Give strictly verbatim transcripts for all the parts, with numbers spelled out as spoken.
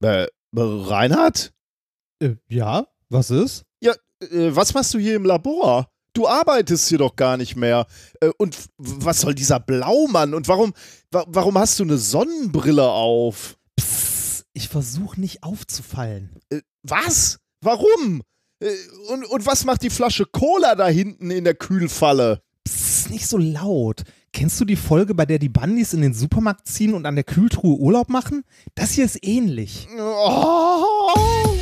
Äh, Reinhard? Äh, ja, was ist? Ja, äh, was machst du hier im Labor? Du arbeitest hier doch gar nicht mehr. Äh, und f- was soll dieser Blaumann? Und warum, wa warum hast du eine Sonnenbrille auf? Psst, ich versuche nicht aufzufallen. Äh, was? Warum? Äh, und, und was macht die Flasche Cola da hinten in der Kühlfalle? Psst, nicht so laut. Kennst du die Folge, bei der die Bundys in den Supermarkt ziehen und an der Kühltruhe Urlaub machen? Das hier ist ähnlich. Oh.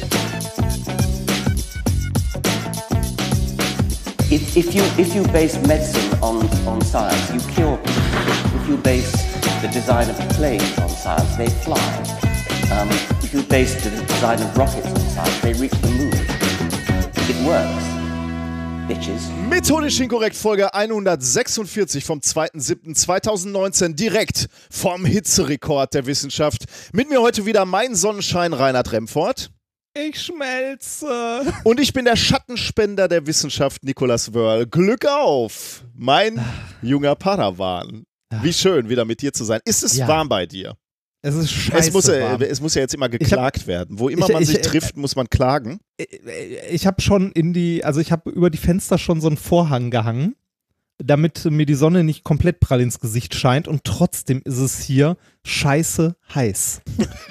If, if you if you base medicine on, on science, you cure people. If you base the design of planes on science, they fly. Um, if you base the design of rockets on science, they reach the moon. It works, bitches. Methodisch inkorrekt, Folge hundertsechsundvierzig vom zweiter siebter zweitausendneunzehn, direkt vom Hitzerekord der Wissenschaft. Mit mir heute wieder mein Sonnenschein Reinhard Remford. Ich schmelze. Und ich bin der Schattenspender der Wissenschaft, Nicolas Wörl. Glück auf, mein junger Padawan. Wie schön, wieder mit dir zu sein. Ist es Ja. warm bei dir? Es ist scheiße Es muss, äh, warm. es muss ja jetzt immer geklagt werden. Wo immer ich- man ich- sich äh, trifft, muss man klagen. Ich habe schon in die, also ich habe über die Fenster schon so einen Vorhang gehangen, damit mir die Sonne nicht komplett prall ins Gesicht scheint, und trotzdem ist es hier scheiße heiß.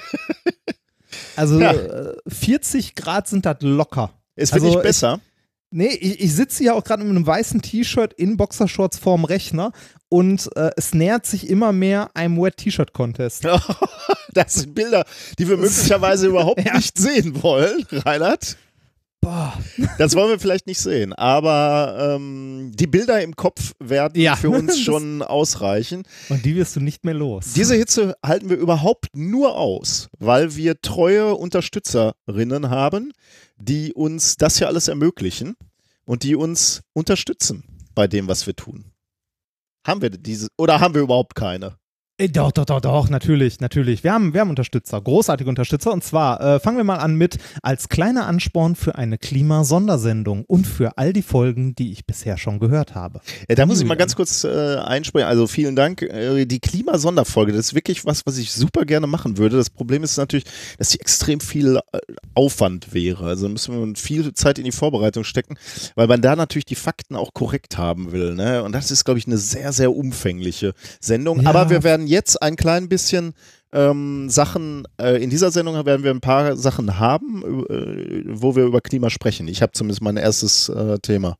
Also Ja. äh, vierzig Grad sind das locker. Es wird Also nicht besser. Nee, ich, ich sitze hier auch gerade mit einem weißen T-Shirt in Boxershorts vorm Rechner und äh, es nähert sich immer mehr einem Wet-T-Shirt-Contest. Das sind Bilder, die wir möglicherweise überhaupt Ja. nicht sehen wollen, Reinhard. Boah. Das wollen wir vielleicht nicht sehen, aber ähm, die Bilder im Kopf werden Ja. für uns schon ausreichen. Und die wirst du nicht mehr los. Diese Hitze halten wir überhaupt nur aus, weil wir treue Unterstützerinnen haben, die uns das hier alles ermöglichen und die uns unterstützen bei dem, was wir tun. Haben wir diese oder haben wir überhaupt keine? Äh, Doch, doch, doch, doch, natürlich, natürlich. Wir haben, wir haben Unterstützer, großartige Unterstützer. Und zwar äh, fangen wir mal an mit als kleiner Ansporn für eine Klimasondersendung und für all die Folgen, die ich bisher schon gehört habe. Ja, da muss ich mal Julian. ganz kurz äh, einspringen. Also vielen Dank. Äh, die Klimasonderfolge, das ist wirklich was, was ich super gerne machen würde. Das Problem ist natürlich, dass die extrem viel äh, Aufwand wäre. Also müssen wir viel Zeit in die Vorbereitung stecken, weil man da natürlich die Fakten auch korrekt haben will. Ne? Und das ist, glaube ich, eine sehr, sehr umfängliche Sendung. Ja. Aber wir werden jetzt ein klein bisschen ähm, Sachen, äh, in dieser Sendung werden wir ein paar Sachen haben, äh, wo wir über Klima sprechen. Ich habe zumindest mein erstes äh, Thema.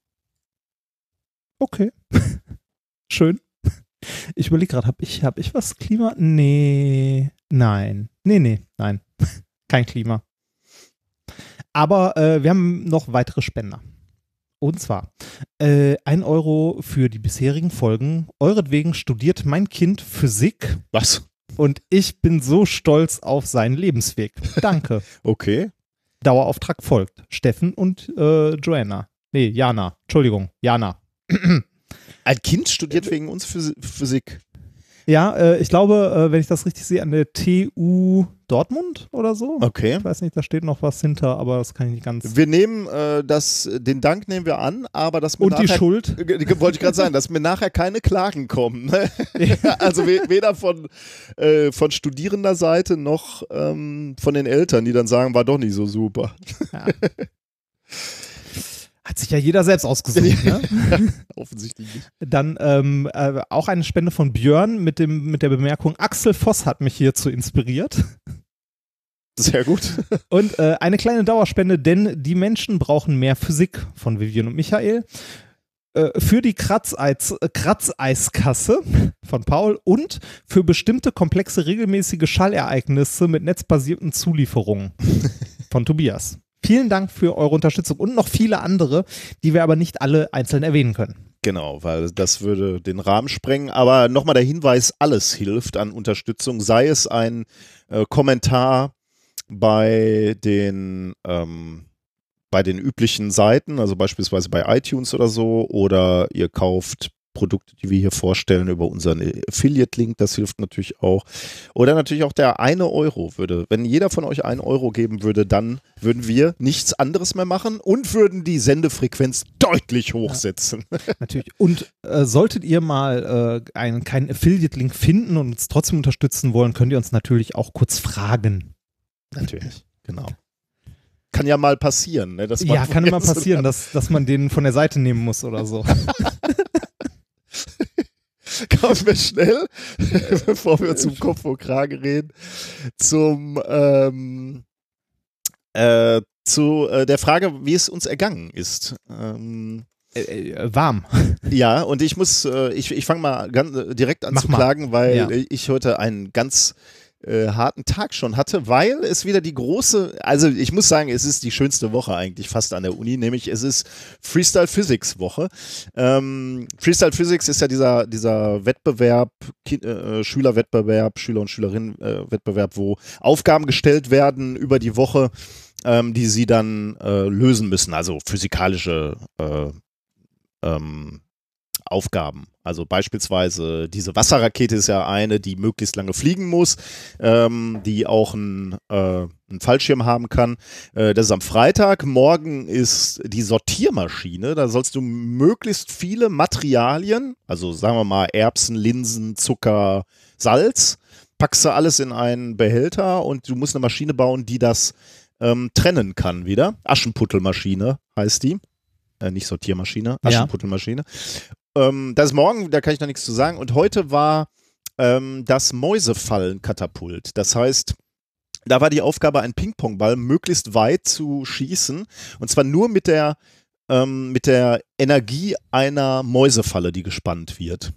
Okay. Schön. Ich überlege gerade, habe ich, hab ich was Klima? Nee. Nein. Nee, nee, nein. Kein Klima. Aber äh, wir haben noch weitere Spender. Und zwar äh, ein Euro für die bisherigen Folgen. Euretwegen studiert mein Kind Physik Was? und ich bin so stolz auf seinen Lebensweg. Danke. Okay. Dauerauftrag folgt. Steffen und äh, Joanna. Nee, Jana. Entschuldigung, Jana. Ein Kind studiert wegen uns Phys Physik. Ja, äh, ich glaube, äh, wenn ich das richtig sehe, an der T U Dortmund oder so. Okay. Ich weiß nicht, da steht noch was hinter, aber das kann ich nicht ganz. Wir nehmen äh, das, den Dank nehmen wir an, aber das mir Und die nachher, Schuld? Äh, wollte ich gerade sagen, dass mir nachher keine Klagen kommen. Ne? Also we weder von, äh, von studierender Seite noch ähm, von den Eltern, die dann sagen, war doch nicht so super. Ja. Hat sich ja jeder selbst ausgesucht. Ne? Offensichtlich nicht. Dann ähm, äh, auch eine Spende von Björn mit, dem, mit der Bemerkung, Axel Voss hat mich hierzu inspiriert. Sehr gut. Und äh, eine kleine Dauerspende, denn die Menschen brauchen mehr Physik von Vivian und Michael. Äh, für die Kratzeis, äh, Kratzeiskasse von Paul und für bestimmte komplexe regelmäßige Schallereignisse mit netzbasierten Zulieferungen von Tobias. Vielen Dank für eure Unterstützung und noch viele andere, die wir aber nicht alle einzeln erwähnen können. Genau, weil das würde den Rahmen sprengen. Aber nochmal der Hinweis, alles hilft an Unterstützung, sei es ein äh, Kommentar bei den, ähm, bei den üblichen Seiten, also beispielsweise bei iTunes oder so, oder ihr kauft Produkte, die wir hier vorstellen, über unseren Affiliate-Link, das hilft natürlich auch. Oder natürlich auch der eine Euro würde, wenn jeder von euch einen Euro geben würde, dann würden wir nichts anderes mehr machen und würden die Sendefrequenz deutlich hochsetzen. Ja, natürlich. Und äh, solltet ihr mal äh, einen, keinen Affiliate-Link finden und uns trotzdem unterstützen wollen, könnt ihr uns natürlich auch kurz fragen. Natürlich, genau. Kann ja mal passieren. Ne, dass man ja, kann immer passieren, dass, dass man den von der Seite nehmen muss oder so. Kommen wir schnell, bevor wir zum Kopf und Kragen reden, zum ähm, äh, zu äh, der Frage, wie es uns ergangen ist. Ähm, äh, äh, warm. Ja, und ich muss, äh, ich, ich fange mal ganz, äh, direkt an Mach zu mal. klagen, weil Ja. ich heute einen ganz äh, harten Tag schon hatte, weil es wieder die große, also ich muss sagen, es ist die schönste Woche eigentlich fast an der Uni, nämlich es ist Freestyle Physics Woche. Ähm, Freestyle Physics ist ja dieser, dieser Wettbewerb, Ki- äh, Schülerwettbewerb, Schüler- und Schülerinnen-Wettbewerb, wo Aufgaben gestellt werden über die Woche, ähm, die sie dann äh, lösen müssen, also physikalische äh, ähm, Aufgaben. Also beispielsweise diese Wasserrakete ist ja eine, die möglichst lange fliegen muss, ähm, die auch einen, äh, einen Fallschirm haben kann. Äh, das ist am Freitag. Morgen ist die Sortiermaschine. Da sollst du möglichst viele Materialien, also sagen wir mal Erbsen, Linsen, Zucker, Salz, packst du alles in einen Behälter und du musst eine Maschine bauen, die das ähm, trennen kann wieder. Aschenputtelmaschine heißt die. Äh, nicht Sortiermaschine, Ja. Aschenputtelmaschine. Ähm, das ist morgen, da kann ich noch nichts zu sagen. Und heute war ähm, das Mäusefallenkatapult. Das heißt, da war die Aufgabe, einen Ping-Pong-Ball möglichst weit zu schießen. Und zwar nur mit der, ähm, mit der Energie einer Mäusefalle, die gespannt wird.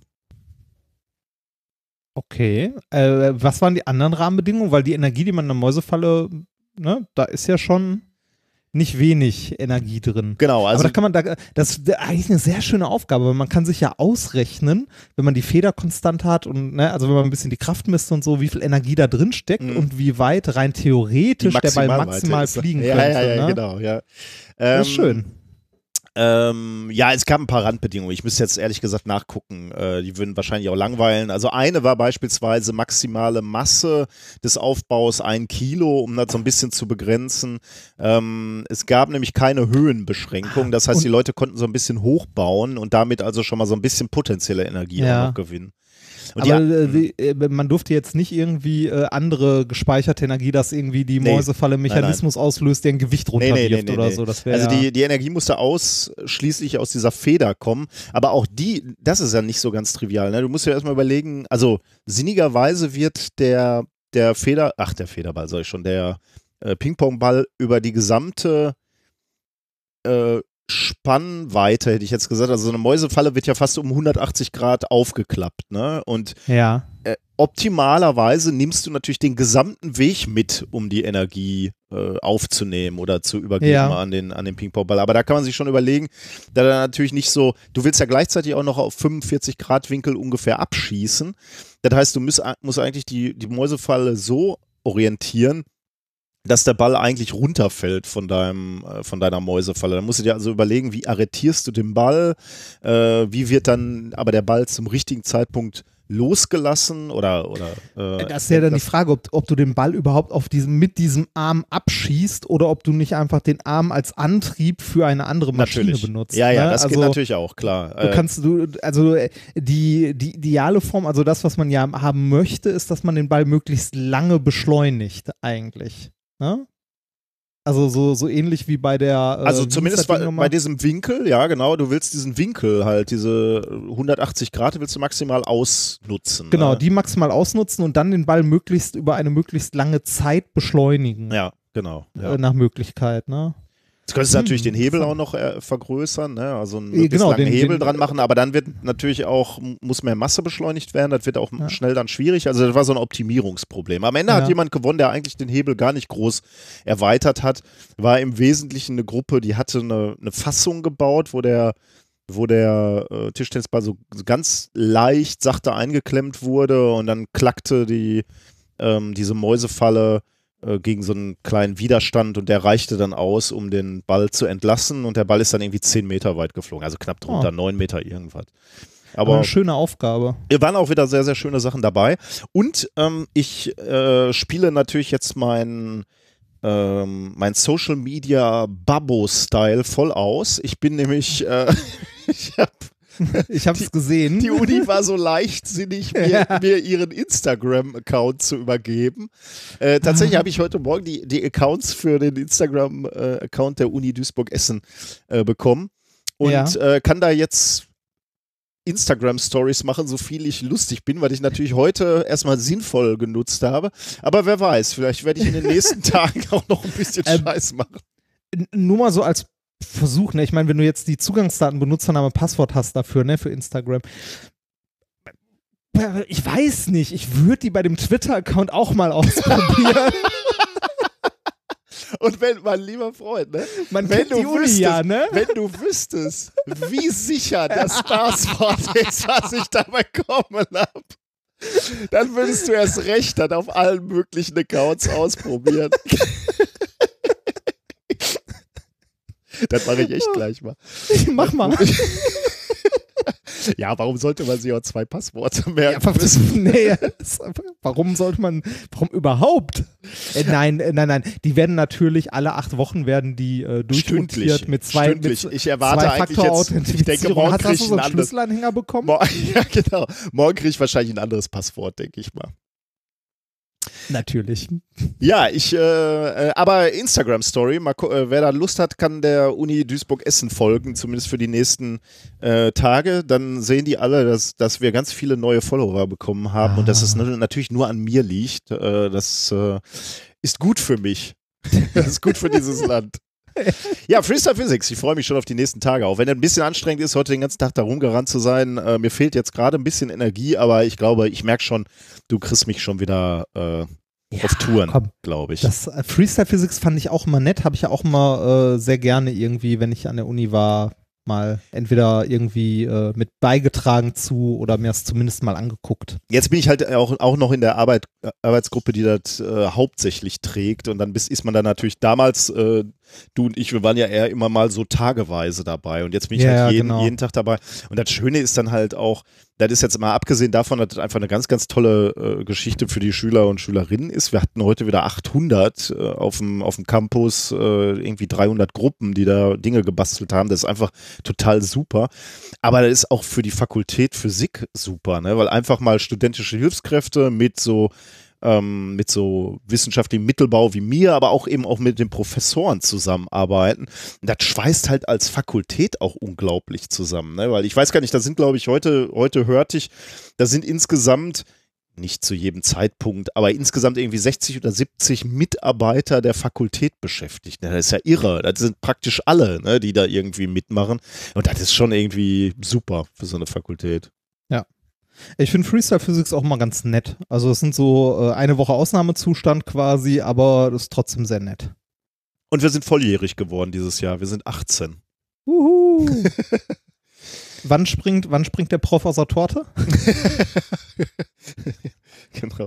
Okay. Äh, was waren die anderen Rahmenbedingungen? Weil die Energie, die man in der Mäusefalle, ne, da ist ja schon nicht wenig Energie drin. Genau, also Aber da kann man, da, das ist eigentlich eine sehr schöne Aufgabe, weil man kann sich ja ausrechnen, wenn man die Feder konstant hat und, ne, also wenn man ein bisschen die Kraft misst und so, wie viel Energie da drin steckt Mhm. und wie weit rein theoretisch der Ball Maximalweite maximal ist- fliegen ja, könnte. Ja, ja, ne? genau, ja. Das ist Ähm, schön. Ähm, ja, es gab ein paar Randbedingungen. Ich müsste jetzt ehrlich gesagt nachgucken. Äh, die würden wahrscheinlich auch langweilen. Also eine war beispielsweise maximale Masse des Aufbaus ein Kilo, um das so ein bisschen zu begrenzen. Ähm, es gab nämlich keine Höhenbeschränkung. Das heißt, Und- die Leute konnten so ein bisschen hochbauen und damit also schon mal so ein bisschen potenzielle Energie Ja. auch noch gewinnen. Und Aber die, äh, die, äh, man durfte jetzt nicht irgendwie äh, andere gespeicherte Energie, dass irgendwie die Nee. Mäusefalle einen Mechanismus auslöst, der ein Gewicht Nee, nee, runterwirft nee, nee, oder nee. so. Das wäre Also ja- die, die Energie musste ausschließlich aus dieser Feder kommen, aber auch die, das ist ja nicht so ganz trivial. Ne? Du musst dir erstmal überlegen, also sinnigerweise wird der, der Feder, ach der Federball, soll ich schon, der äh, Ping-Pong-Ball über die gesamte äh, Spannweite, hätte ich jetzt gesagt, also so eine Mäusefalle wird ja fast um hundertachtzig Grad aufgeklappt, ne? Und ja. äh, optimalerweise nimmst du natürlich den gesamten Weg mit, um die Energie äh, aufzunehmen oder zu übergeben Ja. an den, an den Ping-Pong-Ball. Aber da kann man sich schon überlegen, da er natürlich nicht so, du willst ja gleichzeitig auch noch auf fünfundvierzig Grad Winkel ungefähr abschießen. Das heißt, du musst, musst eigentlich die, die Mäusefalle so orientieren, dass der Ball eigentlich runterfällt von deinem, äh, von deiner Mäusefalle. Dann musst du dir also überlegen, wie arretierst du den Ball, äh, wie wird dann aber der Ball zum richtigen Zeitpunkt losgelassen oder, oder äh, Das ist ja dann die Frage, ob, ob du den Ball überhaupt auf diesem, mit diesem Arm abschießt oder ob du nicht einfach den Arm als Antrieb für eine andere Maschine natürlich benutzt. Ja, ja, ne? das also, geht natürlich auch, klar. Du Äh, kannst du, also äh, die, die ideale Form, also das, was man ja haben möchte, ist, dass man den Ball möglichst lange beschleunigt, eigentlich. Ne? Also so, so ähnlich wie bei der. Äh, Also wie hieß zumindest das bei, Ding nochmal? bei diesem Winkel, ja genau, du willst diesen Winkel halt, diese hundertachtzig Grad willst du maximal ausnutzen. Genau, ne? die maximal ausnutzen und dann den Ball möglichst über eine möglichst lange Zeit beschleunigen. Ja, genau. Ja. Äh, nach Möglichkeit, ne? Jetzt könntest du Hm, natürlich den Hebel auch interessant. noch äh, vergrößern, ne? Also einen Äh, möglichst genau, langen den- Hebel den- dran machen, aber dann wird natürlich auch, muss mehr Masse beschleunigt werden, das wird auch Ja. schnell dann schwierig. Also das war so ein Optimierungsproblem. Am Ende Ja. hat jemand gewonnen, der eigentlich den Hebel gar nicht groß erweitert hat. War im Wesentlichen eine Gruppe, die hatte eine, eine Fassung gebaut, wo der wo der äh, Tischtennisball so ganz leicht sachte eingeklemmt wurde und dann klackte die ähm, diese Mäusefalle äh, gegen so einen kleinen Widerstand und der reichte dann aus, um den Ball zu entlassen und der Ball ist dann irgendwie zehn Meter weit geflogen, also knapp drunter, Oh. neun Meter irgendwas. Aber Aber eine schöne Aufgabe. hier waren auch wieder sehr, sehr schöne Sachen dabei und ähm, ich äh, spiele natürlich jetzt meinen ähm, mein Social Media Babbo-Style voll aus. Ich bin nämlich, äh, ich habe Ich habe es gesehen. Die Uni war so leichtsinnig, mir, Ja. mir ihren Instagram-Account zu übergeben. Äh, tatsächlich habe ich heute Morgen die, die Accounts für den Instagram-Account der Uni Duisburg-Essen äh, bekommen und Ja. äh, kann da jetzt Instagram-Stories machen, so viel ich lustig bin, weil ich natürlich heute erstmal sinnvoll genutzt habe. Aber wer weiß, vielleicht werde ich in den nächsten Tagen auch noch ein bisschen Ähm, Scheiß machen. N- Nur mal so als Versuch, ne? Ich meine, wenn du jetzt die Zugangsdaten, Benutzername, Passwort hast dafür, ne, für Instagram. Ich weiß nicht, ich würde die bei dem Twitter-Account auch mal ausprobieren. Und wenn, mein lieber Freund, ne? Man wenn kennt du die Uni wüsstest, ja, ne? wenn du wüsstest, wie sicher das Passwort ist, was ich da bekommen habe, dann würdest du erst recht dann auf allen möglichen Accounts ausprobieren. Das mache ich echt gleich mal. Mach mal. Ja, warum sollte man sich auch zwei Passworte merken? Ja, was- nee, das- warum sollte man, warum überhaupt? Äh, nein, äh, nein, nein, die werden natürlich alle acht Wochen werden die äh, durchrotiert Stündlich, mit zwei, stündlich. mit Ich erwarte eigentlich jetzt- ich denke, morgen Hast, krieg hast du ich so einen ein anderes- Schlüsselanhänger bekommen? Mor- ja, genau. Morgen kriege ich wahrscheinlich ein anderes Passwort, denke ich mal. Natürlich. Ja, ich, äh, äh, aber Instagram-Story, mal, gu- äh, wer da Lust hat, kann der Uni Duisburg-Essen folgen, zumindest für die nächsten äh, Tage. Dann sehen die alle, dass, dass wir ganz viele neue Follower bekommen haben Ah. und dass es n- natürlich nur an mir liegt. Äh, das äh, ist gut für mich. Das ist gut für dieses Land. Ja, Freestyle Physics, ich freue mich schon auf die nächsten Tage, auch wenn er ein bisschen anstrengend ist, heute den ganzen Tag da rumgerannt zu sein. Äh, mir fehlt jetzt gerade ein bisschen Energie, aber ich glaube, ich merke schon, du kriegst mich schon wieder äh, auf Touren, komm. glaube ich. Das äh, Freestyle Physics fand ich auch immer nett, habe ich ja auch immer äh, sehr gerne irgendwie, wenn ich an der Uni war, mal entweder irgendwie äh, mit beigetragen zu oder mir es zumindest mal angeguckt. Jetzt bin ich halt auch, auch noch in der Arbeit, äh, Arbeitsgruppe, die das äh, hauptsächlich trägt und dann bis, ist man dann natürlich damals, äh, du und ich, wir waren ja eher immer mal so tageweise dabei und jetzt bin ich Ja, halt ja, jeden, genau. jeden Tag dabei und das Schöne ist dann halt auch, das ist jetzt mal abgesehen davon, dass das einfach eine ganz, ganz tolle äh, Geschichte für die Schüler und Schülerinnen ist. Wir hatten heute wieder achthundert äh, auf dem auf dem Campus, äh, irgendwie dreihundert Gruppen, die da Dinge gebastelt haben. Das ist einfach total super. Aber das ist auch für die Fakultät Physik super, ne? Weil einfach mal studentische Hilfskräfte mit so ähm, mit so wissenschaftlichem Mittelbau wie mir, aber auch eben auch mit den Professoren zusammenarbeiten. Und das schweißt halt als Fakultät auch unglaublich zusammen, ne? Weil ich weiß gar nicht, da sind, glaube ich, heute, heute hörte ich, da sind insgesamt, nicht zu jedem Zeitpunkt, aber insgesamt irgendwie sechzig oder siebzig Mitarbeiter der Fakultät beschäftigt. Ne? Das ist ja irre. Das sind praktisch alle, ne, die da irgendwie mitmachen. Und das ist schon irgendwie super für so eine Fakultät. Ich finde Freestyle Physics auch mal ganz nett. Also es sind so äh, eine Woche Ausnahmezustand quasi, aber das ist trotzdem sehr nett. Und wir sind volljährig geworden dieses Jahr. Wir sind achtzehn. Uhu. wann, springt, wann springt der Prof aus der Torte? Genau.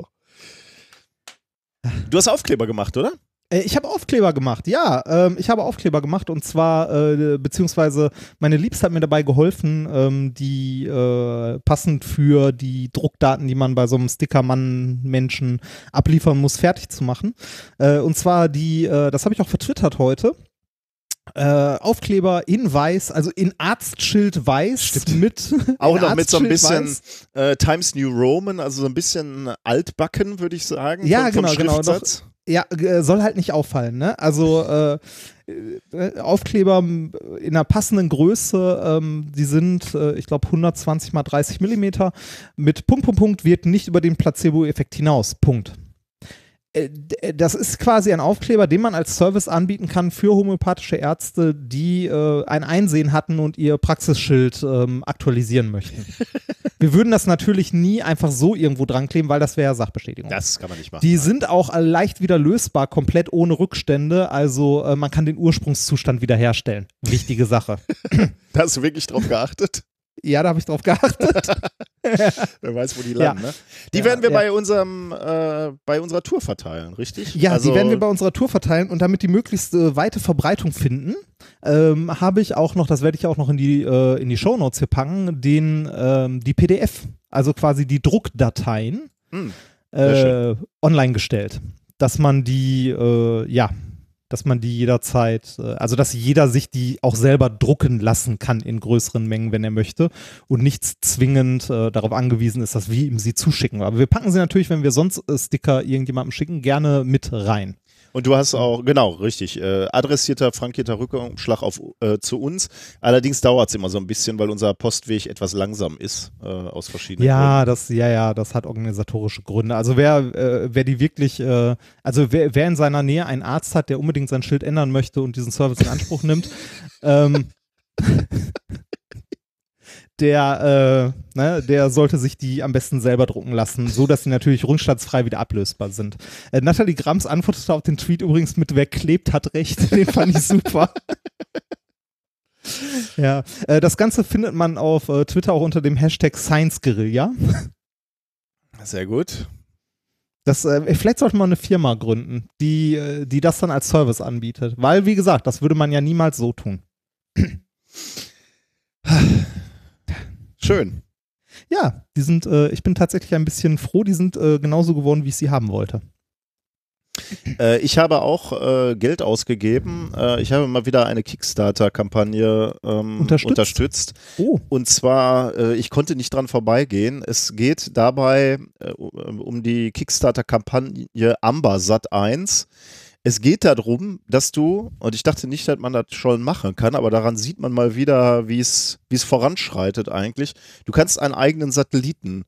Du hast Aufkleber gemacht, oder? Äh, ich habe Aufkleber gemacht, ja. Ähm, ich habe Aufkleber gemacht und zwar, äh, beziehungsweise meine Liebste hat mir dabei geholfen, ähm, die äh, passend für die Druckdaten, die man bei so einem Stickermann-Menschen abliefern muss, fertig zu machen. Äh, und zwar die, äh, das habe ich auch vertwittert heute. Äh, Aufkleber in weiß, also in Arztschild weiß. Stimmt. Mit Auch in noch mit so ein Arztschild bisschen weiß. äh, Times New Roman, also so ein bisschen altbacken, würde ich sagen. Ja, vom, vom genau, genau, Schriftsatz. Ja, äh, soll halt nicht auffallen, ne? Also äh, äh, Aufkleber in einer passenden Größe, ähm, die sind, äh, ich glaube, hundertzwanzig mal dreißig Millimeter. Mit Punkt, Punkt, Punkt wird nicht über den Placebo-Effekt hinaus. Punkt. Äh, d- Das ist quasi ein Aufkleber, den man als Service anbieten kann für homöopathische Ärzte, die äh, ein Einsehen hatten und ihr Praxisschild ähm, aktualisieren möchten. Wir würden das natürlich nie einfach so irgendwo dran kleben, weil das wäre Sachbestätigung. Das kann man nicht machen. Die sind auch alle leicht wieder lösbar, komplett ohne Rückstände. Also äh, man kann den Ursprungszustand wiederherstellen. Wichtige Sache. Da hast du wirklich drauf geachtet. Ja, da habe ich drauf geachtet. Wer weiß, wo die Ja. landen, ne? Die Ja, werden wir ja. bei unserem, äh, bei unserer Tour verteilen, richtig? Ja, also, die werden wir bei unserer Tour verteilen und damit die möglichst äh, weite Verbreitung finden, ähm, habe ich auch noch, das werde ich auch noch in die, äh, in die Shownotes hier packen, den, ähm, die P D F, also quasi die Druckdateien, Hm, sehr äh, online gestellt. Dass man die, äh, ja, dass man die jederzeit, äh, also dass jeder sich die auch selber drucken lassen kann in größeren Mengen, wenn er möchte und nichts zwingend äh, darauf angewiesen ist, dass wir ihm sie zuschicken. Aber wir packen sie natürlich, wenn wir sonst äh, Sticker irgendjemandem schicken, gerne mit rein. Und du hast auch, genau, richtig, äh, adressierter, frankierter Rückumschlag auf, äh, zu uns. Allerdings dauert es immer so ein bisschen, weil unser Postweg etwas langsam ist, äh, aus verschiedenen Ja, Gründen. das, ja, ja, das hat organisatorische Gründe. Also wer, äh, wer die wirklich, äh, also wer, wer in seiner Nähe einen Arzt hat, der unbedingt sein Schild ändern möchte und diesen Service in Anspruch nimmt, ähm, der, äh, ne, der sollte sich die am besten selber drucken lassen, so dass sie natürlich rückstandsfrei wieder ablösbar sind. Äh, Nathalie Grams antwortete auf den Tweet übrigens mit "Wer klebt, hat recht". Den fand ich super. Ja, äh, das Ganze findet man auf äh, Twitter auch unter dem Hashtag Science Guerilla. Sehr gut. Das, äh, vielleicht sollte man eine Firma gründen, die, äh, die das dann als Service anbietet. Weil, wie gesagt, das würde man ja niemals so tun. Schön. Ja, die sind, äh, ich bin tatsächlich ein bisschen froh, die sind äh, genauso geworden, wie ich sie haben wollte. Äh, ich habe auch äh, Geld ausgegeben. Äh, ich habe mal wieder eine Kickstarter-Kampagne ähm, Unterstützt? unterstützt. Oh. Und zwar, äh, ich konnte nicht dran vorbeigehen. Es geht dabei äh, um die Kickstarter-Kampagne Ambersat eins. Es geht darum, dass du, und ich dachte nicht, dass man das schon machen kann, aber daran sieht man mal wieder, wie es wie es voranschreitet eigentlich. Du kannst einen eigenen Satelliten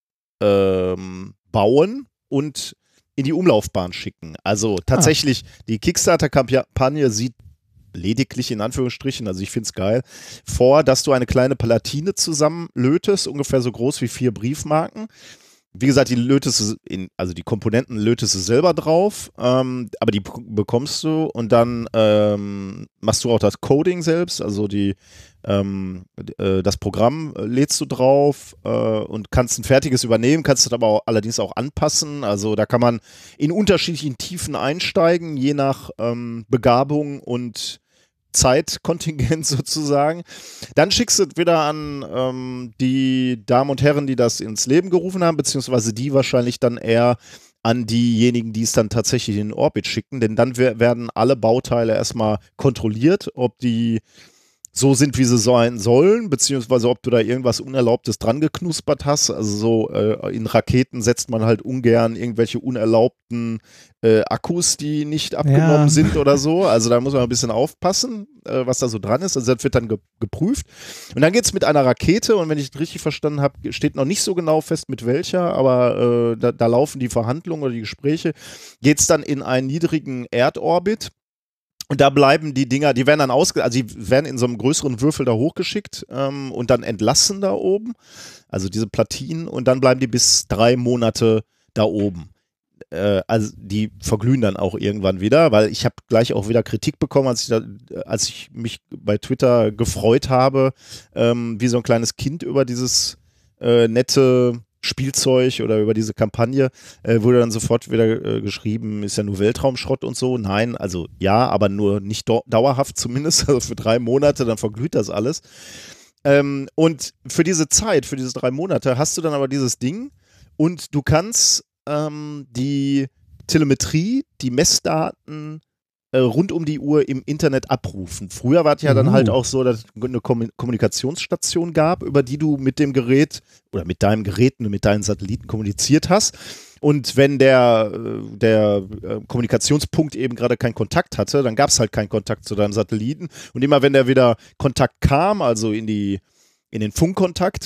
ähm, bauen und in die Umlaufbahn schicken. Also tatsächlich, ah. die Kickstarter-Kampagne sieht lediglich in Anführungsstrichen, also ich finde es geil, vor, dass du eine kleine Palatine zusammenlötest, ungefähr so groß wie vier Briefmarken. Wie gesagt, die lötest du in, also die Komponenten lötest du selber drauf, ähm, aber die bekommst du und dann ähm, machst du auch das Coding selbst, also die, ähm, äh, das Programm lädst du drauf äh, und kannst ein fertiges übernehmen, kannst es aber auch, allerdings auch anpassen. Also da kann man in unterschiedlichen Tiefen einsteigen, je nach ähm, Begabung und Zeitkontingent sozusagen. Dann schickst du es wieder an ähm, die Damen und Herren, die das ins Leben gerufen haben, beziehungsweise die wahrscheinlich dann eher an diejenigen, die es dann tatsächlich in den Orbit schicken, denn dann werden alle Bauteile erstmal kontrolliert, ob die so sind, wie sie sein sollen, beziehungsweise ob du da irgendwas Unerlaubtes dran geknuspert hast. Also so äh, in Raketen setzt man halt ungern irgendwelche unerlaubten äh, Akkus, die nicht abgenommen Ja. sind oder so. Also da muss man ein bisschen aufpassen, äh, was da so dran ist. Also das wird dann ge geprüft. Und dann geht es mit einer Rakete, und wenn ich es richtig verstanden habe, steht noch nicht so genau fest, mit welcher, aber äh, da, da laufen die Verhandlungen oder die Gespräche, geht es dann in einen niedrigen Erdorbit. Und da bleiben die Dinger, die werden dann ausge, also die werden in so einem größeren Würfel da hochgeschickt ähm, und dann entlassen da oben, also diese Platinen, und dann bleiben die bis drei Monate da oben. Äh, also die verglühen dann auch irgendwann wieder, weil ich habe gleich auch wieder Kritik bekommen, als ich, da, als ich mich bei Twitter gefreut habe, ähm, wie so ein kleines Kind über dieses äh, nette Spielzeug oder über diese Kampagne, äh, wurde dann sofort wieder äh, geschrieben, ist ja nur Weltraumschrott und so. Nein, also ja, aber nur nicht dauerhaft zumindest, also für drei Monate, dann verglüht das alles. Ähm, und für diese Zeit, für diese drei Monate hast du dann aber dieses Ding und du kannst ähm, die Telemetrie, die Messdaten äh, rund um die Uhr im Internet abrufen. Früher war es ja dann Uh. halt auch so, dass es eine Kom Kommunikationsstation gab, über die du mit dem Gerät oder mit deinem Gerät, mit deinen Satelliten kommuniziert hast. Und wenn der, der Kommunikationspunkt eben gerade keinen Kontakt hatte, dann gab es halt keinen Kontakt zu deinem Satelliten. Und immer wenn der wieder Kontakt kam, also in, die, in den Funkkontakt,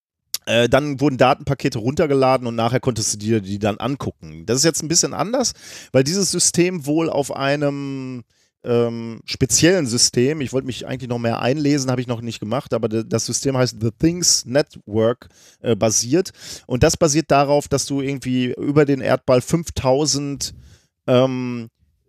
äh, dann wurden Datenpakete runtergeladen und nachher konntest du dir die dann angucken. Das ist jetzt ein bisschen anders, weil dieses System wohl auf einem ähm, speziellen System, ich wollte mich eigentlich noch mehr einlesen, habe ich noch nicht gemacht, aber das System heißt The Things Network äh, basiert, und das basiert darauf, dass du irgendwie über den Erdball fünftausend ähm,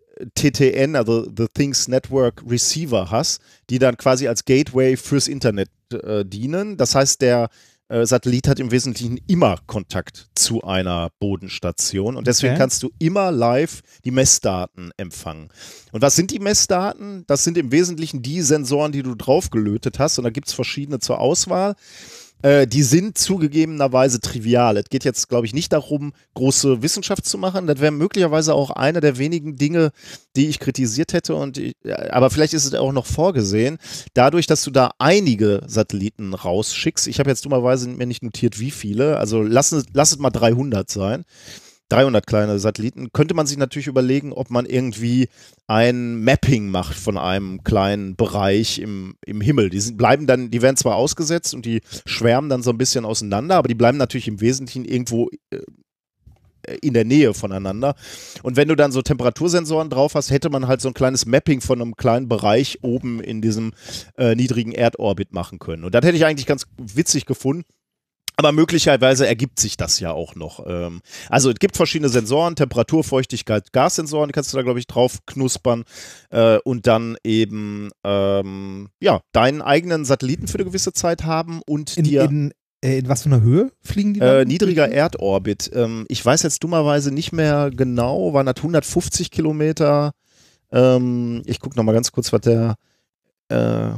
T T N, also The Things Network Receiver hast, die dann quasi als Gateway fürs Internet äh, dienen. Das heißt, der äh, Satellit hat im Wesentlichen immer Kontakt zu einer Bodenstation, und deswegen Okay. kannst du immer live die Messdaten empfangen. Und was sind die Messdaten? Das sind im Wesentlichen die Sensoren, die du draufgelötet hast, und da gibt es verschiedene zur Auswahl. Äh, die sind zugegebenerweise trivial. Es geht jetzt, glaube ich, nicht darum, große Wissenschaft zu machen. Das wäre möglicherweise auch eine der wenigen Dinge, die ich kritisiert hätte. Und ich, aber vielleicht ist es auch noch vorgesehen. Dadurch, dass du da einige Satelliten rausschickst, ich habe jetzt dummerweise mir nicht notiert, wie viele, also lass es, lass es mal dreihundert sein. dreihundert kleine Satelliten, könnte man sich natürlich überlegen, ob man irgendwie ein Mapping macht von einem kleinen Bereich im, im Himmel. Die sind, bleiben dann, die werden zwar ausgesetzt und die schwärmen dann so ein bisschen auseinander, aber die bleiben natürlich im Wesentlichen irgendwo äh, in der Nähe voneinander. Und wenn du dann so Temperatursensoren drauf hast, hätte man halt so ein kleines Mapping von einem kleinen Bereich oben in diesem äh, niedrigen Erdorbit machen können. Und das hätte ich eigentlich ganz witzig gefunden. Aber möglicherweise ergibt sich das ja auch noch. Ähm, also es gibt verschiedene Sensoren, Temperatur, Feuchtigkeit, Gassensoren, die kannst du da, glaube ich, drauf knuspern äh, und dann eben ähm, ja, deinen eigenen Satelliten für eine gewisse Zeit haben und In, dir in, äh, in was für einer Höhe fliegen die äh, dann? niedriger Erdorbit. Ähm, ich weiß jetzt dummerweise nicht mehr genau, waren das hundertfünfzig Kilometer. Ähm, ich gucke nochmal ganz kurz, was der äh,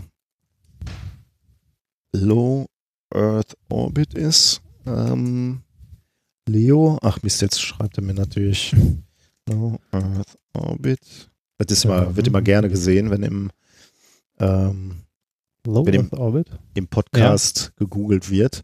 Low Earth Orbit ist. Ähm, Leo, ach Mist, jetzt schreibt er mir natürlich Low Earth Orbit. Das ist Ja. immer, wird immer gerne gesehen, wenn im, ähm, Low mit dem- Earth Orbit? im Podcast gegoogelt wird.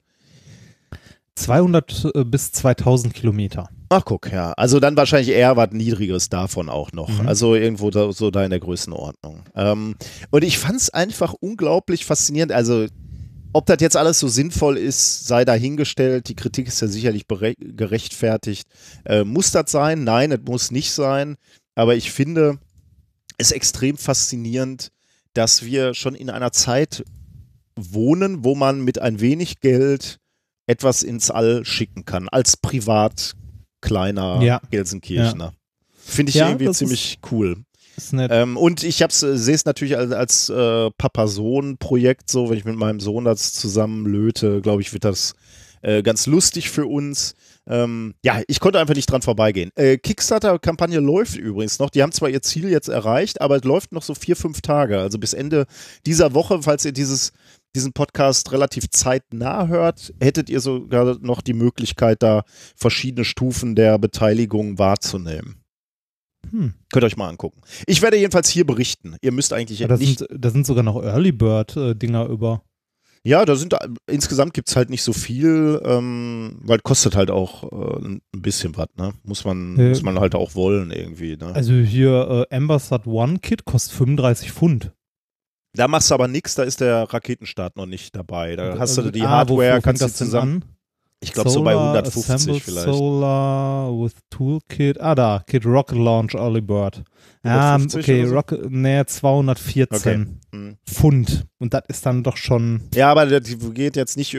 zweihundert äh, bis zweitausend Kilometer. Ach guck, ja. Also dann wahrscheinlich eher was Niedrigeres davon auch noch. Mhm. Also irgendwo da, so da in der Größenordnung. Ähm, und ich fand es einfach unglaublich faszinierend. Also ob das jetzt alles so sinnvoll ist, sei dahingestellt. Die Kritik ist ja sicherlich bere- gerechtfertigt. Äh, muss das sein? Nein, es muss nicht sein. Aber ich finde es extrem faszinierend, dass wir schon in einer Zeit wohnen, wo man mit ein wenig Geld etwas ins All schicken kann. Als privat kleiner Ja. Gelsenkirchner. Finde ich Ja, irgendwie das ziemlich cool. Ist nett. Ähm, und ich hab's, äh, sehe es natürlich als, als äh, Papa-Sohn-Projekt so, wenn ich mit meinem Sohn das zusammen löte, glaube ich, wird das äh, ganz lustig für uns. Ähm, ja, ich konnte einfach nicht dran vorbeigehen. Äh, Kickstarter-Kampagne läuft übrigens noch. Die haben zwar ihr Ziel jetzt erreicht, aber es läuft noch so vier, fünf Tage. Also bis Ende dieser Woche, falls ihr dieses, diesen Podcast relativ zeitnah hört, hättet ihr sogar noch die Möglichkeit, da verschiedene Stufen der Beteiligung wahrzunehmen. Hm. Könnt ihr euch mal angucken. Ich werde jedenfalls hier berichten. Ihr müsst eigentlich Ja, da, nicht. sind, da sind sogar noch Early Bird-Dinger über. Ja, da sind insgesamt gibt es halt nicht so viel, ähm, weil kostet halt auch äh, ein bisschen was, ne? Muss man, Ja. muss man halt auch wollen irgendwie, ne? Also hier äh, Ambersat One Kit kostet fünfunddreißig Pfund. Da machst du aber nichts, da ist der Raketenstart noch nicht dabei. Da hast du die Ah, Hardware, wo, wo fängt kannst du das denn zusammen. an? Ich glaube so bei Solar, hundertfünfzig Assembled vielleicht. Solar with Toolkit. Ah, da, Kit Rocket Launch Early Bird. Ah, hundertfünfzig okay, oder so? Rocket, nee, zweihundertvierzehn Hm. Pfund. Und das ist dann doch schon. Ja, aber das geht jetzt nicht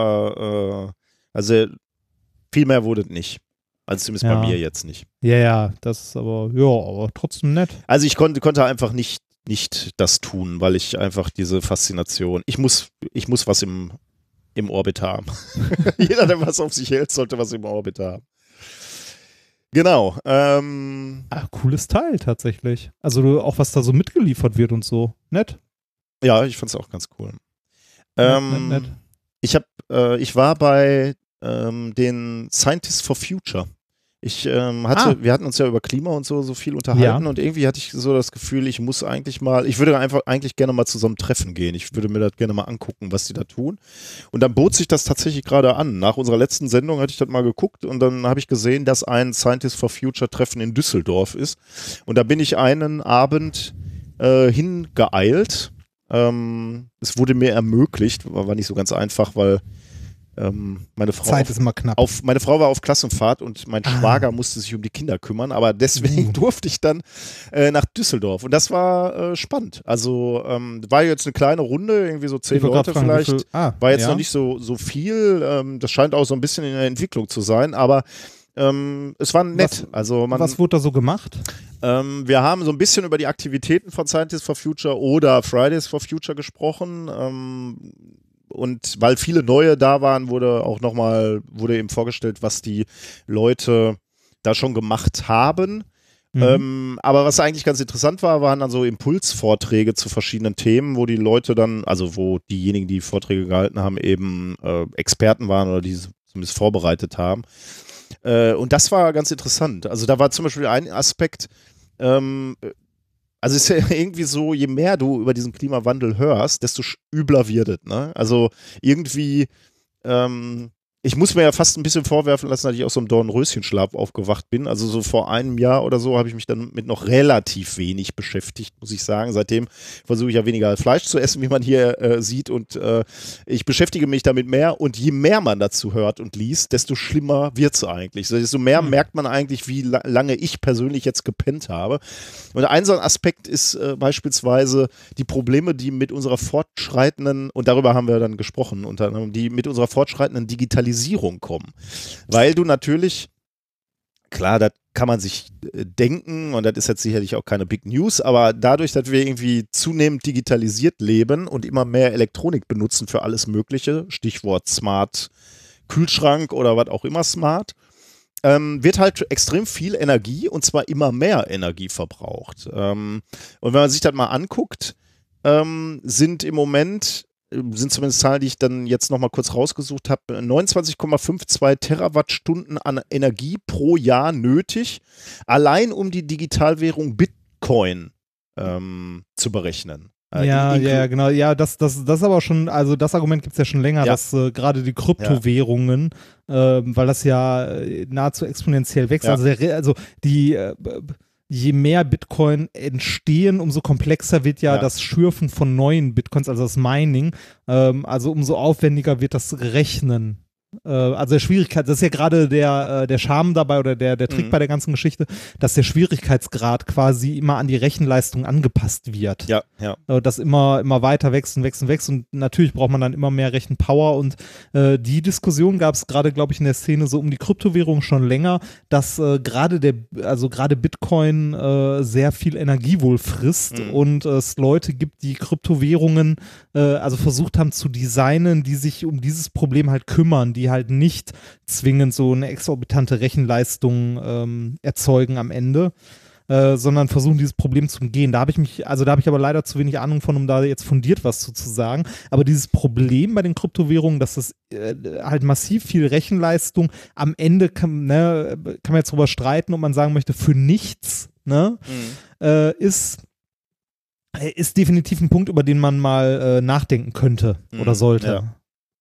über, äh, also viel mehr wurde es nicht. Also zumindest Ja. bei mir jetzt nicht. Ja, ja, das ist aber, ja, aber trotzdem nett. Also ich konnte, konnte einfach nicht, nicht das tun, weil ich einfach diese Faszination, ich muss, ich muss was im, im Orbit haben. Jeder, der was auf sich hält, sollte was im Orbit haben. Genau. Ähm, Ah, cooles Teil tatsächlich. Also du- auch was da so mitgeliefert wird und so. Nett. ja, ich fand es auch ganz cool. Nett, Ähm, nett, nett. Ich hab, äh, ich war bei ähm, den Scientists for Future. Ich ähm, hatte, Ah. wir hatten uns ja über Klima und so so viel unterhalten Ja. und irgendwie hatte ich so das Gefühl, ich muss eigentlich mal, ich würde einfach eigentlich gerne mal zusammen treffen gehen. Ich würde mir das gerne mal angucken, was die da tun. Und dann bot sich das tatsächlich gerade an. Nach unserer letzten Sendung hatte ich das mal geguckt und dann habe ich gesehen, dass ein Scientists for Future Treffen in Düsseldorf ist. Und da bin ich einen Abend äh, hingeeilt. Ähm, es wurde mir ermöglicht, war war nicht so ganz einfach, weil ähm, meine Frau Zeit auf, ist immer knapp. auf, meine Frau war auf Klassenfahrt und mein Ah. Schwager musste sich um die Kinder kümmern, aber deswegen Uh. durfte ich dann äh, nach Düsseldorf und das war äh, spannend. Also ähm, war jetzt eine kleine Runde, irgendwie so zehn Ich wollte Leute grad fragen, wie vielleicht. viel- ah, War jetzt ja. noch nicht so, so viel. Ähm, das scheint auch so ein bisschen in der Entwicklung zu sein, aber ähm, es war nett. Was- also man, Was wurde da so gemacht? ähm, wir haben so ein bisschen über die Aktivitäten von Scientists for Future oder Fridays for Future gesprochen. Ähm, und weil viele neue da waren, wurde auch nochmal, wurde eben vorgestellt, was die Leute da schon gemacht haben. Mhm. Ähm, aber was eigentlich ganz interessant war, waren dann so Impulsvorträge zu verschiedenen Themen, wo die Leute dann, also wo diejenigen, die Vorträge gehalten haben, eben äh, Experten waren oder die zumindest vorbereitet haben. Äh, und das war ganz interessant. Also da war zum Beispiel ein Aspekt, ähm, also es ist ja irgendwie so, je mehr du über diesen Klimawandel hörst, desto übler wird es, ne? Also irgendwie, ähm, ich muss mir ja fast ein bisschen vorwerfen lassen, dass ich aus so einem Dornröschenschlaf aufgewacht bin. Also so vor einem Jahr oder so habe ich mich dann mit noch relativ wenig beschäftigt, muss ich sagen. Seitdem versuche ich ja weniger Fleisch zu essen, wie man hier äh, sieht. Und äh, ich beschäftige mich damit mehr. Und je mehr man dazu hört und liest, desto schlimmer wird es eigentlich. So, desto mehr mhm. merkt man eigentlich, wie la lange ich persönlich jetzt gepennt habe. Und ein so ein Aspekt ist äh, beispielsweise die Probleme, die mit unserer fortschreitenden, und darüber haben wir dann gesprochen, unter anderem, die mit unserer fortschreitenden Digitalisierung kommen. Weil du natürlich, klar, das kann man sich äh, denken und das ist jetzt sicherlich auch keine Big News, aber dadurch, dass wir irgendwie zunehmend digitalisiert leben und immer mehr Elektronik benutzen für alles Mögliche, Stichwort Smart Kühlschrank oder was auch immer smart, ähm, wird halt extrem viel Energie und zwar immer mehr Energie verbraucht. Ähm, und wenn man sich das mal anguckt, ähm, sind im Moment sind zumindest Zahlen, die ich dann jetzt nochmal kurz rausgesucht habe, neunundzwanzig Komma zweiundfünfzig Terawattstunden an Energie pro Jahr nötig, allein um die Digitalwährung Bitcoin ähm, zu berechnen. Äh, ja, ja, genau. Ja, das, das, das ist aber schon, also das Argument gibt es ja schon länger, ja. dass äh, gerade die Kryptowährungen, ja. äh, weil das ja äh, nahezu exponentiell wächst, Ja. also, der, also die äh, je mehr Bitcoin entstehen, umso komplexer wird ja, Ja. das Schürfen von neuen Bitcoins, also das Mining. Ähm, also umso aufwendiger wird das Rechnen. Äh, also der Schwierigkeit, das ist ja gerade der, äh, der Charme dabei oder der, der Trick Mhm. bei der ganzen Geschichte, dass der Schwierigkeitsgrad quasi immer an die Rechenleistung angepasst wird. Ja, ja. Äh, das immer, immer weiter wächst und wächst und wächst und natürlich braucht man dann immer mehr Rechenpower und äh, die Diskussion gab es gerade, glaube ich, in der Szene so um die Kryptowährung schon länger, dass äh, gerade der, also gerade Bitcoin äh, sehr viel Energie wohl frisst Mhm. und äh, es Leute gibt, die Kryptowährungen äh, also versucht haben zu designen, die sich um dieses Problem halt kümmern, die halt nicht zwingend so eine exorbitante Rechenleistung ähm, erzeugen am Ende. Äh, sondern versuchen, dieses Problem zu umgehen. Da habe ich mich, also da habe ich aber leider zu wenig Ahnung von, um da jetzt fundiert was zu, zu sagen. Aber dieses Problem bei den Kryptowährungen, dass das äh, halt massiv viel Rechenleistung am Ende kann, ne, kann man jetzt drüber streiten, ob man sagen möchte, für nichts, ne, Mhm. äh, ist, ist definitiv ein Punkt, über den man mal äh, nachdenken könnte oder Mhm, sollte. ja.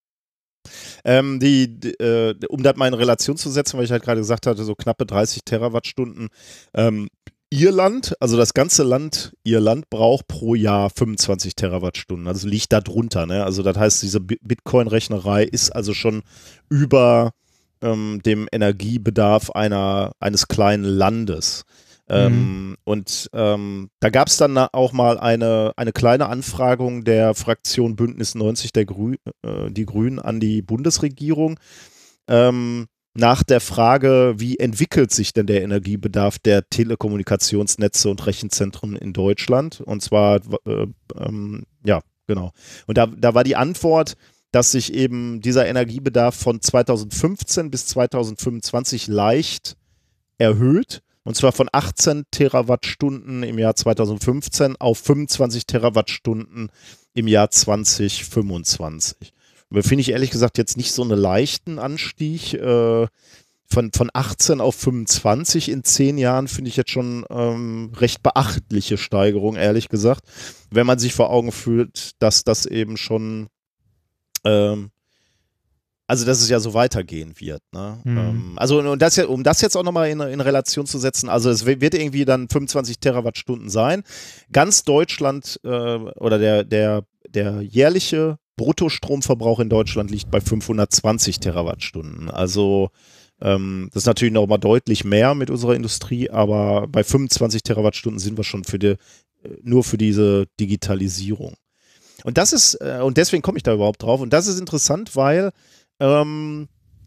Ähm, die, die, äh, um das mal in Relation zu setzen, weil ich halt gerade gesagt hatte, so knappe dreißig Terawattstunden. Ähm, Irland, also das ganze Land Irland braucht pro Jahr fünfundzwanzig Terawattstunden, also liegt da drunter, ne? Also das heißt, diese Bi- Bitcoin-Rechnerei ist also schon über ähm, dem Energiebedarf einer, eines kleinen Landes. Ähm, und ähm, da gab es dann auch mal eine, eine kleine Anfragung der Fraktion Bündnis neunzig der Grü äh, die Grünen an die Bundesregierung ähm, nach der Frage, wie entwickelt sich denn der Energiebedarf der Telekommunikationsnetze und Rechenzentren in Deutschland? Und zwar, äh, ähm, ja, genau. Und da, da war die Antwort, dass sich eben dieser Energiebedarf von zweitausendfünfzehn bis zweitausendfünfundzwanzig leicht erhöht. Und zwar von achtzehn Terawattstunden im Jahr zweitausendfünfzehn auf fünfundzwanzig Terawattstunden im Jahr zweitausendfünfundzwanzig. Finde ich ehrlich gesagt jetzt nicht so einen leichten Anstieg. Äh, von, von achtzehn auf fünfundzwanzig in zehn Jahren finde ich jetzt schon ähm, recht beachtliche Steigerung, ehrlich gesagt. Wenn man sich vor Augen führt, dass das eben schon ähm, also, dass es ja so weitergehen wird. Ne? Mhm. Ähm, also, und das, um das jetzt auch nochmal in, in Relation zu setzen, also es wird irgendwie dann fünfundzwanzig Terawattstunden sein. Ganz Deutschland äh, oder der, der, der jährliche Bruttostromverbrauch in Deutschland liegt bei fünfhundertzwanzig Terawattstunden. Also, ähm, das ist natürlich noch mal deutlich mehr mit unserer Industrie, aber bei fünfundzwanzig Terawattstunden sind wir schon für die, nur für diese Digitalisierung. Und das ist, äh, und deswegen komme ich da überhaupt drauf. Und das ist interessant, weil Ähm,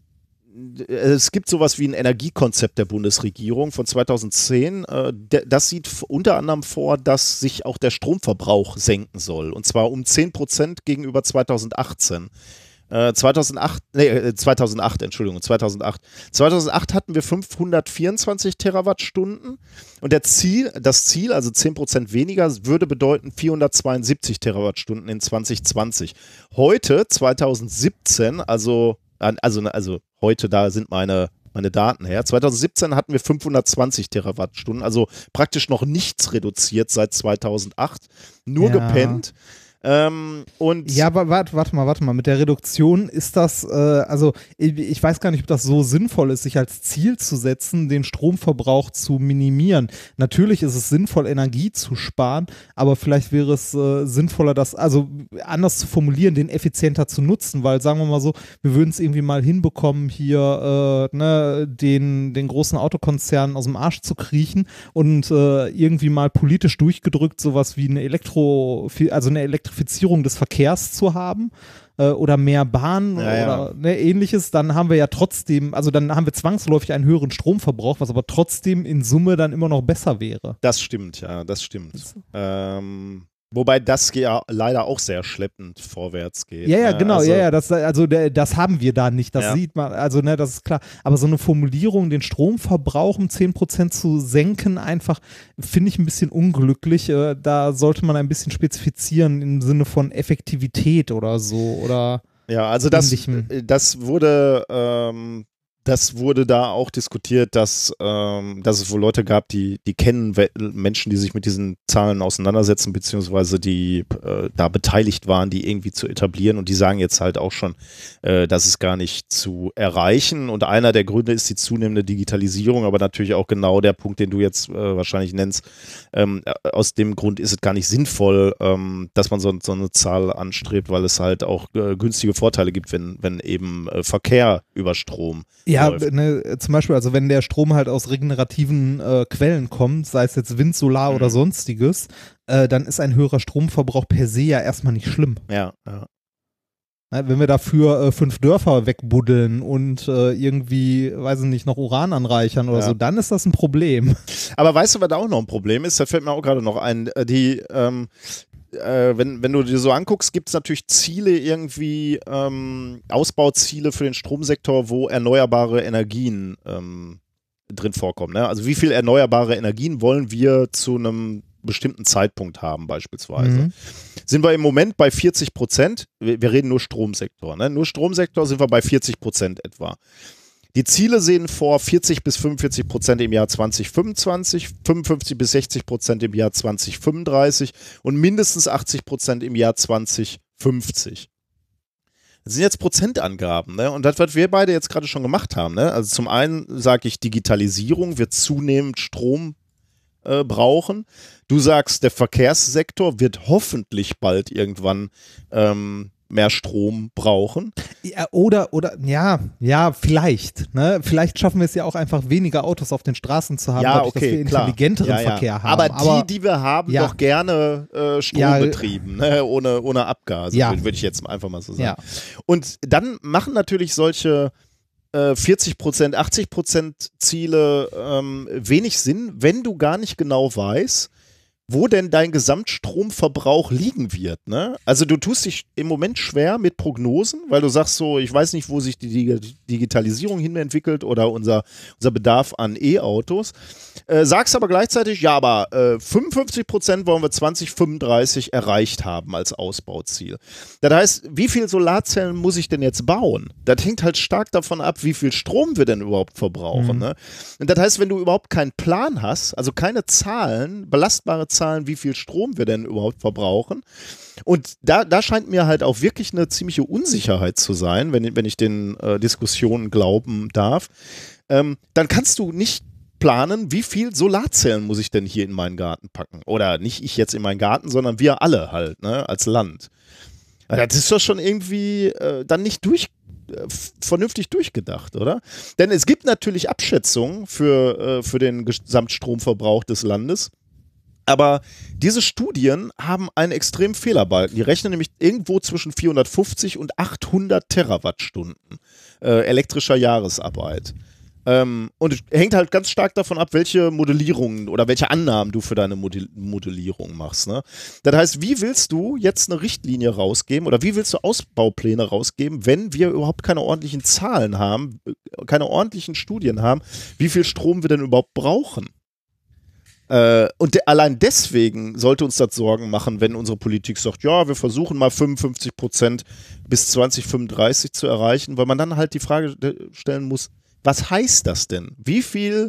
es gibt sowas wie ein Energiekonzept der Bundesregierung von zweitausendzehn. Äh, das sieht unter anderem vor, dass sich auch der Stromverbrauch senken soll. Und zwar um zehn Prozent gegenüber zweitausendachtzehn. Äh, zweitausendacht, nee, äh, zweitausendacht, Entschuldigung, zweitausendacht. zweitausendacht hatten wir fünfhundertvierundzwanzig Terawattstunden und der Ziel, das Ziel, also zehn Prozent weniger, würde bedeuten vierhundertzweiundsiebzig Terawattstunden in zwanzig zwanzig. Heute, zweitausendsiebzehn, also, also, also heute, da sind meine meine Daten her. zweitausendsiebzehn hatten wir fünfhundertzwanzig Terawattstunden, also praktisch noch nichts reduziert seit zweitausendacht. Nur Ja. gepennt. Ähm, und Ja, aber warte, warte mal, warte mal. Mit der Reduktion ist das, äh, also ich, ich weiß gar nicht, ob das so sinnvoll ist, sich als Ziel zu setzen, den Stromverbrauch zu minimieren. Natürlich ist es sinnvoll, Energie zu sparen, aber vielleicht wäre es äh, sinnvoller, das, also anders zu formulieren, den effizienter zu nutzen, weil sagen wir mal so, wir würden es irgendwie mal hinbekommen, hier äh, ne, den, den großen Autokonzernen aus dem Arsch zu kriechen und äh, irgendwie mal politisch durchgedrückt sowas wie eine Elektro, also eine Elektrifizierung des Verkehrs zu haben äh, oder mehr Bahn Ja, ja. oder ne, ähnliches, dann haben wir ja trotzdem, also dann haben wir zwangsläufig einen höheren Stromverbrauch, was aber trotzdem in Summe dann immer noch besser wäre. das stimmt, ja, das stimmt. Ähm, wobei das ja leider auch sehr schleppend vorwärts geht. Ja, ja, ne? genau, Also, ja, ja, das, also der, das haben wir da nicht, das Ja. sieht man, also ne, das ist klar, aber so eine Formulierung, den Stromverbrauch um zehn Prozent zu senken, einfach, finde ich ein bisschen unglücklich, äh, da sollte man ein bisschen spezifizieren im Sinne von Effektivität oder so, oder Ja, also das, Ähnlichem. das wurde, ähm, das wurde da auch diskutiert, dass, ähm, dass es wohl Leute gab, die, die kennen We- Menschen, die sich mit diesen Zahlen auseinandersetzen, beziehungsweise die äh, da beteiligt waren, die irgendwie zu etablieren, und die sagen jetzt halt auch schon, äh, das ist gar nicht zu erreichen, und einer der Gründe ist die zunehmende Digitalisierung, aber natürlich auch genau der Punkt, den du jetzt äh, wahrscheinlich nennst. Ähm, aus dem Grund ist es gar nicht sinnvoll, ähm, dass man so, so eine Zahl anstrebt, weil es halt auch äh, günstige Vorteile gibt, wenn, wenn eben äh, Verkehr über Strom Ja, läuft. ne, zum Beispiel, also wenn der Strom halt aus regenerativen äh, Quellen kommt, sei es jetzt Wind, Solar Mhm. oder sonstiges, äh, dann ist ein höherer Stromverbrauch per se ja erstmal nicht schlimm. Ja, ja. Ne, wenn wir dafür äh, fünf Dörfer wegbuddeln und äh, irgendwie, weiß ich nicht, noch Uran anreichern oder Ja. so, dann ist das ein Problem. Aber weißt du, was da auch noch ein Problem ist? Da fällt mir auch gerade noch ein, äh, die, ähm, äh, wenn, wenn du dir so anguckst, gibt es natürlich Ziele irgendwie, ähm, Ausbauziele für den Stromsektor, wo erneuerbare Energien ähm, drin vorkommen. Ne? Also wie viel erneuerbare Energien wollen wir zu einem bestimmten Zeitpunkt haben beispielsweise. Mhm. Sind wir im Moment bei vierzig Prozent, wir, wir reden nur Stromsektor, ne? Nur Stromsektor sind wir bei vierzig Prozent etwa. Die Ziele sehen vor vierzig bis fünfundvierzig Prozent im Jahr zwanzig fünfundzwanzig, fünfundfünfzig bis sechzig Prozent im Jahr zwanzig fünfunddreißig und mindestens achtzig Prozent im Jahr zwanzig fünfzig. Das sind jetzt Prozentangaben, ne? Und das, was wir beide jetzt gerade schon gemacht haben, ne? Also zum einen sage ich, Digitalisierung wird zunehmend Strom äh, brauchen. Du sagst, der Verkehrssektor wird hoffentlich bald irgendwann ähm, mehr Strom brauchen. Ja, oder, oder, ja, ja, vielleicht. Ne? Vielleicht schaffen wir es ja auch einfach, weniger Autos auf den Straßen zu haben, Ja, dadurch, dass okay, wir klar. intelligenteren Ja, ja. Verkehr haben. Aber die, die wir haben, ja. doch gerne äh, strombetrieben, ne? ohne, ohne Abgase, Ja. würde würd ich jetzt einfach mal so sagen. Ja. Und dann machen natürlich solche äh, vierzig Prozent, achtzig Prozent Ziele ähm, wenig Sinn, wenn du gar nicht genau weißt, wo denn dein Gesamtstromverbrauch liegen wird. Ne? Also du tust dich im Moment schwer mit Prognosen, weil du sagst so, ich weiß nicht, wo sich die Dig- Digitalisierung hin entwickelt oder unser, unser Bedarf an E-Autos. Äh, sagst aber gleichzeitig, ja, aber äh, fünfundfünfzig Prozent wollen wir zwanzig fünfunddreißig erreicht haben als Ausbauziel. Das heißt, wie viel Solarzellen muss ich denn jetzt bauen? Das hängt halt stark davon ab, wie viel Strom wir denn überhaupt verbrauchen. Mhm. Ne? Und das heißt, wenn du überhaupt keinen Plan hast, also keine Zahlen, belastbare Zahlen, wie viel Strom wir denn überhaupt verbrauchen. Und da, da scheint mir halt auch wirklich eine ziemliche Unsicherheit zu sein, wenn, wenn ich den äh, Diskussionen glauben darf. Ähm, dann kannst du nicht planen, wie viel Solarzellen muss ich denn hier in meinen Garten packen. Oder nicht ich jetzt in meinen Garten, sondern wir alle halt, ne, als Land. Das ist doch schon irgendwie äh, dann nicht durch, äh, vernünftig durchgedacht, oder? Denn es gibt natürlich Abschätzungen für, äh, für den Gesamtstromverbrauch des Landes. Aber diese Studien haben einen extremen Fehlerbalken. Die rechnen nämlich irgendwo zwischen vierhundertfünfzig und achthundert Terawattstunden äh, elektrischer Jahresarbeit. Ähm, und es hängt halt ganz stark davon ab, welche Modellierungen oder welche Annahmen du für deine Modell Modellierung machst. Ne? Das heißt, wie willst du jetzt eine Richtlinie rausgeben oder wie willst du Ausbaupläne rausgeben, wenn wir überhaupt keine ordentlichen Zahlen haben, keine ordentlichen Studien haben, wie viel Strom wir denn überhaupt brauchen? Äh, und de allein deswegen sollte uns das Sorgen machen, wenn unsere Politik sagt, ja, wir versuchen mal fünfundfünfzig Prozent bis zwanzig fünfunddreißig zu erreichen, weil man dann halt die Frage stellen muss, was heißt das denn? Wie viel,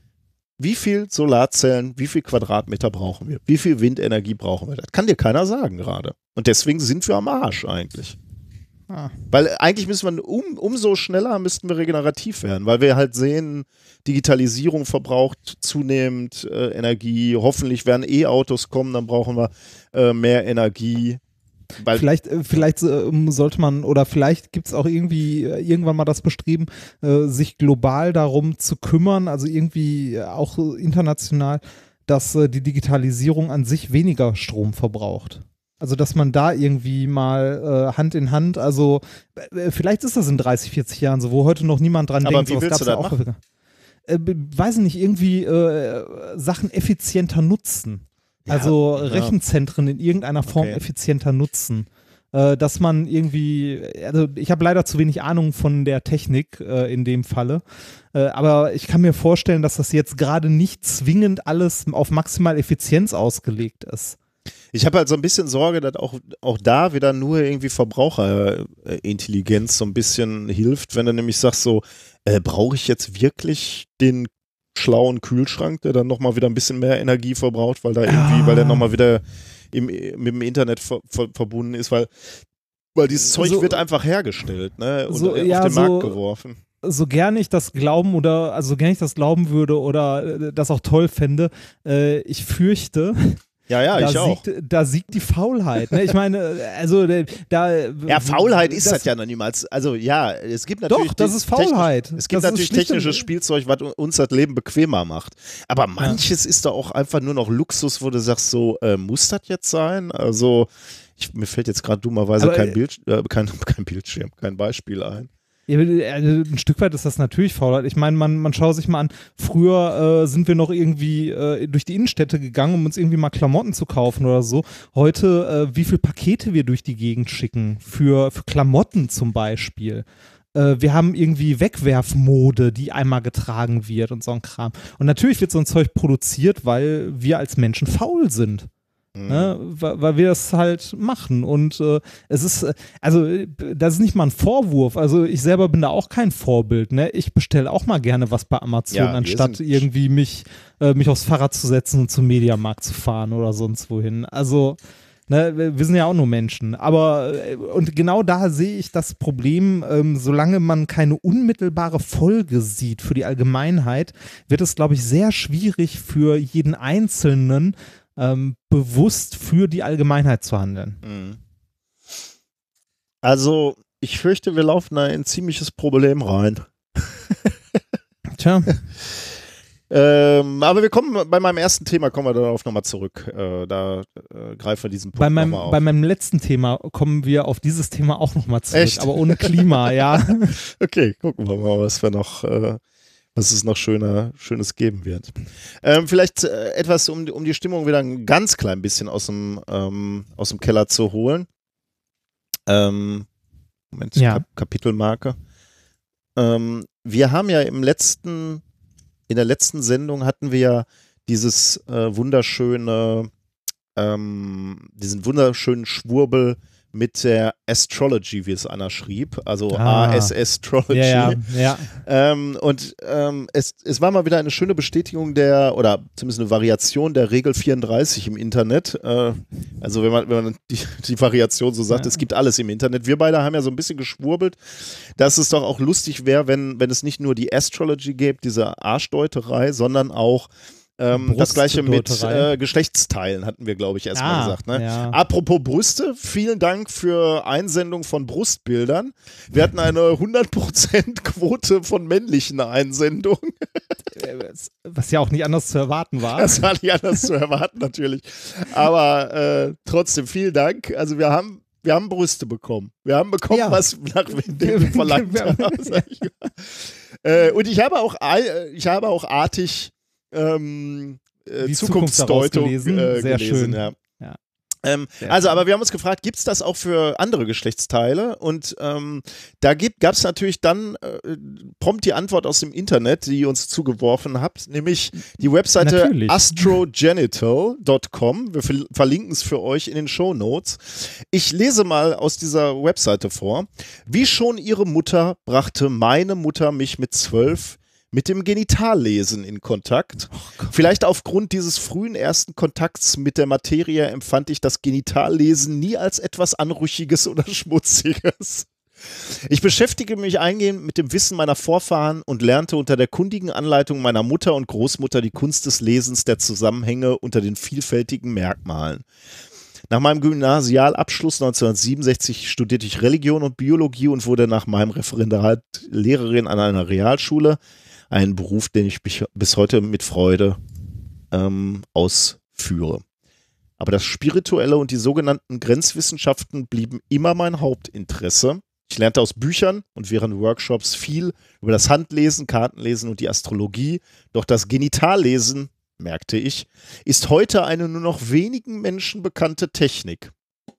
wie viel Solarzellen, wie viel Quadratmeter brauchen wir? Wie viel Windenergie brauchen wir? Das kann dir keiner sagen gerade. Und deswegen sind wir am Arsch eigentlich. Ah. Weil eigentlich müssen wir, um, umso schneller müssten wir regenerativ werden, weil wir halt sehen, Digitalisierung verbraucht zunehmend äh, Energie. Hoffentlich werden E-Autos kommen, dann brauchen wir äh, mehr Energie. Weil vielleicht vielleicht äh, sollte man, oder vielleicht gibt es auch irgendwie äh, irgendwann mal das bestreben, äh, sich global darum zu kümmern, also irgendwie äh, auch international, dass äh, die Digitalisierung an sich weniger Strom verbraucht. Also dass man da irgendwie mal äh, Hand in Hand, also äh, vielleicht ist das in dreißig, vierzig Jahren so, wo heute noch niemand dran aber denkt. Aber wie willst du das auch machen? Äh, weiß nicht, irgendwie äh, Sachen effizienter nutzen. Also ja, Rechenzentren in irgendeiner Form okay. effizienter nutzen. Äh, dass man irgendwie, also ich habe leider zu wenig Ahnung von der Technik äh, in dem Falle, äh, aber ich kann mir vorstellen, dass das jetzt gerade nicht zwingend alles auf maximal Effizienz ausgelegt ist. Ich habe halt so ein bisschen Sorge, dass auch, auch da wieder nur irgendwie Verbraucherintelligenz so ein bisschen hilft, wenn du nämlich sagst so, äh, brauche ich jetzt wirklich den schlauen Kühlschrank, der dann nochmal wieder ein bisschen mehr Energie verbraucht, weil da irgendwie, ah. weil der nochmal wieder im, mit dem Internet ver, ver, verbunden ist, weil, weil dieses Zeug so, wird einfach hergestellt, ne, und so, auf ja, den so, Markt geworfen. So gerne ich das glauben oder, also so gerne ich das glauben würde oder äh, das auch toll fände, äh, ich fürchte, Ja, ja, da ich auch. Siegt, da siegt die Faulheit. Ne? Ich meine, also da. Ja, Faulheit ist das, das ja noch niemals. Also ja, es gibt natürlich. Doch, das ist Faulheit. Es gibt das natürlich technisches Spielzeug, was uns das Leben bequemer macht. Aber manches ja. ist da auch einfach nur noch Luxus, wo du sagst, so, äh, muss das jetzt sein? Also, ich, mir fällt jetzt gerade dummerweise Aber, kein, Bild, äh, kein, kein Bildschirm, kein Beispiel ein. Ja, ein Stück weit ist das natürlich Faulheit. Ich meine, man, man schaut sich mal an, früher äh, sind wir noch irgendwie äh, durch die Innenstädte gegangen, um uns irgendwie mal Klamotten zu kaufen oder so. Heute, äh, wie viele Pakete wir durch die Gegend schicken, für, für Klamotten zum Beispiel. Äh, wir haben irgendwie Wegwerfmode, die einmal getragen wird und so ein Kram. Und natürlich wird so ein Zeug produziert, weil wir als Menschen faul sind. Mhm. Ne, weil, weil wir das halt machen und äh, es ist, also das ist nicht mal ein Vorwurf, also ich selber bin da auch kein Vorbild, ne? Ich bestelle auch mal gerne was bei Amazon, ja, anstatt irgendwie mich, äh, mich aufs Fahrrad zu setzen und zum Mediamarkt zu fahren oder sonst wohin, also ne, wir sind ja auch nur Menschen, aber äh, und genau da sehe ich das Problem, ähm, solange man keine unmittelbare Folge sieht für die Allgemeinheit, wird es, glaube ich, sehr schwierig für jeden Einzelnen, Ähm, bewusst für die Allgemeinheit zu handeln. Also, ich fürchte, wir laufen da in ein ziemliches Problem rein. Tja. ähm, aber wir kommen, bei meinem ersten Thema kommen wir darauf nochmal zurück. Äh, da äh, greifen wir diesen Punkt bei meinem, nochmal auf. Bei meinem letzten Thema kommen wir auf dieses Thema auch nochmal zurück, Echt? aber ohne Klima, ja. Okay, gucken wir mal, was wir noch äh, was es noch schöner, Schönes geben wird. Ähm, vielleicht äh, etwas, um, um die Stimmung wieder ein ganz klein bisschen aus dem, ähm, aus dem Keller zu holen. Ähm, Moment, ja. Kap Kapitelmarke. Ähm, wir haben ja im letzten, in der letzten Sendung hatten wir ja dieses äh, wunderschöne, ähm, diesen wunderschönen Schwurbel mit der Astrology, wie es Anna schrieb, also ah. A S Astrology. Ja, ja, ja. Ähm, und ähm, es, es war mal wieder eine schöne Bestätigung der, oder zumindest eine Variation der Regel vierunddreißig im Internet. Äh, also wenn man, wenn man die, die Variation so sagt, ja. Es gibt alles im Internet. Wir beide haben ja so ein bisschen geschwurbelt, dass es doch auch lustig wäre, wenn, wenn es nicht nur die Astrology gäbe, diese Arschdeuterei, sondern auch Ähm, das gleiche mit äh, Geschlechtsteilen hatten wir, glaube ich, erstmal ah, gesagt. Ne? Ja. Apropos Brüste, vielen Dank für Einsendung von Brustbildern. Wir hatten eine hundert Prozent Quote von männlichen Einsendungen. Was ja auch nicht anders zu erwarten war. Das war nicht anders zu erwarten, natürlich. Aber äh, trotzdem, vielen Dank. Also wir haben Wir haben Brüste bekommen. Wir haben bekommen, Ja. was nach dem wir verlangt Wir haben- haben. Sag ich mal. Äh, und ich habe auch, ei- ich habe auch artig ähm, äh, Die Zukunft daraus Zukunftsdeutung gelesen. äh, Sehr gelesen, schön. Ja. Ja. Ähm, Sehr also, schön. aber wir haben uns gefragt, gibt es das auch für andere Geschlechtsteile? Und ähm, da gab es natürlich dann äh, prompt die Antwort aus dem Internet, die ihr uns zugeworfen habt, nämlich die Webseite Natürlich. astrogenital Punkt com. Wir ver- verlinken es für euch in den Shownotes. Ich lese mal aus dieser Webseite vor. Wie schon ihre Mutter brachte meine Mutter mich mit zwölf mit dem Genitallesen in Kontakt. Vielleicht aufgrund dieses frühen ersten Kontakts mit der Materie empfand ich das Genitallesen nie als etwas Anrüchiges oder Schmutziges. Ich beschäftige mich eingehend mit dem Wissen meiner Vorfahren und lernte unter der kundigen Anleitung meiner Mutter und Großmutter die Kunst des Lesens der Zusammenhänge unter den vielfältigen Merkmalen. Nach meinem Gymnasialabschluss neunzehnhundertsiebenundsechzig studierte ich Religion und Biologie und wurde nach meinem Referendariat Lehrerin an einer Realschule. Ein Beruf, den ich bis heute mit Freude ähm, ausführe. Aber das Spirituelle und die sogenannten Grenzwissenschaften blieben immer mein Hauptinteresse. Ich lernte aus Büchern und während Workshops viel über das Handlesen, Kartenlesen und die Astrologie. Doch das Genitallesen, merkte ich, ist heute eine nur noch wenigen Menschen bekannte Technik.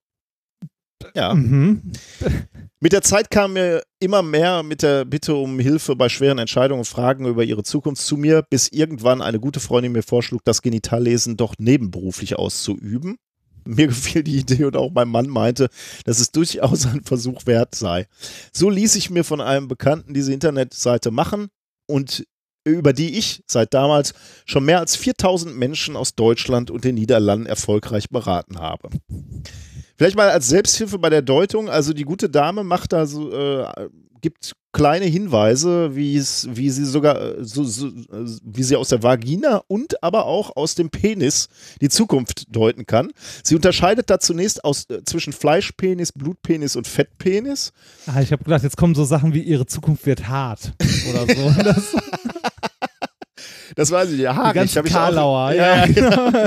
Ja. Mhm. Mit der Zeit kam mir immer mehr mit der Bitte um Hilfe bei schweren Entscheidungen und Fragen über ihre Zukunft zu mir, bis irgendwann eine gute Freundin mir vorschlug, das Genitallesen doch nebenberuflich auszuüben. Mir gefiel die Idee und auch mein Mann meinte, dass es durchaus ein Versuch wert sei. So ließ ich mir von einem Bekannten diese Internetseite machen und über die ich seit damals schon mehr als viertausend Menschen aus Deutschland und den Niederlanden erfolgreich beraten habe. Vielleicht mal als Selbsthilfe bei der Deutung, also die gute Dame macht da so, äh, gibt kleine Hinweise, wie es, wie sie sogar, äh, so, so, äh, wie sie aus der Vagina und aber auch aus dem Penis die Zukunft deuten kann. Sie unterscheidet da zunächst aus, äh, zwischen Fleischpenis, Blutpenis und Fettpenis. Ah, ich habe gedacht, jetzt kommen so Sachen wie ihre Zukunft wird hart oder so. Das, Das weiß ich, ja, die haarig. ganzen hab ich auch- Karlauer. Ja, Ja, ja, genau.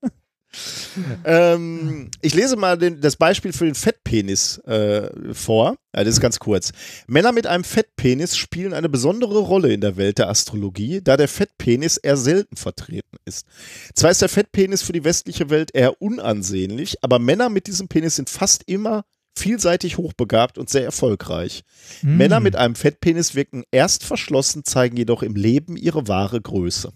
Ähm, ich lese mal den, das Beispiel für den Fettpenis äh, vor. Ja, das ist ganz kurz. Männer mit einem Fettpenis spielen eine besondere Rolle in der Welt der Astrologie, da der Fettpenis eher selten vertreten ist. Zwar ist der Fettpenis für die westliche Welt eher unansehnlich, aber Männer mit diesem Penis sind fast immer vielseitig hochbegabt und sehr erfolgreich. Hm. Männer mit einem Fettpenis wirken erst verschlossen, zeigen jedoch im Leben ihre wahre Größe.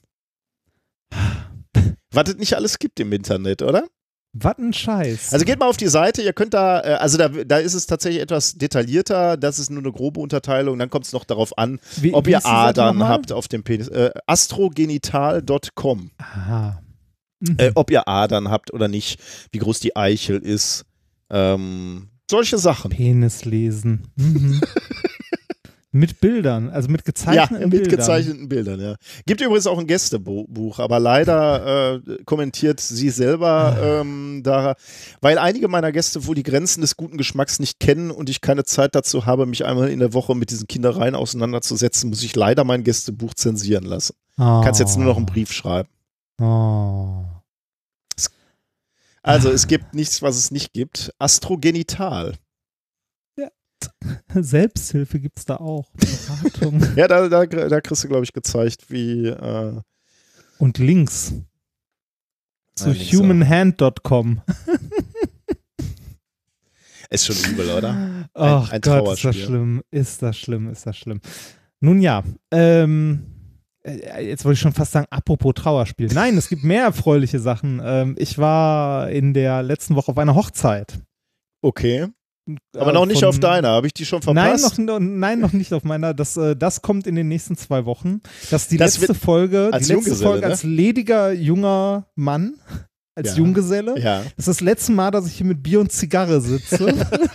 Was es nicht alles gibt im Internet, oder? Was ein Scheiß. Also geht mal auf die Seite, ihr könnt da, äh, also da, da ist es tatsächlich etwas detaillierter, das ist nur eine grobe Unterteilung, dann kommt es noch darauf an, Wie- ob wie ihr ist die Seite Adern nochmal? habt auf dem Penis. Äh, astrogenital Punkt com. Aha. Mhm. Äh, ob ihr Adern habt oder nicht, wie groß die Eichel ist, ähm, solche Sachen. Penis lesen. Mhm. Mit Bildern, also mit Ja, gezeichneten mit Bildern. gezeichneten Bildern, ja. Gibt übrigens auch ein Gästebuch, aber leider äh, kommentiert sie selber ähm, da, weil einige meiner Gäste wohl die Grenzen des guten Geschmacks nicht kennen und ich keine Zeit dazu habe, mich einmal in der Woche mit diesen Kindereien auseinanderzusetzen, muss ich leider mein Gästebuch zensieren lassen. Oh. Kannst jetzt nur noch einen Brief schreiben. Oh. Also es gibt nichts, was es nicht gibt. Astrogenital. Selbsthilfe gibt es da auch. Beratung. Ja, da, da, da kriegst du, glaube ich, gezeigt, wie äh, Und Links zu Ja, Links human hand Punkt com. ist schon übel, oder? Ach ein Gott, ist das Trauerspiel. schlimm. Ist das schlimm, ist das schlimm. Nun ja, ähm, äh, jetzt wollte ich schon fast sagen, apropos Trauerspiel. Nein, es gibt mehr erfreuliche Sachen. Ähm, ich war in der letzten Woche auf einer Hochzeit. Okay. Aber Äh, noch nicht von- auf deiner. Habe ich die schon Nein verpasst? noch, nein, noch nicht auf meiner. Das, äh, das kommt in den nächsten zwei Wochen. Das ist die Das letzte wird Folge, die als letzte Junggeselle, Folge ne? als lediger junger Mann, als Ja. Junggeselle. Ja. Das ist das letzte Mal, dass ich hier mit Bier und Zigarre sitze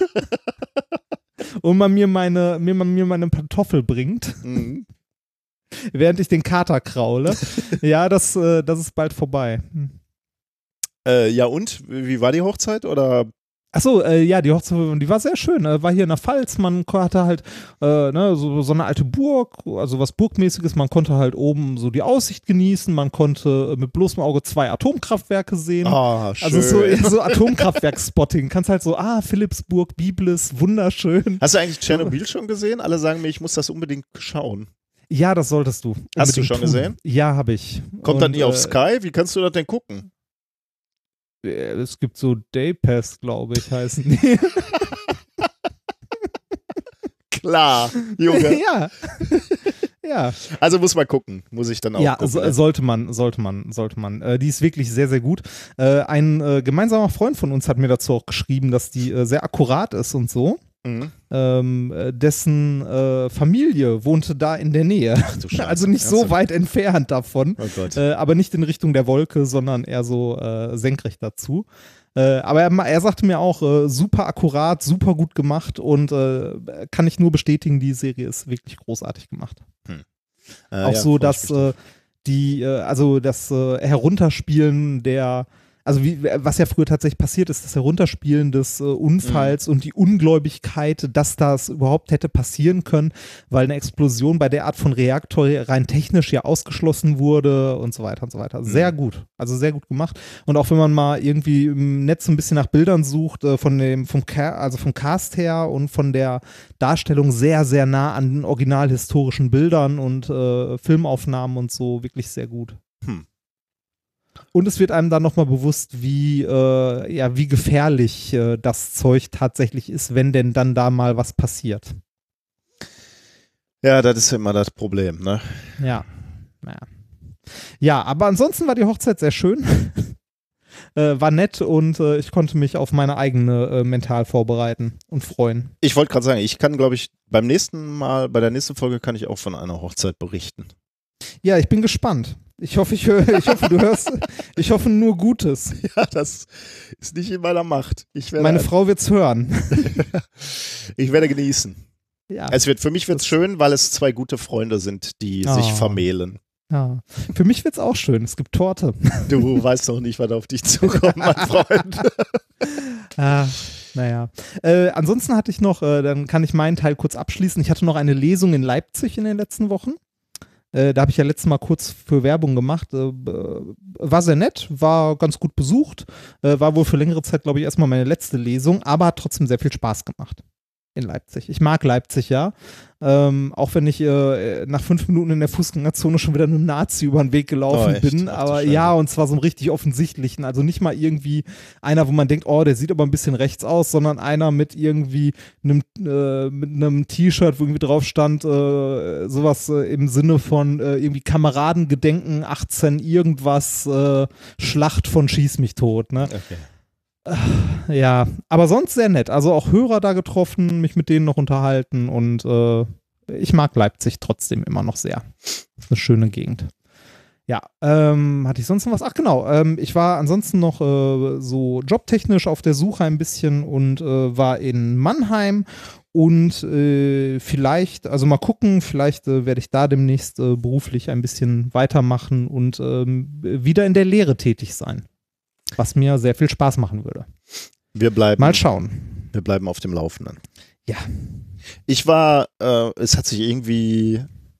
und man mir meine, mir, man mir meine Pantoffel bringt, Mhm. während ich den Kater kraule. Ja, das, äh, das ist bald vorbei. Hm. Äh, ja, und? Wie war die Hochzeit? Oder? Achso, äh, ja, die Hochzeit, die war sehr schön. Äh, war hier in der Pfalz, man hatte halt äh, ne, so, so eine alte Burg, also was Burgmäßiges, man konnte halt oben so die Aussicht genießen, man konnte mit bloßem Auge zwei Atomkraftwerke sehen. Ah, schön. Also so, so Atomkraftwerk-Spotting. Kannst halt so, ah, Philipsburg, Biblis, wunderschön. Hast du eigentlich Tschernobyl schon gesehen? Alle sagen mir, ich muss das unbedingt schauen. Ja, das solltest du. Hast du schon tun. gesehen? Ja, habe ich. Kommt Und, dann nie auf äh, Sky? Wie kannst du das denn gucken? Es gibt so Daypass, glaube ich, heißen die. Klar, Junge. Ja. Ja. Also muss man gucken, muss ich dann auch Ja, gucken. so, sollte man, sollte man, sollte man. Äh, die ist wirklich sehr, sehr gut. Äh, ein äh, gemeinsamer Freund von uns hat mir dazu auch geschrieben, dass die äh, sehr akkurat ist und so. Mhm. Ähm, äh, dessen äh, Familie wohnte da in der Nähe. Ach du Scheiße. Also nicht so Ernsthaft? weit entfernt davon. Oh Gott. Äh, aber nicht in Richtung der Wolke, sondern eher so äh, senkrecht dazu. Äh, aber er, er sagte mir auch, äh, super akkurat, super gut gemacht und äh, kann ich nur bestätigen, die Serie ist wirklich großartig gemacht. Hm. Auch Äh, ja, so, freu ich dass mich drauf. äh, die, äh, also das äh, Herunterspielen der, also wie, was ja früher tatsächlich passiert ist, das Herunterspielen des äh, Unfalls Mhm. und die Ungläubigkeit, dass das überhaupt hätte passieren können, weil eine Explosion bei der Art von Reaktor rein technisch ja ausgeschlossen wurde und so weiter und so weiter. Sehr Mhm. gut, also sehr gut gemacht. Und auch wenn man mal irgendwie im Netz ein bisschen nach Bildern sucht, äh, von dem, vom, Ca also vom Cast her und von der Darstellung sehr, sehr nah an den originalhistorischen Bildern und äh, Filmaufnahmen und so, wirklich sehr gut. Hm. Und es wird einem dann nochmal bewusst, wie, äh, ja, wie gefährlich äh, das Zeug tatsächlich ist, wenn denn dann da mal was passiert. Ja, das ist immer das Problem, ne? Ja. Ja, ja, aber ansonsten war die Hochzeit sehr schön. äh, war nett und äh, ich konnte mich auf meine eigene äh, mental vorbereiten und freuen. Ich wollte gerade sagen, ich kann, glaube ich, beim nächsten Mal, bei der nächsten Folge kann ich auch von einer Hochzeit berichten. Ja, ich bin gespannt. Ich hoffe, ich, hör, ich hoffe, du hörst, ich hoffe nur Gutes. Ja, das ist nicht in meiner Macht. Ich werde, Meine Frau wird's hören. ich werde genießen. Ja. Es wird, für mich wird es schön, weil es zwei gute Freunde sind, die Oh. sich vermählen. Ja. Für mich wird's auch schön. Es gibt Torte. Du weißt doch nicht, was auf dich zukommt, mein Freund. Ah, naja. Äh, ansonsten hatte ich noch, äh, dann kann ich meinen Teil kurz abschließen. Ich hatte noch eine Lesung in Leipzig in den letzten Wochen. Äh, da habe ich ja letztes Mal kurz für Werbung gemacht. Äh, war sehr nett, war ganz gut besucht. Äh, war wohl für längere Zeit, glaube ich, erstmal meine letzte Lesung, aber hat trotzdem sehr viel Spaß gemacht in Leipzig. Ich mag Leipzig, ja. Ähm, auch wenn ich äh, nach fünf Minuten in der Fußgängerzone schon wieder einem Nazi über den Weg gelaufen Oh, echt? bin. Ach du Aber Scheiße. ja, und zwar so einen richtig offensichtlichen. Also nicht mal irgendwie einer, wo man denkt, oh, der sieht aber ein bisschen rechts aus, sondern einer mit irgendwie einem, äh, mit einem T-Shirt, wo irgendwie drauf stand, äh, sowas äh, im Sinne von äh, irgendwie Kameradengedenken achtzehn irgendwas, äh, Schlacht von Schieß mich tot, ne? Okay. Ja, aber sonst sehr nett. Also auch Hörer da getroffen, mich mit denen noch unterhalten und äh, ich mag Leipzig trotzdem immer noch sehr. Ist eine schöne Gegend. Ja, ähm, hatte ich sonst noch was? Ach genau, ähm, ich war ansonsten noch äh, so jobtechnisch auf der Suche ein bisschen und äh, war in Mannheim und äh, vielleicht, also mal gucken, vielleicht äh, werde ich da demnächst äh, beruflich ein bisschen weitermachen und ähm, wieder in der Lehre tätig sein. Was mir sehr viel Spaß machen würde. Wir bleiben, Mal schauen. wir bleiben auf dem Laufenden. Ja. Ich war, äh, es hat sich irgendwie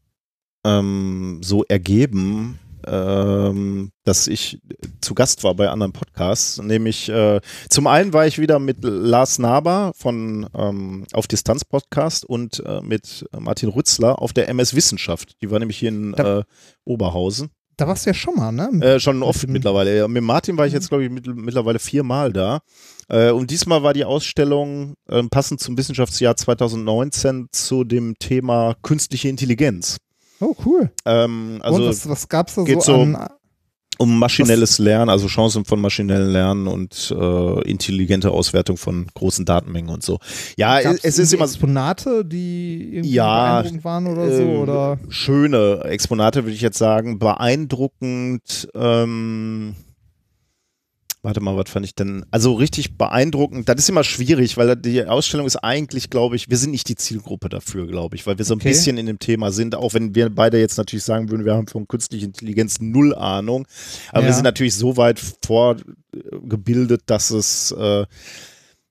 ähm, so ergeben, ähm, dass ich zu Gast war bei anderen Podcasts. Nämlich, äh, zum einen war ich wieder mit Lars Naber von ähm, Auf Distanz Podcast und äh, mit Martin Rützler auf der M S Wissenschaft. Die war nämlich hier in Da- äh, Oberhausen. Da warst du ja schon mal, ne? Äh, schon oft dem- mittlerweile. Ja, mit Martin war ich jetzt, glaube ich, mit, mittlerweile viermal da. Äh, und diesmal war die Ausstellung äh, passend zum Wissenschaftsjahr zwanzig neunzehn zu dem Thema künstliche Intelligenz. Oh, cool. Ähm, also und was, was gab's da geht so so- an? um maschinelles Lernen, also Chancen von maschinellem Lernen und äh, intelligente Auswertung von großen Datenmengen und so. Ja, Gab's es ist irgendwie immer Exponate, die irgendwie Ja, beeindruckend waren oder so? ähm, Oder? schöne Exponate, würde ich jetzt sagen. Beeindruckend. Ähm, warte mal, was fand ich denn? Also richtig beeindruckend. Das ist immer schwierig, weil die Ausstellung ist eigentlich, glaube ich, wir sind nicht die Zielgruppe dafür, glaube ich, weil wir so ein Okay. bisschen in dem Thema sind, auch wenn wir beide jetzt natürlich sagen würden, wir haben von künstlicher Intelligenz null Ahnung. Aber Ja. wir sind natürlich so weit vorgebildet, dass es äh,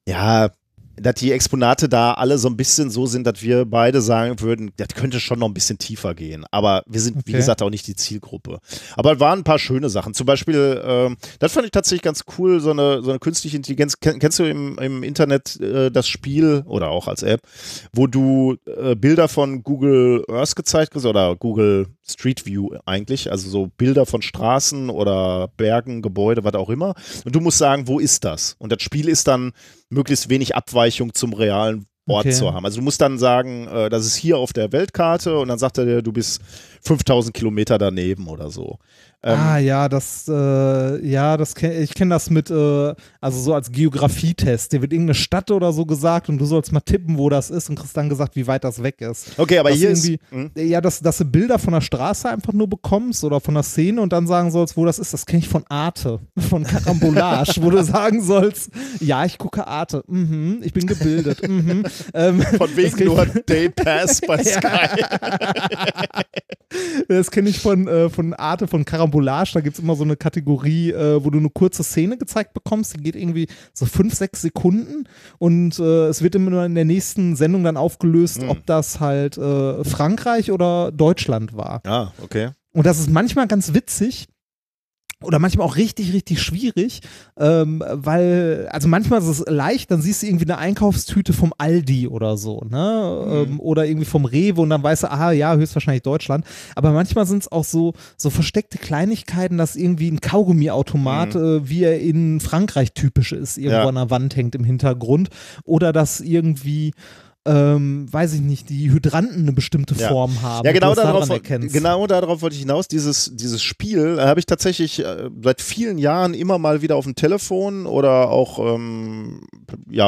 Ja, dass die Exponate da alle so ein bisschen so sind, dass wir beide sagen würden, das könnte schon noch ein bisschen tiefer gehen. Aber wir sind, okay. wie gesagt, auch nicht die Zielgruppe. Aber es waren ein paar schöne Sachen. Zum Beispiel, ähm, das fand ich tatsächlich ganz cool, so eine, so eine künstliche Intelligenz. Ken, kennst du im, im Internet äh, das Spiel oder auch als App, wo du äh, Bilder von Google Earth gezeigt kriegst oder Google Street View eigentlich, also so Bilder von Straßen oder Bergen, Gebäude, was auch immer. Und du musst sagen, wo ist das? Und das Spiel ist dann möglichst wenig Abweichung zum realen Ort okay. zu haben. Also du musst dann sagen, äh, das ist hier auf der Weltkarte und dann sagt er dir, du bist fünftausend Kilometer daneben oder so. Ähm, ah ja, das, äh, ja, das kenn, ich kenne das mit, äh, also so als Geografietest. Dir wird irgendeine Stadt oder so gesagt und du sollst mal tippen, wo das ist und kriegst dann gesagt, wie weit das weg ist. Okay, aber dass hier ist... Mh. Ja, dass, dass du Bilder von der Straße einfach nur bekommst oder von der Szene und dann sagen sollst, wo das ist, das kenne ich von Arte, von Karambolage, wo du sagen sollst, ja, ich gucke Arte, mhm, ich bin gebildet, mhm. Ähm, von wegen nur Day Pass bei Sky. Das kenne ich von, äh, von Arte, von Karambolage. Da gibt es immer so eine Kategorie, äh, wo du eine kurze Szene gezeigt bekommst. Die geht irgendwie so fünf, sechs Sekunden und äh, es wird immer in der nächsten Sendung dann aufgelöst, mhm. ob das halt äh, Frankreich oder Deutschland war. Ah, okay. Und das ist manchmal ganz witzig. Oder manchmal auch richtig, richtig schwierig, ähm, weil, also manchmal ist es leicht, dann siehst du irgendwie eine Einkaufstüte vom Aldi oder so, ne, mhm. ähm, oder irgendwie vom Rewe und dann weißt du, aha, ja, höchstwahrscheinlich Deutschland, aber manchmal sind es auch so, so versteckte Kleinigkeiten, dass irgendwie ein Kaugummiautomat, mhm. äh, wie er in Frankreich typisch ist, irgendwo ja. an der Wand hängt im Hintergrund, oder dass irgendwie Ähm, weiß ich nicht, die Hydranten eine bestimmte ja. Form haben. Ja, genau, du darauf, erkennst. genau darauf wollte ich hinaus. Dieses, dieses Spiel äh, habe ich tatsächlich äh, seit vielen Jahren immer mal wieder auf dem Telefon oder auch, ähm, ja,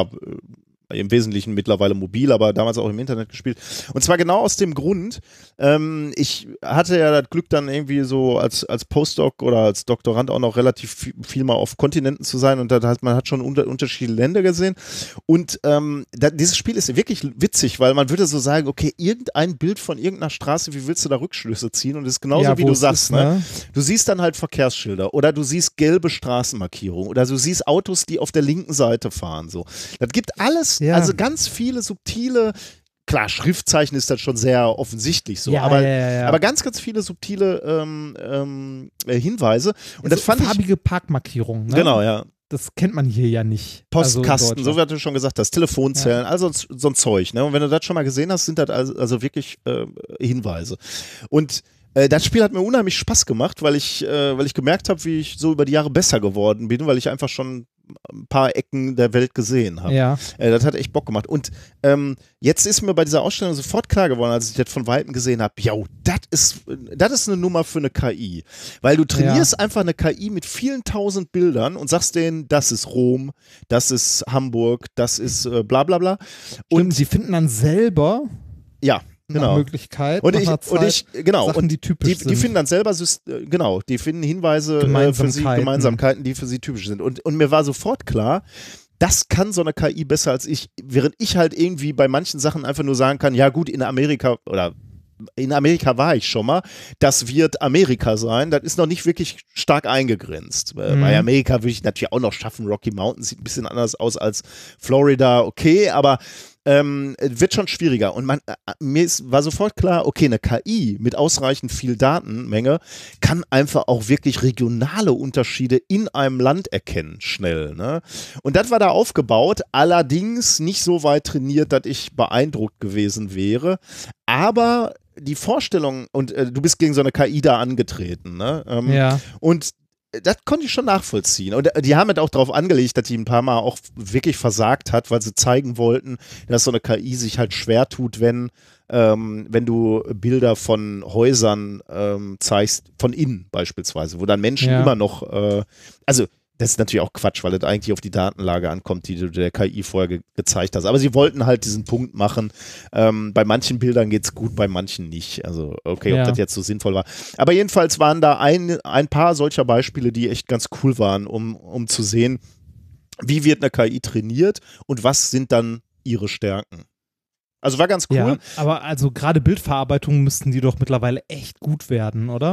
im Wesentlichen mittlerweile mobil, aber damals auch im Internet gespielt. Und zwar genau aus dem Grund, ähm, ich hatte ja das Glück dann irgendwie so als, als Postdoc oder als Doktorand auch noch relativ viel, viel mal auf Kontinenten zu sein und da hat, man hat schon unter, unterschiedliche Länder gesehen und ähm, da, dieses Spiel ist wirklich witzig, weil man würde so sagen, okay, irgendein Bild von irgendeiner Straße, wie willst du da Rückschlüsse ziehen? Und das ist genauso, ja, wie du sagst, ist, ne? ne? Du siehst dann halt Verkehrsschilder oder du siehst gelbe Straßenmarkierungen oder du siehst Autos, die auf der linken Seite fahren, so. Das gibt alles. Ja. Also ganz viele subtile, klar, Schriftzeichen ist das schon sehr offensichtlich so, ja, aber, ja, ja, ja. aber ganz, ganz viele subtile ähm, ähm, Hinweise. Und also das fand farbige ich, Parkmarkierungen. Ne? Genau, ja. Das kennt man hier ja nicht. Postkasten, also so wie du schon gesagt hast, Telefonzellen, ja. also so ein Zeug. Ne? Und wenn du das schon mal gesehen hast, sind das also, also wirklich äh, Hinweise. Und äh, das Spiel hat mir unheimlich Spaß gemacht, weil ich, äh, weil ich gemerkt habe, wie ich so über die Jahre besser geworden bin, weil ich einfach schon ein paar Ecken der Welt gesehen habe. Ja. Äh, das hat echt Bock gemacht. Und ähm, jetzt ist mir bei dieser Ausstellung sofort klar geworden, als ich das von Weitem gesehen habe, ja, das ist, das ist eine Nummer für eine K I. Weil du trainierst ja. einfach eine K I mit vielen tausend Bildern und sagst denen, das ist Rom, das ist Hamburg, das ist äh, bla bla bla. Und Stimmt, sie finden dann selber ja. Genau. Möglichkeit, und ich, und ich, genau, Sachen, und die typisch die, sind. die finden dann selber, genau, die finden Hinweise äh, für sie, Gemeinsamkeiten, die für sie typisch sind. Und, und mir war sofort klar, das kann so eine K I besser als ich, während ich halt irgendwie bei manchen Sachen einfach nur sagen kann, ja gut, in Amerika oder in Amerika war ich schon mal, das wird Amerika sein, das ist noch nicht wirklich stark eingegrenzt. Mhm. Bei Amerika würde ich natürlich auch noch schaffen, Rocky Mountains sieht ein bisschen anders aus als Florida, okay, aber Ähm, wird schon schwieriger und man, äh, mir ist, war sofort klar, okay, eine K I mit ausreichend viel Datenmenge kann einfach auch wirklich regionale Unterschiede in einem Land erkennen, schnell. Ne? Und das war da aufgebaut, allerdings nicht so weit trainiert, dass ich beeindruckt gewesen wäre, aber die Vorstellung, und äh, du bist gegen so eine K I da angetreten, ne? Ähm, ja. Und das konnte ich schon nachvollziehen. Und die haben halt auch darauf angelegt, dass die ein paar Mal auch wirklich versagt hat, weil sie zeigen wollten, dass so eine K I sich halt schwer tut, wenn, ähm, wenn du Bilder von Häusern ähm, zeigst, von innen beispielsweise, wo dann Menschen ja. immer noch, äh, also das ist natürlich auch Quatsch, weil das eigentlich auf die Datenlage ankommt, die du der K I vorher ge gezeigt hast. Aber sie wollten halt diesen Punkt machen. Ähm, bei manchen Bildern geht es gut, bei manchen nicht. Also okay, ob ja. das jetzt so sinnvoll war. Aber jedenfalls waren da ein, ein paar solcher Beispiele, die echt ganz cool waren, um, um zu sehen, wie wird eine K I trainiert und was sind dann ihre Stärken. Also war ganz cool. Ja, aber also gerade Bildverarbeitung müssten die doch mittlerweile echt gut werden, oder?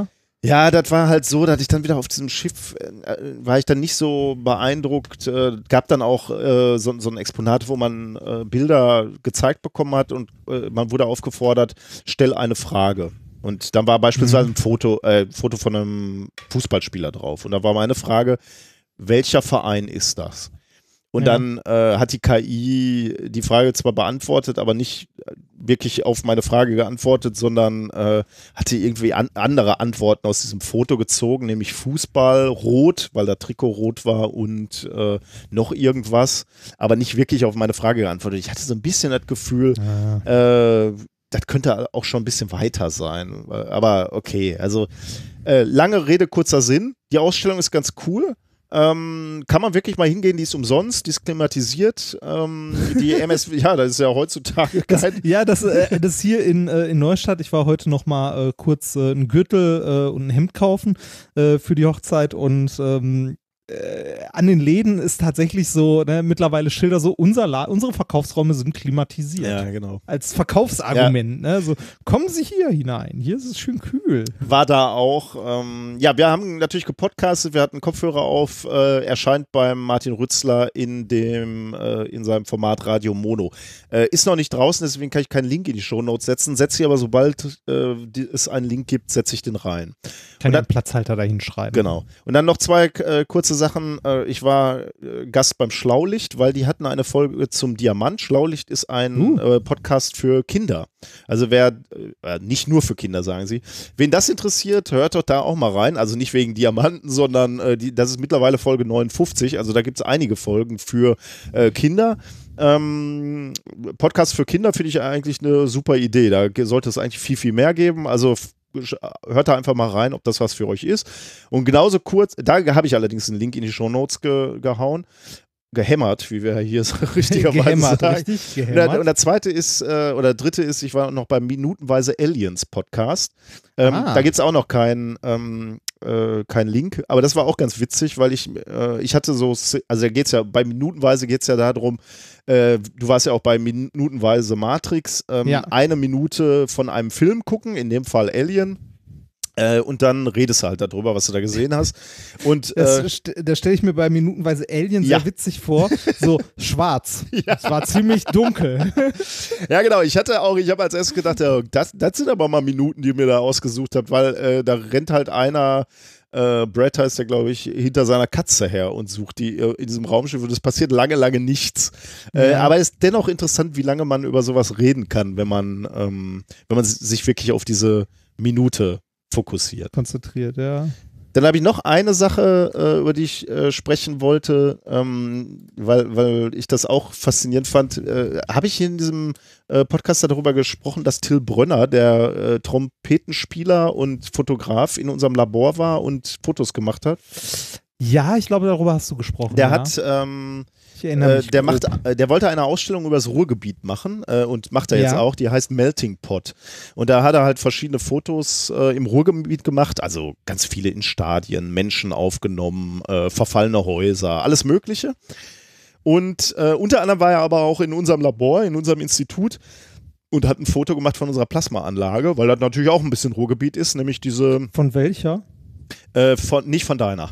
Ja, das war halt so, dass ich dann wieder auf diesem Schiff, äh, war ich dann nicht so beeindruckt. Äh, gab dann auch äh, so, so ein Exponat, wo man äh, Bilder gezeigt bekommen hat und äh, man wurde aufgefordert, stell eine Frage. Und dann war beispielsweise ein Foto, äh, Foto von einem Fußballspieler drauf. Und da war meine Frage, welcher Verein ist das? Und Ja. dann äh, hat die K I die Frage zwar beantwortet, aber nicht wirklich auf meine Frage geantwortet, sondern äh, hatte irgendwie an, andere Antworten aus diesem Foto gezogen, nämlich Fußball, rot, weil da Trikot rot war und äh, noch irgendwas, aber nicht wirklich auf meine Frage geantwortet. Ich hatte so ein bisschen das Gefühl, Ja. äh, das könnte auch schon ein bisschen weiter sein. Aber okay, also äh, lange Rede, kurzer Sinn. Die Ausstellung ist ganz cool. Ähm, kann man wirklich mal hingehen, die ist umsonst, die ist klimatisiert. Ähm, die M S W, ja, das ist ja heutzutage Das, kein. ja, das, äh, das hier in, äh, in Neustadt, ich war heute noch mal äh, kurz äh, einen Gürtel äh, und ein Hemd kaufen äh, für die Hochzeit und ähm, äh, an den Läden ist tatsächlich so, ne, mittlerweile Schilder so, unser La unsere Verkaufsräume sind klimatisiert. Ja, genau. Als Verkaufsargument, ja. Ne? So, kommen Sie hier hinein, hier ist es schön kühl. War da auch, ähm, ja, wir haben natürlich gepodcastet, wir hatten Kopfhörer auf, äh, erscheint beim Martin Rützler in dem, äh, in seinem Format Radio Mono. Äh, ist noch nicht draußen, deswegen kann ich keinen Link in die Shownotes setzen, setze ich aber, sobald äh, die, es einen Link gibt, setze ich den rein. Kann Und ja dann, einen Platzhalter dahin schreiben. Genau. Und dann noch zwei äh, kurze Sachen. Äh, ich war äh, Gast beim Schlaulicht, weil die hatten eine Folge zum Diamant. Schlaulicht ist ein Uh. äh, Podcast für Kinder. Also wer, äh, nicht nur für Kinder, sagen sie. Wen das interessiert, hört doch da auch mal rein. Also nicht wegen Diamanten, sondern äh, die, das ist mittlerweile Folge neunundfünfzig. Also da gibt es einige Folgen für äh, Kinder. Ähm, Podcast für Kinder finde ich eigentlich eine super Idee. Da sollte es eigentlich viel, viel mehr geben. Also hört da einfach mal rein, ob das was für euch ist. Und genauso kurz, da habe ich allerdings einen Link in die Shownotes ge, gehauen. Gehämmert, wie wir hier so richtigerweise gehämmert, sagen. richtig, Und gehämmert. der, und der zweite ist, äh, oder der dritte ist, ich war noch beim Minutenweise Aliens Podcast. Ähm, Ah. Da gibt es auch noch keinen ähm, äh, kein Link, aber das war auch ganz witzig, weil ich, äh, ich hatte so, also da geht es ja, bei Minutenweise geht es ja darum, äh, du warst ja auch bei Minutenweise Matrix, ähm, Ja. eine Minute von einem Film gucken, in dem Fall Alien. Äh, und dann redest du halt darüber, was du da gesehen hast. Und Das, äh, st- da stelle ich mir bei Minutenweise Alien Ja. sehr witzig vor. So schwarz. Ja. Es war ziemlich dunkel. ja, genau, ich hatte auch, ich habe als erstes gedacht, ja, das, das sind aber mal Minuten, die ihr mir da ausgesucht habt, weil äh, da rennt halt einer, äh, Brad heißt der, glaube ich, hinter seiner Katze her und sucht die äh, in diesem Raumschiff und es passiert lange, lange nichts. Äh, Ja. aber es ist dennoch interessant, wie lange man über sowas reden kann, wenn man, ähm, wenn man sich wirklich auf diese Minute fokussiert. Konzentriert, ja. Dann habe ich noch eine Sache, äh, über die ich äh, sprechen wollte, ähm, weil, weil ich das auch faszinierend fand. Äh, habe ich hier in diesem äh, Podcast darüber gesprochen, dass Till Brönner, der äh, Trompetenspieler und Fotograf, in unserem Labor war und Fotos gemacht hat? Ja, ich glaube, darüber hast du gesprochen. Der ja. hat, ähm, ich erinnere äh, mich der grob. macht, äh, der wollte eine Ausstellung über das Ruhrgebiet machen äh, und macht er jetzt Ja. auch. Die heißt Melting Pot. Und da hat er halt verschiedene Fotos äh, im Ruhrgebiet gemacht, also ganz viele in Stadien, Menschen aufgenommen, äh, verfallene Häuser, alles Mögliche. Und äh, unter anderem war er aber auch in unserem Labor, in unserem Institut und hat ein Foto gemacht von unserer Plasmaanlage, weil das natürlich auch ein bisschen Ruhrgebiet ist, nämlich diese, Von welcher? äh, von, nicht von deiner.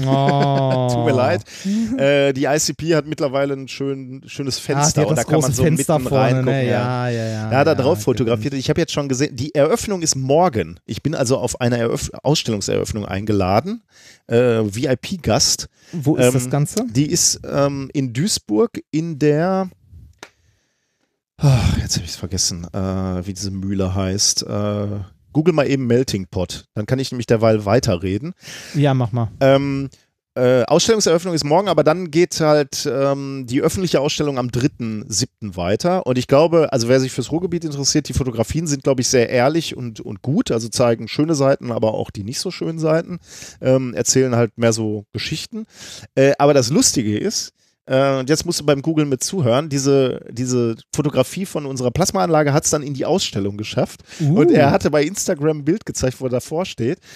Oh. Tut mir leid. Äh, die I C P hat mittlerweile ein schön, schönes Ah, Fenster die hat und da das kann man große so Fenster mitten vorne, reingucken. ne? ja. Ja, ja, ja. Da hat er ja, drauf fotografiert. Ich habe jetzt schon gesehen, die Eröffnung ist morgen. Ich bin also auf eine Eröff- Ausstellungseröffnung eingeladen. Äh, V I P-Gast. Wo ist Ähm, das Ganze? Die ist ähm, in Duisburg in der, ach, jetzt habe ich es vergessen, äh, wie diese Mühle heißt. Äh, Google mal eben Melting Pot. Dann kann ich nämlich derweil weiterreden. Ja, mach mal. Ähm, äh, Ausstellungseröffnung ist morgen, aber dann geht halt ähm, die öffentliche Ausstellung am dritten siebten weiter. Und ich glaube, also wer sich fürs Ruhrgebiet interessiert, die Fotografien sind, glaube ich, sehr ehrlich und, und gut. Also zeigen schöne Seiten, aber auch die nicht so schönen Seiten. Ähm, erzählen halt mehr so Geschichten. Äh, aber das Lustige ist, äh, und jetzt musst du beim Googlen mit zuhören, diese, diese Fotografie von unserer Plasmaanlage hat es dann in die Ausstellung geschafft. Uh. Und er hatte bei Instagram ein Bild gezeigt, wo er davor steht.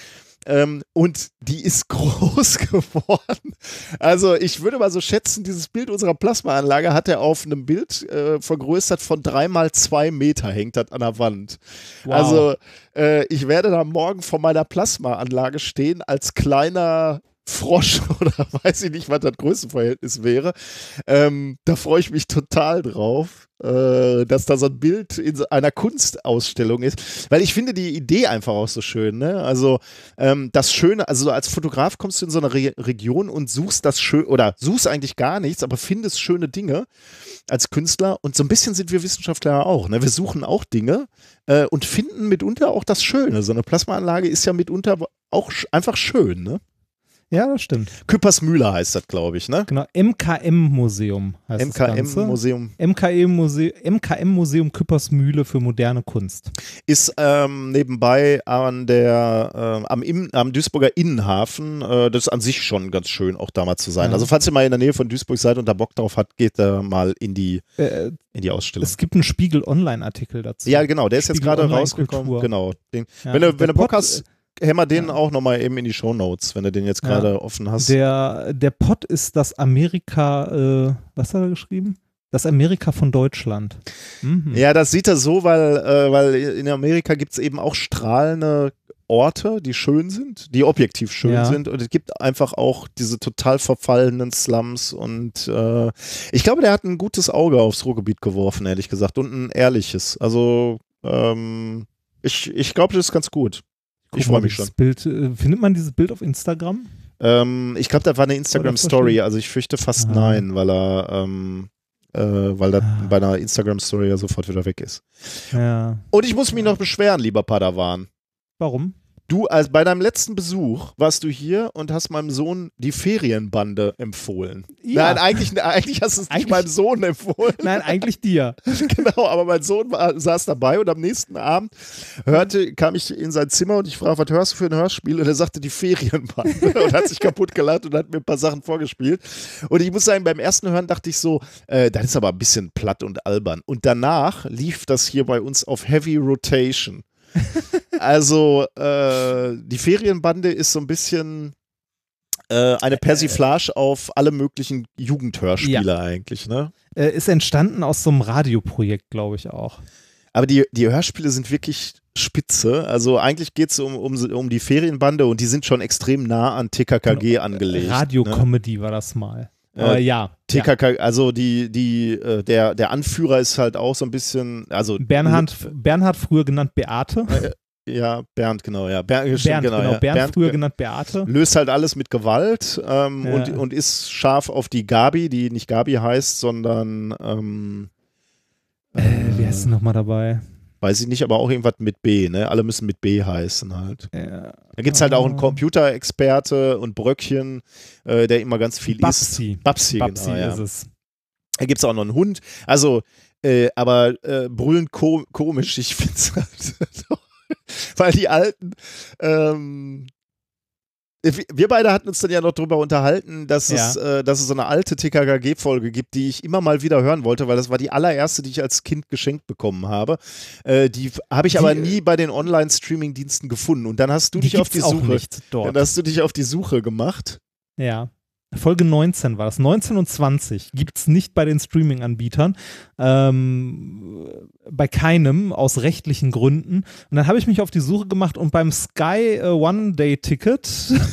Ähm, und die ist groß geworden. Also ich würde mal so schätzen, dieses Bild unserer Plasmaanlage hat er auf einem Bild äh, vergrößert von drei mal zwei Meter, hängt das an der Wand. Wow. Also äh, ich werde da morgen vor meiner Plasmaanlage stehen als kleiner Frosch oder weiß ich nicht, was das Größenverhältnis wäre. Ähm, da freue ich mich total drauf, äh, dass da so ein Bild in so einer Kunstausstellung ist, weil ich finde die Idee einfach auch so schön. Ne? Also ähm, das Schöne, also als Fotograf kommst du in so eine Re Region und suchst das schön oder suchst eigentlich gar nichts, aber findest schöne Dinge als Künstler und so ein bisschen sind wir Wissenschaftler auch. Ne? Wir suchen auch Dinge äh, und finden mitunter auch das Schöne. So eine Plasmaanlage ist ja mitunter auch sch einfach schön, ne? Ja, das stimmt. Küppersmühle heißt das, glaube ich, ne? Genau, M K M-Museum heißt M K M das Ganze. Museum. M K M-Museum M K M-Museum Küppersmühle für moderne Kunst. Ist ähm, nebenbei an der, äh, am, Im, am Duisburger Innenhafen. Äh, das ist an sich schon ganz schön, auch da mal zu sein. Ja. Also falls ihr mal in der Nähe von Duisburg seid und da Bock drauf habt, geht da mal in die, Äh, in die Ausstellung. es gibt einen Spiegel-Online-Artikel dazu. Ja, genau, der ist jetzt Spiegel gerade Online rausgekommen. Kultur. Genau. Den, Ja, wenn du, der wenn du Bock Pod- hast, hämmer den ja. auch nochmal eben in die Shownotes, wenn du den jetzt Ja. gerade offen hast. Der, der Pott ist das Amerika, äh, was hat er geschrieben? Das Amerika von Deutschland. Mhm. Ja, das sieht er so, weil, äh, weil in Amerika gibt es eben auch strahlende Orte, die schön sind, die objektiv schön Ja. sind und es gibt einfach auch diese total verfallenen Slums und äh, ich glaube, der hat ein gutes Auge aufs Ruhrgebiet geworfen, ehrlich gesagt, und ein ehrliches. Also ähm, ich, ich glaube, das ist ganz gut. Guck Ich mal, freue mich schon. dieses Bild, äh, findet man dieses Bild auf Instagram? Ähm, ich glaube, da war eine Instagram-Story, verstehen? also ich fürchte fast Ah. nein, weil er ähm, äh, weil das Ah. bei einer Instagram-Story ja sofort wieder weg ist. Ja. Und ich muss mich noch beschweren, lieber Padawan. Warum? Du, als bei deinem letzten Besuch warst du hier und hast meinem Sohn die Ferienbande empfohlen. Ja. Nein, eigentlich, eigentlich hast du es nicht Eigentlich- meinem Sohn empfohlen. Nein, eigentlich dir. Genau, aber mein Sohn war, saß dabei und am nächsten Abend hörte, kam ich in sein Zimmer und ich fragte, was hörst du für ein Hörspiel? Und er sagte, die Ferienbande und hat sich kaputt gelacht und hat mir ein paar Sachen vorgespielt. Und ich muss sagen, beim ersten Hören dachte ich so, äh, das ist aber ein bisschen platt und albern. Und danach lief das hier bei uns auf Heavy Rotation. Also äh, die Ferienbande ist so ein bisschen äh, eine Persiflage auf alle möglichen Jugendhörspiele eigentlich, ne? Äh, ist entstanden aus so einem Radioprojekt, glaube ich auch. Aber die, die Hörspiele sind wirklich spitze. Also eigentlich geht es um, um, um die Ferienbande und die sind schon extrem nah an T K K G angelegt. Ne? Radio-Comedy war das mal. Aber Äh, ja. T ja. K K, also die, die, äh, der, der Anführer ist halt auch so ein bisschen, also Bernhard, Bernhard, früher genannt Beate. ja, Bernd, genau, ja. Ber Bernd, stimmt, genau. ja. Bernd, Bernd früher ge- genannt Beate. löst halt alles mit Gewalt ähm, Ja. und, und ist scharf auf die Gabi, die nicht Gabi heißt, sondern ähm, Äh, wer ist denn nochmal dabei? weiß ich nicht, aber auch irgendwas mit B, ne? Alle müssen mit B heißen halt. Ja. Da gibt es halt auch einen Ah. Computerexperte und Bröckchen, äh, der immer ganz viel Babsi. isst. Babsi, Babsi genau, ja. ist es. Da gibt es auch noch einen Hund. Also, äh, aber äh, brüllend ko komisch, ich finde es halt. Weil die Alten, ähm, wir beide hatten uns dann ja noch drüber unterhalten, dass, Ja. es, äh, dass es so eine alte T K K G-Folge gibt, die ich immer mal wieder hören wollte, weil das war die allererste, die ich als Kind geschenkt bekommen habe. Äh, die habe ich Die, aber äh, nie bei den Online-Streaming-Diensten gefunden. Und dann hast du Die dich auf die gibt's auch Suche. nicht dort. Dann hast du dich auf die Suche gemacht. Ja. Folge neunzehn war das. neunzehn und zwanzig gibt es nicht bei den Streaming-Anbietern. Ähm, bei keinem, aus rechtlichen Gründen. Und dann habe ich mich auf die Suche gemacht und beim Sky äh, One-Day-Ticket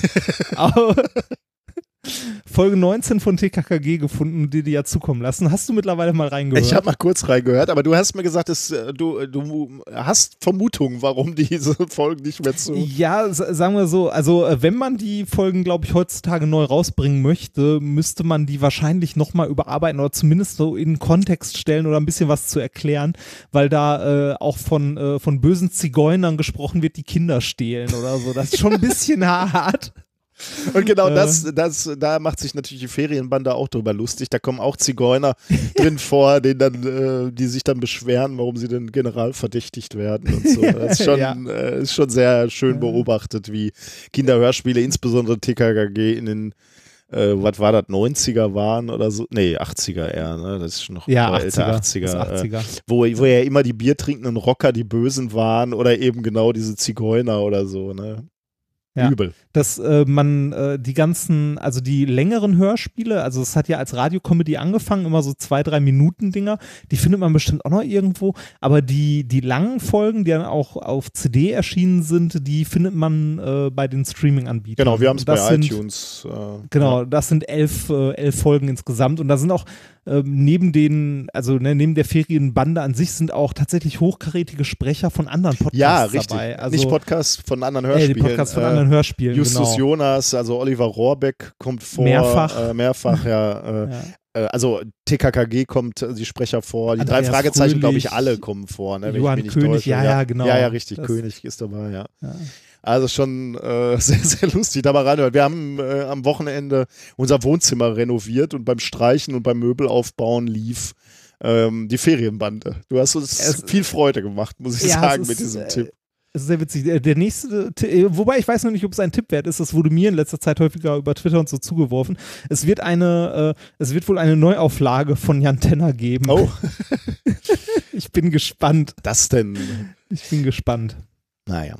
Folge neunzehn von T K K G gefunden und dir die ja zukommen lassen. Hast du mittlerweile mal reingehört? Ich habe mal kurz reingehört, aber du hast mir gesagt, dass, äh, du, du hast Vermutungen, warum diese Folgen nicht mehr zu. Ja, s- sagen wir so, also äh, wenn man die Folgen, glaube ich, heutzutage neu rausbringen möchte, müsste man die wahrscheinlich nochmal überarbeiten oder zumindest so in Kontext stellen oder ein bisschen was zu erklären, weil da äh, auch von, äh, von bösen Zigeunern gesprochen wird, die Kinder stehlen oder so. Das ist schon ein bisschen hart. Und genau Äh. das, das, da macht sich natürlich die Ferienbande auch drüber lustig. Da kommen auch Zigeuner drin vor, denen dann, äh, die sich dann beschweren, warum sie denn General verdächtigt werden und so. Das ist schon, Ja. äh, ist schon sehr schön Ja. beobachtet, wie Kinderhörspiele, insbesondere T K K G in den äh, was war das, neunziger waren oder so? Nee, achtziger eher, ne? Das ist schon noch Ja, aber älter, achtziger. achtziger. Das achtziger. Äh, wo, wo ja immer die biertrinkenden Rocker die Bösen waren oder eben genau diese Zigeuner oder so, ne? Ja. Übel. Dass äh, man äh, die ganzen, also die längeren Hörspiele, also es hat ja als Radiokomödie angefangen, immer so zwei, drei Minuten Dinger, die findet man bestimmt auch noch irgendwo, aber die, die langen Folgen, die dann auch auf C D erschienen sind, die findet man äh, bei den Streaming-Anbietern. Genau, wir haben es bei sind, iTunes. Äh, genau, ja. das sind elf, äh, elf Folgen insgesamt und da sind auch äh, neben den, also ne, neben der Ferienbande an sich sind auch tatsächlich hochkarätige Sprecher von anderen Podcasts ja, richtig. dabei. Also, Nicht Podcasts von anderen äh, Hörspielen. die Podcasts von äh, anderen Hörspielen, Justus genau. Jonas, also Oliver Rohrbeck kommt vor. Mehrfach. Äh, mehrfach, ja. Äh, Ja. äh, also T K K G kommt, äh, die Sprecher vor. Die Andreas drei Fragezeichen, glaube ich, Fröhlich, alle kommen vor. Ne, wenn Johann ich mich nicht König, täusche. ja, ja, genau. Ja, ja, richtig. Das- König ist dabei, ja. Ja. Also schon äh, sehr, sehr lustig, da mal reinhören. Wir haben äh, am Wochenende unser Wohnzimmer renoviert und beim Streichen und beim Möbelaufbauen lief ähm, die Ferienbande. Du hast uns Es- viel Freude gemacht, muss ich Ja, sagen, es mit ist, diesem äh, Tipp. Es ist sehr witzig. Der, der nächste, Ti- wobei ich weiß noch nicht, ob es ein Tipp wert ist, das wurde mir in letzter Zeit häufiger über Twitter und so zugeworfen. Es wird eine, äh, es wird wohl eine Neuauflage von Jan Tenner geben. Oh, Ich bin gespannt. das denn? Ich bin gespannt. Naja.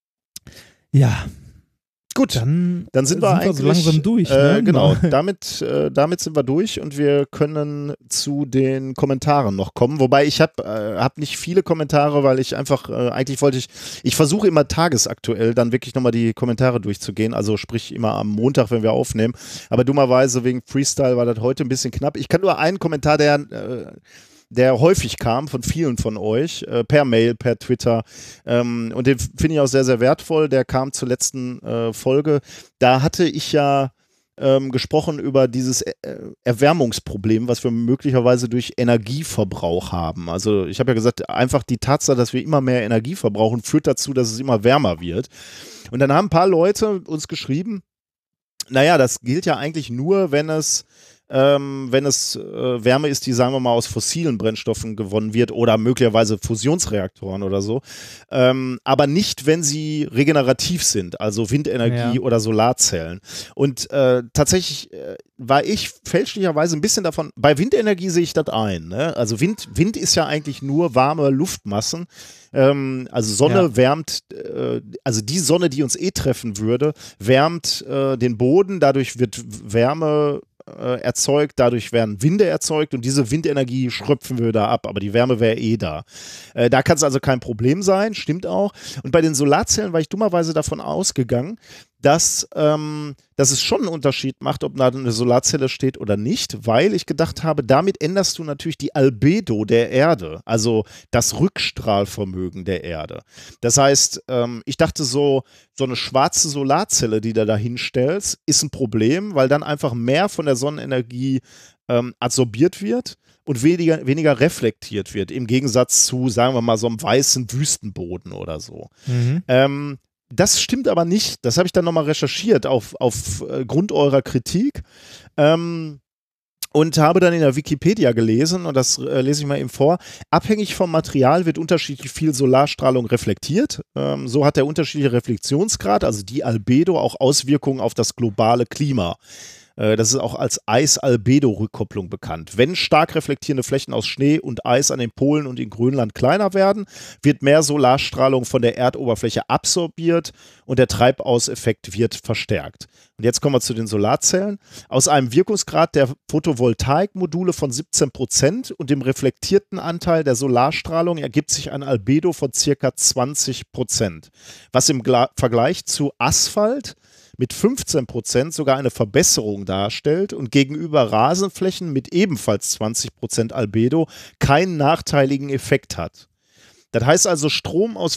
Ja, Gut. dann, Dann sind wir eigentlich so langsam durch. Äh, ne? genau, damit, äh, damit sind wir durch und wir können zu den Kommentaren noch kommen. Wobei ich habe äh, hab nicht viele Kommentare, weil ich einfach, äh, eigentlich wollte ich, ich versuche immer tagesaktuell dann wirklich nochmal die Kommentare durchzugehen, also sprich immer am Montag, wenn wir aufnehmen. Aber dummerweise wegen Freestyle war das heute ein bisschen knapp. Ich kann nur einen Kommentar, der äh, der häufig kam von vielen von euch, äh, per Mail, per Twitter. Ähm, und den finde ich auch sehr, sehr wertvoll. Der kam zur letzten äh, Folge. Da hatte ich ja ähm, gesprochen über dieses äh, Erwärmungsproblem, was wir möglicherweise durch Energieverbrauch haben. Also ich habe ja gesagt, einfach die Tatsache, dass wir immer mehr Energie verbrauchen, führt dazu, dass es immer wärmer wird. Und dann haben ein paar Leute uns geschrieben, naja, das gilt ja eigentlich nur, wenn es Ähm, wenn es äh, Wärme ist, die, sagen wir mal, aus fossilen Brennstoffen gewonnen wird oder möglicherweise Fusionsreaktoren oder so, ähm, aber nicht, wenn sie regenerativ sind, also Windenergie Ja. oder Solarzellen. Und äh, tatsächlich äh, war ich fälschlicherweise ein bisschen davon, bei Windenergie sehe ich das ein. Ne? Also Wind, Wind ist ja eigentlich nur warme Luftmassen. Ähm, also Sonne Ja. wärmt, äh, also die Sonne, die uns eh treffen würde, wärmt äh, den Boden, dadurch wird Wärme äh, erzeugt, dadurch werden Winde erzeugt und diese Windenergie schröpfen wir da ab, aber die Wärme wäre eh da. Äh, da kann es also kein Problem sein, stimmt auch. Und bei den Solarzellen war ich dummerweise davon ausgegangen, dass, ähm, dass es schon einen Unterschied macht, ob da eine Solarzelle steht oder nicht, weil ich gedacht habe, damit änderst du natürlich die Albedo der Erde, also das Rückstrahlvermögen der Erde. Das heißt, ähm, ich dachte so, so eine schwarze Solarzelle, die du da hinstellst, ist ein Problem, weil dann einfach mehr von der Sonnenenergie ähm, absorbiert wird und weniger, weniger reflektiert wird, im Gegensatz zu, sagen wir mal, so einem weißen Wüstenboden oder so. Mhm. Ähm, das stimmt aber nicht. Das habe ich dann nochmal recherchiert auf, auf äh, Grund eurer Kritik. Ähm, und habe dann in der Wikipedia gelesen, und das äh, lese ich mal eben vor, abhängig vom Material wird unterschiedlich viel Solarstrahlung reflektiert. Ähm, so hat der unterschiedliche Reflexionsgrad, also die Albedo, auch Auswirkungen auf das globale Klima. Das ist auch als Eis-Albedo-Rückkopplung bekannt. Wenn stark reflektierende Flächen aus Schnee und Eis an den Polen und in Grönland kleiner werden, wird mehr Solarstrahlung von der Erdoberfläche absorbiert und der Treibhauseffekt wird verstärkt. Und jetzt kommen wir zu den Solarzellen. Aus einem Wirkungsgrad der Photovoltaikmodule von siebzehn Prozent und dem reflektierten Anteil der Solarstrahlung ergibt sich ein Albedo von circa zwanzig Prozent, was im Gla- Vergleich zu Asphalt mit fünfzehn Prozent sogar eine Verbesserung darstellt und gegenüber Rasenflächen mit ebenfalls zwanzig Prozent Albedo keinen nachteiligen Effekt hat. Das heißt also, Strom aus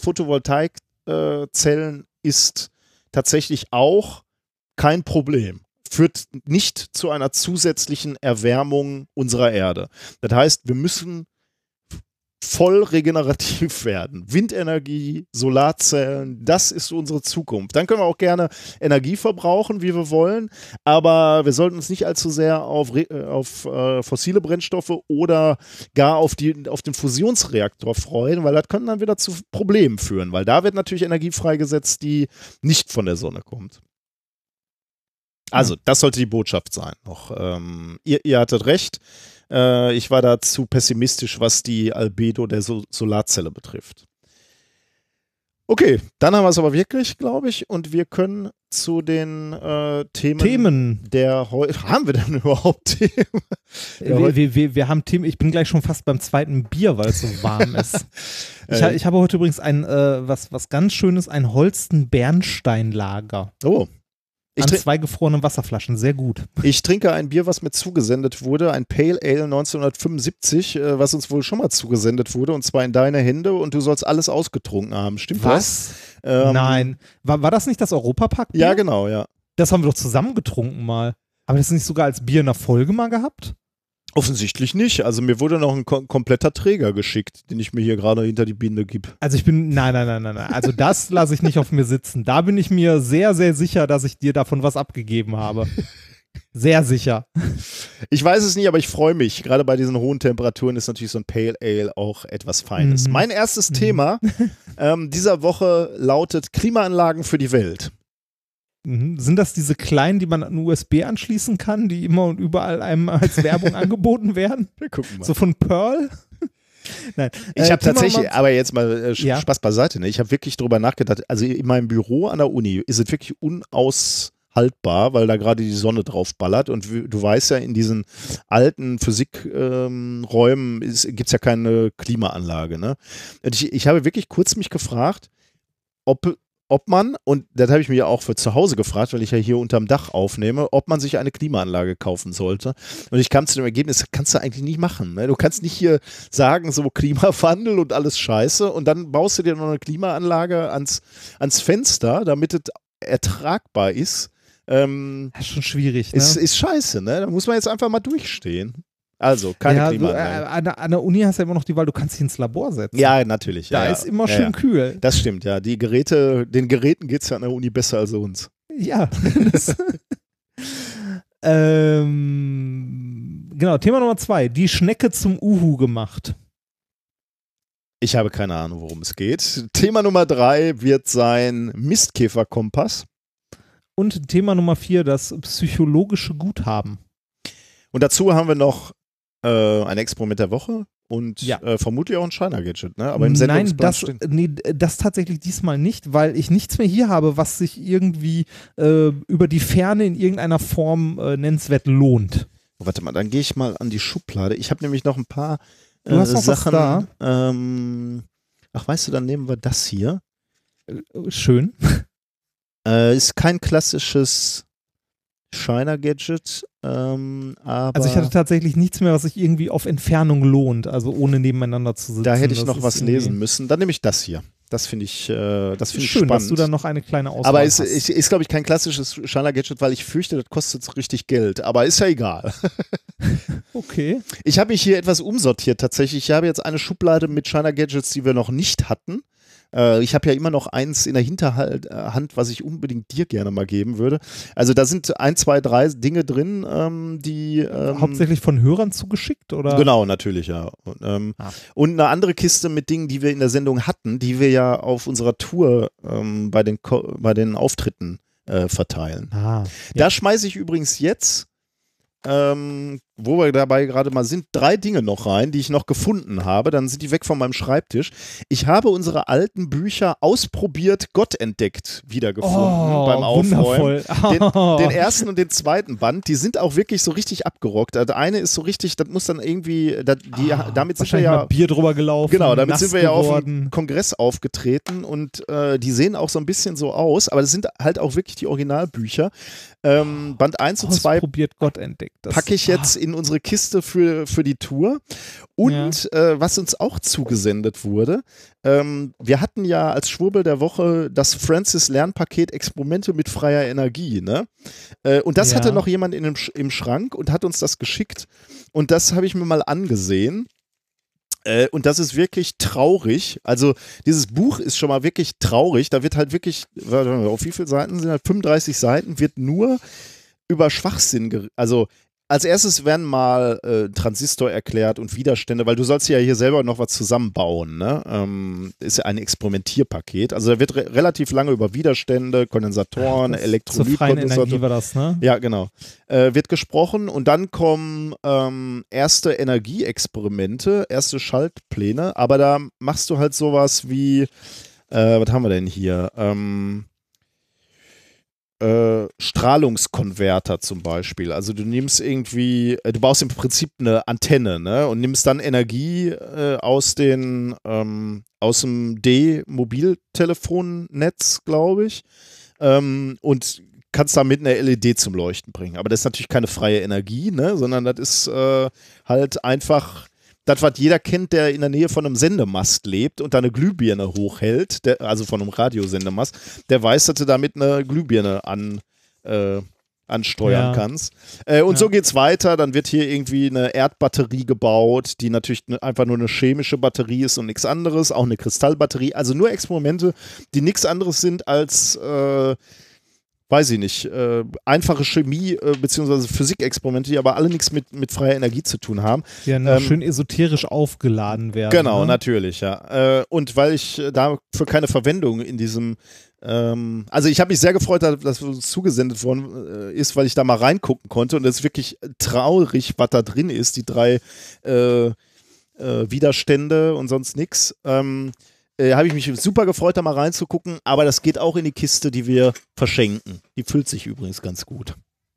Photovoltaikzellen äh, ist tatsächlich auch kein Problem. Führt nicht zu einer zusätzlichen Erwärmung unserer Erde. Das heißt, wir müssen voll regenerativ werden. Windenergie, Solarzellen, das ist unsere Zukunft. Dann können wir auch gerne Energie verbrauchen, wie wir wollen, aber wir sollten uns nicht allzu sehr auf, auf äh, fossile Brennstoffe oder gar auf, die, auf den Fusionsreaktor freuen, weil das kann dann wieder zu Problemen führen, weil da wird natürlich Energie freigesetzt, die nicht von der Sonne kommt. Also, das sollte die Botschaft sein. Noch, ähm, ihr, ihr hattet recht. Äh, ich war da zu pessimistisch, was die Albedo der so- Solarzelle betrifft. Okay, dann haben wir es aber wirklich, glaube ich, und wir können zu den äh, Themen, Themen. der heute. Haben wir denn überhaupt Themen? Wir, wir, wir, wir haben Themen, ich bin gleich schon fast beim zweiten Bier, weil es so warm ist. Ich, Äh. ich habe heute übrigens ein, äh, was, was ganz Schönes, ein Holsten-Bernstein-Lager. Oh. Ich, An trink, zwei gefrorenen Wasserflaschen, sehr gut. ich trinke ein Bier, was mir zugesendet wurde, ein Pale Ale neunzehnhundertfünfundsiebzig, äh, was uns wohl schon mal zugesendet wurde, und zwar in deine Hände, und du sollst alles ausgetrunken haben. Stimmt Was? das? Ähm, Nein. War, war das nicht das Europapark-Bier? Ja, genau, ja. Das haben wir doch zusammen getrunken mal. Aber das nicht sogar als Bier in der Folge mal gehabt? Offensichtlich nicht. Also mir wurde noch ein kom kompletter Träger geschickt, den ich mir hier gerade hinter die Binde gebe. Also ich bin, nein, nein, nein, nein, nein. Also das lasse ich nicht auf mir sitzen. Da bin ich mir sehr, sehr sicher, dass ich dir davon was abgegeben habe. Sehr sicher. Ich weiß es nicht, aber ich freue mich. Gerade bei diesen hohen Temperaturen ist natürlich so ein Pale Ale auch etwas Feines. Mhm. Mein erstes Thema ähm, dieser Woche lautet Klimaanlagen für die Welt. Mhm. Sind das diese kleinen, die man an U S B anschließen kann, die immer und überall einem als Werbung angeboten werden? Wir gucken mal. So von Pearl? Nein. Ich Äh, habe tatsächlich, mal, aber jetzt mal äh, Ja. Spaß beiseite, ne? Ich habe wirklich drüber nachgedacht. Also in meinem Büro an der Uni ist es wirklich unaushaltbar, weil da gerade die Sonne drauf ballert. Und w- du weißt ja, in diesen alten Physikräumen ähm, gibt es ja keine Klimaanlage. Ne? Und ich, ich habe wirklich kurz mich gefragt, ob ob man, und das habe ich mir ja auch für zu Hause gefragt, weil ich ja hier unterm Dach aufnehme, ob man sich eine Klimaanlage kaufen sollte. Und ich kam zu dem Ergebnis, das kannst du eigentlich nicht machen. Ne? Du kannst nicht hier sagen, so Klimawandel und alles scheiße, und dann baust du dir noch eine Klimaanlage ans, ans Fenster, damit es ertragbar ist. Ähm, das ist schon schwierig, ne? ist, ist scheiße, ne? Da muss man jetzt einfach mal durchstehen. Also, keine ja, du, äh, Klimaanlage. an, der, an der Uni hast du ja immer noch die Wahl, du kannst dich ins Labor setzen. Ja, natürlich. Da ja, ist immer ja, schön ja. kühl. Das stimmt, ja. Die Geräte, den Geräten geht es ja an der Uni besser als uns. Ja. Das, ähm, genau, Thema Nummer zwei. Die Schnecke zum Uhu gemacht. Ich habe keine Ahnung, worum es geht. Thema Nummer drei wird sein Mistkäferkompass. Und Thema Nummer vier, das psychologische Guthaben. Und dazu haben wir noch äh, ein Experiment der Woche und Ja. äh, vermutlich auch ein Shiner-Gadget, ne? Aber im Nein, Sendungsplan das, steht. nee, das tatsächlich diesmal nicht, weil ich nichts mehr hier habe, was sich irgendwie äh, über die Ferne in irgendeiner Form äh, nennenswert lohnt. Oh, warte mal, dann gehe ich mal an die Schublade. Ich habe nämlich noch ein paar äh, Du hast noch was Sachen. da? Ähm, ach, weißt du, dann nehmen wir das hier. Äh, Schön. Äh, ist kein klassisches Shiner-Gadget, ähm, aber Also ich hatte tatsächlich nichts mehr, was sich irgendwie auf Entfernung lohnt, also ohne nebeneinander zu sitzen. da hätte ich Das noch ist was irgendwie lesen müssen. Dann nehme ich das hier. Das finde ich, äh, das finde ich schön, spannend. dass du da noch eine kleine Auswahl Aber es hast. ist, ist glaube ich, kein klassisches Shiner-Gadget, weil ich fürchte, das kostet so richtig Geld. Aber ist ja egal. Okay. Ich habe mich hier etwas umsortiert tatsächlich. Ich habe jetzt eine Schublade mit Shiner-Gadgets, die wir noch nicht hatten. Äh, ich habe ja immer noch eins in der Hinterhand, was ich unbedingt dir gerne mal geben würde. Also da sind ein, zwei, drei Dinge drin, ähm, die ähm, Hauptsächlich von Hörern zugeschickt, oder? Genau, natürlich, ja. Und, ähm, Ah. und eine andere Kiste mit Dingen, die wir in der Sendung hatten, die wir ja auf unserer Tour ähm, bei, den Ko bei den Auftritten äh, verteilen. Ah, Da schmeiße ich übrigens jetzt, ähm, wo wir dabei gerade mal sind, drei Dinge noch rein, die ich noch gefunden habe. Dann sind die weg von meinem Schreibtisch. Ich habe unsere alten Bücher Ausprobiert, Gott entdeckt wiedergefunden oh, beim Aufräumen. wundervoll. Den, den ersten und den zweiten Band, die sind auch wirklich so richtig abgerockt. Das eine ist so richtig, das muss dann irgendwie, das, die, Ah, damit sind wir wahrscheinlich ja, mal Bier drüber gelaufen. genau, damit nass sind wir ja auf geworden. dem Kongress aufgetreten und äh, die sehen auch so ein bisschen so aus, aber das sind halt auch wirklich die Originalbücher. Ähm, Band eins und zwei Ausprobiert, Gott entdeckt. Das, packe ich jetzt in unsere Kiste für, für die Tour. Und äh, was uns auch zugesendet wurde, ähm, wir hatten ja als Schwurbel der Woche das Francis-Lernpaket Experimente mit freier Energie. Ne? Äh, und das Ja. hatte noch jemand in dem, Sch- im Schrank und hat uns das geschickt. Und das habe ich mir mal angesehen. Äh, und das ist wirklich traurig. Also dieses Buch ist schon mal wirklich traurig. Da wird halt wirklich, warte mal, auf wie viele Seiten sind das? fünfunddreißig Seiten, wird nur über Schwachsinn, ger- also als erstes werden mal äh, Transistor erklärt und Widerstände, weil du sollst ja hier selber noch was zusammenbauen, ne? Ähm, ist ja ein Experimentierpaket. Also da wird re relativ lange über Widerstände, Kondensatoren, Zur freien Energie Elektrolytkondensatoren. war das, ne? Ja, genau. Äh, wird gesprochen und dann kommen ähm, erste Energieexperimente, erste Schaltpläne, aber da machst du halt sowas wie Äh, was haben wir denn hier? Ähm, äh, Strahlungskonverter zum Beispiel. Also du nimmst irgendwie, äh, du baust im Prinzip eine Antenne, ne? Und nimmst dann Energie äh, aus den, ähm, aus dem D-Mobiltelefonnetz, glaube ich, ähm, und kannst damit eine L E D zum Leuchten bringen. Aber das ist natürlich keine freie Energie, ne? Sondern das ist äh, halt einfach das, was jeder kennt, der in der Nähe von einem Sendemast lebt und da eine Glühbirne hochhält, der, also von einem Radiosendemast, der weiß, dass du damit eine Glühbirne an, äh, ansteuern Ja. kannst. Äh, und Ja. so geht's weiter. Dann wird hier irgendwie eine Erdbatterie gebaut, die natürlich ne, einfach nur eine chemische Batterie ist und nichts anderes. Auch eine Kristallbatterie. Also nur Experimente, die nichts anderes sind als äh, weiß ich nicht, äh, einfache Chemie äh, bzw. Physikexperimente, die aber alle nichts mit, mit freier Energie zu tun haben. Die ja noch Ähm, schön esoterisch aufgeladen werden. Genau, ne? natürlich, ja. Äh, und weil ich äh, dafür keine Verwendung in diesem, ähm, also ich habe mich sehr gefreut, dass das uns zugesendet worden äh, ist, weil ich da mal reingucken konnte und es ist wirklich traurig, was da drin ist, die drei äh, äh, Widerstände und sonst nichts. Ähm, Äh, habe ich mich super gefreut, da mal reinzugucken, aber das geht auch in die Kiste, die wir verschenken. Die füllt sich übrigens ganz gut.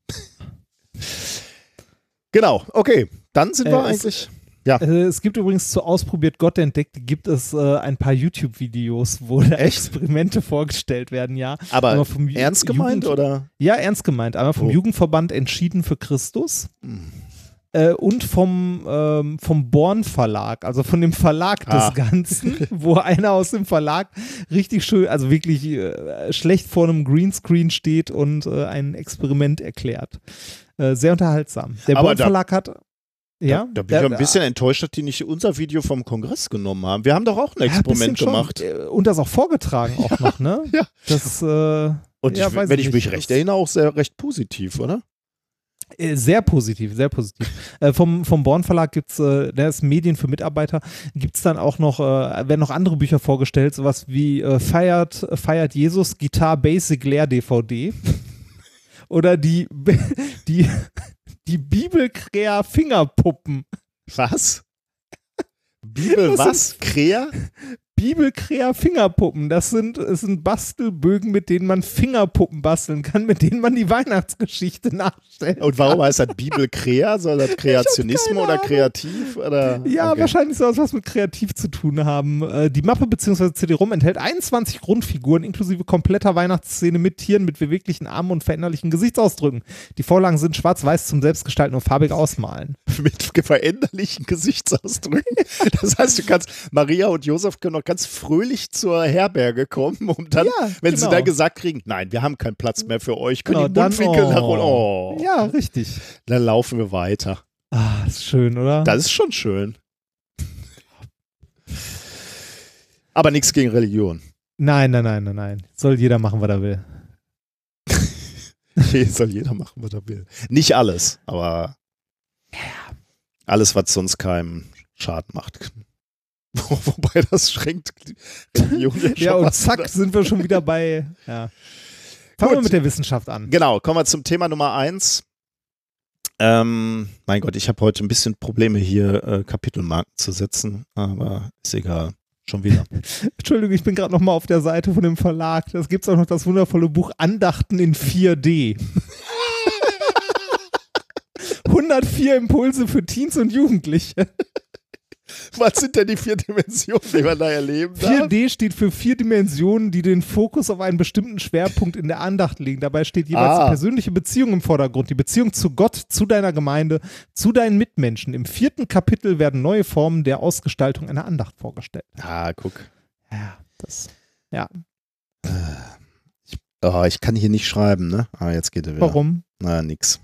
Genau, okay. Dann sind Äh, wir es- eigentlich. Ja. Äh, Es gibt übrigens zu Ausprobiert Gott entdeckt, gibt es äh, ein paar YouTube-Videos, wo da Experimente vorgestellt werden, ja. Aber Einmal vom Ju- ernst gemeint Jugend- oder? Ja, ernst gemeint. Einmal vom Oh. Jugendverband Entschieden für Christus Hm. äh, und vom, ähm, vom Born Verlag, also von dem Verlag Ah. des Ganzen, wo einer aus dem Verlag richtig schön, also wirklich äh, schlecht vor einem Greenscreen steht und äh, ein Experiment erklärt. Äh, sehr unterhaltsam. Der Aber Born da- Verlag hat ja, Da, da bin ich der- ein bisschen enttäuscht, dass die nicht unser Video vom Kongress genommen haben. Wir haben doch auch ein Ja, ein Experiment bisschen schon. gemacht. Äh, Und das auch vorgetragen auch noch, ne? Ja. Das, äh, Und ja, ich, weiß wenn ich nicht. mich recht Das- erinnere, auch sehr recht positiv, oder? Äh, Sehr positiv, sehr positiv. äh, vom, vom Born Verlag gibt es, äh, das ist Medien für Mitarbeiter, gibt es dann auch noch, äh, werden noch andere Bücher vorgestellt, sowas wie äh, Feiert, Feiert Jesus, Guitar Basic Lehr D V D oder die, die, die Bibelkrea Fingerpuppen. Was? Bibel Das was? Krea? Bibelkrea Fingerpuppen, das sind, das sind Bastelbögen, mit denen man Fingerpuppen basteln kann, mit denen man die Weihnachtsgeschichte nachstellt. Und warum heißt das Bibel Krea? Soll das Kreationismus keine oder Ahnung. kreativ? Oder? Ja, Okay. wahrscheinlich soll es was mit kreativ zu tun haben. Äh, die Mappe bzw. C D-ROM enthält einundzwanzig Grundfiguren inklusive kompletter Weihnachtsszene mit Tieren mit beweglichen Armen und veränderlichen Gesichtsausdrücken. Die Vorlagen sind schwarz-weiß zum Selbstgestalten und farbig ausmalen. Mit veränderlichen Gesichtsausdrücken. Das heißt, du kannst, Maria und Josef können noch ganz fröhlich zur Herberge kommen, um dann, Ja, wenn sie genau. dann gesagt kriegen, nein, wir haben keinen Platz mehr für euch, können Genau, die dann, Mundwinkel oh. nach und oh. Ja, richtig. Dann laufen wir weiter. Ah, ist schön, oder? Das ist schon schön. Aber nichts gegen Religion. Nein, nein, nein, nein, nein. Soll jeder machen, was er will. Hier soll jeder machen, was er will. Nicht alles, aber alles, was sonst keinem Schaden macht. Wobei das schränkt Religion ja schon Ja, und was, zack, oder? sind wir schon wieder bei, ja. Fangen wir Gut. mit der Wissenschaft an. Genau, kommen wir zum Thema Nummer eins. Ähm, mein Gott, ich habe heute ein bisschen Probleme hier äh, Kapitelmarken zu setzen, aber ist egal. Schon wieder. Entschuldigung, ich bin gerade noch mal auf der Seite von dem Verlag. Das gibt es auch noch das wundervolle Buch Andachten in vier D. hundertvier Impulse für Teens und Jugendliche. Was sind denn die vier Dimensionen, die man da erleben vier darf? D steht für vier Dimensionen, die den Fokus auf einen bestimmten Schwerpunkt in der Andacht legen. Dabei steht jeweils Ah. die persönliche Beziehung im Vordergrund, die Beziehung zu Gott, zu deiner Gemeinde, zu deinen Mitmenschen. Im vierten Kapitel werden neue Formen der Ausgestaltung einer Andacht vorgestellt. Ah, guck. Ja, das. Ja. Oh, ich kann hier nicht schreiben, ne? Ah, jetzt geht er wieder. Warum? Na, nix.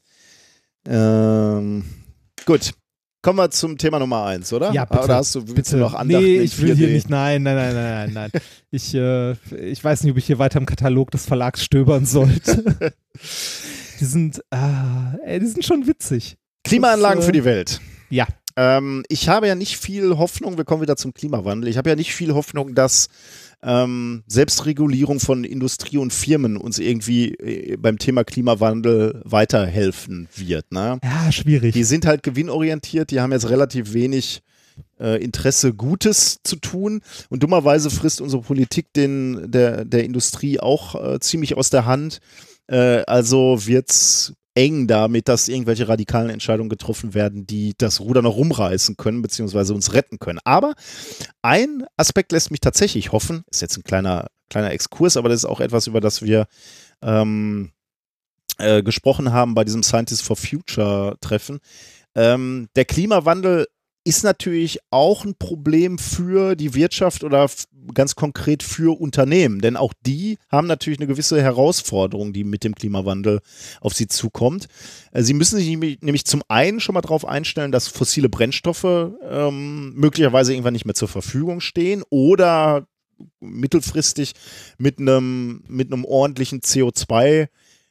Ähm, gut. Kommen wir zum Thema Nummer eins, oder? Ja, bitte. Oder hast du, willst Bitte. du noch Andachten Nee, in ich will vier D? hier nicht. Nein, nein, nein, nein, nein, nein. Ich, äh, ich weiß nicht, ob ich hier weiter im Katalog des Verlags stöbern sollte. Die sind, ah, ey, die sind schon witzig. Klimaanlagen Das, äh, für die Welt. Ja. Ähm, ich habe ja nicht viel Hoffnung, wir kommen wieder zum Klimawandel, ich habe ja nicht viel Hoffnung, dass ähm, Selbstregulierung von Industrie und Firmen uns irgendwie äh, beim Thema Klimawandel weiterhelfen wird. Ne? Ja, schwierig. Die sind halt gewinnorientiert, die haben jetzt relativ wenig äh, Interesse, Gutes zu tun. Und dummerweise frisst unsere Politik den, der, der Industrie auch äh, ziemlich aus der Hand. Äh, also wird es eng damit, dass irgendwelche radikalen Entscheidungen getroffen werden, die das Ruder noch rumreißen können, beziehungsweise uns retten können. Aber ein Aspekt lässt mich tatsächlich hoffen, ist jetzt ein kleiner, kleiner Exkurs, aber das ist auch etwas, über das wir ähm, äh, gesprochen haben bei diesem Scientists for Future Treffen. Ähm, der Klimawandel ist natürlich auch ein Problem für die Wirtschaft oder ganz konkret für Unternehmen, denn auch die haben natürlich eine gewisse Herausforderung, die mit dem Klimawandel auf sie zukommt. Sie müssen sich nämlich zum einen schon mal darauf einstellen, dass fossile Brennstoffe ähm, möglicherweise irgendwann nicht mehr zur Verfügung stehen oder mittelfristig mit einem mit einem ordentlichen C O zwei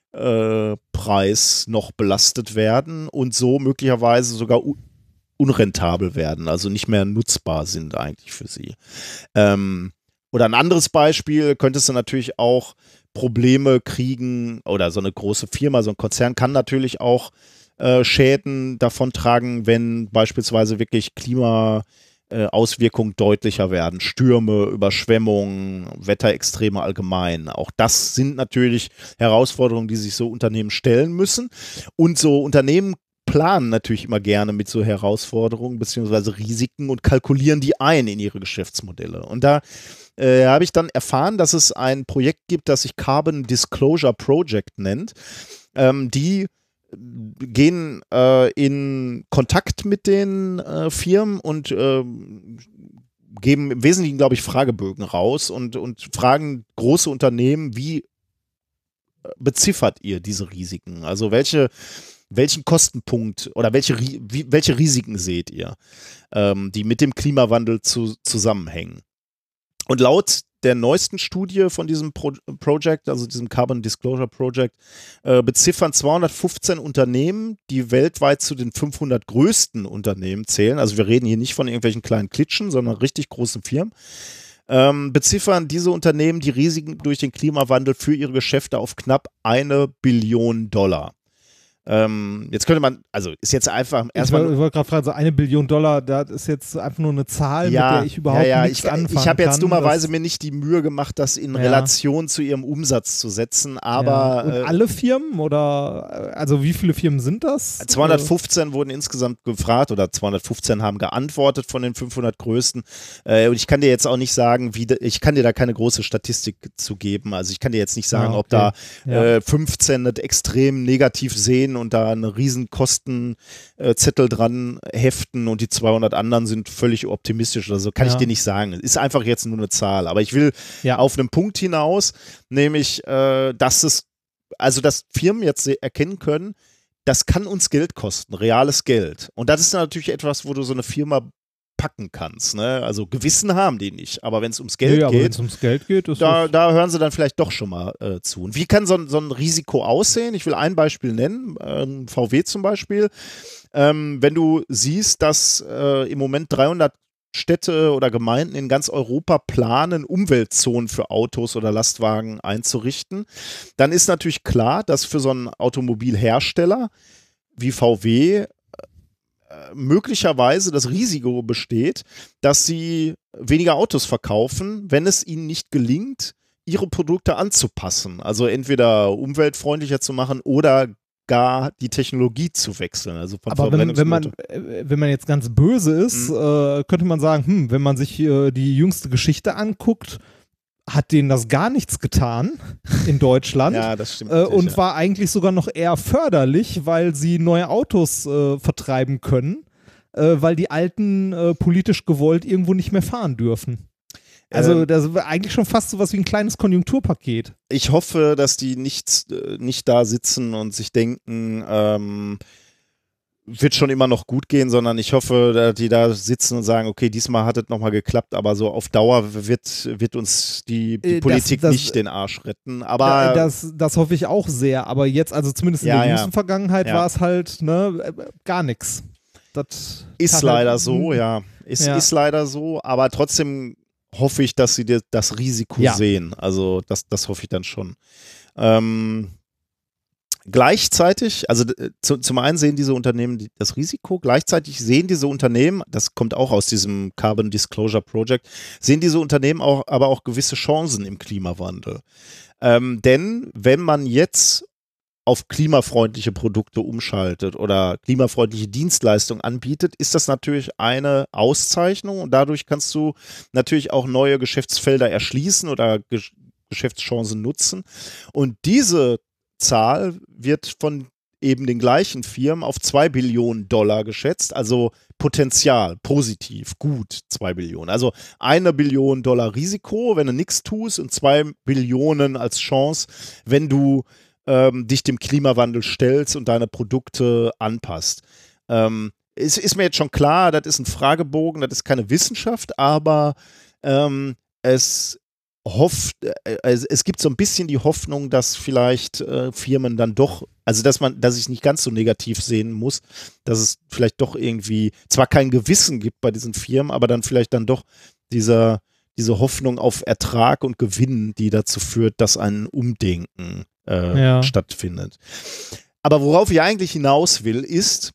Preis noch belastet werden und so möglicherweise sogar unrentabel werden, also nicht mehr nutzbar sind eigentlich für sie. Ähm, oder ein anderes Beispiel, könntest du natürlich auch Probleme kriegen oder so eine große Firma, so ein Konzern kann natürlich auch äh, Schäden davontragen, wenn beispielsweise wirklich Klimaauswirkungen deutlicher werden, Stürme, Überschwemmungen, Wetterextreme allgemein. Auch das sind natürlich Herausforderungen, die sich so Unternehmen stellen müssen und so Unternehmen planen natürlich immer gerne mit so Herausforderungen beziehungsweise Risiken und kalkulieren die ein in ihre Geschäftsmodelle. Und da äh, habe ich dann erfahren, dass es ein Projekt gibt, das sich Carbon Disclosure Project nennt. Ähm, die gehen äh, in Kontakt mit den äh, Firmen und äh, geben im Wesentlichen, glaube ich, Fragebögen raus und, und fragen große Unternehmen, wie beziffert ihr diese Risiken? Also welche Welchen Kostenpunkt oder welche, wie, welche Risiken seht ihr, ähm, die mit dem Klimawandel zu, zusammenhängen? Und laut der neuesten Studie von diesem Pro Project, also diesem Carbon Disclosure Project, äh, beziffern zweihundertfünfzehn Unternehmen, die weltweit zu den fünfhundert größten Unternehmen zählen. Also wir reden hier nicht von irgendwelchen kleinen Klitschen, sondern richtig großen Firmen. Ähm, beziffern diese Unternehmen die Risiken durch den Klimawandel für ihre Geschäfte auf knapp eine Billion Dollar. Ähm, jetzt könnte man, also ist jetzt einfach erstmal. Ich wollte gerade fragen, so eine Billion Dollar, das ist jetzt einfach nur eine Zahl, ja, mit der ich überhaupt ja, ja, nichts ich, anfangen kann. Ich habe jetzt dummerweise mir nicht die Mühe gemacht, das in ja. Relation zu ihrem Umsatz zu setzen, aber. Ja. Und äh, alle Firmen oder, also wie viele Firmen sind das? zweihundertfünfzehn wurden insgesamt gefragt oder zweihundertfünfzehn haben geantwortet von den fünfhundert größten. Äh, und ich kann dir jetzt auch nicht sagen, wie, de, ich kann dir da keine große Statistik zu geben. Also ich kann dir jetzt nicht sagen, ah, okay. ob da ja. äh, fünfzehn das extrem negativ sehen und da eine riesen Kostenzettel dran heften und die zweihundert anderen sind völlig optimistisch oder so, kann ja. ich dir nicht sagen. Ist einfach jetzt nur eine Zahl. Aber ich will ja. auf einen Punkt hinaus, nämlich, äh, dass es, also dass Firmen jetzt erkennen können, das kann uns Geld kosten, reales Geld. Und das ist natürlich etwas, wo du so eine Firma packen kannst. Ne? Also Gewissen haben die nicht, aber wenn es ums Geld nee, aber geht, wenn es ums Geld geht, ist da, da hören sie dann vielleicht doch schon mal äh, zu. Und wie kann so ein, so ein Risiko aussehen? Ich will ein Beispiel nennen, ähm, V W zum Beispiel. Ähm, wenn du siehst, dass äh, im Moment dreihundert Städte oder Gemeinden in ganz Europa planen, Umweltzonen für Autos oder Lastwagen einzurichten, dann ist natürlich klar, dass für so einen Automobilhersteller wie V W möglicherweise das Risiko besteht, dass sie weniger Autos verkaufen, wenn es ihnen nicht gelingt, ihre Produkte anzupassen. Also entweder umweltfreundlicher zu machen oder gar die Technologie zu wechseln. Also von Aber wenn, wenn, man, wenn man jetzt ganz böse ist, mhm. äh, könnte man sagen, hm, wenn man sich äh, die jüngste Geschichte anguckt, hat denen das gar nichts getan in Deutschland. Ja, das stimmt. Äh, und ja. war eigentlich sogar noch eher förderlich, weil sie neue Autos äh, vertreiben können, äh, weil die alten äh, politisch gewollt irgendwo nicht mehr fahren dürfen. Also ähm, das war eigentlich schon fast so was wie ein kleines Konjunkturpaket. Ich hoffe, dass die nicht, äh, nicht da sitzen und sich denken, ähm, wird schon immer noch gut gehen, sondern ich hoffe, dass die da sitzen und sagen, okay, diesmal hat es nochmal geklappt, aber so auf Dauer wird, wird uns die, die Politik das, das, nicht den Arsch retten. Aber das, das hoffe ich auch sehr, aber jetzt, also zumindest in ja, der jüngsten ja. Vergangenheit ja. war es halt ne, gar nichts. Das ist leider halt, so, ja. Ist, ja. ist leider so, aber trotzdem hoffe ich, dass sie das Risiko ja. sehen. Also das, das hoffe ich dann schon. Ähm, Gleichzeitig, also äh, zu, zum einen sehen diese Unternehmen die, das Risiko, gleichzeitig sehen diese Unternehmen, das kommt auch aus diesem Carbon Disclosure Project, sehen diese Unternehmen auch, aber auch gewisse Chancen im Klimawandel. Ähm, denn wenn man jetzt auf klimafreundliche Produkte umschaltet oder klimafreundliche Dienstleistungen anbietet, ist das natürlich eine Auszeichnung und dadurch kannst du natürlich auch neue Geschäftsfelder erschließen oder Ge- Geschäftschancen nutzen. Und diese Zahl wird von eben den gleichen Firmen auf zwei Billionen Dollar geschätzt, also Potenzial, positiv, gut, zwei Billionen. Also eine Billion Dollar Risiko, wenn du nichts tust und zwei Billionen als Chance, wenn du ähm, dich dem Klimawandel stellst und deine Produkte anpasst. Ähm, es ist mir jetzt schon klar, das ist ein Fragebogen, das ist keine Wissenschaft, aber ähm, es hofft, äh, es, es gibt so ein bisschen die Hoffnung, dass vielleicht äh, Firmen dann doch, also dass man, dass ich es nicht ganz so negativ sehen muss, dass es vielleicht doch irgendwie zwar kein Gewissen gibt bei diesen Firmen, aber dann vielleicht dann doch dieser, diese Hoffnung auf Ertrag und Gewinn, die dazu führt, dass ein Umdenken äh, Ja. stattfindet. Aber worauf ich eigentlich hinaus will, ist,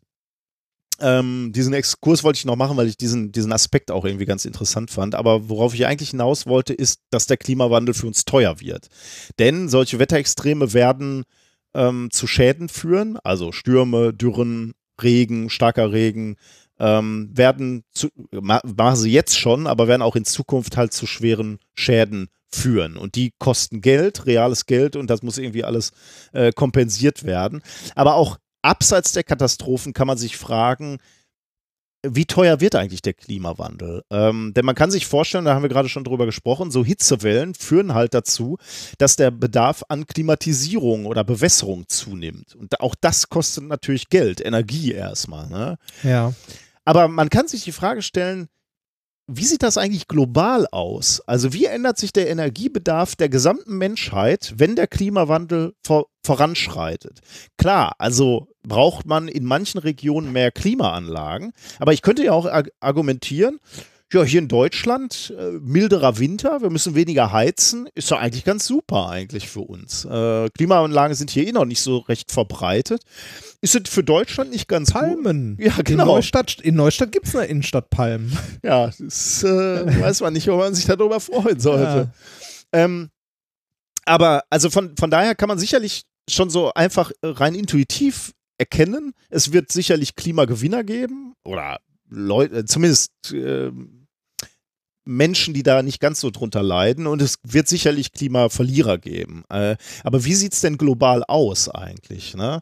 Ähm, diesen Exkurs wollte ich noch machen, weil ich diesen, diesen Aspekt auch irgendwie ganz interessant fand. Aber worauf ich eigentlich hinaus wollte, ist, dass der Klimawandel für uns teuer wird. Denn solche Wetterextreme werden ähm, zu Schäden führen, also Stürme, Dürren, Regen, starker Regen, ähm, werden zu, ma- machen sie jetzt schon, aber werden auch in Zukunft halt zu schweren Schäden führen. Und die kosten Geld, reales Geld, und das muss irgendwie alles äh, kompensiert werden. Aber auch abseits der Katastrophen kann man sich fragen, wie teuer wird eigentlich der Klimawandel? Ähm, denn man kann sich vorstellen, da haben wir gerade schon drüber gesprochen, so Hitzewellen führen halt dazu, dass der Bedarf an Klimatisierung oder Bewässerung zunimmt. Und auch das kostet natürlich Geld, Energie erstmal. Ne? Ja. Aber man kann sich die Frage stellen, wie sieht das eigentlich global aus? Also wie ändert sich der Energiebedarf der gesamten Menschheit, wenn der Klimawandel vor, voranschreitet? Klar, also braucht man in manchen Regionen mehr Klimaanlagen, aber ich könnte ja auch arg- argumentieren, ja, hier in Deutschland, äh, milderer Winter, wir müssen weniger heizen, ist doch eigentlich ganz super eigentlich für uns. Äh, Klimaanlagen sind hier eh noch nicht so recht verbreitet. Ist es für Deutschland nicht ganz gut? Palmen. Ja, genau. In Neustadt, in Neustadt gibt es eine Innenstadt Palmen. Ja, das äh, weiß man nicht, ob man sich darüber freuen sollte. Ja. Ähm, aber also von, von daher kann man sicherlich schon so einfach äh, rein intuitiv erkennen, es wird sicherlich Klimagewinner geben oder Leute, zumindest äh, Menschen, die da nicht ganz so drunter leiden, und es wird sicherlich Klimaverlierer geben. Äh, aber wie sieht es denn global aus eigentlich? Ne?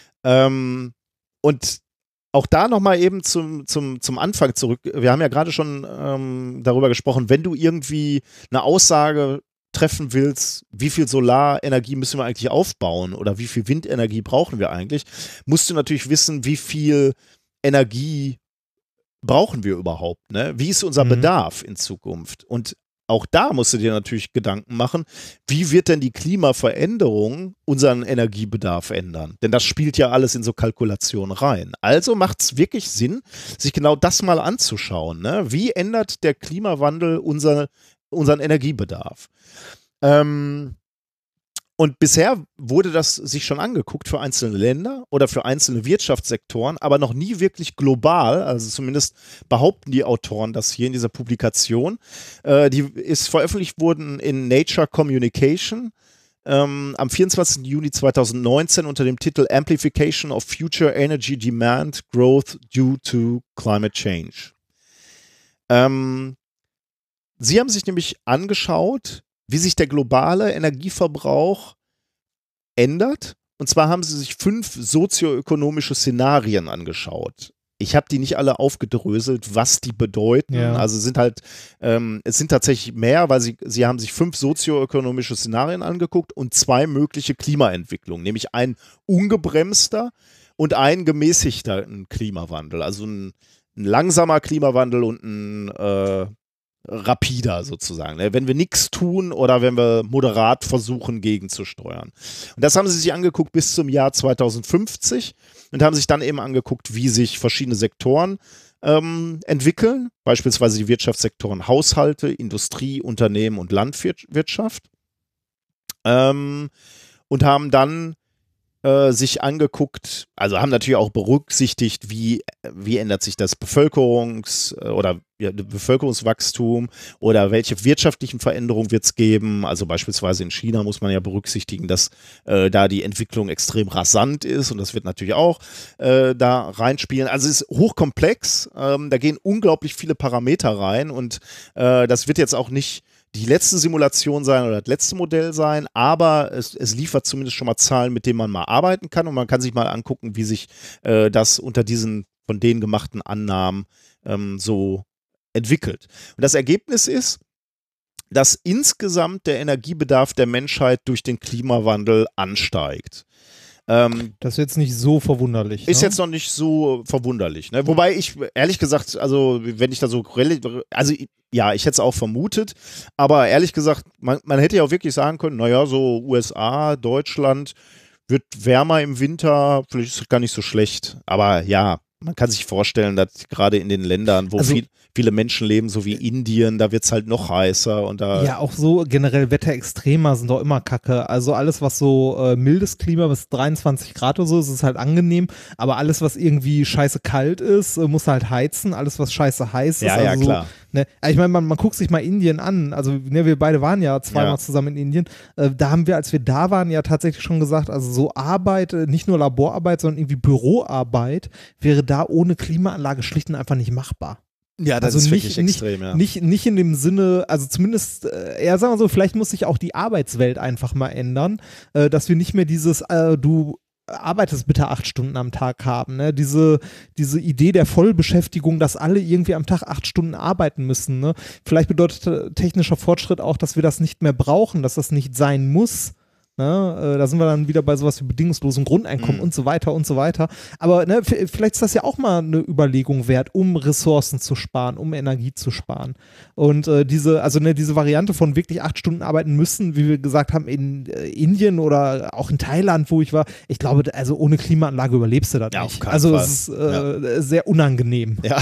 Ähm, und auch da nochmal eben zum, zum, zum Anfang zurück. Wir haben ja gerade schon ähm, darüber gesprochen, wenn du irgendwie eine Aussage treffen willst, wie viel Solarenergie müssen wir eigentlich aufbauen oder wie viel Windenergie brauchen wir eigentlich, musst du natürlich wissen, wie viel Energie brauchen wir überhaupt, ne? Wie ist unser Mhm. Bedarf in Zukunft? Und auch da musst du dir natürlich Gedanken machen, wie wird denn die Klimaveränderung unseren Energiebedarf ändern? Denn das spielt ja alles in so Kalkulationen rein. Also macht es wirklich Sinn, sich genau das mal anzuschauen. Ne? Wie ändert der Klimawandel unser, unseren Energiebedarf? Ähm, und bisher wurde das sich schon angeguckt für einzelne Länder oder für einzelne Wirtschaftssektoren, aber noch nie wirklich global. Also zumindest behaupten die Autoren das hier in dieser Publikation. Äh, die ist veröffentlicht worden in Nature Communication ähm, am vierundzwanzigsten Juni zweitausendneunzehn unter dem Titel Amplification of Future Energy Demand Growth Due to Climate Change. Ähm, sie haben sich nämlich angeschaut, wie sich der globale Energieverbrauch ändert. Und zwar haben sie sich fünf sozioökonomische Szenarien angeschaut. Ich habe die nicht alle aufgedröselt, was die bedeuten. Ja. Also sind halt, ähm, es sind tatsächlich mehr, weil sie, sie haben sich fünf sozioökonomische Szenarien angeguckt und zwei mögliche Klimaentwicklungen, nämlich ein ungebremster und ein gemäßigter Klimawandel. Also ein, ein langsamer Klimawandel und ein äh, rapider sozusagen, ne? Wenn wir nichts tun oder wenn wir moderat versuchen gegenzusteuern. Und das haben sie sich angeguckt bis zum Jahr zweitausendfünfzig und haben sich dann eben angeguckt, wie sich verschiedene Sektoren ähm, entwickeln, beispielsweise die Wirtschaftssektoren Haushalte, Industrie, Unternehmen und Landwirtschaft, ähm, und haben dann äh, sich angeguckt, also haben natürlich auch berücksichtigt, wie, wie ändert sich das Bevölkerungs- oder ja, Bevölkerungswachstum oder welche wirtschaftlichen Veränderungen wird es geben. Also beispielsweise in China muss man ja berücksichtigen, dass äh, da die Entwicklung extrem rasant ist und das wird natürlich auch äh, da reinspielen. Also es ist hochkomplex, ähm, da gehen unglaublich viele Parameter rein und äh, das wird jetzt auch nicht die letzte Simulation sein oder das letzte Modell sein, aber es, es liefert zumindest schon mal Zahlen, mit denen man mal arbeiten kann und man kann sich mal angucken, wie sich äh, das unter diesen von denen gemachten Annahmen ähm, so entwickelt. Und das Ergebnis ist, dass insgesamt der Energiebedarf der Menschheit durch den Klimawandel ansteigt. Ähm, das ist jetzt nicht so verwunderlich. Ist ne? jetzt noch nicht so verwunderlich. Ne? Wobei ich, ehrlich gesagt, also wenn ich da so, also ja, ich hätte es auch vermutet, aber ehrlich gesagt, man, man hätte ja auch wirklich sagen können, naja, so U S A, Deutschland wird wärmer im Winter, vielleicht ist es gar nicht so schlecht. Aber ja, man kann sich vorstellen, dass gerade in den Ländern, wo also, viel, viele Menschen leben, so wie Indien, da wird es halt noch heißer. Und da ja, auch so generell Wetterextremer sind doch immer kacke. Also alles, was so äh, mildes Klima bis dreiundzwanzig Grad oder so ist, ist halt angenehm. Aber alles, was irgendwie scheiße kalt ist, äh, muss halt heizen. Alles, was scheiße heiß ist. Ja, also ja, so, klar. Ne, ich meine, man, man guckt sich mal Indien an. Also ne, wir beide waren ja zweimal ja. zusammen in Indien. Äh, da haben wir, als wir da waren, ja tatsächlich schon gesagt, also so Arbeit, nicht nur Laborarbeit, sondern irgendwie Büroarbeit wäre da ohne Klimaanlage schlicht und einfach nicht machbar. Ja, das also ist nicht, wirklich extrem, nicht, ja. Nicht, nicht in dem Sinne, also zumindest, äh, ja, sagen wir so, vielleicht muss sich auch die Arbeitswelt einfach mal ändern, äh, dass wir nicht mehr dieses, äh, du arbeitest bitte acht Stunden am Tag haben, ne? Diese, diese Idee der Vollbeschäftigung, dass alle irgendwie am Tag acht Stunden arbeiten müssen, ne? Vielleicht bedeutet technischer Fortschritt auch, dass wir das nicht mehr brauchen, dass das nicht sein muss. Ne, äh, da sind wir dann wieder bei sowas wie bedingungslosen Grundeinkommen Mhm. und so weiter und so weiter. Aber ne, f- vielleicht ist das ja auch mal eine Überlegung wert, um Ressourcen zu sparen, um Energie zu sparen. Und äh, diese, also ne, diese Variante von wirklich acht Stunden arbeiten müssen, wie wir gesagt haben, in äh, Indien oder auch in Thailand, wo ich war, ich glaube, also ohne Klimaanlage überlebst du das Ja, auf nicht. keinen Also Fall. es ist äh, sehr unangenehm. Ja.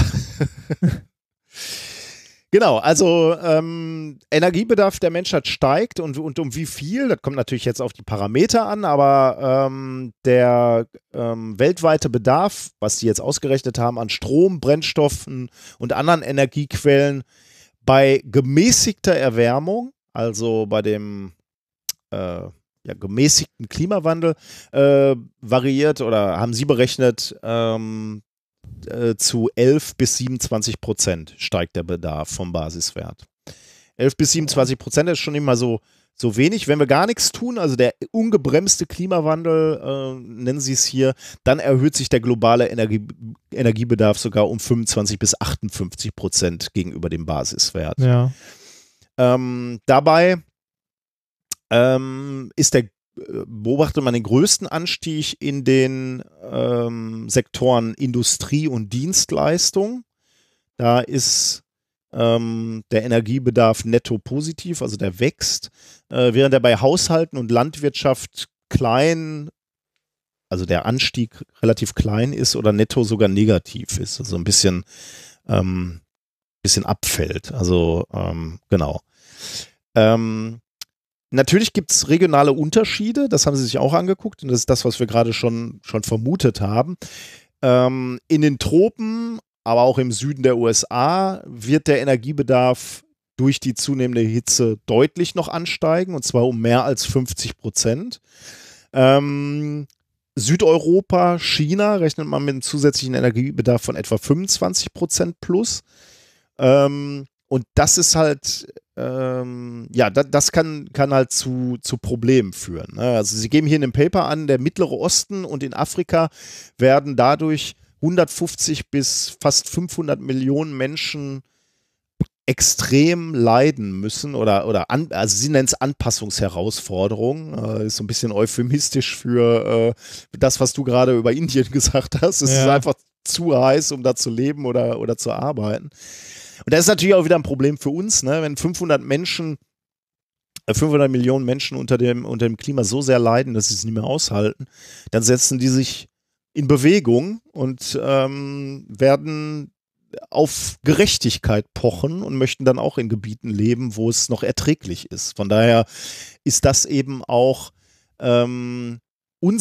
Genau, also ähm, Energiebedarf der Menschheit steigt und, und um wie viel, das kommt natürlich jetzt auf die Parameter an, aber ähm, der ähm, weltweite Bedarf, was die jetzt ausgerechnet haben an Strom, Brennstoffen und anderen Energiequellen bei gemäßigter Erwärmung, also bei dem äh, ja, gemäßigten Klimawandel, äh, variiert oder haben sie berechnet, ähm, zu elf bis siebenundzwanzig Prozent steigt der Bedarf vom Basiswert. elf bis siebenundzwanzig Prozent ist schon immer so, so wenig. Wenn wir gar nichts tun, also der ungebremste Klimawandel, äh, nennen sie es hier, dann erhöht sich der globale Energie, Energiebedarf sogar um fünfundzwanzig bis achtundfünfzig Prozent gegenüber dem Basiswert. Ja. Ähm, dabei ähm, ist der beobachtet man den größten Anstieg in den ähm, Sektoren Industrie und Dienstleistung. Da ist ähm, der Energiebedarf netto positiv, also der wächst, äh, während er bei Haushalten und Landwirtschaft klein, also der Anstieg relativ klein ist oder netto sogar negativ ist, also ein bisschen, ähm, bisschen abfällt. Also ähm, genau. Ähm, Natürlich gibt es regionale Unterschiede, das haben sie sich auch angeguckt und das ist das, was wir gerade schon, schon vermutet haben. Ähm, in den Tropen, aber auch im Süden der U S A wird der Energiebedarf durch die zunehmende Hitze deutlich noch ansteigen und zwar um mehr als fünfzig Prozent. Ähm, Südeuropa, China rechnet man mit einem zusätzlichen Energiebedarf von etwa fünfundzwanzig Prozent plus. Ähm, und das ist halt Ähm, ja, das, das kann, kann halt zu, zu Problemen führen. Ne? Also sie geben hier in dem Paper an, der Mittlere Osten und in Afrika werden dadurch hundertfünfzig bis fast fünfhundert Millionen Menschen extrem leiden müssen oder, oder an, also sie nennen es Anpassungsherausforderungen, äh, ist so ein bisschen euphemistisch für äh, das, was du gerade über Indien gesagt hast. Es Ja. ist einfach zu heiß, um da zu leben oder, oder zu arbeiten. Und das ist natürlich auch wieder ein Problem für uns, ne? Wenn fünfhundert Menschen, fünfhundert Millionen Menschen unter dem, unter dem Klima so sehr leiden, dass sie es nicht mehr aushalten, dann setzen die sich in Bewegung und ähm, werden auf Gerechtigkeit pochen und möchten dann auch in Gebieten leben, wo es noch erträglich ist. Von daher ist das eben auch ähm, unser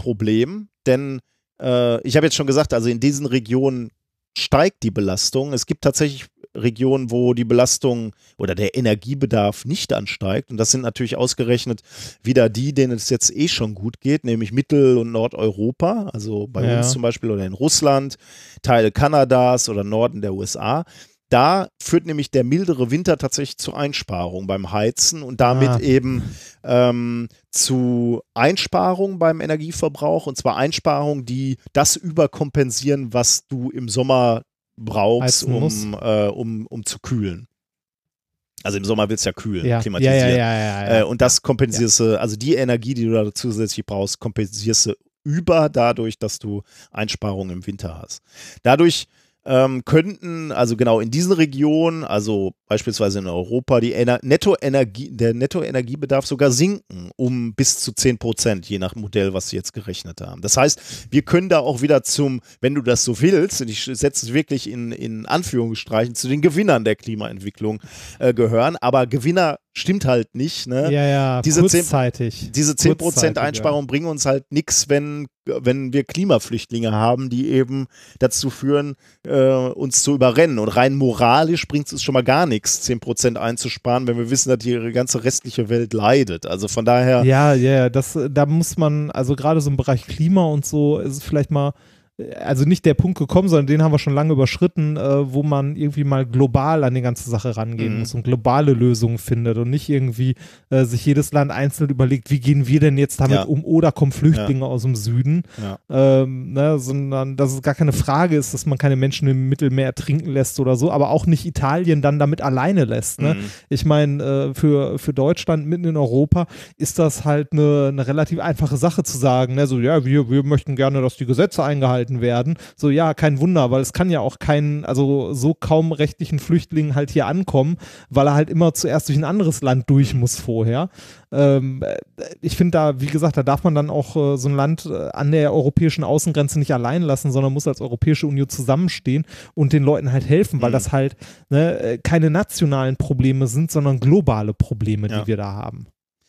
Problem, denn äh, ich habe jetzt schon gesagt, also in diesen Regionen steigt die Belastung. Es gibt tatsächlich Regionen, wo die Belastung oder der Energiebedarf nicht ansteigt. Und das sind natürlich ausgerechnet wieder die, denen es jetzt eh schon gut geht, nämlich Mittel- und Nordeuropa, also bei Ja. uns zum Beispiel oder in Russland, Teile Kanadas oder Norden der U S A. Da führt nämlich der mildere Winter tatsächlich zu Einsparungen beim Heizen und damit Ah. eben ähm, zu Einsparungen beim Energieverbrauch, und zwar Einsparungen, die das überkompensieren, was du im Sommer brauchst, Heizen musst. um, äh, um, um zu kühlen. Also im Sommer willst du ja kühlen, Ja, ja, klimatisieren. ja, ja, ja, ja. Äh, und das kompensierst du, also die Energie, die du da zusätzlich brauchst, kompensierst du über dadurch, dass du Einsparungen im Winter hast. Dadurch ähm, könnten, also genau in diesen Regionen, also beispielsweise in Europa, die Ener- Nettoenergie, der Nettoenergiebedarf sogar sinken um bis zu zehn Prozent, je nach Modell, was sie jetzt gerechnet haben. Das heißt, wir können da auch wieder zum, wenn du das so willst, und ich setze es wirklich in, in Anführungsstrichen, zu den Gewinnern der Klimaentwicklung äh, gehören, aber Gewinner stimmt halt nicht. Ne? Ja, ja, Diese zehn kurzzeitig. Diese zehn Prozent Kurzzeitig, Einsparung bringen uns halt nichts, wenn, wenn wir Klimaflüchtlinge haben, die eben dazu führen, äh, uns zu überrennen. Und rein moralisch bringt es uns schon mal gar nichts, zehn Prozent einzusparen, wenn wir wissen, dass die ganze restliche Welt leidet. Also von daher. Ja, ja, ja, das, da muss man, also gerade so im Bereich Klima und so, ist es vielleicht mal, also nicht der Punkt gekommen, sondern den haben wir schon lange überschritten, äh, wo man irgendwie mal global an die ganze Sache rangehen Mhm. muss und globale Lösungen findet und nicht irgendwie äh, sich jedes Land einzeln überlegt, wie gehen wir denn jetzt damit Ja. um, oder kommen Flüchtlinge aus dem Süden, Ja. ähm, ne, sondern dass es gar keine Frage ist, dass man keine Menschen im Mittelmeer ertrinken lässt oder so, aber auch nicht Italien dann damit alleine lässt. Ne? Mhm. Ich meine, äh, für, für Deutschland mitten in Europa ist das halt eine, eine relativ einfache Sache zu sagen, ne? So, ja, wir, wir möchten gerne, dass die Gesetze eingehalten werden. So, ja, kein Wunder, weil es kann ja auch keinen, also so kaum rechtlichen Flüchtlingen halt hier ankommen, weil er halt immer zuerst durch ein anderes Land durch muss vorher. Ähm, ich finde da, wie gesagt, da darf man dann auch äh, so ein Land äh, an der europäischen Außengrenze nicht allein lassen, sondern muss als Europäische Union zusammenstehen und den Leuten halt helfen, weil Mhm. das halt ne, äh, keine nationalen Probleme sind, sondern globale Probleme, Ja. die wir da haben.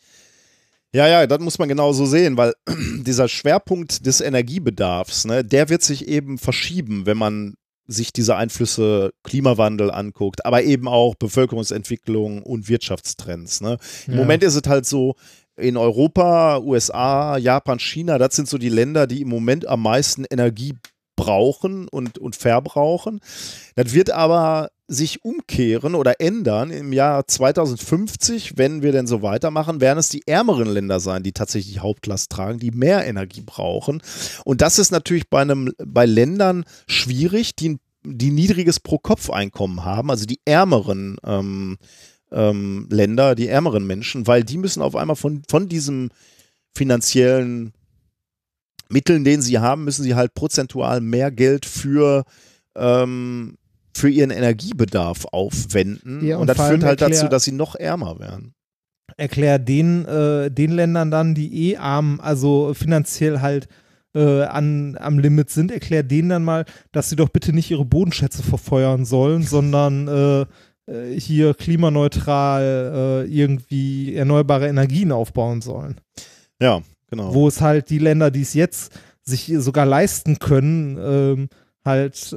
Ja, ja, das muss man genauso sehen, weil dieser Schwerpunkt des Energiebedarfs, ne, der wird sich eben verschieben, wenn man sich diese Einflüsse Klimawandel anguckt, aber eben auch Bevölkerungsentwicklung und Wirtschaftstrends. Ne. Im Ja. Moment ist es halt so, in Europa, U S A, Japan, China, das sind so die Länder, die im Moment am meisten Energie brauchen und, und verbrauchen. Das wird aber sich umkehren oder ändern im Jahr zweitausendfünfzig, wenn wir denn so weitermachen, werden es die ärmeren Länder sein, die tatsächlich die Hauptlast tragen, die mehr Energie brauchen. Und das ist natürlich bei, einem, bei Ländern schwierig, die, die niedriges Pro-Kopf-Einkommen haben, also die ärmeren ähm, ähm, Länder, die ärmeren Menschen, weil die müssen auf einmal von, von diesem finanziellen Mitteln, den sie haben, müssen sie halt prozentual mehr Geld für, ähm, für ihren Energiebedarf aufwenden. Ja, und und das vor führt allem halt dazu, erklär- dass sie noch ärmer werden. Erklär den, äh, den Ländern dann, die eh arm, also finanziell halt äh, an, am Limit sind, erklär denen dann mal, dass sie doch bitte nicht ihre Bodenschätze verfeuern sollen, sondern äh, äh, hier klimaneutral äh, irgendwie erneuerbare Energien aufbauen sollen. Ja, genau. Wo es halt die Länder, die es jetzt sich sogar leisten können, ähm, halt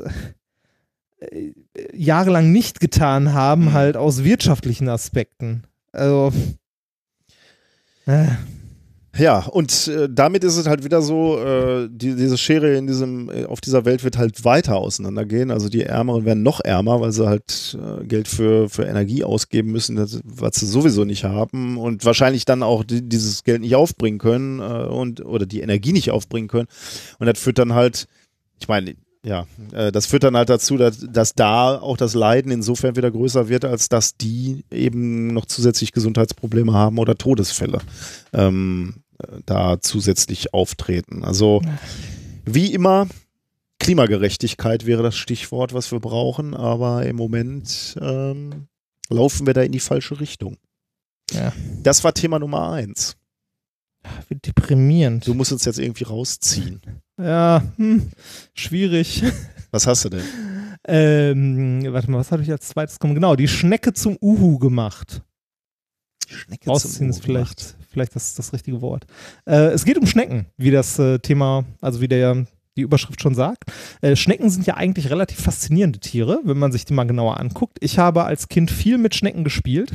äh, jahrelang nicht getan haben, Mhm. halt aus wirtschaftlichen Aspekten. Also äh, Ja, und äh, damit ist es halt wieder so, äh, die, diese Schere in diesem, äh, auf dieser Welt wird halt weiter auseinandergehen. Also die Ärmeren werden noch ärmer, weil sie halt äh, Geld für, für Energie ausgeben müssen, das, was sie sowieso nicht haben und wahrscheinlich dann auch die, dieses Geld nicht aufbringen können äh, und oder die Energie nicht aufbringen können. Und das führt dann halt, ich meine, ja, äh, das führt dann halt dazu, dass, dass da auch das Leiden insofern wieder größer wird, als dass die eben noch zusätzlich Gesundheitsprobleme haben oder Todesfälle ähm, äh, da zusätzlich auftreten. Also wie immer, Klimagerechtigkeit wäre das Stichwort, was wir brauchen, aber im Moment ähm, laufen wir da in die falsche Richtung. ja, Das war Thema Nummer eins. wird deprimierend. Du musst uns jetzt irgendwie rausziehen. Ja, hm, schwierig. Was hast du denn? ähm, warte mal, was habe ich als zweites kommen? Genau, die Schnecke zum Uhu gemacht. Schnecke Rausziehen ist zum vielleicht, vielleicht das, das richtige Wort. Äh, es geht um Schnecken, wie das äh, Thema, also wie der, die Überschrift schon sagt. Äh, Schnecken sind ja eigentlich relativ faszinierende Tiere, wenn man sich die mal genauer anguckt. Ich habe als Kind viel mit Schnecken gespielt.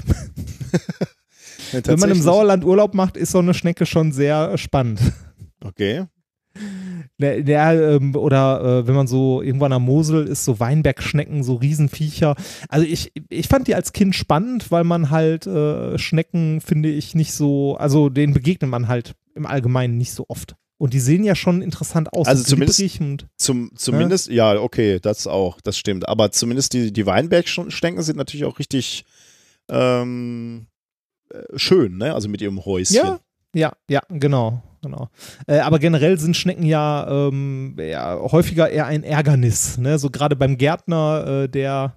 Ja, wenn man im Sauerland Urlaub macht, ist so eine Schnecke schon sehr spannend. Okay. Der, der, ähm, oder äh, wenn man so irgendwann am Mosel ist, so Weinbergschnecken, so Riesenviecher. Also ich, ich fand die als Kind spannend, weil man halt äh, Schnecken, finde ich, nicht so, also denen begegnet man halt im Allgemeinen nicht so oft. Und die sehen ja schon interessant aus. Also zumindest, und, zum, zumindest ja? ja, okay, das auch, das stimmt. Aber zumindest die, die Weinbergschnecken sind natürlich auch richtig ähm, schön, ne? Also mit ihrem Häuschen. Ja, ja, ja, genau. Genau. Äh, aber generell sind Schnecken ja, ähm, ja häufiger eher ein Ärgernis. Ne? So gerade beim Gärtner, äh, der,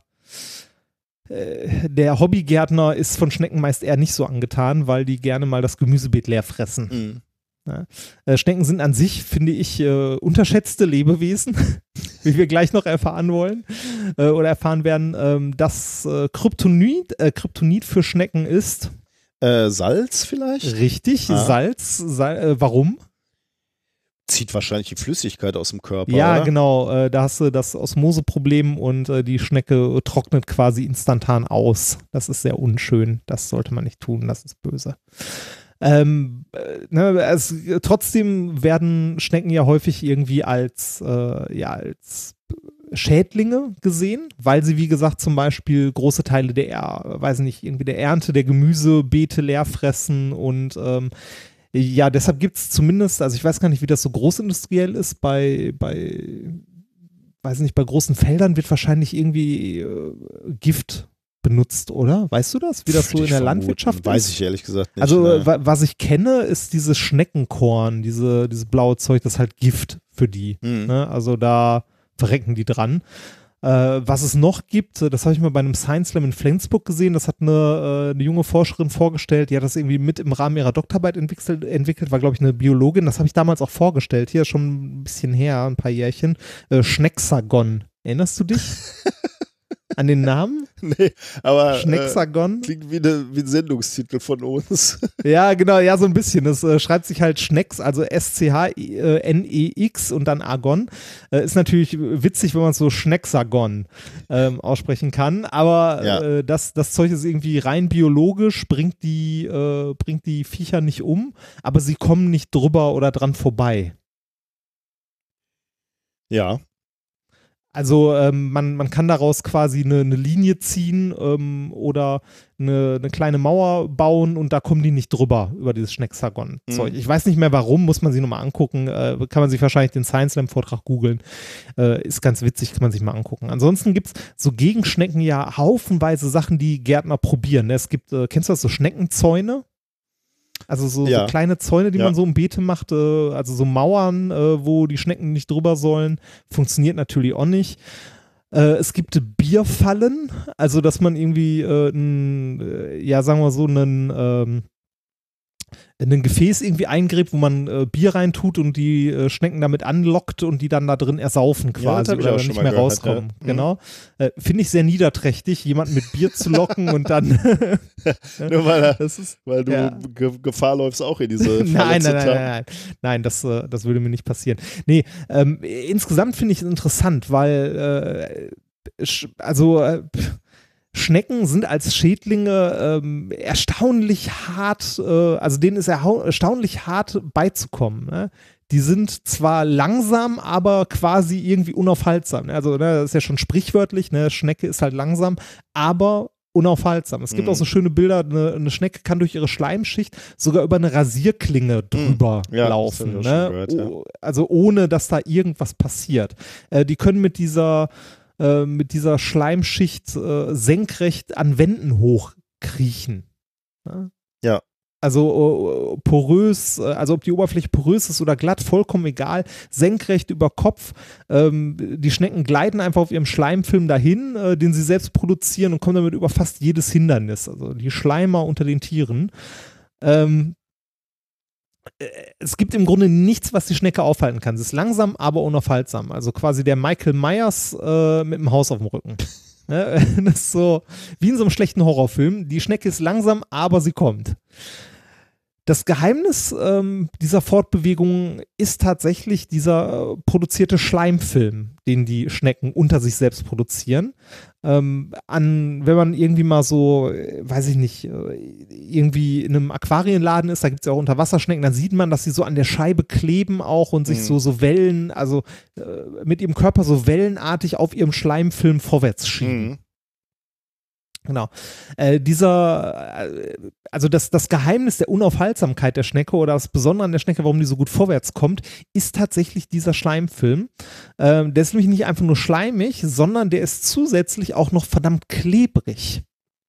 äh, der Hobbygärtner ist von Schnecken meist eher nicht so angetan, weil die gerne mal das Gemüsebeet leer fressen. Mhm. Ja. Äh, Schnecken sind an sich, finde ich, äh, unterschätzte Lebewesen, wie wir gleich noch erfahren wollen äh, oder erfahren werden. Ähm, das äh, Kryptonit, äh, Kryptonit für Schnecken ist Äh, Salz vielleicht? richtig, ah. Salz. Sal äh, warum? Zieht wahrscheinlich die Flüssigkeit aus dem Körper. Ja, oder? genau. Äh, da hast du das Osmoseproblem und äh, die Schnecke trocknet quasi instantan aus. Das ist sehr unschön. Das sollte man nicht tun. Das ist böse. Ähm, äh, ne, es, trotzdem werden Schnecken ja häufig irgendwie als, äh, ja, als Schädlinge gesehen, weil sie, wie gesagt, zum Beispiel große Teile der, weiß nicht, irgendwie der Ernte, der Gemüsebeete leer fressen und ähm, ja, deshalb gibt es zumindest, also ich weiß gar nicht, wie das so großindustriell ist, bei, bei, weiß nicht, bei großen Feldern wird wahrscheinlich irgendwie äh, Gift benutzt, oder? Weißt du das? Wie das so in der Landwirtschaft ist? Weiß ich ehrlich gesagt nicht. Also ne. wa was ich kenne, ist dieses Schneckenkorn, diese, dieses blaue Zeug, das ist halt Gift für die. Hm. Ne? Also da verrecken die dran. Äh, was es noch gibt, das habe ich mal bei einem Science Slam in Flensburg gesehen, das hat eine, äh, eine junge Forscherin vorgestellt, die hat das irgendwie mit im Rahmen ihrer Doktorarbeit entwickelt, entwickelt war, glaube ich, eine Biologin, das habe ich damals auch vorgestellt, hier schon ein bisschen her, ein paar Jährchen, äh, Schnecksagon. Erinnerst du dich an den Namen? Nee, aber Schnecksagon? Äh, klingt wie, eine, wie ein Sendungstitel von uns. Ja, genau, ja, so ein bisschen. Das äh, schreibt sich halt Schnecks, also S C H N E X und dann Argon. Äh, ist natürlich witzig, wenn man es so Schnecksagon ähm, aussprechen kann, aber ja. äh, das, das Zeug ist irgendwie rein biologisch, bringt die, äh, bringt die Viecher nicht um, aber sie kommen nicht drüber oder dran vorbei. Ja. Also ähm, man, man kann daraus quasi eine, eine Linie ziehen ähm, oder eine, eine kleine Mauer bauen und da kommen die nicht drüber über dieses Schnecksagon-Zeug. Mhm. Ich weiß nicht mehr warum, muss man sich nochmal angucken. Äh, kann man sich wahrscheinlich den Science Slam-Vortrag googeln. Äh, ist ganz witzig, kann man sich mal angucken. Ansonsten gibt es so gegen Schnecken ja haufenweise Sachen, die Gärtner probieren. Es gibt, äh, kennst du das, so Schneckenzäune? Also so, ja. so kleine Zäune, die ja. man so im Beete macht, äh, also so Mauern, äh, wo die Schnecken nicht drüber sollen, funktioniert natürlich auch nicht. Äh, es gibt Bierfallen, also dass man irgendwie, äh, n, äh, ja sagen wir so, einen ähm, ein Gefäß irgendwie eingräbt, wo man äh, Bier reintut und die äh, Schnecken damit anlockt und die dann da drin ersaufen quasi ja, oder dann nicht mehr gehört, rauskommen. Ja. Genau. Äh, Finde ich sehr niederträchtig, jemanden mit Bier zu locken und dann Nur weil, er, das ist, weil du ja. Ge Gefahr läufst, auch in diese Falle nein, zu nein, nein, nein, nein, nein, das, äh, das würde mir nicht passieren. Nee, ähm, insgesamt finde ich es interessant, weil äh, also äh, Schnecken sind als Schädlinge ähm, erstaunlich hart, äh, also denen ist erstaunlich hart beizukommen. Ne? Die sind zwar langsam, aber quasi irgendwie unaufhaltsam. Ne? Also ne, das ist ja schon sprichwörtlich, ne? Schnecke ist halt langsam, aber unaufhaltsam. Es gibt mhm. auch so schöne Bilder, eine, eine Schnecke kann durch ihre Schleimschicht sogar über eine Rasierklinge drüber ja, laufen. Das ne? gehört, ja. Also ohne, dass da irgendwas passiert. Äh, die können mit dieser mit dieser Schleimschicht äh, senkrecht an Wänden hochkriechen. Ja. ja. Also äh, porös, äh, also ob die Oberfläche porös ist oder glatt, vollkommen egal, senkrecht über Kopf. Ähm, die Schnecken gleiten einfach auf ihrem Schleimfilm dahin, äh, den sie selbst produzieren und kommen damit über fast jedes Hindernis. Also die Schleimer unter den Tieren. Ähm, Es gibt im Grunde nichts, was die Schnecke aufhalten kann. Sie ist langsam, aber unaufhaltsam. Also quasi der Michael Myers äh, mit dem Haus auf dem Rücken. Ne? Das ist so wie in so einem schlechten Horrorfilm. Die Schnecke ist langsam, aber sie kommt. Das Geheimnis ähm, dieser Fortbewegung ist tatsächlich dieser äh, produzierte Schleimfilm, den die Schnecken unter sich selbst produzieren. Ähm, an, wenn man irgendwie mal so, äh, weiß ich nicht, äh, irgendwie in einem Aquarienladen ist, da gibt es ja auch Unterwasserschnecken, dann sieht man, dass sie so an der Scheibe kleben auch und sich Mhm. so, so Wellen, also äh, mit ihrem Körper so wellenartig auf ihrem Schleimfilm vorwärts schieben. Mhm. Genau. Äh, dieser, äh, also das, das Geheimnis der Unaufhaltsamkeit der Schnecke oder das Besondere an der Schnecke, warum die so gut vorwärts kommt, ist tatsächlich dieser Schleimfilm. Ähm, der ist nämlich nicht einfach nur schleimig, sondern der ist zusätzlich auch noch verdammt klebrig.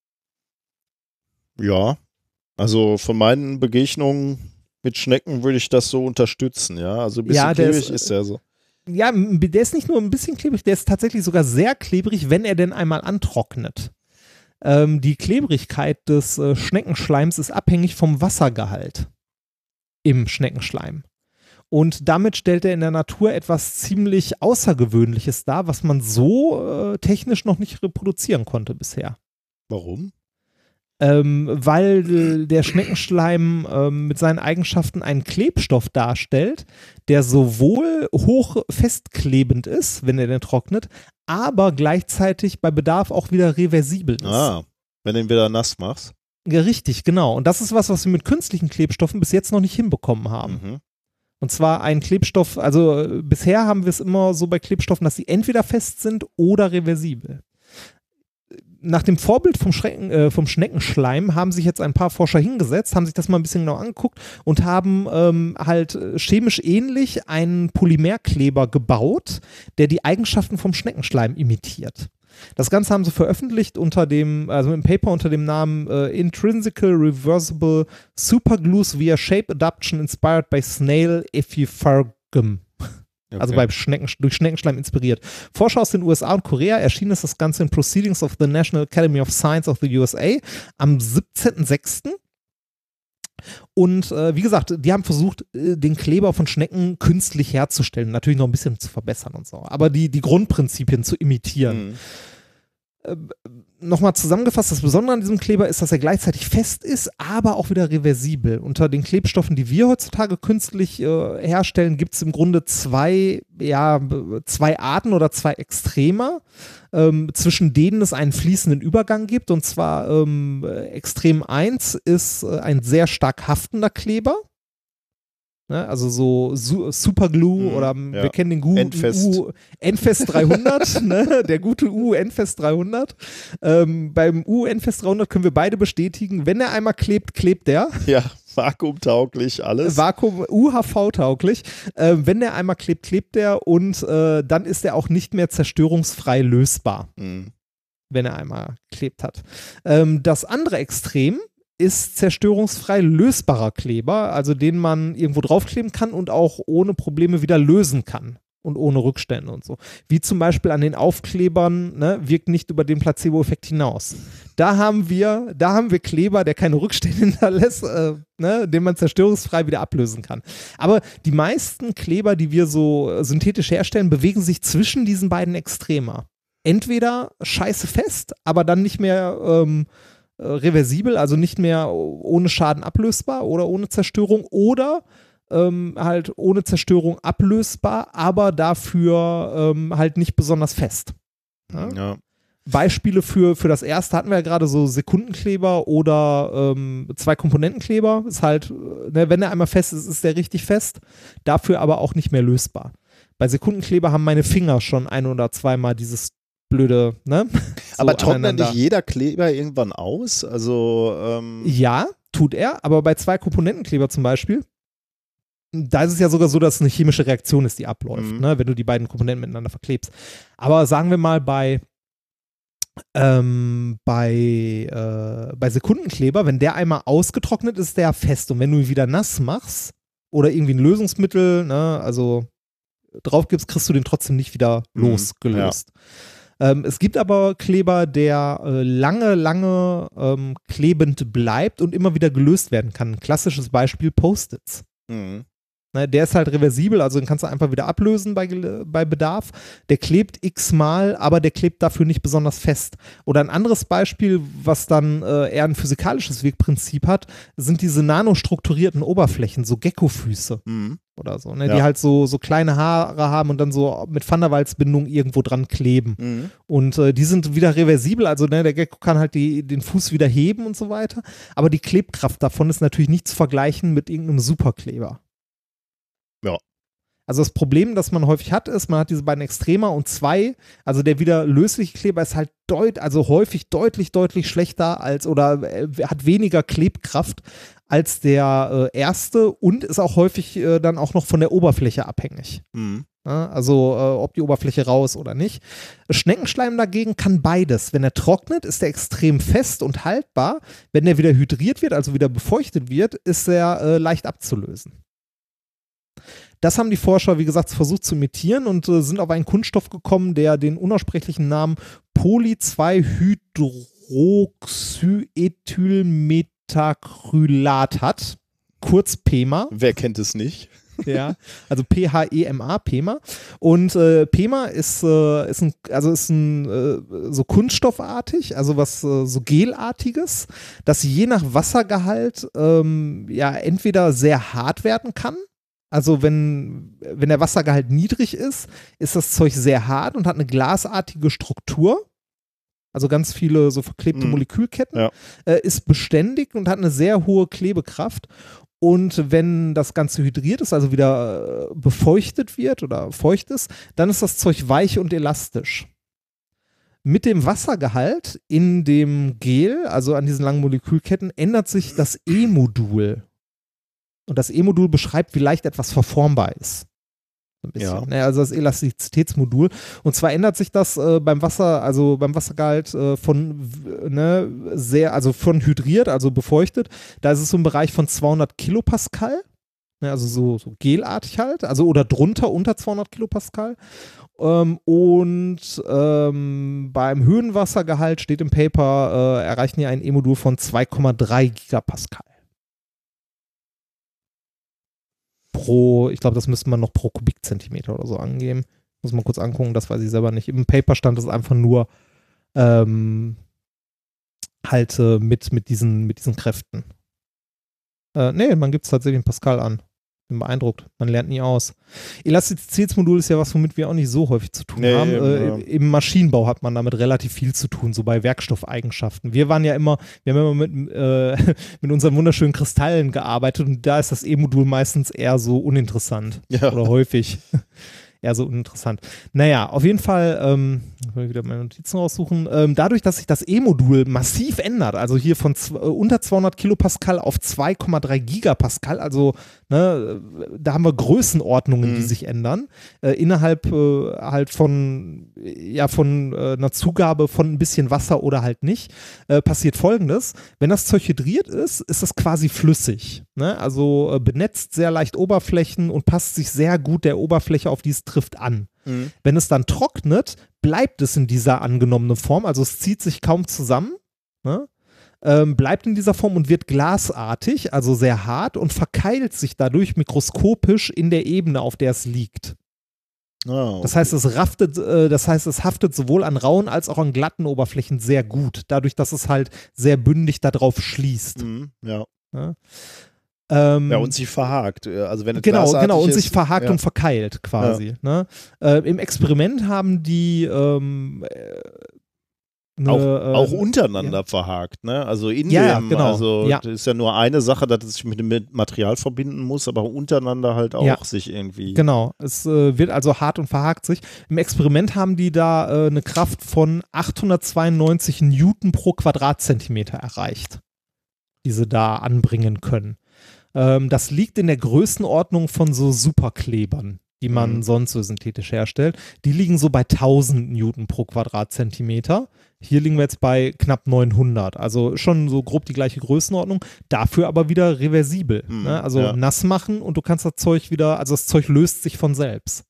Ja, also von meinen Begegnungen mit Schnecken würde ich das so unterstützen, ja. Also ein bisschen Ja, der klebrig ist- ist der so. Ja, m- der ist nicht nur ein bisschen klebrig, der ist tatsächlich sogar sehr klebrig, wenn er denn einmal antrocknet. Ähm, die Klebrigkeit des äh, Schneckenschleims ist abhängig vom Wassergehalt im Schneckenschleim. Und damit stellt er in der Natur etwas ziemlich Außergewöhnliches dar, was man so äh, technisch noch nicht reproduzieren konnte bisher. Warum? Ähm, weil äh, der Schneckenschleim ähm, mit seinen Eigenschaften einen Klebstoff darstellt, der sowohl hoch festklebend ist, wenn er denn trocknet, aber gleichzeitig bei Bedarf auch wieder reversibel ist. Ah, wenn du ihn wieder nass machst. Ja, richtig, genau. Und das ist was, was wir mit künstlichen Klebstoffen bis jetzt noch nicht hinbekommen haben. Mhm. Und zwar ein Klebstoff, also äh, bisher haben wir es immer so bei Klebstoffen, dass sie entweder fest sind oder reversibel. Nach dem Vorbild vom, Schrecken, äh, vom Schneckenschleim haben sich jetzt ein paar Forscher hingesetzt, haben sich das mal ein bisschen genau angeguckt und haben ähm, halt äh, chemisch ähnlich einen Polymerkleber gebaut, der die Eigenschaften vom Schneckenschleim imitiert. Das Ganze haben sie veröffentlicht unter dem, also im Paper unter dem Namen äh, Intrinsical Reversible Superglues via Shape Adaptation Inspired by Snail Ephiphargum. Also Okay. bei Schnecken, durch Schneckenschleim inspiriert. Forscher aus den U S A und Korea erschienen ist das Ganze in Proceedings of the National Academy of Science of the U S A am siebzehnten sechsten Und äh, wie gesagt, die haben versucht, äh, den Kleber von Schnecken künstlich herzustellen. Natürlich noch ein bisschen zu verbessern und so. Aber die, die Grundprinzipien zu imitieren. Mhm. Nochmal zusammengefasst, das Besondere an diesem Kleber ist, dass er gleichzeitig fest ist, aber auch wieder reversibel. Unter den Klebstoffen, die wir heutzutage künstlich äh, herstellen, gibt es im Grunde zwei, ja, zwei Arten oder zwei Extremer, ähm, zwischen denen es einen fließenden Übergang gibt. Und zwar ähm, Extrem eins ist äh, ein sehr stark haftender Kleber. Ne, also so Su Superglue Mhm, oder ja. wir kennen den Gu Endfest. U Endfest dreihundert, ne, der gute U Endfest dreihundert. Ähm, beim U Endfest dreihundert können wir beide bestätigen, wenn er einmal klebt, klebt der. Ja, vakuumtauglich alles. Vakuum U H V-tauglich. Äh, wenn der einmal klebt, klebt der und äh, dann ist er auch nicht mehr zerstörungsfrei lösbar, Mhm. wenn er einmal geklebt hat. Ähm, das andere Extrem ist zerstörungsfrei lösbarer Kleber, also den man irgendwo draufkleben kann und auch ohne Probleme wieder lösen kann und ohne Rückstände und so. Wie zum Beispiel an den Aufklebern, ne, wirkt nicht über den Placebo-Effekt hinaus. Da haben wir, da haben wir Kleber, der keine Rückstände hinterlässt, äh, ne, den man zerstörungsfrei wieder ablösen kann. Aber die meisten Kleber, die wir so äh, synthetisch herstellen, bewegen sich zwischen diesen beiden Extremer. Entweder scheiße fest, aber dann nicht mehr ähm, äh, reversibel, also nicht mehr ohne Schaden ablösbar oder ohne Zerstörung oder ähm, halt ohne Zerstörung ablösbar, aber dafür ähm, halt nicht besonders fest. Ja? Ja. Beispiele für, für das erste hatten wir ja gerade so Sekundenkleber oder ähm, Zwei-Komponentenkleber. Ist halt, ne, wenn der einmal fest ist, ist der richtig fest. Dafür aber auch nicht mehr lösbar. Bei Sekundenkleber haben meine Finger schon ein oder zweimal dieses blöde, ne? So Aber trocknet aneinander. nicht jeder Kleber irgendwann aus? Also, ähm, Ja, tut er, aber bei Zwei-Komponentenkleber zum Beispiel, da ist es ja sogar so, dass es eine chemische Reaktion ist, die abläuft, Mhm. ne, wenn du die beiden Komponenten miteinander verklebst. Aber sagen wir mal bei ähm, bei, äh, bei Sekundenkleber, wenn der einmal ausgetrocknet ist, ist der fest. Und wenn du ihn wieder nass machst oder irgendwie ein Lösungsmittel, ne, also drauf gibst, kriegst du den trotzdem nicht wieder Mhm, losgelöst. Ähm, es gibt aber Kleber, der äh, lange, lange ähm, klebend bleibt und immer wieder gelöst werden kann. Ein klassisches Beispiel Post-its. mhm. Ne, der ist halt reversibel, also den kannst du einfach wieder ablösen bei, bei Bedarf. Der klebt x-mal, aber der klebt dafür nicht besonders fest. Oder ein anderes Beispiel, was dann äh, eher ein physikalisches Wirkprinzip hat, sind diese nanostrukturierten Oberflächen, so Geckofüße Mhm. oder so, ne, Ja. die halt so, so kleine Haare haben und dann so mit Van der Waals-Bindung irgendwo dran kleben. Mhm. Und äh, die sind wieder reversibel, also ne, der Gecko kann halt die, den Fuß wieder heben und so weiter. Aber die Klebkraft davon ist natürlich nicht zu vergleichen mit irgendeinem Superkleber. Ja. Also das Problem, das man häufig hat, ist, man hat diese beiden Extremer und zwei, also der wieder lösliche Kleber ist halt deut, also häufig deutlich, deutlich schlechter als oder äh, hat weniger Klebkraft als der äh, erste und ist auch häufig äh, dann auch noch von der Oberfläche abhängig. Mhm. Ja, also äh, ob die Oberfläche rau ist oder nicht. Schneckenschleim dagegen kann beides. Wenn er trocknet, ist er extrem fest und haltbar. Wenn er wieder hydriert wird, also wieder befeuchtet wird, ist er äh, leicht abzulösen. Das haben die Forscher, wie gesagt, versucht zu imitieren und äh, sind auf einen Kunststoff gekommen, der den unaussprechlichen Namen Poly zwei Hydroxyethylmetacrylat hat. Kurz P E M A. Wer kennt es nicht? Ja, also P H E M A, P E M A. Und äh, P E M A ist, äh, ist ein, also ist ein äh, so kunststoffartig, also was äh, so gelartiges, das je nach Wassergehalt ähm, ja entweder sehr hart werden kann. Also wenn, wenn der Wassergehalt niedrig ist, ist das Zeug sehr hart und hat eine glasartige Struktur. Also ganz viele so verklebte Mhm. Molekülketten. Ja. Äh, ist beständig und hat eine sehr hohe Klebekraft. Und wenn das Ganze hydriert ist, also wieder äh, befeuchtet wird oder feucht ist, dann ist das Zeug weich und elastisch. Mit dem Wassergehalt in dem Gel, also an diesen langen Molekülketten, ändert sich das E-Modul. Und das E-Modul beschreibt, wie leicht etwas verformbar ist. So ein bisschen. Ja. Ne, also das Elastizitätsmodul. Und zwar ändert sich das äh, beim Wasser, also beim Wassergehalt äh, von w- ne, sehr, also von hydriert, also befeuchtet. Da ist es so im Bereich von zweihundert Kilopascal. Ne, also so, so gelartig halt. Also oder drunter, unter zweihundert Kilopascal. Ähm, und ähm, beim Höhenwassergehalt steht im Paper, äh, erreichen die ein E-Modul von zwei Komma drei Gigapascal. Pro, ich glaube, das müsste man noch pro Kubikzentimeter oder so angeben. Muss man kurz angucken, das weiß ich selber nicht. Im Paper stand es einfach nur ähm, halt äh, mit, mit, diesen, mit diesen Kräften. Äh, nee, man gibt es tatsächlich in Pascal an. Bin beeindruckt. Man lernt nie aus. Elastizitätsmodul ist ja was, womit wir auch nicht so häufig zu tun Nee, haben. Äh, ja. Im Maschinenbau hat man damit relativ viel zu tun, so bei Werkstoffeigenschaften. Wir waren ja immer, wir haben immer mit, äh, mit unseren wunderschönen Kristallen gearbeitet und da ist das E-Modul meistens eher so uninteressant. Ja. Oder häufig. Eher so uninteressant. Naja, auf jeden Fall, ähm, ich will wieder meine Notizen raussuchen, ähm, dadurch, dass sich das E-Modul massiv ändert, also hier von zw- äh, unter zweihundert Kilopascal auf zwei Komma drei Gigapascal, also ne, da haben wir Größenordnungen, Mhm. die sich ändern, äh, innerhalb äh, halt von, ja, von äh, einer Zugabe von ein bisschen Wasser oder halt nicht, äh, passiert Folgendes: Wenn das Zeug hydriert ist, ist das quasi flüssig, ne? Also äh, benetzt sehr leicht Oberflächen und passt sich sehr gut der Oberfläche, auf die es trifft, an. Mhm. Wenn es dann trocknet, bleibt es in dieser angenommenen Form, also es zieht sich kaum zusammen, ne? ähm, bleibt in dieser Form und wird glasartig, also sehr hart und verkeilt sich dadurch mikroskopisch in der Ebene, auf der es liegt. Ah, okay. Das heißt, es raftet, äh, das heißt, es haftet sowohl an rauen als auch an glatten Oberflächen sehr gut, dadurch, dass es halt sehr bündig darauf schließt. Mhm. Ja. Ne? Ähm, ja, und sich verhakt. Also wenn es Genau, glasartig genau, und ist, sich verhakt ja. und verkeilt quasi. Ne? Äh, Im Experiment haben die ähm, äh, ne, Auch, äh, auch untereinander verhakt, ne? Also in Ja, dem, genau. also Ja. das ist ja nur eine Sache, dass es sich mit dem Material verbinden muss, aber untereinander halt auch Ja. sich irgendwie. Genau, es äh, wird also hart und verhakt sich. Im Experiment haben die da äh, eine Kraft von achthundertzweiundneunzig Newton pro Quadratzentimeter erreicht, die sie da anbringen können. Ähm, das liegt in der Größenordnung von so Superklebern, die man Mhm. sonst so synthetisch herstellt. Die liegen so bei tausend Newton pro Quadratzentimeter. Hier liegen wir jetzt bei knapp neunhundert. Also schon so grob die gleiche Größenordnung. Dafür aber wieder reversibel. Mhm, Ne? Also ja. nass machen und du kannst das Zeug wieder, also das Zeug löst sich von selbst,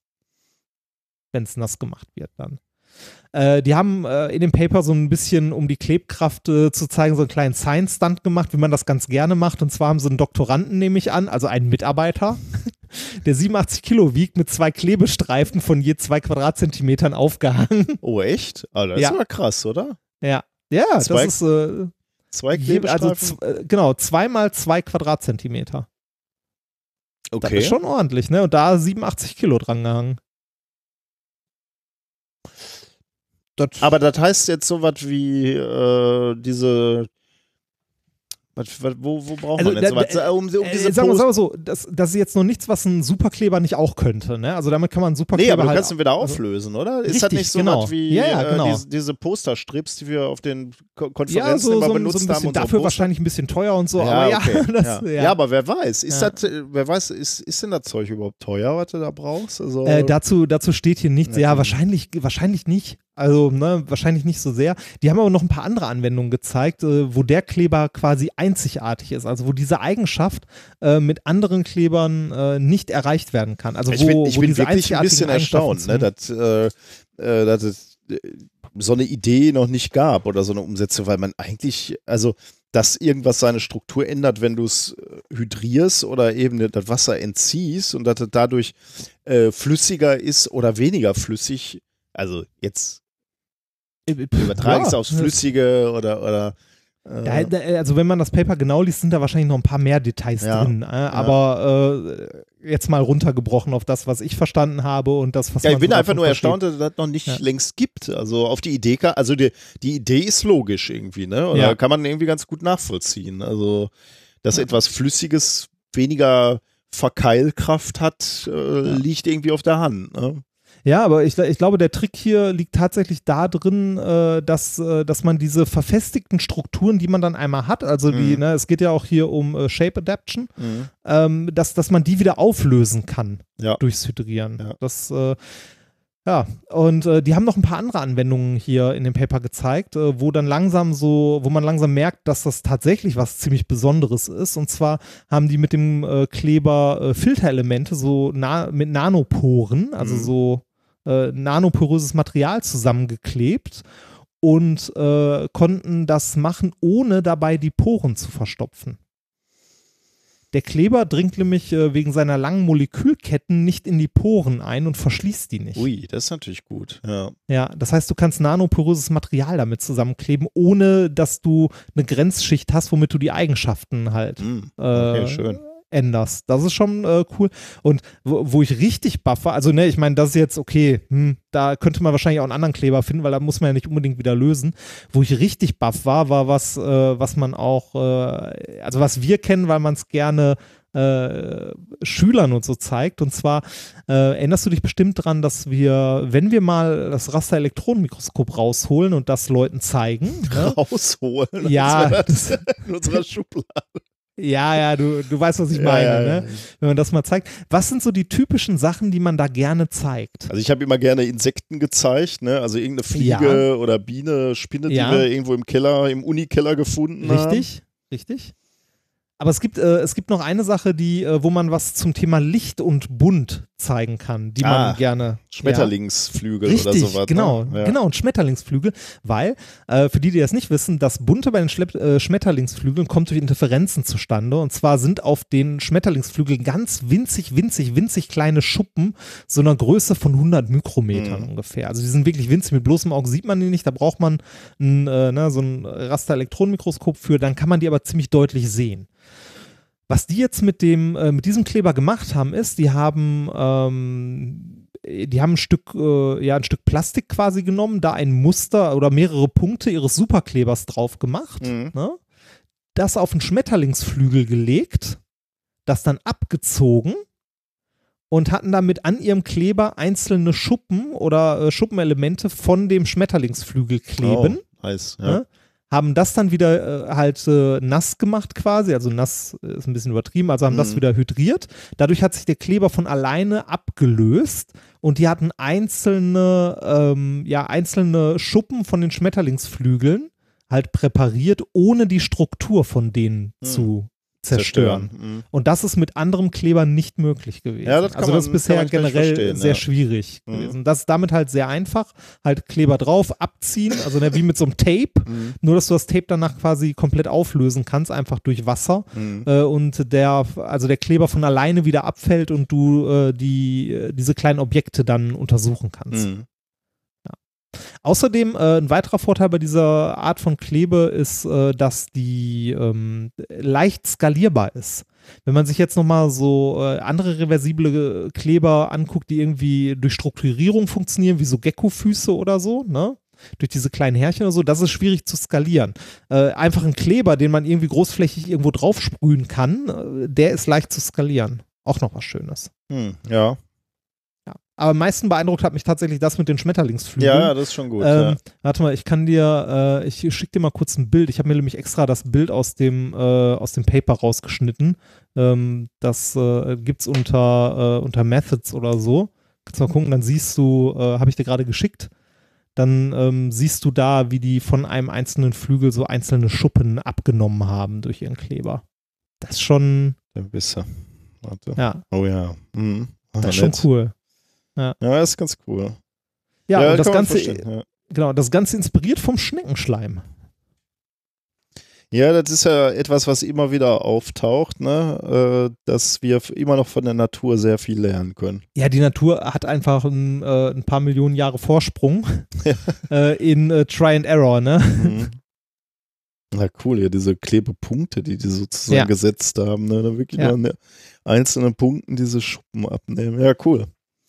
wenn es nass gemacht wird dann. Äh, die haben äh, in dem Paper so ein bisschen, um die Klebkraft äh, zu zeigen, so einen kleinen Science-Stunt gemacht, wie man das ganz gerne macht. Und zwar haben sie einen Doktoranden, nehme ich an, also einen Mitarbeiter, der siebenundachtzig Kilo wiegt, mit zwei Klebestreifen von je zwei Quadratzentimetern aufgehangen. Oh, echt? Ah, das Ja. ist aber krass, oder? Ja, ja, Zwei- das ist äh, Zwei je, also Klebestreifen? z- äh, genau, zweimal zwei Quadratzentimeter. Das Okay. ist schon ordentlich, ne? Und da siebenundachtzig Kilo dran gehangen. Das, Aber das heißt jetzt sowas wie äh, diese. Was, was, wo, wo braucht Also, man denn da- sowas? Um, um diese äh, sagen wir Post- sagen wir so, das, das ist jetzt noch nichts, was ein Superkleber nicht auch könnte, ne? Also damit kann man einen Superkleber Nee, aber du halt kannst ihn wieder also- auflösen, oder? Ist Richtig, das nicht so genau. was wie Ja, ja, genau. äh, diese, diese Posterstrips, die wir auf den Ko- Konferenzen Ja, so, immer so, benutzt so ein haben? bisschen und so dafür Poster? wahrscheinlich ein bisschen teuer und so, Ja, aber ja, okay. das, ja. ja. ja, aber wer weiß, ist Ja. das, äh, wer weiß, ist, ist denn das Zeug überhaupt teuer, was du da brauchst? Also, Äh, dazu, dazu steht hier nichts. Ja, Ja. wahrscheinlich, wahrscheinlich nicht. Also, ne, wahrscheinlich nicht so sehr. Die haben aber noch ein paar andere Anwendungen gezeigt, äh, wo der Kleber quasi einzigartig ist. Also, wo diese Eigenschaft äh, mit anderen Klebern äh, nicht erreicht werden kann. Also, wo, ich bin, ich wo bin diese wirklich ein bisschen einzigartigen erstaunt, ne, dass, äh, äh, dass es äh, so eine Idee noch nicht gab oder so eine Umsetzung, weil man eigentlich, also dass irgendwas seine Struktur ändert, wenn du es hydrierst oder eben das Wasser entziehst und dass es dadurch äh, flüssiger ist oder weniger flüssig. Also jetzt übertrage ich es ja, aufs Flüssige oder, oder Da, da, also wenn man das Paper genau liest, sind da wahrscheinlich noch ein paar mehr Details Ja, drin. Äh, aber äh, jetzt mal runtergebrochen auf das, was ich verstanden habe und das, was Ja, man ich bin so einfach davon nur versteht. erstaunt, dass es das noch nicht Ja. längst gibt. Also auf die Idee kann, also die, die Idee ist logisch irgendwie, ne? Oder Ja. kann man irgendwie ganz gut nachvollziehen. Also, dass etwas Flüssiges weniger Verkeilkraft hat, äh, liegt irgendwie auf der Hand. Ne? Ja, aber ich, ich glaube, der Trick hier liegt tatsächlich da drin, äh, dass, äh, dass man diese verfestigten Strukturen, die man dann einmal hat, also die, Mhm. ne, es geht ja auch hier um äh, Shape Adaption, Mhm. ähm, dass, dass man die wieder auflösen kann Ja. durchs Hydrieren. Ja. Das, äh, ja, und äh, die haben noch ein paar andere Anwendungen hier in dem Paper gezeigt, äh, wo dann langsam so, wo man langsam merkt, dass das tatsächlich was ziemlich Besonderes ist. Und zwar haben die mit dem äh, Kleber äh, Filterelemente so na mit Nanoporen, also Mhm. so äh, nanoporöses Material zusammengeklebt und äh, konnten das machen, ohne dabei die Poren zu verstopfen. Der Kleber dringt nämlich äh, wegen seiner langen Molekülketten nicht in die Poren ein und verschließt die nicht. Ui, das ist natürlich gut. Ja. Ja, das heißt, du kannst nanoporöses Material damit zusammenkleben, ohne dass du eine Grenzschicht hast, womit du die Eigenschaften halt Mhm. Okay, äh, schön. änderst. Das ist schon äh, cool. Und wo, wo ich richtig baff war, also ne, ich meine, das ist jetzt okay, hm, da könnte man wahrscheinlich auch einen anderen Kleber finden, weil da muss man ja nicht unbedingt wieder lösen. Wo ich richtig baff war, war was, äh, was man auch, äh, also was wir kennen, weil man es gerne äh, Schülern und so zeigt. Und zwar äh, erinnerst du dich bestimmt dran, dass wir, wenn wir mal das Raster-Elektronenmikroskop rausholen und das Leuten zeigen, ne? Rausholen. Ja, Das wäre das in unserer Schublade. Ja, ja, du, du weißt, was ich Ja, meine, ja, ja. ne? Wenn man das mal zeigt. Was sind so die typischen Sachen, die man da gerne zeigt? Also ich habe immer gerne Insekten gezeigt, ne? Also irgendeine Fliege Ja. oder Biene, Spinne, Ja. die wir irgendwo im Keller, im Unikeller gefunden haben. Richtig, richtig. Aber es gibt, äh, es gibt noch eine Sache, die, äh, wo man was zum Thema Licht und Bunt zeigen kann, die Ah, man gerne. Schmetterlingsflügel Richtig, oder sowas. genau, ne? Ja. genau, und Schmetterlingsflügel, weil, äh, für die, die das nicht wissen, das Bunte bei den Schlepp äh, Schmetterlingsflügeln kommt durch Interferenzen zustande, und zwar sind auf den Schmetterlingsflügeln ganz winzig, winzig, winzig kleine Schuppen so einer Größe von hundert Mikrometern Mhm. ungefähr. Also die sind wirklich winzig, mit bloßem Auge sieht man die nicht, da braucht man ein, äh, ne, so ein Raster-Elektronenmikroskop für, dann kann man die aber ziemlich deutlich sehen. Was die jetzt mit dem, äh, mit diesem Kleber gemacht haben, ist, die haben, ähm, die haben ein Stück, äh, ja, ein Stück Plastik quasi genommen, da ein Muster oder mehrere Punkte ihres Superklebers drauf gemacht, Mhm. ne? Das auf einen Schmetterlingsflügel gelegt, das dann abgezogen und hatten damit an ihrem Kleber einzelne Schuppen oder äh, Schuppenelemente von dem Schmetterlingsflügel kleben. Oh, nice, ja. Ne? Haben das dann wieder äh, halt äh, nass gemacht quasi, also nass ist ein bisschen übertrieben, also haben das Mhm. wieder hydriert. Dadurch hat sich der Kleber von alleine abgelöst und die hatten einzelne, ähm, ja, einzelne Schuppen von den Schmetterlingsflügeln halt präpariert, ohne die Struktur von denen Mhm. zu zerstören. zerstören. Mhm. Und das ist mit anderem Kleber nicht möglich gewesen. Ja, das kann also das man- ist bisher kann man gleich generell verstehen, sehr ja. schwierig Mhm. gewesen. Das ist damit halt sehr einfach. Halt Kleber drauf, abziehen, also ne, wie mit so einem Tape. Mhm. Nur, dass du das Tape danach quasi komplett auflösen kannst, einfach durch Wasser. Mhm. Äh, und der, also der Kleber von alleine wieder abfällt und du äh, die, äh, diese kleinen Objekte dann untersuchen kannst. Mhm. Außerdem, äh, ein weiterer Vorteil bei dieser Art von Klebe ist, äh, dass die ähm, leicht skalierbar ist. Wenn man sich jetzt nochmal so äh, andere reversible Kleber anguckt, die irgendwie durch Strukturierung funktionieren, wie so Gecko-Füße oder so, ne? Durch diese kleinen Härchen oder so, das ist schwierig zu skalieren. Äh, einfach ein Kleber, den man irgendwie großflächig irgendwo drauf sprühen kann, äh, der ist leicht zu skalieren. Auch noch was Schönes. Mhm. Ja. Ja. Aber am meisten beeindruckt hat mich tatsächlich das mit den Schmetterlingsflügeln. ja, das ist schon gut. Ähm, ja. Warte mal, ich kann dir, äh, ich schicke dir mal kurz ein Bild. Ich habe mir nämlich extra das Bild aus dem, äh, aus dem Paper rausgeschnitten. Ähm, das äh, gibt es unter, äh, unter Methods oder so. Kannst mal gucken, dann siehst du, äh, habe ich dir gerade geschickt, dann ähm, siehst du da, wie die von einem einzelnen Flügel so einzelne Schuppen abgenommen haben durch ihren Kleber. Das ist schon, Da bist du. Warte. ja, Oh ja. Mhm. Ah, das ist schon nett. cool. Ja, das ist ganz cool. Ja, und das kann man Ganze, verstehen, ja. genau, das Ganze inspiriert vom Schneckenschleim. Ja, das ist ja etwas, was immer wieder auftaucht, ne? äh, dass wir f- immer noch von der Natur sehr viel lernen können. Ja, die Natur hat einfach ein, äh, ein paar Millionen Jahre Vorsprung äh, in äh, Try and Error, ne? Mhm. Na cool, ja, diese Klebepunkte, die die sozusagen Ja. gesetzt haben, ne? Da wirklich Ja. nur an der einzelnen Punkten diese Schuppen abnehmen. Ja, cool.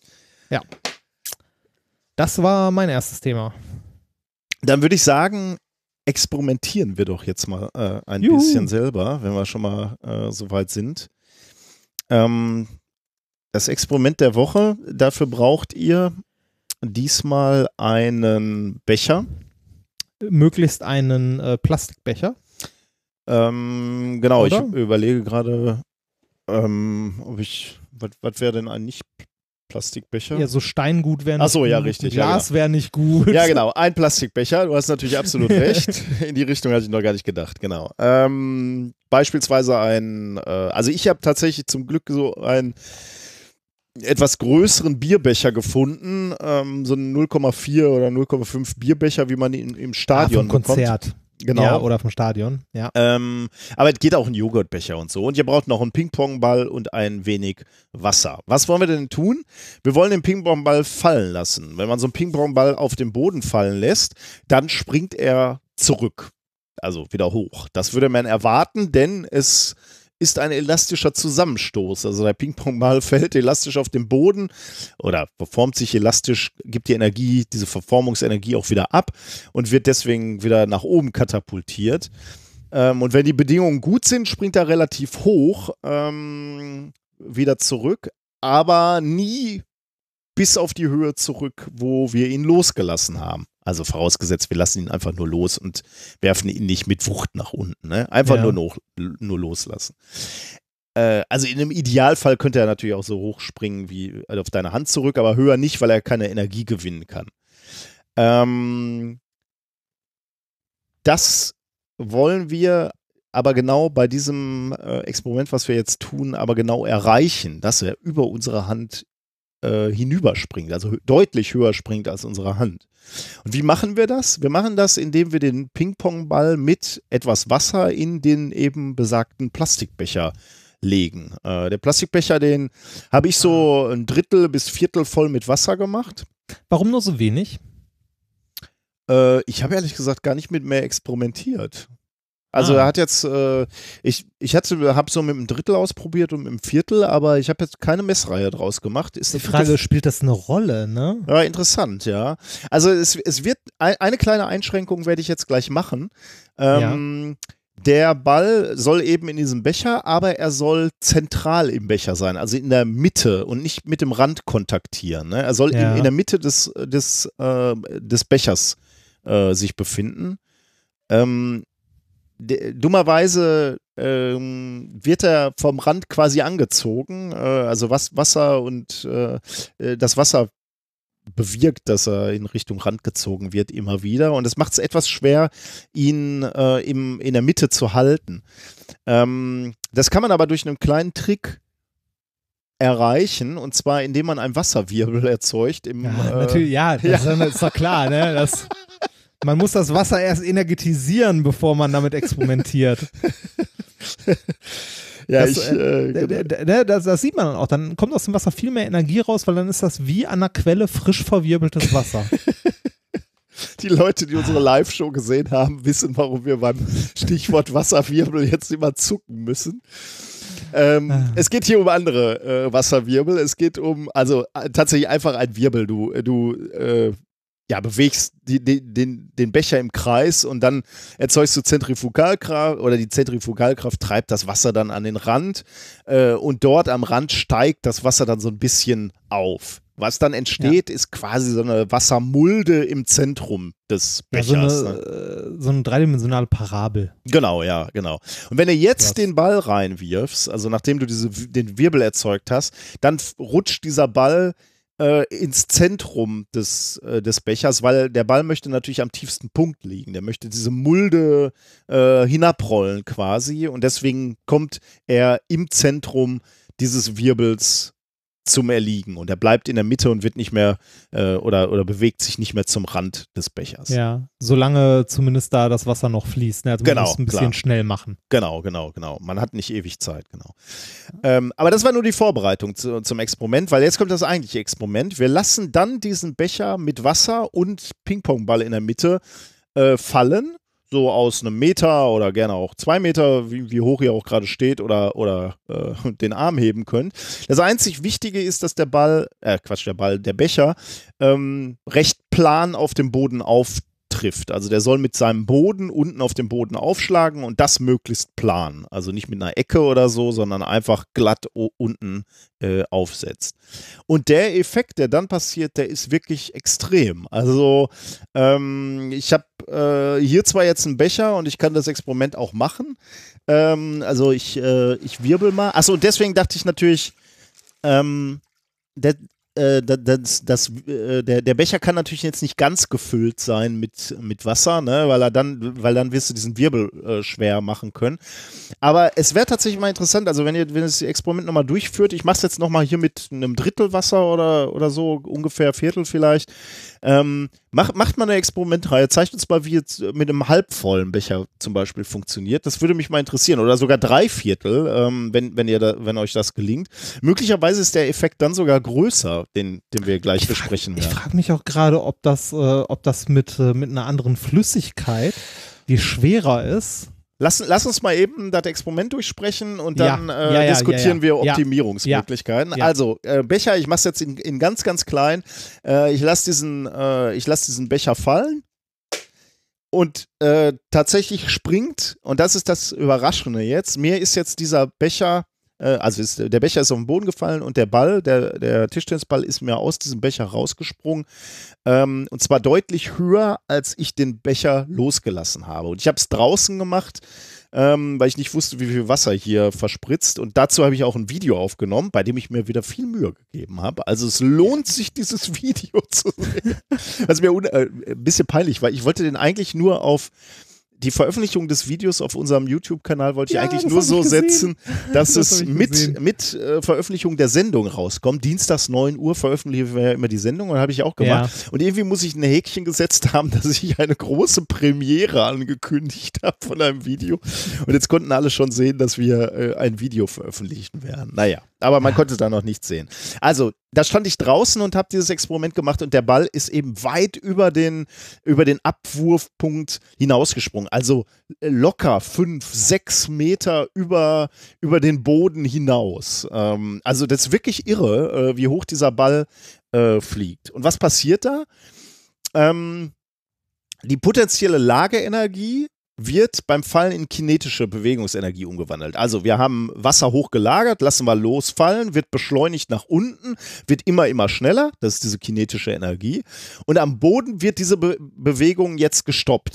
Das war mein erstes Thema. Dann würde ich sagen, experimentieren wir doch jetzt mal äh, ein Juhu. bisschen selber, wenn wir schon mal äh, so weit sind. Ähm, das Experiment der Woche, dafür braucht ihr diesmal einen Becher. Möglichst einen äh, Plastikbecher. Ähm, genau, Oder? ich überlege gerade, ähm, ob ich, was wäre denn ein Nicht-Plastikbecher? Ja, so Steingut wäre nicht Ach so, gut. ja, richtig, ja, Glas wäre nicht gut. Ja, genau, ein Plastikbecher, du hast natürlich absolut recht. In die Richtung hatte ich noch gar nicht gedacht, genau. Ähm, beispielsweise ein, äh, also ich habe tatsächlich zum Glück so einen etwas größeren Bierbecher gefunden, ähm, so einen null Komma vier oder null Komma fünf Bierbecher, wie man ihn im Ah, Stadion vom bekommt. Konzert. Genau. Ja, oder vom Stadion. Ja. Ähm, aber es geht auch ein Joghurtbecher und so. Und ihr braucht noch einen Ping-Pong-Ball und ein wenig Wasser. Was wollen wir denn tun? Wir wollen den Ping-Pong-Ball fallen lassen. Wenn man so einen Ping-Pong-Ball auf den Boden fallen lässt, dann springt er zurück. Also wieder hoch. Das würde man erwarten, denn es ist ein elastischer Zusammenstoß. Also der Ping-Pong-Ball fällt elastisch auf den Boden oder verformt sich elastisch, gibt die Energie, diese Verformungsenergie auch wieder ab und wird deswegen wieder nach oben katapultiert. Ähm, und wenn die Bedingungen gut sind, springt er relativ hoch ähm, wieder zurück, aber nie bis auf die Höhe zurück, wo wir ihn losgelassen haben. Also vorausgesetzt, wir lassen ihn einfach nur los und werfen ihn nicht mit Wucht nach unten. Ne? Einfach Ja. nur, noch, nur loslassen. Äh, also in einem Idealfall könnte er natürlich auch so hoch springen wie auf deine Hand zurück, aber höher nicht, weil er keine Energie gewinnen kann. Ähm, das wollen wir aber genau bei diesem äh, Experiment, was wir jetzt tun, aber genau erreichen, dass er über unsere Hand äh, hinüberspringt, also hö- deutlich höher springt als unsere Hand. Und wie machen wir das? Wir machen das, indem wir den Ping-Pong-Ball mit etwas Wasser in den eben besagten Plastikbecher legen. Äh, der Plastikbecher, den habe ich so ein Drittel bis Viertel voll mit Wasser gemacht. Warum nur so wenig? Äh, ich habe ehrlich gesagt gar nicht mit mehr experimentiert. Also Ah. er hat jetzt, äh, ich, ich hatte, habe so mit einem Drittel ausprobiert und mit einem Viertel, aber ich habe jetzt keine Messreihe draus gemacht. Ist Die eine Frage, gute- spielt das eine Rolle, ne? Ja, interessant, ja. Also es, es wird, ein, eine kleine Einschränkung werde ich jetzt gleich machen. Ähm, Der Ball soll eben in diesem Becher, aber er soll zentral im Becher sein, also in der Mitte und nicht mit dem Rand kontaktieren. Ne? Er soll Ja. in, in der Mitte des, des, äh, des Bechers äh, sich befinden. Ähm, d- dummerweise ähm, wird er vom Rand quasi angezogen, äh, also was, Wasser und äh, äh, das Wasser bewirkt, dass er in Richtung Rand gezogen wird immer wieder. Und es macht es etwas schwer, ihn äh, im, in der Mitte zu halten. Ähm, das kann man aber durch einen kleinen Trick erreichen, und zwar indem man einen Wasserwirbel erzeugt. Im, Ja, äh, natürlich, ja, das ja. ist doch klar, ne? Das, man muss das Wasser erst energetisieren, bevor man damit experimentiert. Ja, das, ich, äh, äh, genau. d- d- das, das sieht man dann auch. Dann kommt aus dem Wasser viel mehr Energie raus, weil dann ist das wie an der Quelle frisch verwirbeltes Wasser. Die Leute, die unsere Live-Show gesehen haben, wissen, warum wir beim Stichwort Wasserwirbel jetzt immer zucken müssen. Ähm, Ah. Es geht hier um andere äh, Wasserwirbel. Es geht um, also äh, tatsächlich einfach ein Wirbel. Du, du äh, ja, bewegst die, die, den, den Becher im Kreis und dann erzeugst du Zentrifugalkraft, oder die Zentrifugalkraft treibt das Wasser dann an den Rand äh, und dort am Rand steigt das Wasser dann so ein bisschen auf. Was dann entsteht, ist quasi so eine Wassermulde im Zentrum des Ja, so, Bechers. eine, ne? äh, so eine dreidimensionale Parabel. Genau, ja, genau. Und wenn du jetzt Krass. den Ball reinwirfst, also nachdem du diese, den Wirbel erzeugt hast, dann f- rutscht dieser Ball äh, ins Zentrum des, äh, des Bechers, weil der Ball möchte natürlich am tiefsten Punkt liegen. Der möchte diese Mulde äh, hinabrollen quasi, und deswegen kommt er im Zentrum dieses Wirbels zum Erliegen, und er bleibt in der Mitte und wird nicht mehr äh, oder, oder bewegt sich nicht mehr zum Rand des Bechers. Ja, solange zumindest da das Wasser noch fließt. Ne? Also man Genau, muss ein bisschen klar. schnell machen. Genau, genau, genau. Man hat nicht ewig Zeit, genau. Ähm, aber das war nur die Vorbereitung zu, zum Experiment, weil jetzt kommt das eigentliche Experiment. Wir lassen dann diesen Becher mit Wasser und Ping-Pong-Ball in der Mitte äh, fallen, so aus einem Meter oder gerne auch zwei Meter, wie, wie hoch ihr auch gerade steht, oder, oder äh, den Arm heben könnt. Das einzig Wichtige ist, dass der Ball, äh, Quatsch, der Ball, der Becher ähm, recht plan auf dem Boden auftrifft. Also der soll mit seinem Boden unten auf dem Boden aufschlagen, und das möglichst plan. Also nicht mit einer Ecke oder so, sondern einfach glatt o- unten äh, aufsetzt. Und der Effekt, der dann passiert, der ist wirklich extrem. Also ähm, ich habe äh, hier zwar jetzt einen Becher und ich kann das Experiment auch machen. Ähm, also ich, äh, ich wirbel mal. Achso, und deswegen dachte ich natürlich, ähm, der, äh, das, das, äh, der, der Becher kann natürlich jetzt nicht ganz gefüllt sein mit, mit Wasser, ne? weil, er dann, weil dann wirst du diesen Wirbel äh, schwer machen können. Aber es wäre tatsächlich mal interessant, also wenn ihr, wenn ihr das Experiment nochmal durchführt, ich mache es jetzt nochmal hier mit einem Drittel Wasser oder, oder so, ungefähr Viertel vielleicht, ähm, macht, macht mal eine Experimentreihe, zeigt uns mal, wie jetzt mit einem halbvollen Becher zum Beispiel funktioniert. Das würde mich mal interessieren. Oder sogar drei Viertel, ähm, wenn, wenn, ihr da, wenn euch das gelingt. Möglicherweise ist der Effekt dann sogar größer, den, den wir gleich Ich besprechen frag, ich werden. frage mich auch gerade, ob das, äh, ob das mit, äh, mit einer anderen Flüssigkeit, die schwerer ist. Lass, lass uns mal eben das Experiment durchsprechen und Ja, dann ja, äh, ja, ja, diskutieren ja. wir Ja. Optimierungsmöglichkeiten. Ja. Also, äh, Becher, ich mache es jetzt in, in ganz, ganz klein. Äh, ich lasse diesen, äh, ich lass diesen Becher fallen, und äh, tatsächlich springt, und das ist das Überraschende jetzt, mir ist jetzt dieser Becher, äh, also ist, der Becher ist auf den Boden gefallen, und der Ball, der, der Tischtennisball ist mir aus diesem Becher rausgesprungen. Ähm, und zwar deutlich höher, als ich den Becher losgelassen habe. Und ich habe es draußen gemacht, ähm, weil ich nicht wusste, wie viel Wasser hier verspritzt. Und dazu habe ich auch ein Video aufgenommen, bei dem ich mir wieder viel Mühe gegeben habe. Also es lohnt sich, dieses Video zu sehen. Was mir un- äh, ein bisschen peinlich war. Ich wollte den eigentlich nur auf die Veröffentlichung des Videos auf unserem YouTube-Kanal wollte ich Ja, eigentlich das nur hab ich so gesehen. setzen, dass Das es hab ich mit, gesehen. mit äh, Veröffentlichung der Sendung rauskommt. Dienstags neun Uhr veröffentlichen wir ja immer die Sendung, und habe ich auch gemacht. Ja. Und irgendwie muss ich ein Häkchen gesetzt haben, dass ich eine große Premiere angekündigt habe von einem Video. Und jetzt konnten alle schon sehen, dass wir äh, ein Video veröffentlichen werden. Naja, aber man konnte da noch nichts sehen. Also, da stand ich draußen und habe dieses Experiment gemacht, und der Ball ist eben weit über den, über den Abwurfpunkt hinausgesprungen. Also äh, locker fünf, sechs Meter über, über den Boden hinaus. Ähm, also das ist wirklich irre, äh, wie hoch dieser Ball äh, fliegt. Und was passiert da? Ähm, die potenzielle Lageenergie wird beim Fallen in kinetische Bewegungsenergie umgewandelt. Also wir haben Wasser hochgelagert, lassen wir losfallen, wird beschleunigt nach unten, wird immer, immer schneller, das ist diese kinetische Energie. Und am Boden wird diese Be- Bewegung jetzt gestoppt.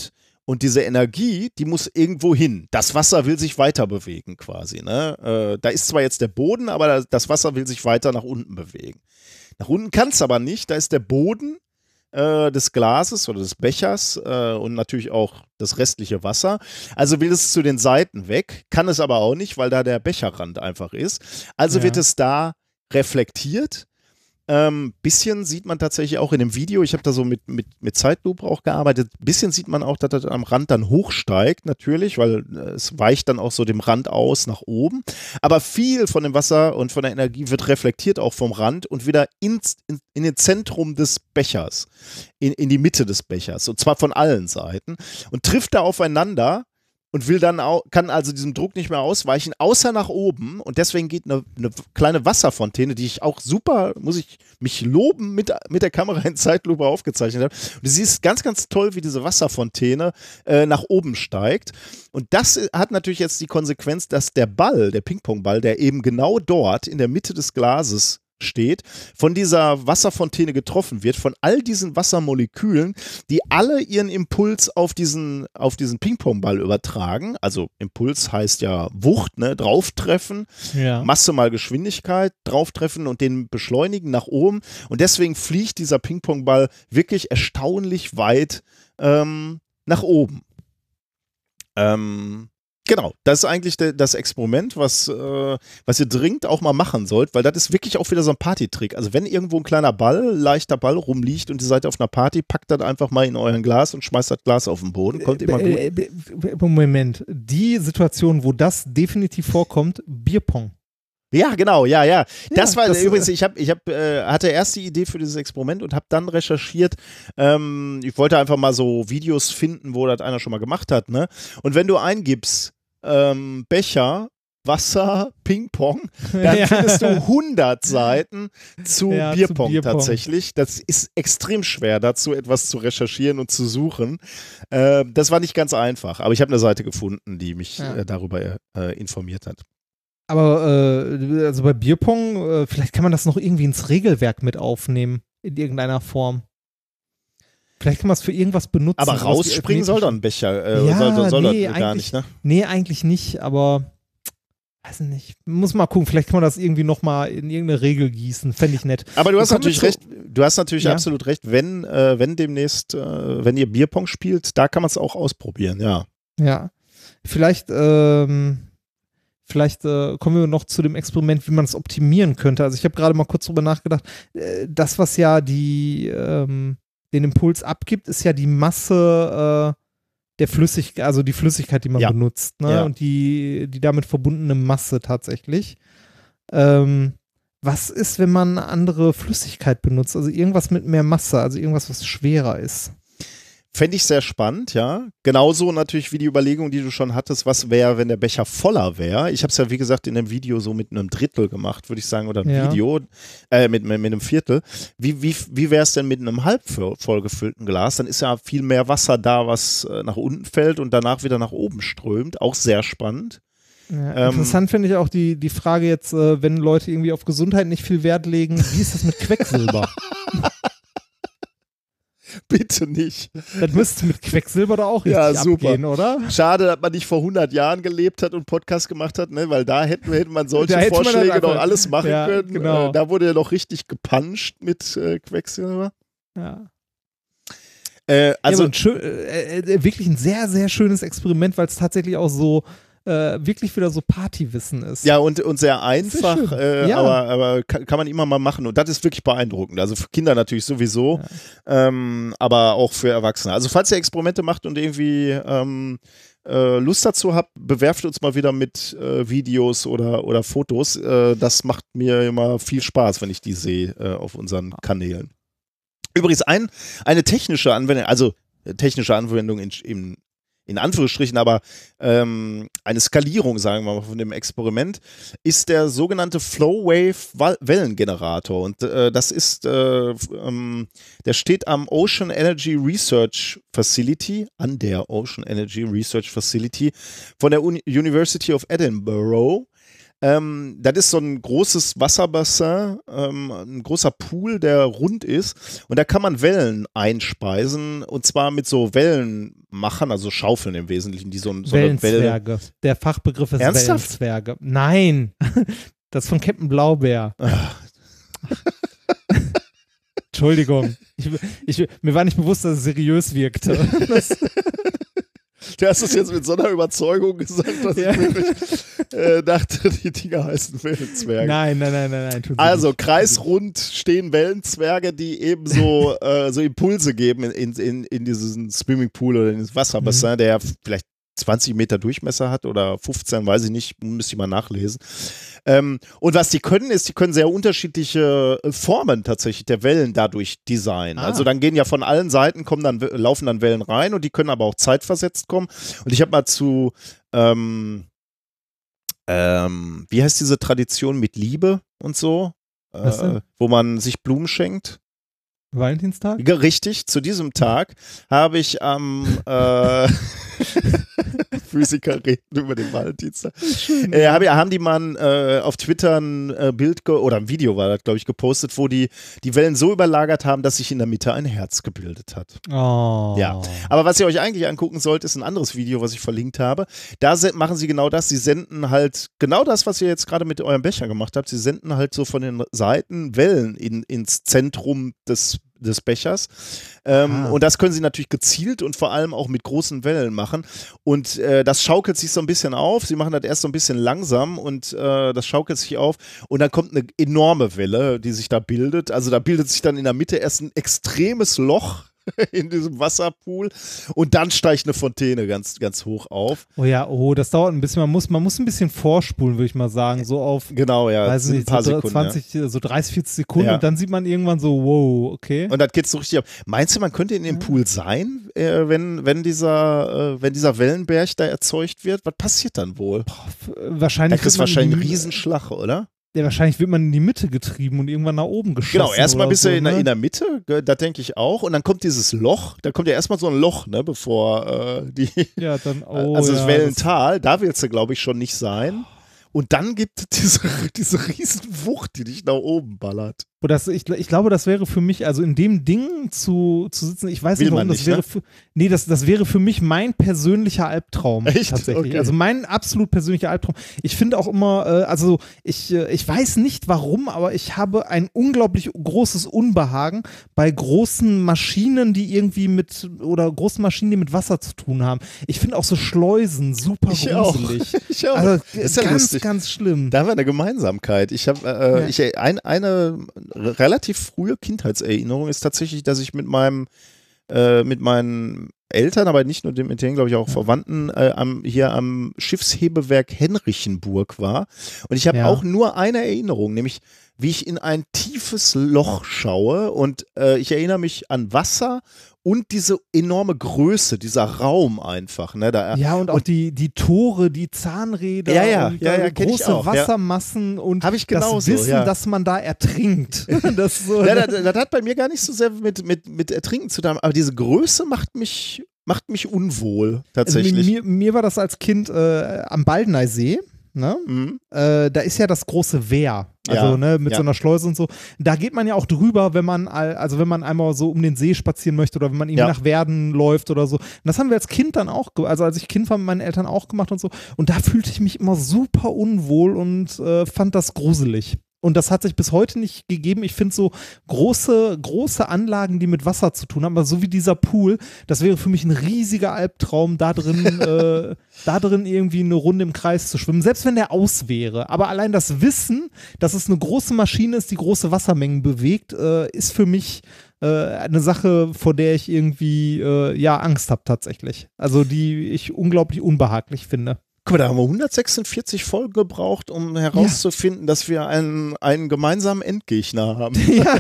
Und diese Energie, die muss irgendwo hin. Das Wasser will sich weiter bewegen quasi. Ne? Äh, da ist zwar jetzt der Boden, aber das Wasser will sich weiter nach unten bewegen. Nach unten kann es aber nicht. Da ist der Boden äh, des Glases oder des Bechers äh, und natürlich auch das restliche Wasser. Also will es zu den Seiten weg, kann es aber auch nicht, weil da der Becherrand einfach ist. Also Ja. wird es da reflektiert. Ähm, bisschen sieht man tatsächlich auch in dem Video, ich habe da so mit, mit, mit Zeitlupe auch gearbeitet, bisschen sieht man auch, dass das am Rand dann hochsteigt, natürlich, weil äh, es weicht dann auch so dem Rand aus nach oben. Aber viel von dem Wasser und von der Energie wird reflektiert auch vom Rand und wieder ins, in, in den Zentrum des Bechers, in, in die Mitte des Bechers, und zwar von allen Seiten und trifft da aufeinander. Und will dann auch, kann also diesem Druck nicht mehr ausweichen, außer nach oben. Und deswegen geht eine, eine kleine Wasserfontäne, die ich auch super, muss ich mich loben, mit, mit der Kamera in Zeitlupe aufgezeichnet habe. Und du siehst ganz, ganz toll, wie diese Wasserfontäne äh, nach oben steigt. Und das hat natürlich jetzt die Konsequenz, dass der Ball, der Ping-Pong-Ball, der eben genau dort in der Mitte des Glases steht, von dieser Wasserfontäne getroffen wird, von all diesen Wassermolekülen, die alle ihren Impuls auf diesen, auf diesen Ping-Pong-Ball übertragen. Also Impuls heißt ja Wucht, ne? Drauftreffen, Ja. Masse mal Geschwindigkeit, drauftreffen und den beschleunigen nach oben. Und deswegen fliegt dieser Ping-Pong-Ball wirklich erstaunlich weit ähm, nach oben. Ähm, Genau, das ist eigentlich de, das Experiment, was, äh, was ihr dringend auch mal machen sollt, weil das ist wirklich auch wieder so ein Partytrick. Also wenn irgendwo ein kleiner Ball, leichter Ball rumliegt und ihr seid auf einer Party, packt das einfach mal in euren Glas und schmeißt das Glas auf den Boden. Kommt immer gut. Äh, äh, äh, Moment, die Situation, wo das definitiv vorkommt, Bierpong. Ja, genau, ja, ja. Das Ja, war das, übrigens, äh, ich, hab, ich hab, äh, hatte erst die Idee für dieses Experiment und habe dann recherchiert. Ähm, ich wollte einfach mal so Videos finden, wo das einer schon mal gemacht hat. Ne? Und wenn du eingibst, ähm, Becher, Wasser, Ping-Pong, dann Ja. findest du hundert Seiten zu, Ja, zu Bierpong, Bierpong. tatsächlich. Das ist extrem schwer, dazu etwas zu recherchieren und zu suchen. Äh, das war nicht ganz einfach, aber ich habe eine Seite gefunden, die mich Ja. äh, darüber äh, informiert hat. Aber äh, also bei Bierpong, äh, vielleicht kann man das noch irgendwie ins Regelwerk mit aufnehmen, in irgendeiner Form. Vielleicht kann man es für irgendwas benutzen. Aber sowas wie rausspringen soll doch ein Becher. Äh, Ja, soll soll nee, das gar eigentlich- nicht, ne? Nee, eigentlich nicht, aber weiß nicht. Muss mal gucken, vielleicht kann man das irgendwie nochmal in irgendeine Regel gießen. Fände ich nett. Aber du hast Kommen wir natürlich zu- recht, du hast natürlich Ja. absolut recht, wenn, äh, wenn demnächst, äh, wenn ihr Bierpong spielt, da kann man es auch ausprobieren, ja. Ja. Vielleicht, ähm, vielleicht äh, kommen wir noch zu dem Experiment, wie man es optimieren könnte. Also ich habe gerade mal kurz drüber nachgedacht. Äh, das, was ja die, ähm, den Impuls abgibt, ist ja die Masse äh, der Flüssigkeit, also die Flüssigkeit, die man Ja. benutzt, ne? Ja. Und die, die damit verbundene Masse tatsächlich. Ähm, was ist, wenn man eine andere Flüssigkeit benutzt? Also irgendwas mit mehr Masse, also irgendwas, was schwerer ist. Fände ich sehr spannend, ja. Genauso natürlich wie die Überlegung, die du schon hattest, was wäre, wenn der Becher voller wäre. Ich habe es ja, wie gesagt, in dem Video so mit einem Drittel gemacht, würde ich sagen, oder ein Ja. Video, äh, mit, mit, mit einem Viertel. Wie, wie, wie wäre es denn mit einem halb voll- vollgefüllten Glas? Dann ist ja viel mehr Wasser da, was äh, nach unten fällt und danach wieder nach oben strömt. Auch sehr spannend. Ja, Ähm, interessant finde ich auch die, die Frage jetzt, äh, wenn Leute irgendwie auf Gesundheit nicht viel Wert legen, wie ist das mit Quecksilber? Bitte nicht. Das müsste mit Quecksilber doch auch richtig Ja, super. abgehen, oder? Schade, dass man nicht vor hundert Jahren gelebt hat und Podcast gemacht hat, ne? Weil da hätten, hätte man solche Da hätte man das Vorschläge einfach- doch alles machen Ja, können. genau. Äh, da wurde ja noch richtig gepuncht mit äh, Quecksilber. Ja. Äh, also, ja, aber ein schön, äh, äh, wirklich ein sehr, sehr schönes Experiment, weil es tatsächlich auch so äh, wirklich wieder so Partywissen ist. ja, und, und sehr einfach, schön. äh, Ja. aber, aber kann, kann man immer mal machen. Und das ist wirklich beeindruckend. Also für Kinder natürlich sowieso, ähm, aber auch für Erwachsene. Also falls ihr Experimente macht und irgendwie ähm, äh, Lust dazu habt, bewerft uns mal wieder mit äh, Videos oder, oder Fotos. Äh, das macht mir immer viel Spaß, wenn ich die sehe äh, auf unseren Kanälen. Übrigens ein, eine technische Anwendung, also äh, technische Anwendung in, in, in Anführungsstrichen, aber ähm, eine Skalierung, sagen wir mal, von dem Experiment, ist der sogenannte Flow-Wave-Wellengenerator. Und äh, das ist, äh, ähm, der steht am Ocean Energy Research Facility, an der Ocean Energy Research Facility von der Uni University of Edinburgh. Ähm, das ist so ein großes Wasserbassin, ähm, ein großer Pool, der rund ist. Und da kann man Wellen einspeisen. Und zwar mit so Wellenmachern, also Schaufeln im Wesentlichen, die so, so eine Welle. Wellenzwerge. Der Fachbegriff ist Ernsthaft? Wellenzwerge. Nein, das ist von Captain Blaubeer. Entschuldigung. Ich, ich, mir war nicht bewusst, dass es seriös wirkte. Das Du hast es jetzt mit so einer Überzeugung gesagt, dass Ja. ich wirklich äh, dachte, die Dinger heißen Wellenzwerge. Nein, nein, nein, nein, nein. tun sie Also nicht. kreisrund stehen Wellenzwerge, die eben so, äh, so Impulse geben in, in, in diesen Swimmingpool oder in das Wasserbassin, Mhm. der vielleicht zwanzig Meter Durchmesser hat oder fünfzehn, weiß ich nicht, müsste ich mal nachlesen. Ähm, und was die können, ist, die können sehr unterschiedliche äh, Formen tatsächlich der Wellen dadurch designen. Ah. Also dann gehen ja von allen Seiten, kommen dann, laufen dann Wellen rein und die können aber auch zeitversetzt kommen. Und ich habe mal zu, ähm, ähm, wie heißt diese Tradition mit Liebe und so? Was denn? Äh, wo man sich Blumen schenkt. Valentinstag? Ja, richtig, zu diesem Tag habe ich am äh, Physiker reden über den Valentinstag. Äh, hab, haben die mal äh, auf Twitter ein äh, Bild ge- oder ein Video war das, glaube ich, gepostet, wo die die Wellen so überlagert haben, dass sich in der Mitte ein Herz gebildet hat. Oh. Ja. Aber was ihr euch eigentlich angucken sollt, ist ein anderes Video, was ich verlinkt habe. Da se- machen sie genau das. Sie senden halt genau das, was ihr jetzt gerade mit eurem Becher gemacht habt. Sie senden halt so von den Seiten Wellen in, ins Zentrum des des Bechers. Ähm, Ah. und das können sie natürlich gezielt und vor allem auch mit großen Wellen machen. Und äh, das schaukelt sich so ein bisschen auf. Sie machen das erst so ein bisschen langsam und äh, das schaukelt sich auf. Und dann kommt eine enorme Welle, die sich da bildet. Also da bildet sich dann in der Mitte erst ein extremes Loch in diesem Wasserpool und dann steigt eine Fontäne ganz, ganz hoch auf. Oh ja, oh, das dauert ein bisschen. Man muss, man muss ein bisschen vorspulen, würde ich mal sagen. So auf, Genau, ja, weiß sind nicht, ein paar so Sekunden. zwanzig, so dreißig, vierzig Sekunden Ja. und dann sieht man irgendwann so, wow, okay. Ja. Und das geht so richtig ab. Meinst du, man könnte in dem Pool sein, äh, wenn, wenn, dieser, äh, wenn dieser Wellenberg da erzeugt wird? Was passiert dann wohl? F- Da Wahrscheinlich kriegst du wird man wahrscheinlich in einen die- Riesenschlag, oder? Ja, wahrscheinlich wird man in die Mitte getrieben und irgendwann nach oben geschossen. Genau, erstmal oder bist so, du in, der- ne? in der Mitte, ge- das denke ich auch. Und dann kommt dieses Loch, da kommt ja erstmal so ein Loch, ne, bevor äh, die, Ja, dann, oh, also das ja, Wellental, da willst du, glaube ich, schon nicht sein. Und dann gibt es diese, diese riesen Wucht, die dich nach oben ballert. Wo das, ich, ich glaube, das wäre für mich, also in dem Ding zu, zu sitzen, ich weiß Will nicht, warum man das nicht, wäre ne? für, nee, das, das wäre für mich mein persönlicher Albtraum. Echt? Tatsächlich. Okay. Also mein absolut persönlicher Albtraum. Ich finde auch immer, äh, also ich, äh, ich weiß nicht warum, aber ich habe ein unglaublich großes Unbehagen bei großen Maschinen, die irgendwie mit, oder großen Maschinen, die mit Wasser zu tun haben. Ich finde auch so Schleusen super Ich auch. gruselig. Ich auch. Also Ist ja ganz, lustig. ganz schlimm. Da haben wir eine Gemeinsamkeit. Ich habe äh, Ja. ich, ein, eine relativ frühe Kindheitserinnerung ist tatsächlich, dass ich mit meinem äh, mit meinen Eltern, aber nicht nur mit denen, glaube ich, auch Verwandten, äh, am, hier am Schiffshebewerk Henrichenburg war. Und ich habe Ja. auch nur eine Erinnerung, nämlich wie ich in ein tiefes Loch schaue und äh, ich erinnere mich an Wasser und diese enorme Größe, dieser Raum einfach. Ne? Da, Ja, und auch die, die Tore, die Zahnräder Ja, ja, und ja, ja, äh, kenn ich große auch, ja. Wassermassen und Hab ich das genauso, Wissen, ja. dass man da ertrinkt. das so, Ja, das, das hat bei mir gar nicht so sehr mit, mit, mit Ertrinken zu tun, aber diese Größe macht mich, macht mich unwohl, also tatsächlich. mir, mir war das als Kind äh, am Baldeneysee. Ne? Mhm. Äh, da ist ja das große Wehr, also Ja, ne, mit ja. so einer Schleuse und so. Da geht man ja auch drüber, wenn man, all- also wenn man einmal so um den See spazieren möchte oder wenn man irgendwie Ja. nach Werden läuft oder so. Und das haben wir als Kind dann auch, ge- also als ich Kind war, mit meinen Eltern auch gemacht und so. Und da fühlte ich mich immer super unwohl und äh, fand das gruselig. Und das hat sich bis heute nicht gegeben. Ich finde so große, große Anlagen, die mit Wasser zu tun haben, aber so wie dieser Pool, das wäre für mich ein riesiger Albtraum, da drin, äh, da drin irgendwie eine Runde im Kreis zu schwimmen, selbst wenn der aus wäre. Aber allein das Wissen, dass es eine große Maschine ist, die große Wassermengen bewegt, äh, ist für mich äh, eine Sache, vor der ich irgendwie äh, ja Angst habe tatsächlich. Also die ich unglaublich unbehaglich finde. Guck mal, da haben wir hundertsechsundvierzig Folgen gebraucht, um herauszufinden, dass wir einen, einen gemeinsamen Endgegner haben.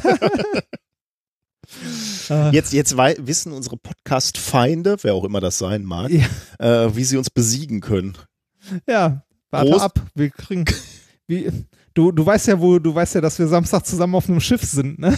Äh, Jetzt, jetzt wei- wissen unsere Podcast-Feinde, wer auch immer das sein mag, Ja. äh, wie sie uns besiegen können. Ja, warte Prost. ab. Wir kriegen. Wie, du, du weißt ja, wo, du weißt ja, dass wir Samstag zusammen auf einem Schiff sind, ne?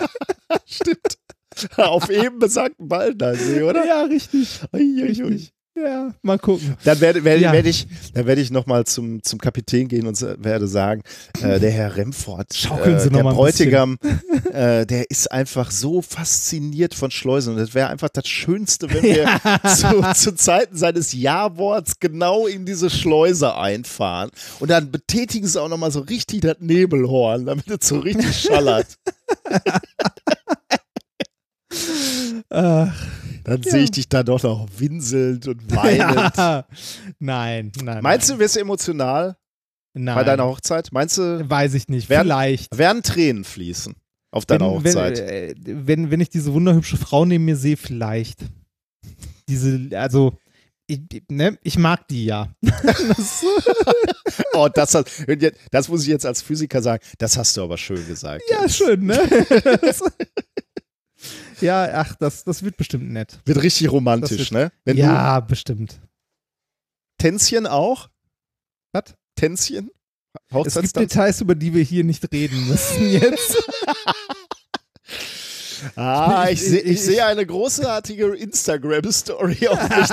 Stimmt. Auf eben besagten Baldeneysee, oder? Ja, richtig. Uiuiui. Richtig. Ja, mal gucken. Dann werde werd, Ja. werd ich, dann werd ich nochmal zum, zum Kapitän gehen und werde sagen, äh, der Herr Remford, Schaukeln äh, Sie noch der mal ein Bräutigam, äh, der ist einfach so fasziniert von Schleusen. Und das wäre einfach das Schönste, wenn wir zu, zu Zeiten seines Jahrworts genau in diese Schleuse einfahren. Und dann betätigen sie auch nochmal so richtig das Nebelhorn, damit es so richtig schallert. Ach, Dann Ja. sehe ich dich da doch noch winselnd und weinend. ja. Nein, nein. Meinst nein. du, wirst du emotional Nein. bei deiner Hochzeit? Meinst du, Weiß ich nicht. Werden- Vielleicht. werden Tränen fließen auf deiner wenn, Hochzeit? Wenn, äh, wenn, wenn ich diese wunderhübsche Frau neben mir sehe, vielleicht. Diese, also, ich, ne, ich mag die ja. das, Oh, das, hat, das muss ich jetzt als Physiker sagen. Das hast du aber schön gesagt. ja, jetzt. schön, ne? ja, ach, das, das wird bestimmt nett. Wird richtig romantisch, Das ne? Wenn ja, bestimmt. du Tänzchen auch? Was? Tänzchen? Es gibt Hochzeitstanz? Details, über die wir hier nicht reden müssen jetzt. Ah, ich, Ich- seh, ich- ich sehe eine großartige Instagram-Story auf mich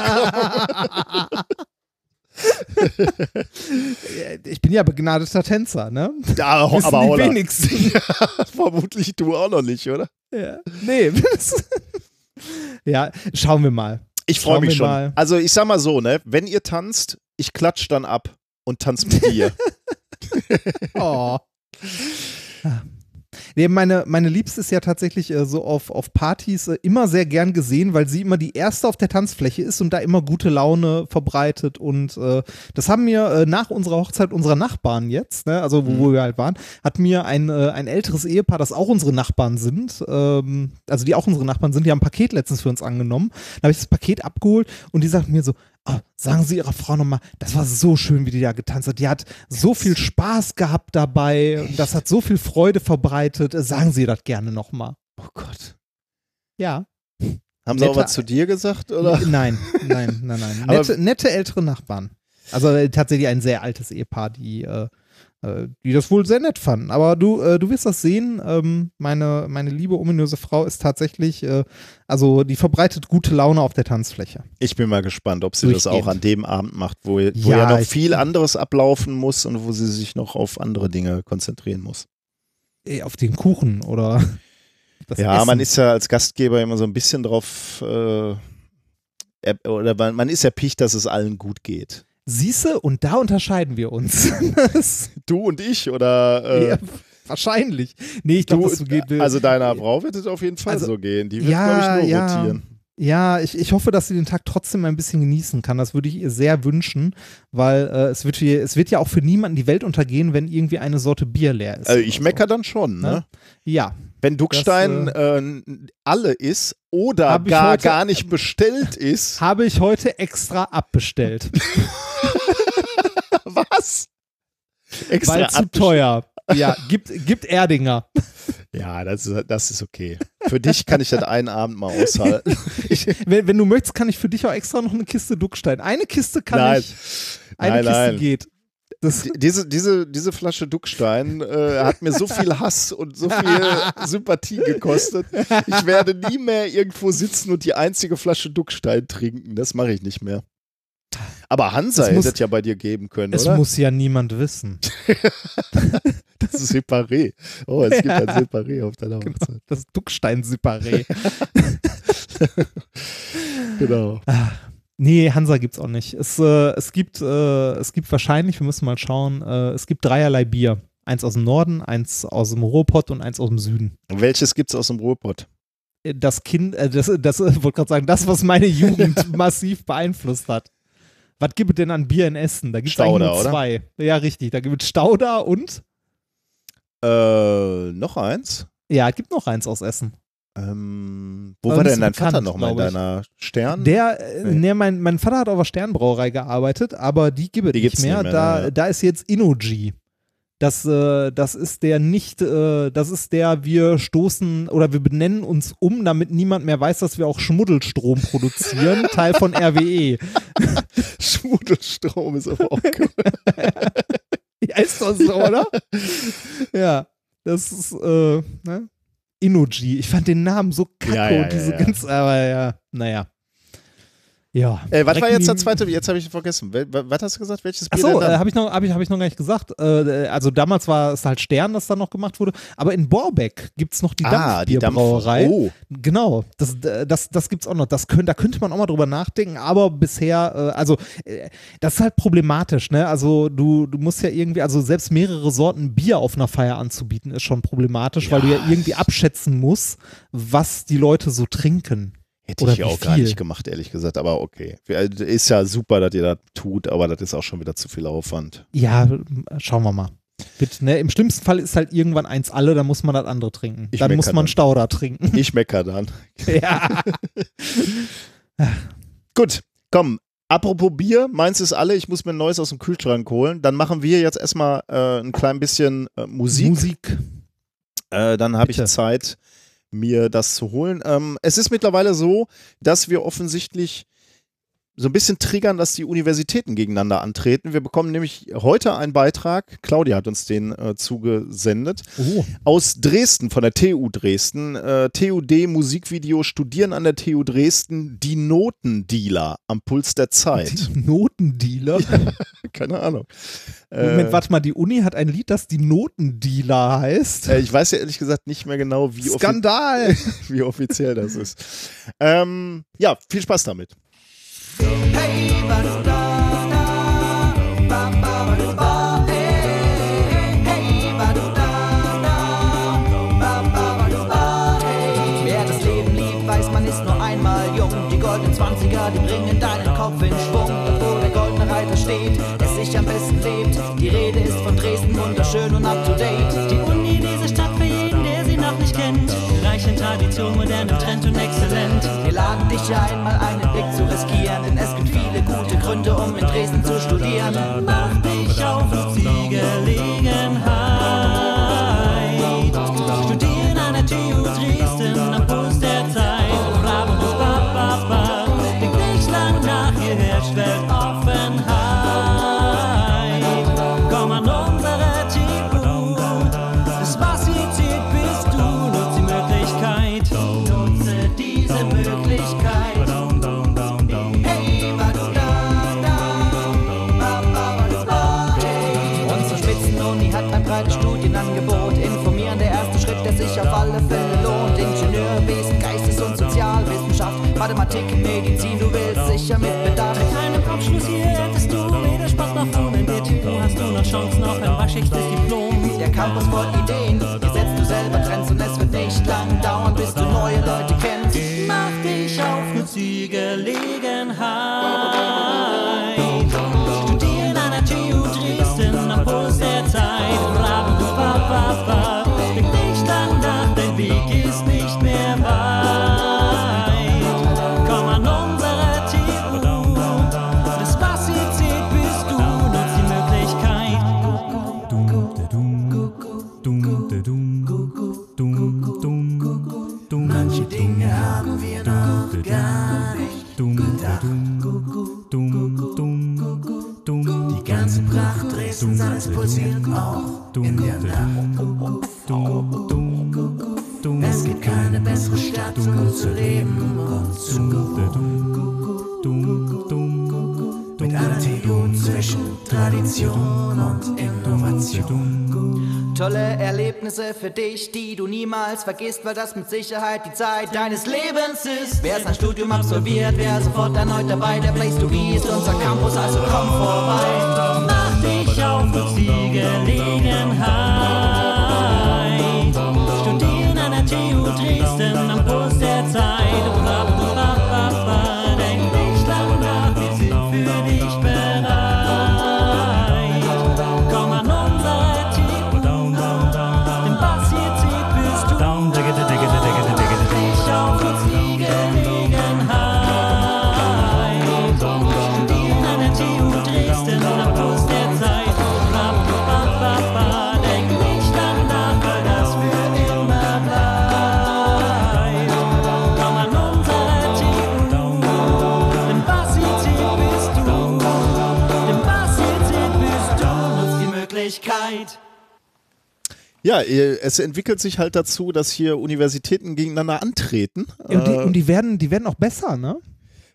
zukommen. Ich bin ja begnadeter Tänzer, ne? Ja, Wissen aber die Holla. wenigsten. Vermutlich du auch noch nicht, oder? Ja. Nee. ja, schauen wir mal. Ich freue Schauen mich wir schon. mal. Also ich sag mal so, ne? Wenn ihr tanzt, ich klatsch dann ab und tanz mit dir. Oh. Nee, meine, meine Liebste ist ja tatsächlich äh, so auf, auf Partys äh, immer sehr gern gesehen, weil sie immer die Erste auf der Tanzfläche ist und da immer gute Laune verbreitet. Und äh, das haben mir äh, nach unserer Hochzeit unserer Nachbarn jetzt, ne, also wo, Mhm. wo wir halt waren, hat mir ein, äh, ein älteres Ehepaar, das auch unsere Nachbarn sind, ähm, also die auch unsere Nachbarn sind, die haben ein Paket letztens für uns angenommen. Da habe ich das Paket abgeholt und die sagten mir so, oh, sagen Sie Ihrer Frau nochmal, das war so schön, wie die da getanzt hat. Die hat so viel Spaß gehabt dabei. Und das hat so viel Freude verbreitet. Sagen Sie das gerne nochmal. Oh Gott. Ja. Haben sie auch Nette- was zu dir gesagt, oder? Nein, nein, nein, nein. Aber- Nette, nette ältere Nachbarn. Also äh, tatsächlich ein sehr altes Ehepaar, die, äh, äh, die das wohl sehr nett fanden. Aber du, äh, du wirst das sehen. Ähm, meine, meine liebe, ominöse Frau ist tatsächlich, äh, also die verbreitet gute Laune auf der Tanzfläche. Ich bin mal gespannt, ob sie das auch Durchgehend. an dem Abend macht, wo, wo ja, Ja, noch ich- viel anderes ablaufen muss und wo sie sich noch auf andere Dinge konzentrieren muss. Äh, Auf den Kuchen oder das Ja, Essen. man ist ja als Gastgeber immer so ein bisschen drauf, äh, er- oder man, man ist erpicht, dass es allen gut geht. Siehste, und da unterscheiden wir uns. Das, Du und ich oder äh, ja, wahrscheinlich. Nee, ich glaube, du, das geht. also deiner Frau wird es auf jeden Fall Also, so gehen. Die wird, ja, glaube ich, nur ja. rotieren. Ja, ich, ich hoffe, dass sie den Tag trotzdem ein bisschen genießen kann. Das würde ich ihr sehr wünschen, weil äh, es, wird hier, es wird ja auch für niemanden die Welt untergehen, wenn irgendwie eine Sorte Bier leer ist. Also ich oder mecker dann schon, so. ne? Ne? Ja. Wenn Duckstein Das, äh, alle ist oder Hab ich gar, heute- gar nicht bestellt ist. Habe ich heute extra abbestellt, Was? Extra weil zu abbestellt. teuer. Ja, gibt, gibt Erdinger. Ja, das ist, das ist okay. Für dich kann ich das einen Abend mal aushalten. Ich, wenn, wenn du möchtest, kann ich für dich auch extra noch eine Kiste Duckstein. Eine Kiste kann Nein. ich. Eine Nein, Kiste nein. geht. Das, Die- Diese, diese, diese Flasche Duckstein äh, hat mir so viel Hass und so viel Sympathie gekostet. Ich werde nie mehr irgendwo sitzen und die einzige Flasche Duckstein trinken. Das mache ich nicht mehr. Aber Hansa Es hätte muss- es ja bei dir geben können, es oder? muss ja niemand wissen. Das ist Separé. Oh, es gibt ein Separé auf deiner Hochzeit. Das Duckstein-Separé. Genau. Nee, Hansa gibt's auch nicht. Es, äh, es, gibt, äh, es gibt wahrscheinlich, wir müssen mal schauen, äh, es gibt dreierlei Bier. Eins aus dem Norden, eins aus dem Ruhrpott und eins aus dem Süden. Welches gibt's aus dem Ruhrpott? Äh, Das Kind, äh, das, das äh, wollte gerade sagen, das, was meine Jugend massiv beeinflusst hat. Was gibt es denn an Bier in Essen? Da gibt es Stauder, nur oder? zwei. Ja, richtig. Da gibt es Stauder und, Äh, noch eins? ja, es gibt noch eins aus Essen. Ähm, wo Aber war nicht denn so dein Vater bekannt, nochmal in glaub ich. deiner Stern? Der, äh, Nee. nee, mein, mein Vater hat auf der Sternbrauerei gearbeitet, aber die gibt es Die nicht gibt's mehr. nicht mehr, da, ne, ja. da ist jetzt Innogy. Das, äh, das ist der nicht, äh, das ist der, wir stoßen oder wir benennen uns um, damit niemand mehr weiß, dass wir auch Schmuddelstrom produzieren, Teil von R W E. Schmuddelstrom ist aber auch cool. Ja, ist doch so, oder? Ja, das ist, äh, ne? Innogy. Ich fand den Namen so kacke Ja, ja, und diese ja, ja. ganz, aber ja, naja. Ja. Äh, was war jetzt der Reckon- zweite? Jetzt habe ich vergessen. Wel- wa- Was hast du gesagt? Welches Bier Achso, denn äh, dann? habe ich, noch- hab ich, hab ich noch gar nicht gesagt. Äh, also damals war es halt Stern, das dann noch gemacht wurde. Aber in Borbeck gibt es noch die Ah, die Dampfbierbrauerei. Dampf- oh. Genau, das, das, das gibt es auch noch. Das könnt, da könnte man auch mal drüber nachdenken. Aber bisher, äh, also äh, das ist halt problematisch. Ne? Also du, du musst ja irgendwie, also selbst mehrere Sorten Bier auf einer Feier anzubieten, ist schon problematisch, weil du ja irgendwie abschätzen musst, was die Leute so trinken. Hätte Oder ich ja wie auch gar viel? nicht gemacht, ehrlich gesagt. Aber okay. Ist ja super, dass ihr das tut, aber das ist auch schon wieder zu viel Aufwand. Ja, schauen wir mal. Bitte, ne? Im schlimmsten Fall ist halt irgendwann eins alle, dann muss man das andere trinken. Ich dann muss mecker man dann. Stauder trinken. Ich mecker dann. Ja. Gut, komm. Apropos Bier, meins ist alle, ich muss mir ein neues aus dem Kühlschrank holen. Dann machen wir jetzt erstmal äh, ein klein bisschen äh, Musik. Musik. Äh, dann habe ich Bitte. Zeit, mir das zu holen. Ähm, es ist mittlerweile so, dass wir offensichtlich so ein bisschen triggern, dass die Universitäten gegeneinander antreten. Wir bekommen nämlich heute einen Beitrag, Claudia hat uns den äh, zugesendet, Oh. aus Dresden, von der T U Dresden. Äh, T U D Musikvideo, studieren an der T U Dresden, die Notendealer am Puls der Zeit. Die Notendealer. Keine Ahnung. Moment, Äh, warte mal, die Uni hat ein Lied, das die Notendealer heißt. äh, ich weiß ja ehrlich gesagt nicht mehr genau, wie, offi Skandal! wie offiziell das ist. Ähm, ja, viel Spaß damit. Hey, was da, da, ba, ba, ba, ba, hey, hey, was da, da, ba, ba, ba, ba, hey. Wer das Leben liebt, weiß, man ist nur einmal jung. Die goldenen Zwanziger, die bringen deinen Kopf in Schwung. Dort, wo der goldene Reiter steht, es sich am besten lebt. Die Rede ist von Dresden, wunderschön und up to date. Die Uni, diese Stadt für jeden, der sie noch nicht kennt. Reich in Tradition, modernem Trend und exzellent. Wir laden dich ein, mal einen Blick zu riskieren, denn es gibt viele gute Gründe, um in Dresden zu studieren. Mach dich auf, nutz die Gelegenheit. Studieren an der T U Dresden am Puls der Zeit. Rababababa, denk nicht lang nach, hier herrscht Weltoffenheit. Komm an unsere T U, das was hier zählt bist du. Nutz die Möglichkeit, nutze diese Möglichkeit. Hey, was da, da, ba, ba, ba, ba, hey. Unsere Spitzenuni hat ein breites Studienangebot. Informieren, der erste Schritt, der sich auf alle Fälle lohnt. Ingenieurwesen, Geistes- und Sozialwissenschaft, Mathematik, Medizin, du willst sicher mit Bedarf. Mit keinem Abschluss hier hättest du weder Spaß noch Ruhe. In der T U hast du noch Chancen auf ein waschechts Diplom. Der Campus voll Ideen, hier setzt du selber Trends und es wird nicht lang dauern, bis du neue Leute kennst. Mach dich auf, nutz die Gelegenheit. Studieren an der T U Dresden am Puls der Zeit. Rababababa, denk nicht lang nach, dein Weg ist nicht mehr weit. Komm an unsere T U, das was hier zählt bist du, nutz die Möglichkeit. Manche Dinge haben wir noch gar nicht gedacht. Die ganze Pracht Dresdens, alles pulsiert auch in der Nacht. Es gibt keine bessere Stadt, gut zu leben und zu wohnen. Mit einer T U zwischen Tradition und Innovation. Tolle Erlebnisse für dich, die du niemals vergisst, weil das mit Sicherheit die Zeit deines Lebens ist. Wer sein Studium absolviert, wäre sofort erneut dabei. Der Place to be ist unser Campus, also komm vorbei. Mach dich auf, nutz die Gelegenheit. Studieren an der T U Dresden am Puls der Zeit. Rababababa, denk nicht lang nach, wir sind für dich bereit. Komm an unsere T U, denn was hier zählt bist du. Mach dich auf, nutz die Gelegenheit. Studieren an der T U Dresden am Puls der Zeit. Rababababa, denk nicht lang nach, weil das für immer bleibt. Komm an unsere T U, denn was hier zählt bist du. Denn was hier zählt bist du. Nutz die Möglichkeit. Ja, äh, es entwickelt sich halt dazu, dass hier Universitäten gegeneinander antreten. Und die, Äh, und die werden, die werden auch besser, ne?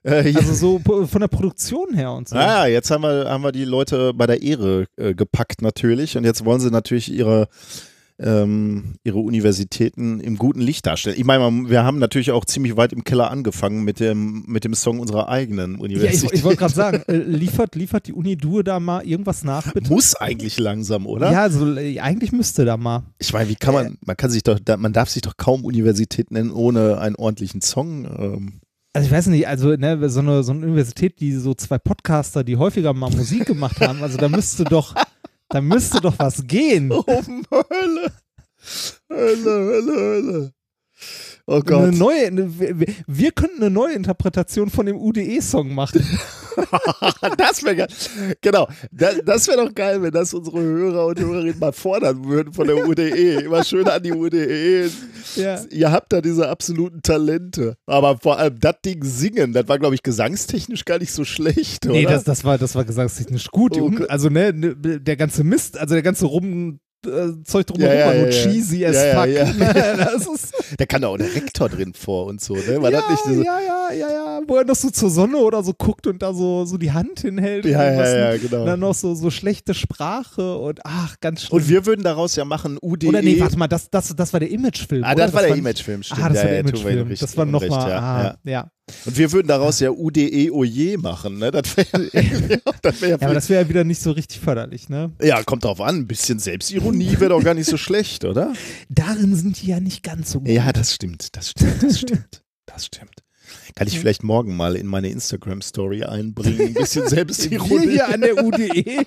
Äh, ja. Also so po- von der Produktion her und so. Ah, jetzt haben wir, haben wir die Leute bei der Ehre äh, gepackt natürlich und jetzt wollen sie natürlich ihre, ähm, ihre Universitäten im guten Licht darstellen. Ich meine, man- wir haben natürlich auch ziemlich weit im Keller angefangen mit dem, mit dem Song unserer eigenen Ja, ich, Universität. ich wollte gerade sagen, äh, liefert, liefert die Uni Due da mal irgendwas nach, bitte? Muss eigentlich langsam, oder? Ja, also äh, eigentlich müsste da mal. Ich meine, wie kann man, man kann sich doch, da- man darf sich doch kaum Universität nennen ohne einen ordentlichen Song. Ähm. Also ich weiß nicht, also ne, so, eine, so eine Universität, die so zwei Podcaster, die häufiger mal Musik gemacht haben, also da müsste doch, da müsste doch was gehen. Oh, Hölle. Hölle, Hölle, Hölle. Oh Eine Gott. neue, eine, wir, wir könnten eine neue Interpretation von dem U D E-Song machen. Das wäre geil. Genau. Das, das wäre doch geil, wenn das unsere Hörer und Hörerinnen mal fordern würden von der U D E. Immer schön an die U D E. Ja. Ihr habt da diese absoluten Talente. Aber vor allem das Ding singen, das war, glaube ich, gesangstechnisch gar nicht so schlecht, oder? Nee, das, das war, das war gesangstechnisch gut. Die Oh Un- Gott. also ne, ne, der ganze Mist, also der ganze Rum äh, Zeug drumherum Ja, ja, war nur ja, ja. cheesy as Ja, ja, fuck. ja. Das ist, Da kann da auch der Rektor drin vor und so, ne? War ja, das nicht diese. ja, ja, ja, ja, wo er noch so zur Sonne oder so guckt und da so, so die Hand hinhält. und Ja, ja, irgendwas. ja, genau. Und dann noch so, so schlechte Sprache und ach, ganz schlimm. Und wir würden daraus ja machen U D E. Oder nee, warte mal, das, das, das war der Imagefilm. Ah, oder? das war der nicht- Imagefilm, stimmt. Ah, das ja, war der ja, tun wir Ihnen Imagefilm. richtig Das war Unrecht, nochmal, ja, ah, ja. ja. Und wir würden daraus ja U D E Oje machen, ne? Das wäre das wär ja, Ja, aber das wäre ja wieder nicht so richtig förderlich, ne? ja, kommt drauf an. Ein bisschen Selbstironie wäre doch gar nicht so schlecht, oder? Darin sind die ja nicht ganz so gut. Ja, das stimmt, das stimmt, das stimmt, das stimmt. Kann ich vielleicht morgen mal in meine Instagram-Story einbringen, ein bisschen Wir Selbstironie. hier an der U D E.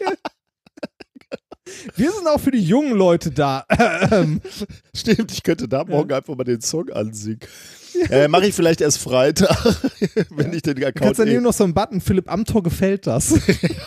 Wir sind auch für die jungen Leute da. Ähm, Stimmt, ich könnte da morgen einfach mal den Song ansingen. Äh, Mache ich vielleicht erst Freitag, wenn ich den Du Account kannst daneben eh- noch so einen Button, Philipp Amthor gefällt das.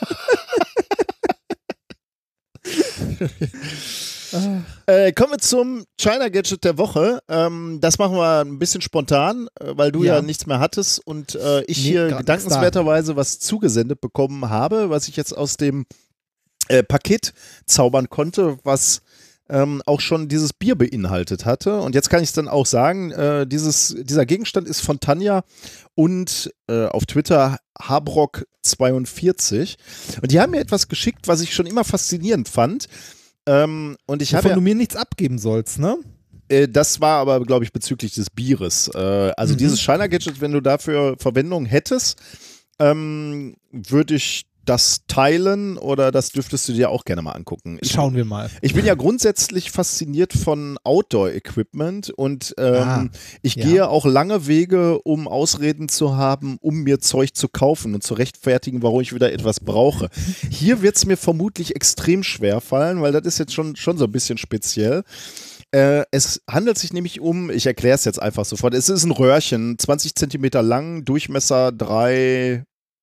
Äh, kommen wir zum China Gadget der Woche. Ähm, das machen wir ein bisschen spontan, äh, weil du ja, Ja. nichts mehr hattest und äh, ich Nee, hier grad gedankenswerterweise was zugesendet bekommen habe, was ich jetzt aus dem äh, Paket zaubern konnte, was ähm, auch schon dieses Bier beinhaltet hatte. Und jetzt kann ich es dann auch sagen, äh, dieses, dieser Gegenstand ist von Tanja und äh, auf Twitter Habrock zweiundvierzig. Und die haben mir etwas geschickt, was ich schon immer faszinierend fand. Ähm, und ich habe Wovon ja, du mir nichts abgeben sollst, ne? äh, das war aber, glaube ich, bezüglich des Bieres. Äh, also Mhm. dieses China-Gadget, wenn du dafür Verwendung hättest, ähm, würde ich das teilen oder das dürftest du dir auch gerne mal angucken. Ich, Schauen wir mal. ich bin ja grundsätzlich fasziniert von Outdoor-Equipment und ähm, Ah, ich ja. gehe auch lange Wege, um Ausreden zu haben, um mir Zeug zu kaufen und zu rechtfertigen, warum ich wieder etwas brauche. Hier wird es mir vermutlich extrem schwer fallen, weil das ist jetzt schon, schon so ein bisschen speziell. Äh, es handelt sich nämlich um, ich erkläre es jetzt einfach sofort, es ist ein Röhrchen, zwanzig Zentimeter lang, Durchmesser drei,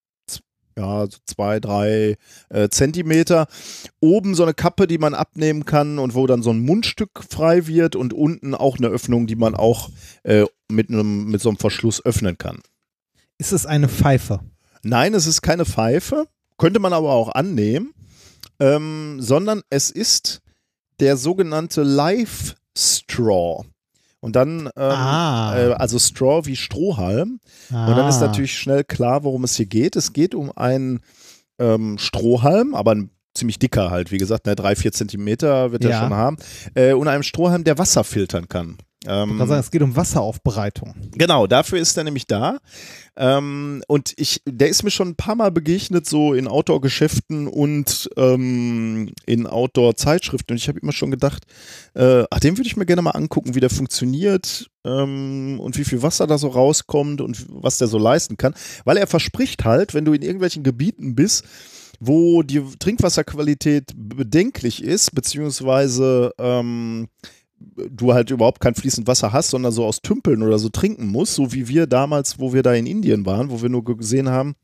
ja, so zwei, drei äh, Zentimeter. Oben so eine Kappe, die man abnehmen kann und wo dann so ein Mundstück frei wird und unten auch eine Öffnung, die man auch äh, mit, einem, mit so einem Verschluss öffnen kann. Ist es eine Pfeife? Nein, es ist keine Pfeife, könnte man aber auch annehmen, ähm, sondern es ist der sogenannte Live Straw. Und dann, ähm, Ah. äh, also Straw wie Strohhalm. Ah. Und dann ist natürlich schnell klar, worum es hier geht. Es geht um einen ähm, Strohhalm, aber ein ziemlich dicker halt, wie gesagt, ne, drei, vier Zentimeter wird er Ja. schon haben. Äh, und einem Strohhalm, der Wasser filtern kann. Ähm, Ich kann sagen, es geht um Wasseraufbereitung. Genau, dafür ist er nämlich da. Ähm, und ich, der ist mir schon ein paar Mal begegnet, so in Outdoor-Geschäften und ähm, in Outdoor-Zeitschriften. Und ich habe immer schon gedacht, äh, ach, den würde ich mir gerne mal angucken, wie der funktioniert ähm, und wie viel Wasser da so rauskommt und was der so leisten kann. Weil er verspricht halt, wenn du in irgendwelchen Gebieten bist, wo die Trinkwasserqualität bedenklich ist, beziehungsweise ähm, du halt überhaupt kein fließend Wasser hast, sondern so aus Tümpeln oder so trinken musst, so wie wir damals, wo wir da in Indien waren, wo wir nur gesehen haben,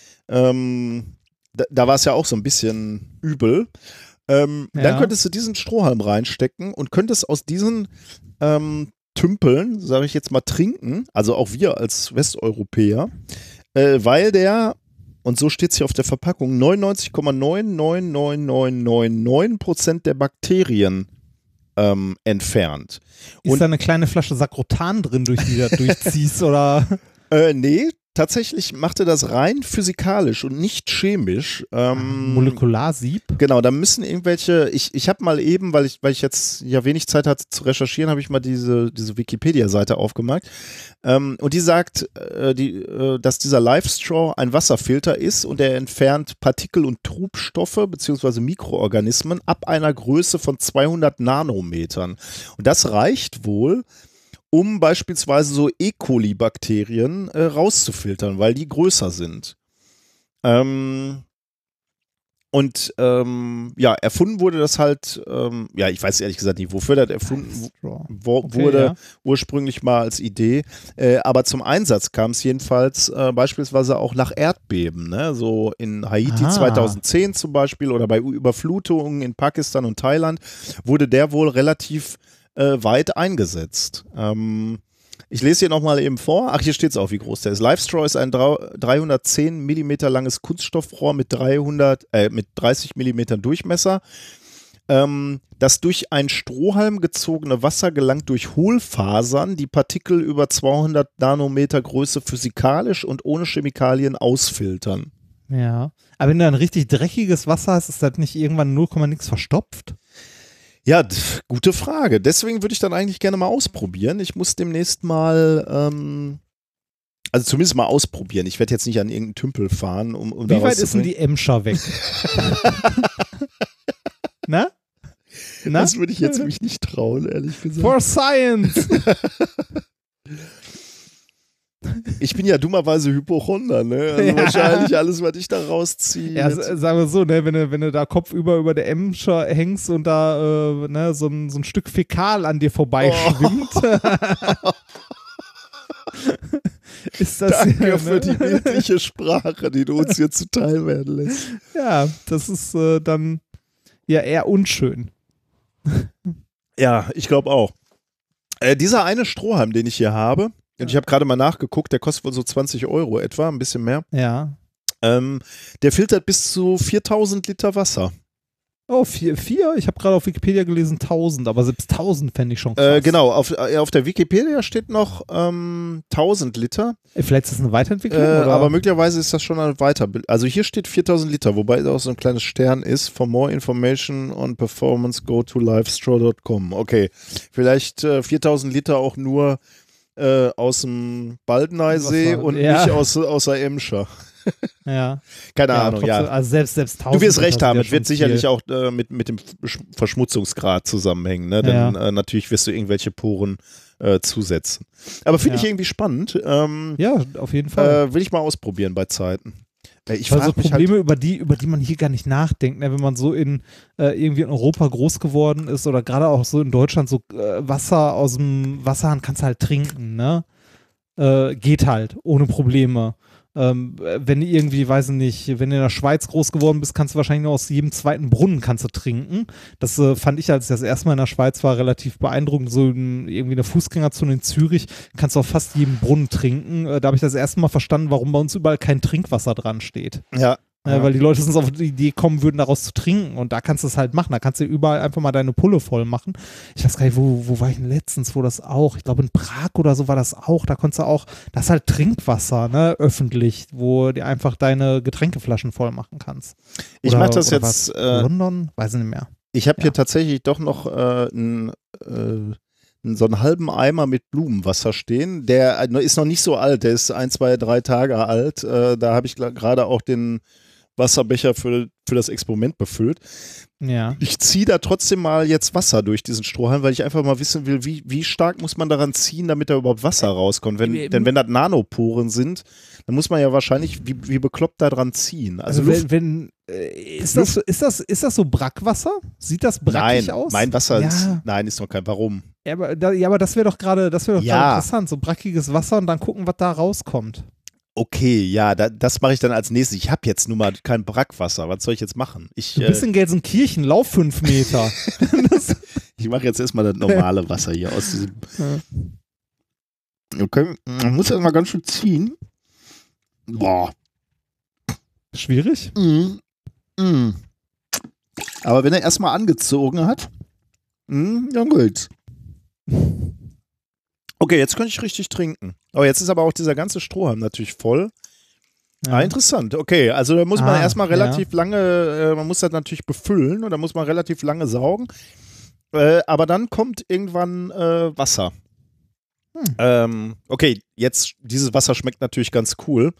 ähm, da, da war es ja auch so ein bisschen übel. Ähm, Ja. Dann könntest du diesen Strohhalm reinstecken und könntest aus diesen ähm, Tümpeln, sage ich jetzt mal, trinken, also auch wir als Westeuropäer, äh, weil der, und so steht es hier auf der Verpackung, neunundneunzig Komma neun neun neun neun neun neun Prozent der Bakterien ähm, entfernt. Ist Und da eine kleine Flasche Sakrotan drin, durch die du da durchziehst? Oder? äh, nee, tatsächlich macht er das rein physikalisch und nicht chemisch. Ähm, Molekularsieb? Genau, da müssen irgendwelche, ich, ich habe mal eben, weil ich, weil ich jetzt ja wenig Zeit hatte zu recherchieren, habe ich mal diese, diese Wikipedia-Seite aufgemacht. Ähm, und die sagt, äh, die, äh, dass dieser Live-Straw ein Wasserfilter ist und er entfernt Partikel und Trubstoffe bzw. Mikroorganismen ab einer Größe von zweihundert Nanometern. Und das reicht wohl, um beispielsweise so E. coli-Bakterien äh, rauszufiltern, weil die größer sind. Ähm, und ähm, ja, erfunden wurde das halt, ähm, ja, ich weiß ehrlich gesagt nicht, wofür das erfunden Straw. wo, Okay, wurde, ja. ursprünglich mal als Idee, äh, aber zum Einsatz kam es jedenfalls äh, beispielsweise auch nach Erdbeben, ne? So in Haiti Ah. zweitausendzehn zum Beispiel oder bei Überflutungen in Pakistan und Thailand wurde der wohl relativ äh, weit eingesetzt. Ähm, ich lese hier nochmal eben vor. Ach, hier steht es auch, wie groß der ist. Live-Straw ist ein drei- dreihundertzehn Millimeter langes Kunststoffrohr mit, dreihundert, äh, mit dreißig Millimeter Durchmesser. Ähm, das durch einen Strohhalm gezogene Wasser gelangt durch Hohlfasern, die Partikel über zweihundert Nanometer Größe physikalisch und ohne Chemikalien ausfiltern. Ja. Aber wenn du ein richtig dreckiges Wasser hast, ist das nicht irgendwann null Komma nix verstopft? Ja, d- gute Frage. Deswegen würde ich dann eigentlich gerne mal ausprobieren. Ich muss demnächst mal, ähm, also zumindest mal ausprobieren. Ich werde jetzt nicht an irgendeinen Tümpel fahren, um, um Wie daraus weit zu ist denn die Emscher weg? Na? Na? Das würde ich jetzt mich nicht trauen, ehrlich gesagt. For Science! Ich bin ja dummerweise Hypochonder, ne? Also Ja. wahrscheinlich alles, was ich da rausziehe. Ja, jetzt- s- sagen wir so, ne, wenn du, wenn du da kopfüber über der Emscher hängst und da äh, ne, so, ein, so ein Stück Fäkal an dir vorbeischwimmt. Ist das Danke ja, für ne? die bildliche Sprache, die du uns hier zuteil werden lässt. Ja, das ist äh, dann ja eher unschön. Ja, ich glaube auch. Äh, dieser eine Strohhalm, den ich hier habe, und ich habe gerade mal nachgeguckt, der kostet wohl so zwanzig Euro etwa, ein bisschen mehr. Ja. Ähm, der filtert bis zu viertausend Liter Wasser. Oh, vier, vier? Ich habe gerade auf Wikipedia gelesen tausend, aber selbst tausend fände ich schon krass. Äh, genau, auf, äh, auf der Wikipedia steht noch ähm, tausend Liter, Äh, Vielleicht ist es eine Weiterentwicklung, äh, oder? aber möglicherweise ist das schon ein Weiterbild. Also hier steht viertausend Liter, wobei es auch so ein kleines Stern ist. For more information on performance, go to livestraw dot com. Okay, vielleicht äh, viertausend Liter auch nur äh, aus dem Baldeneysee Wasser, und ja. nicht aus, aus der Emscher. ja. Keine ja, Ahnung, trotzdem, ja. Also selbst, selbst tausend. Du wirst recht das haben, wäre es wird schon sicherlich viel. auch äh, mit, mit dem Versch- Verschmutzungsgrad zusammenhängen, ne? Denn Ja. äh, natürlich wirst du irgendwelche Poren äh, zusetzen. Aber finde Ja. ich irgendwie spannend. Ähm, Ja, auf jeden Fall. äh, will ich mal ausprobieren bei Zeiten. Äh, ich Also frage mich halt, Probleme, über die, über die man hier gar nicht nachdenkt, ne? Wenn man so in äh, irgendwie in Europa groß geworden ist oder gerade auch so in Deutschland, so äh, Wasser aus dem Wasserhahn kannst du halt trinken, ne? Äh, geht halt, ohne Probleme. Ähm, wenn du irgendwie, weiß ich nicht, wenn du in der Schweiz groß geworden bist, kannst du wahrscheinlich nur aus jedem zweiten Brunnen kannst du trinken. Das äh, fand ich, als ich das erste Mal in der Schweiz war, relativ beeindruckend. So in, irgendwie in der Fußgängerzone in Zürich kannst du auf fast jedem Brunnen trinken. Äh, da habe ich das erste Mal verstanden, warum bei uns überall kein Trinkwasser dran steht. ja, Äh, weil die Leute sonst auf die Idee kommen würden, daraus zu trinken. Und da kannst du es halt machen. Da kannst du überall einfach mal deine Pulle voll machen. Ich weiß gar nicht, wo, wo war ich denn letztens, wo das auch, ich glaube in Prag oder so war das auch. Da konntest du auch, das ist halt Trinkwasser, ne, öffentlich, wo du einfach deine Getränkeflaschen voll machen kannst. ich Oder- mache das oder jetzt, war's äh, London? Weiß ich nicht mehr. ich habe ja. hier tatsächlich doch noch äh, einen, äh, einen- so einen halben Eimer mit Blumenwasser stehen. Der äh, ist noch nicht so alt, der ist ein, zwei, drei Tage alt. Äh, da habe ich gla- gerade auch den Wasserbecher für, für das Experiment befüllt. Ja. Ich ziehe da trotzdem mal jetzt Wasser durch diesen Strohhalm, weil ich einfach mal wissen will, wie, wie stark muss man daran ziehen, damit da überhaupt Wasser rauskommt. Wenn, Äh, denn wenn das Nanoporen sind, dann muss man ja wahrscheinlich wie, wie bekloppt da dran ziehen. Also, Also, Luft, wenn, wenn äh, ist, das, ist, das, ist das so Brackwasser? Sieht das brackig nein, aus? mein Wasser ja. ist, nein, ist noch kein, warum? Ja, aber, da, ja, aber das wäre doch gerade, das wäre doch Ja. gerade interessant. So brackiges Wasser und dann gucken, was da rauskommt. Okay, ja, da, das mache ich dann als nächstes. Ich habe jetzt nun mal kein Brackwasser. Was soll ich jetzt machen? Ich, Du bist äh, in Gelsenkirchen, lauf fünf Meter. das, ich mache jetzt erstmal das normale Wasser hier aus diesem. Okay, man muss erstmal ganz schön ziehen. Boah. schwierig. Mm. Mm. Aber wenn er erstmal angezogen hat, mm, dann geht's. Okay, jetzt könnte ich richtig trinken. Oh, jetzt ist aber auch dieser ganze Strohhalm natürlich voll. Ja. Ah, interessant. Okay, also da muss man Ah, erstmal relativ lange, äh, man muss das natürlich befüllen und da muss man relativ lange saugen. Äh, aber dann kommt irgendwann äh, Wasser. Hm. Ähm, okay, jetzt, dieses Wasser schmeckt natürlich ganz cool.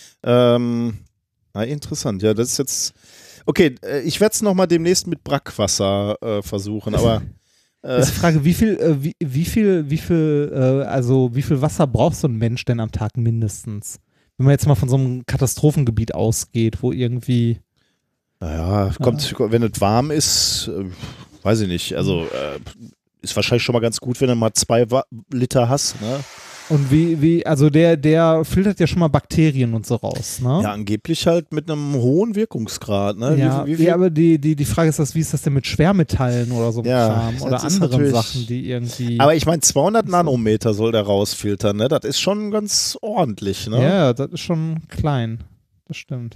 Ähm, na, interessant. Ja, das ist jetzt, okay, äh, ich werde es nochmal demnächst mit Brackwasser äh, versuchen, aber äh, Ist die Frage, wie viel, äh, wie, wie viel, wie viel, äh, also wie viel Wasser braucht so ein Mensch denn am Tag mindestens? Wenn man jetzt mal von so einem Katastrophengebiet ausgeht, wo irgendwie. naja, kommt, wenn es warm ist, äh, weiß ich nicht, also äh, ist wahrscheinlich schon mal ganz gut, wenn du mal zwei Wa- Liter hast, ne? Und wie, wie, also der, der filtert ja schon mal Bakterien und so raus, ne? Ja, angeblich halt mit einem hohen Wirkungsgrad, ne? Ja, wie, wie viel? ja, aber die, die, die Frage ist, das, wie ist das denn mit Schwermetallen oder so Ja, Kram das oder ist anderen natürlich- Sachen, die irgendwie. Aber ich meine, zweihundert Nanometer soll der rausfiltern, ne? Das ist schon ganz ordentlich, ne? Ja, das ist schon klein. Das stimmt.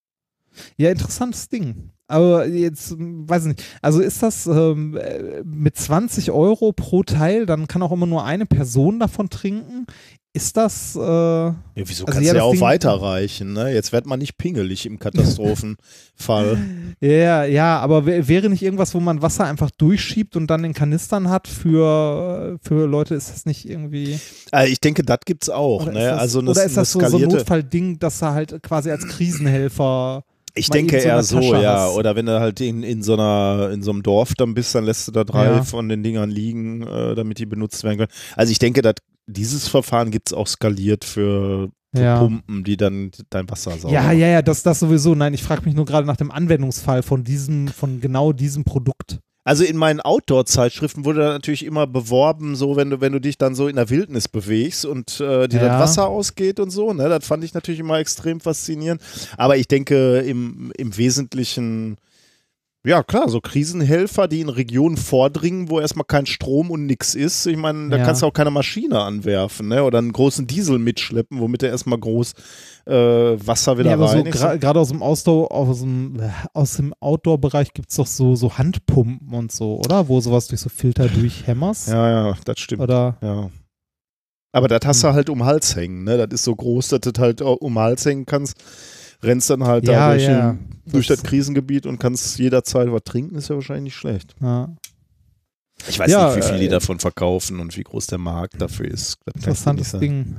Ja, interessantes Ding. Aber jetzt, hm, weiß ich nicht. Also ist das ähm, äh, mit zwanzig Euro pro Teil, dann kann auch immer nur eine Person davon trinken. Ist das. Äh, Ja, wieso Also kannst ja, du ja das auch Ding- weiterreichen, ne? Jetzt wird man nicht pingelig im Katastrophenfall. ja, ja, aber wär- wäre nicht irgendwas, wo man Wasser einfach durchschiebt und dann in Kanistern hat für, für Leute, ist das nicht irgendwie. Also ich denke, das gibt's auch, Oder ne? ist das, Also eine, oder ist das so, eine so ein skalierte. Notfallding, dass er halt quasi als Krisenhelfer. Ich mal denke eben so in eher der so, Tasche ja. hast. Oder wenn du halt in, in so einer, in so einem Dorf dann bist, dann lässt du da drei Ja. von den Dingern liegen, äh, damit die benutzt werden können. Also ich denke, dass dieses Verfahren gibt's auch skaliert für, für Ja. Pumpen, die dann dein Wasser saugen. Ja, ja, ja, das, das sowieso. Nein, ich frage mich nur gerade nach dem Anwendungsfall von diesem, von genau diesem Produkt. Also in meinen Outdoor-Zeitschriften wurde da natürlich immer beworben, so wenn du, wenn du dich dann so in der Wildnis bewegst und äh, dir Ja. das Wasser ausgeht und so, ne? Das fand ich natürlich immer extrem faszinierend. Aber ich denke im, im Wesentlichen, ja klar, so Krisenhelfer, die in Regionen vordringen, wo erstmal kein Strom und nix ist. Ich meine, da Ja. kannst du auch keine Maschine anwerfen, ne? Oder einen großen Diesel mitschleppen, womit du erstmal groß äh, Wasser wieder Ja, aber so rein ist. gra- gerade aus dem Ausdauer, aus dem, äh, aus dem Outdoor-Bereich gibt es doch so, so Handpumpen und so, oder? Wo sowas durch so Filter durchhämmerst. Ja, ja, das stimmt. Oder Ja. Aber das hast Hm. du halt um den Hals hängen, ne? Das ist so groß, dass du das halt auch um den Hals hängen kannst. Rennst dann halt Ja, da durch, ja. ein, durch das Das- Krisengebiet und kannst jederzeit was trinken, ist ja wahrscheinlich nicht schlecht. ja, Ich weiß Ja, nicht, wie viel die äh, davon verkaufen und wie groß der Markt dafür ist. Das kann ich dir nicht interessantes sagen. Ding.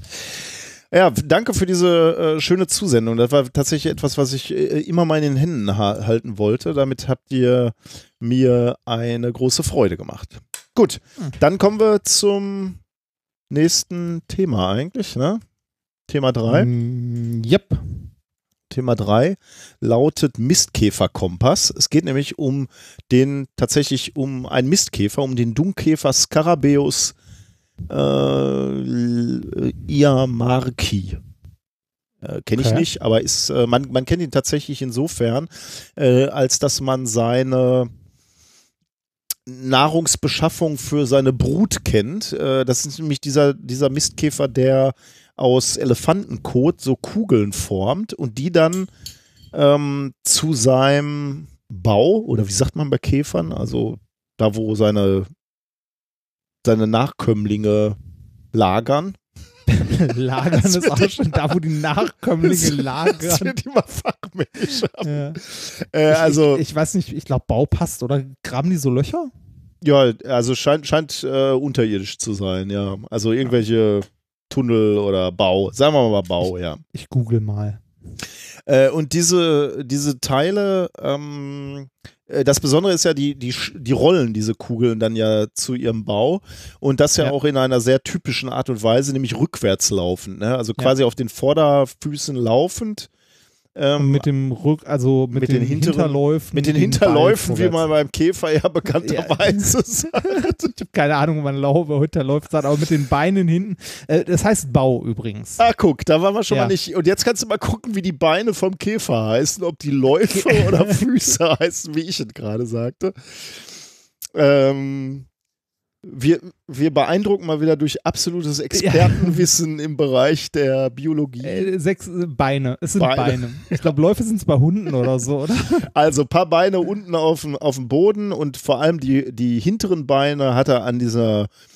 Ja, danke für diese äh, schöne Zusendung. Das war tatsächlich etwas, was ich äh, immer mal in den Händen ha halten wollte. Damit habt ihr mir eine große Freude gemacht. Gut, Hm. dann kommen wir zum nächsten Thema eigentlich, ne? Thema drei. Mm, yep. Thema drei lautet Mistkäferkompass. Es geht nämlich um den, tatsächlich um einen Mistkäfer, um den Dungkäfer Scarabeus äh, Iamarki. Äh, Kenne ich Okay. nicht, aber ist, äh, man, man kennt ihn tatsächlich insofern, äh, als dass man seine Nahrungsbeschaffung für seine Brut kennt. Äh, das ist nämlich dieser, dieser Mistkäfer, der aus Elefantenkot so Kugeln formt und die dann ähm, zu seinem Bau, oder wie sagt man bei Käfern, also da, wo seine, seine Nachkömmlinge lagern. Lagern Das ist wird auch schon da, wo die Nachkömmlinge Das lagern. wird immer fachmännisch. Ja. Äh, also, ich, ich, ich weiß nicht, ich glaube, Bau passt, oder? Graben die so Löcher? ja, also scheint, scheint äh, unterirdisch zu sein, ja. Also irgendwelche Tunnel oder Bau, sagen wir mal Bau, ja. Ich google mal. Äh, und diese, diese Teile, ähm, äh, das Besondere ist ja, die, die, Sch- die rollen diese Kugeln dann ja zu ihrem Bau und das ja, Ja. auch in einer sehr typischen Art und Weise, nämlich rückwärts laufend, ne? Also quasi auf den Vorderfüßen laufend. Ähm, Und mit dem Rück, also mit, mit den, den hinteren- Hinterläufen. mit den den Hinterläufen, Ball wie man vorwärts. beim Käfer ja bekannterweise sagt. Ich habe keine Ahnung, wie man Laube Hinterläuft sagt, aber mit den Beinen hinten. Äh, das heißt Bau übrigens. Ah, guck, da waren wir schon Ja. mal nicht. Und jetzt kannst du mal gucken, wie die Beine vom Käfer heißen, ob die Läufe oder Füße heißen, wie ich es gerade sagte. Ähm, wir, wir beeindrucken mal wieder durch absolutes Expertenwissen im Bereich der Biologie. Äh, sechs äh, Beine. Es sind Beine. Beine. Ich glaube, Läufe sind es bei Hunden oder so, oder? Also ein paar Beine unten auf dem, auf dem Boden und vor allem die, die hinteren Beine hat er an dieser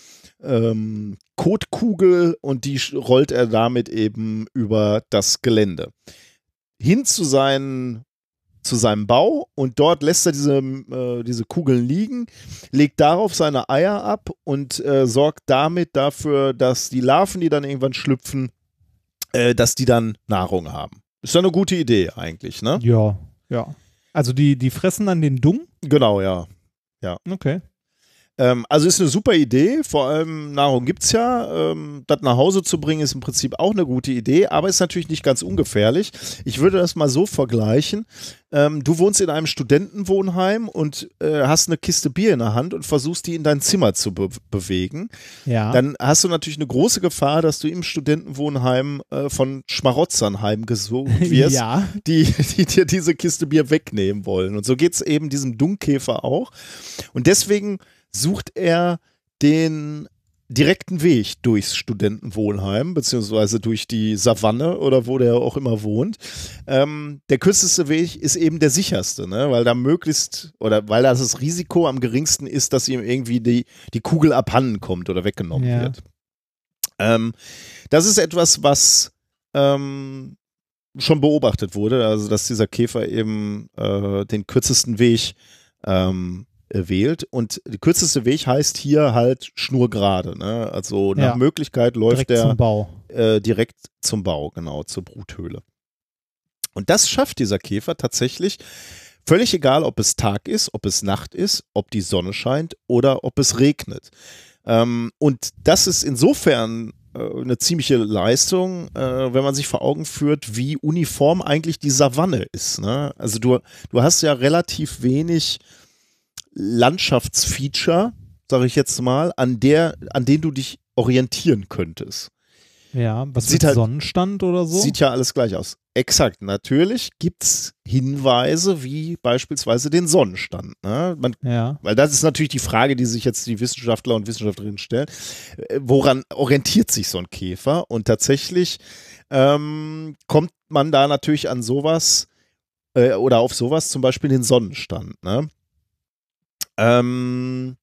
ähm, Kotkugel und die sch- rollt er damit eben über das Gelände. Hin zu, seinen, zu seinem Bau und dort lässt er diese, äh, diese Kugeln liegen, legt darauf seine Eier ab und äh, sorgt damit dafür, dass die Larven, die dann irgendwann schlüpfen, äh, dass die dann Nahrung haben. Ist ja eine gute Idee eigentlich, ne? Ja, ja. Also die, die fressen dann den Dung? Genau, ja. Okay. Ähm, also ist eine super Idee, vor allem Nahrung gibt es ja. Ähm, das nach Hause zu bringen ist im Prinzip auch eine gute Idee, aber ist natürlich nicht ganz ungefährlich. Ich würde das mal so vergleichen. Ähm, du wohnst in einem Studentenwohnheim und äh, hast eine Kiste Bier in der Hand und versuchst die in dein Zimmer zu be bewegen. Ja. Dann hast du natürlich eine große Gefahr, dass du im Studentenwohnheim äh, von Schmarotzern heimgesucht wirst, ja. die, die dir diese Kiste Bier wegnehmen wollen. Und so geht es eben diesem Dungkäfer auch. Und deswegen sucht er den direkten Weg durchs Studentenwohnheim, beziehungsweise durch die Savanne oder wo der auch immer wohnt. Ähm, der kürzeste Weg ist eben der sicherste, ne? Weil da möglichst, oder weil da das Risiko am geringsten ist, dass ihm irgendwie die, die Kugel abhanden kommt oder weggenommen Ja. wird. Ähm, das ist etwas, was ähm, schon beobachtet wurde, also dass dieser Käfer eben äh, den kürzesten Weg ähm, wählt. Und der kürzeste Weg heißt hier halt schnurgerade. Ne? Also nach Ja. Möglichkeit läuft Direkt der zum Bau. äh, direkt zum Bau, genau, zur Bruthöhle. Und das schafft dieser Käfer tatsächlich, völlig egal, ob es Tag ist, ob es Nacht ist, ob die Sonne scheint oder ob es regnet. Ähm, und das ist insofern äh, eine ziemliche Leistung, äh, wenn man sich vor Augen führt, wie uniform eigentlich die Savanne ist. Ne? Also du, du hast ja relativ wenig Landschaftsfeature, sage ich jetzt mal, an der, an denen du dich orientieren könntest. Ja, was Sieht mit halt- Sonnenstand oder so? Sieht ja alles gleich aus. Exakt, natürlich gibt es Hinweise wie beispielsweise den Sonnenstand. Ne? Man, ja. weil das ist natürlich die Frage, die sich jetzt die Wissenschaftler und Wissenschaftlerinnen stellen. Äh, Woran orientiert sich so ein Käfer? Und tatsächlich ähm, kommt man da natürlich an sowas äh, oder auf sowas, zum Beispiel den Sonnenstand. Ne? Ähm,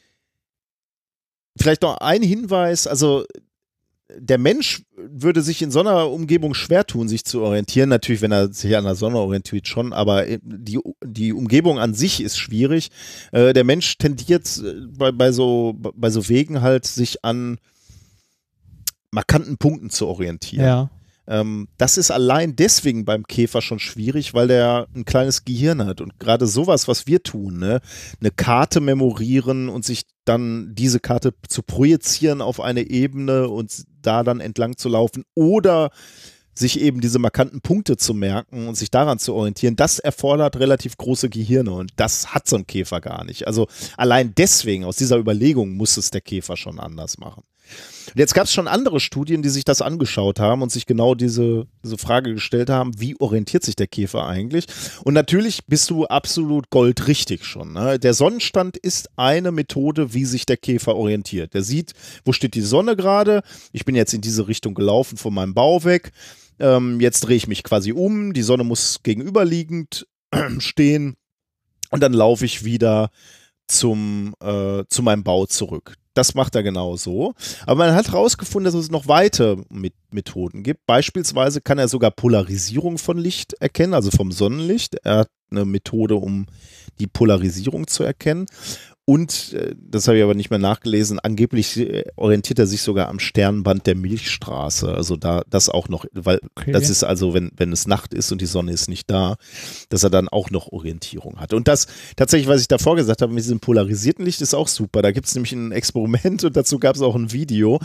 vielleicht noch ein Hinweis, also der Mensch würde sich in so einer Umgebung schwer tun, sich zu orientieren. Natürlich, wenn er sich an der Sonne orientiert, schon, aber die, die Umgebung an sich ist schwierig. Äh, der Mensch tendiert äh, bei, bei, so, bei so Wegen halt, sich an markanten Punkten zu orientieren. Ja. Ähm, das ist allein deswegen beim Käfer schon schwierig, weil der ein kleines Gehirn hat. Und gerade sowas, was wir tun, ne? Eine Karte memorieren und sich dann diese Karte zu projizieren auf eine Ebene und da dann entlang zu laufen oder sich eben diese markanten Punkte zu merken und sich daran zu orientieren, das erfordert relativ große Gehirne und das hat so ein Käfer gar nicht. Also allein deswegen, aus dieser Überlegung, muss es der Käfer schon anders machen. Und jetzt gab es schon andere Studien, die sich das angeschaut haben und sich genau diese, diese Frage gestellt haben, wie orientiert sich der Käfer eigentlich? Und natürlich bist du absolut goldrichtig schon. Ne? Der Sonnenstand ist eine Methode, wie sich der Käfer orientiert. Der sieht, wo steht die Sonne gerade? Ich bin jetzt in diese Richtung gelaufen von meinem Bau weg. Ähm, jetzt drehe ich mich quasi um. Die Sonne muss gegenüberliegend stehen. Und dann laufe ich wieder zum, äh, zu meinem Bau zurück. Das macht er genau so. Aber man hat herausgefunden, dass es noch weitere Met- Methoden gibt. Beispielsweise kann er sogar Polarisierung von Licht erkennen, also vom Sonnenlicht. Er hat eine Methode, um die Polarisierung zu erkennen. Und, äh, das habe ich aber nicht mehr nachgelesen, angeblich äh, orientiert er sich sogar am Sternband der Milchstraße. Also da das auch noch, weil Okay. das ist also, wenn, wenn es Nacht ist und die Sonne ist nicht da, dass er dann auch noch Orientierung hat. Und das tatsächlich, was ich davor gesagt habe, mit diesem polarisierten Licht ist auch super. Da gibt es nämlich ein Experiment und dazu gab es auch ein Video,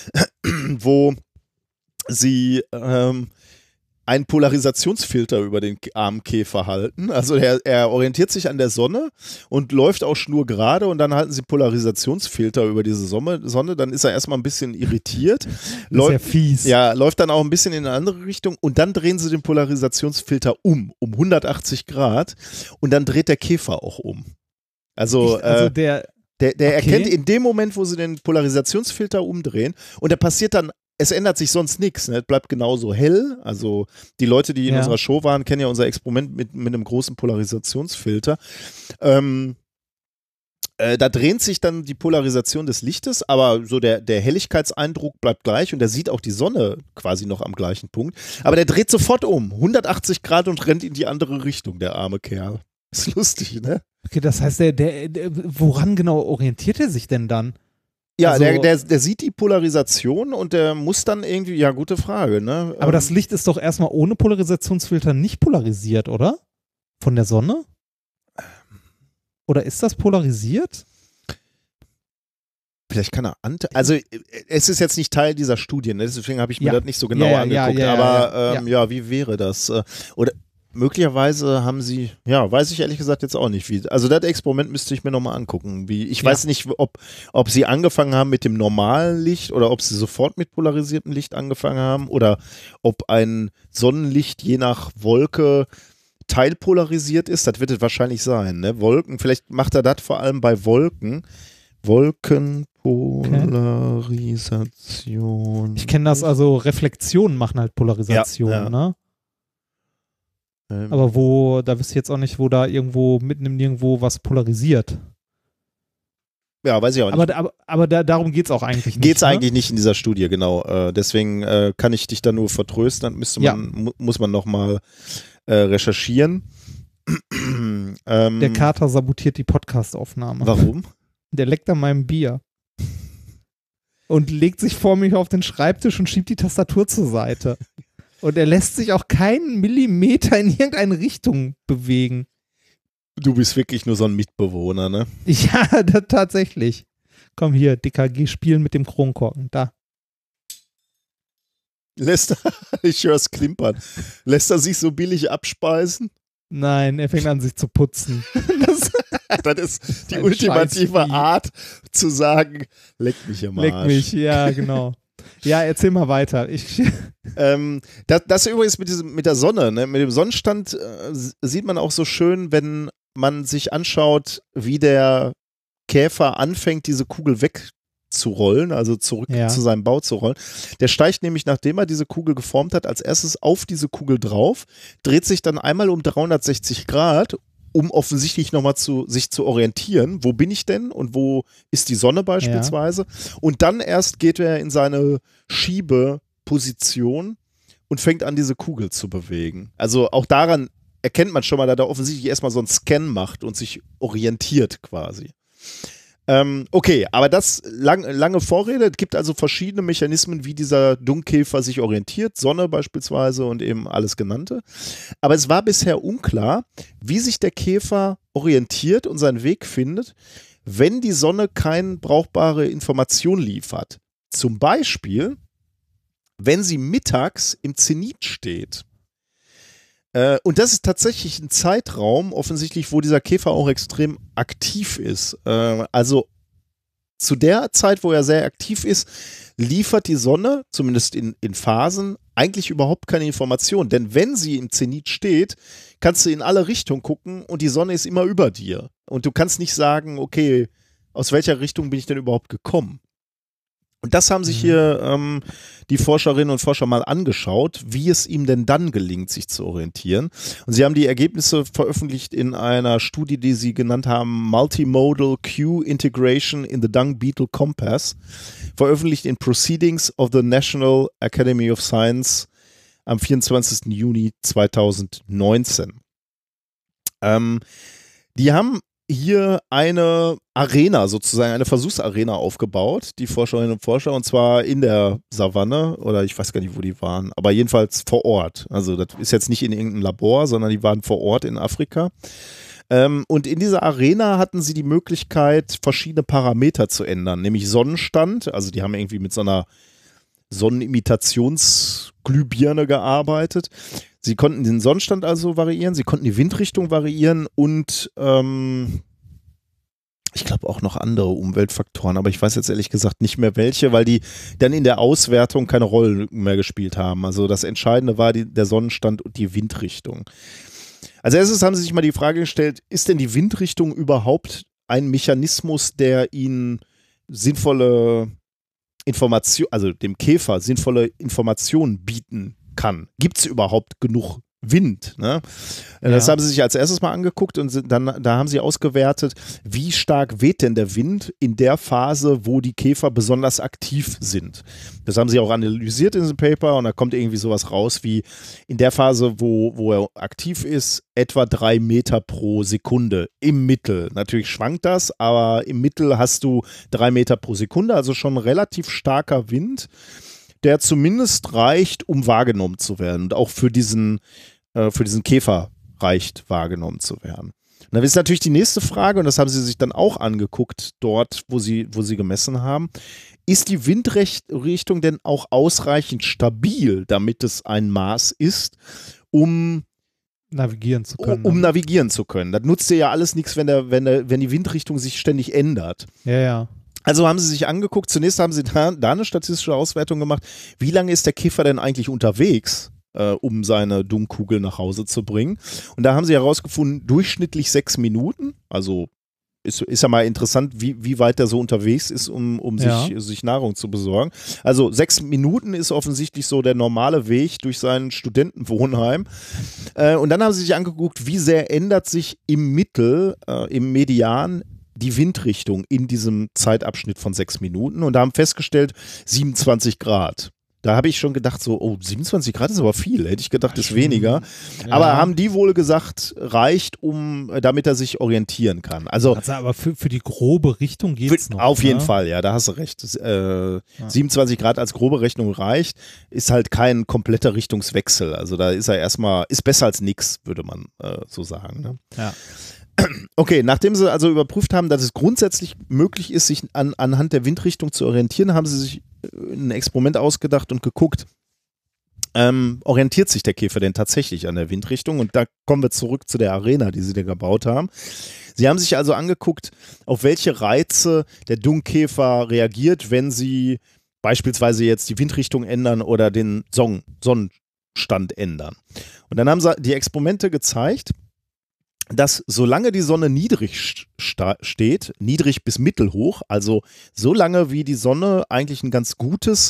wo sie ähm, einen Polarisationsfilter über den armen Käfer halten. Also er, er orientiert sich an der Sonne und läuft auch schnurgerade und dann halten sie Polarisationsfilter über diese Sonne. Sonne. Dann ist er erstmal ein bisschen irritiert. Das ist ja fies. Ja, läuft dann auch ein bisschen in eine andere Richtung und dann drehen sie den Polarisationsfilter um, um hundertachtzig Grad und dann dreht der Käfer auch um. Also, Ich, also äh, der, der, der okay. erkennt in dem Moment, wo sie den Polarisationsfilter umdrehen und da passiert dann, es ändert sich sonst nichts, ne? Es bleibt genauso hell. Also die Leute, die in Ja. unserer Show waren, kennen ja unser Experiment mit, mit einem großen Polarisationsfilter. Ähm, Äh, da dreht sich dann die Polarisation des Lichtes, aber so der, der Helligkeitseindruck bleibt gleich und er sieht auch die Sonne quasi noch am gleichen Punkt. Aber der dreht sofort um, hundertachtzig Grad und rennt in die andere Richtung, der arme Kerl. Ist lustig, ne? Okay, das heißt, der, der, der, woran genau orientiert er sich denn dann? Ja, Also- der, der, der sieht die Polarisation und der muss dann irgendwie, ja, gute Frage, ne? Aber Ähm, das Licht ist doch erstmal ohne Polarisationsfilter nicht polarisiert, oder? Von der Sonne? Oder ist das polarisiert? Vielleicht kann er ante also äh, es ist jetzt nicht Teil dieser Studie, ne? Deswegen habe ich mir Ja. das nicht so genau Ja, ja, angeguckt, ja, ja, aber ja, ähm, ja, wie wäre das? Äh, Oder möglicherweise haben sie, ja, weiß ich ehrlich gesagt jetzt auch nicht, wie, also das Experiment müsste ich mir nochmal angucken. Wie, ich Ja. weiß nicht, ob, ob sie angefangen haben mit dem normalen Licht oder ob sie sofort mit polarisiertem Licht angefangen haben oder ob ein Sonnenlicht je nach Wolke teilpolarisiert ist, das wird es wahrscheinlich sein, ne? Wolken, vielleicht macht er das vor allem bei Wolken. Wolkenpolarisation. Ich kenne das, also Reflexionen machen halt Polarisation, Ja, ja. ne? Ähm, Aber wo, da wüsste ich jetzt auch nicht, wo da irgendwo mitten im Nirgendwo was polarisiert. ja, weiß ich auch nicht. Aber, aber, aber da, darum geht es auch eigentlich nicht. Geht's ne? eigentlich nicht in dieser Studie, genau. Äh, deswegen äh, kann ich dich da nur vertrösten, dann müsste Ja. man, mu muss man nochmal äh, recherchieren. ähm, Der Kater sabotiert die Podcastaufnahme. Warum? Der leckt an meinem Bier. Und legt sich vor mich auf den Schreibtisch und schiebt die Tastatur zur Seite. Und er lässt sich auch keinen Millimeter in irgendeine Richtung bewegen. Du bist wirklich nur so ein Mitbewohner, ne? Ja, da, tatsächlich. Komm hier, Dicker, geh spielen mit dem Kronkorken. Da. Lässt er, ich höre es klimpern, lässt er sich so billig abspeisen? Nein, er fängt an, sich zu putzen. Das Das ist die Ein ultimative Scheißvieh. Art zu sagen, leck mich im Arsch. leckt mich, ja, genau. Ja, erzähl mal weiter. Ich, Ähm, das, das übrigens mit, diesem, mit der Sonne, ne? Mit dem Sonnenstand äh, s- sieht man auch so schön, wenn man sich anschaut, wie der Käfer anfängt, diese Kugel wegzurollen, also zurück Ja. zu seinem Bau zu rollen. Der steigt nämlich, nachdem er diese Kugel geformt hat, als erstes auf diese Kugel drauf, dreht sich dann einmal um dreihundertsechzig Grad, um offensichtlich nochmal zu, sich zu orientieren. Wo bin ich denn und wo ist die Sonne beispielsweise? Und dann erst geht er in seine Schiebeposition und fängt an, diese Kugel zu bewegen. Also auch daran erkennt man schon mal, dass er offensichtlich erstmal so einen Scan macht und sich orientiert quasi. Ähm, okay, aber das lang, lange Vorrede. Es gibt also verschiedene Mechanismen, wie dieser Dung-Käfer sich orientiert, Sonne beispielsweise und eben alles Genannte. Aber es war bisher unklar, wie sich der Käfer orientiert und seinen Weg findet, wenn die Sonne keine brauchbare Information liefert. Zum Beispiel, wenn sie mittags im Zenit steht. Äh, und das ist tatsächlich ein Zeitraum, offensichtlich, wo dieser Käfer auch extrem aktiv ist. Äh, also zu der Zeit, wo er sehr aktiv ist, liefert die Sonne, zumindest in, in Phasen, eigentlich überhaupt keine Information. Denn wenn sie im Zenit steht, kannst du in alle Richtungen gucken und die Sonne ist immer über dir. Und du kannst nicht sagen, okay, aus welcher Richtung bin ich denn überhaupt gekommen? Und das haben sich hier ähm, die Forscherinnen und Forscher mal angeschaut, wie es ihm denn dann gelingt, sich zu orientieren. Und sie haben die Ergebnisse veröffentlicht in einer Studie, die sie genannt haben Multimodal Q Integration in the Dung Beetle Compass, veröffentlicht in Proceedings of the National Academy of Science am vierundzwanzigsten Juni zweitausendneunzehn. Ähm, die haben hier eine Arena, sozusagen eine Versuchsarena aufgebaut, die Forscherinnen und Forscher, und zwar in der Savanne, oder ich weiß gar nicht, wo die waren, aber jedenfalls vor Ort. Also das ist jetzt nicht in irgendeinem Labor, sondern die waren vor Ort in Afrika. Ähm, und in dieser Arena hatten sie die Möglichkeit, verschiedene Parameter zu ändern, nämlich Sonnenstand, also die haben irgendwie mit so einer Sonnenimitationsglühbirne gearbeitet. Sie konnten den Sonnenstand also variieren, sie konnten die Windrichtung variieren und ähm, ich glaube auch noch andere Umweltfaktoren, aber ich weiß jetzt ehrlich gesagt nicht mehr welche, weil die dann in der Auswertung keine Rolle mehr gespielt haben. Also das Entscheidende war die, der Sonnenstand und die Windrichtung. Als erstes haben sie sich mal die Frage gestellt, ist denn die Windrichtung überhaupt ein Mechanismus, der ihnen sinnvolle Information, also dem Käfer sinnvolle Informationen bieten kann? Gibt es überhaupt genug Wind. Ne? Das Ja. haben sie sich als erstes mal angeguckt und sind dann, da haben sie ausgewertet, wie stark weht denn der Wind in der Phase, wo die Käfer besonders aktiv sind. Das haben sie auch analysiert in diesem Paper und da kommt irgendwie sowas raus wie in der Phase, wo, wo er aktiv ist, etwa drei Meter pro Sekunde im Mittel. Natürlich schwankt das, aber im Mittel hast du drei Meter pro Sekunde, also schon relativ starker Wind, der zumindest reicht, um wahrgenommen zu werden und auch für diesen für diesen Käfer reicht, wahrgenommen zu werden. Und dann ist natürlich die nächste Frage, und das haben sie sich dann auch angeguckt, dort, wo sie, wo sie gemessen haben, ist die Windrichtung denn auch ausreichend stabil, damit es ein Maß ist, um navigieren zu können. um navigieren zu können. Das nutzt dir ja alles nichts, wenn, der, wenn, der, wenn die Windrichtung sich ständig ändert. Ja, ja. Also haben sie sich angeguckt, zunächst haben sie da, da eine statistische Auswertung gemacht, wie lange ist der Käfer denn eigentlich unterwegs? Äh, um seine Dummkugel nach Hause zu bringen. Und da haben sie herausgefunden, durchschnittlich sechs Minuten. Also ist, ist ja mal interessant, wie, wie weit der so unterwegs ist, um, um Ja. sich, sich Nahrung zu besorgen. Also sechs Minuten ist offensichtlich so der normale Weg durch sein Studentenwohnheim. Äh, und dann haben sie sich angeguckt, wie sehr ändert sich im Mittel, äh, im Median, die Windrichtung in diesem Zeitabschnitt von sechs Minuten. Und da haben festgestellt, siebenundzwanzig Grad. Da habe ich schon gedacht, so, oh, siebenundzwanzig Grad ist aber viel. Hätte ich gedacht, ist weniger. Aber haben die wohl gesagt, reicht, um, damit er sich orientieren kann. Also, Also, aber für, für die grobe Richtung geht es für, noch. auf jeden ne? Fall, ja, da hast du recht. Das, äh, siebenundzwanzig Grad als grobe Rechnung reicht, ist halt kein kompletter Richtungswechsel. Also da ist er erstmal, ist besser als nix, würde man äh, so sagen. Ne? Ja. Okay, nachdem sie also überprüft haben, dass es grundsätzlich möglich ist, sich an, anhand der Windrichtung zu orientieren, haben sie sich ein Experiment ausgedacht und geguckt, ähm, orientiert sich der Käfer denn tatsächlich an der Windrichtung? Und da kommen wir zurück zu der Arena, die sie da gebaut haben. Sie haben sich also angeguckt, auf welche Reize der Dungkäfer reagiert, wenn sie beispielsweise jetzt die Windrichtung ändern oder den Son- Sonnenstand ändern. Und dann haben sie die Experimente gezeigt, dass solange die Sonne niedrig sta- steht, niedrig bis mittelhoch, also solange wie die Sonne eigentlich ein ganz gutes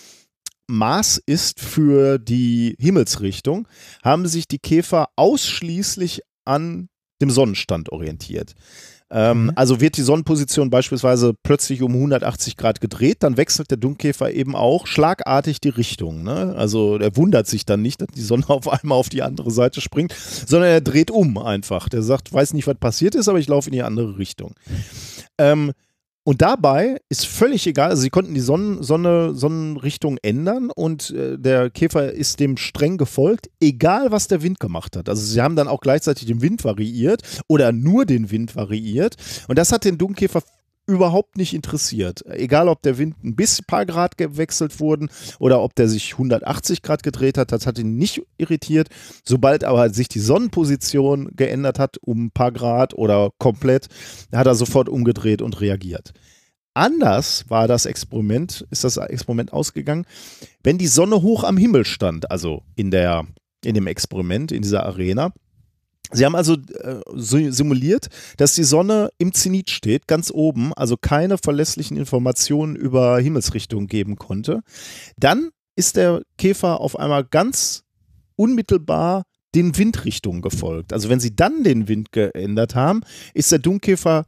Maß ist für die Himmelsrichtung, haben sich die Käfer ausschließlich an dem Sonnenstand orientiert. Ähm, Mhm. Also wird die Sonnenposition beispielsweise plötzlich um hundertachtzig Grad gedreht, dann wechselt der Dungkäfer eben auch schlagartig die Richtung. Ne? Also er wundert sich dann nicht, dass die Sonne auf einmal auf die andere Seite springt, sondern er dreht um einfach. Der sagt, weiß nicht, was passiert ist, aber ich laufe in die andere Richtung. Ähm, Und dabei ist völlig egal, also sie konnten die Sonnen, Sonne, Sonnenrichtung ändern und äh, der Käfer ist dem streng gefolgt, egal was der Wind gemacht hat. Also sie haben dann auch gleichzeitig den Wind variiert oder nur den Wind variiert und das hat den Dungkäfer überhaupt nicht interessiert. Egal, ob der Wind ein bisschen paar Grad gewechselt wurden oder ob der sich hundertachtzig Grad gedreht hat, das hat ihn nicht irritiert. Sobald aber sich die Sonnenposition geändert hat um ein paar Grad oder komplett, hat er sofort umgedreht und reagiert. Anders war das Experiment, ist das Experiment ausgegangen, wenn die Sonne hoch am Himmel stand, also in der, in dem Experiment, in dieser Arena. Sie haben also äh, simuliert, dass die Sonne im Zenit steht, ganz oben, also keine verlässlichen Informationen über Himmelsrichtung geben konnte. Dann ist der Käfer auf einmal ganz unmittelbar den Windrichtungen gefolgt. Also wenn sie dann den Wind geändert haben, ist der Dungkäfer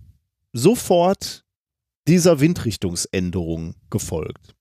sofort dieser Windrichtungsänderung gefolgt.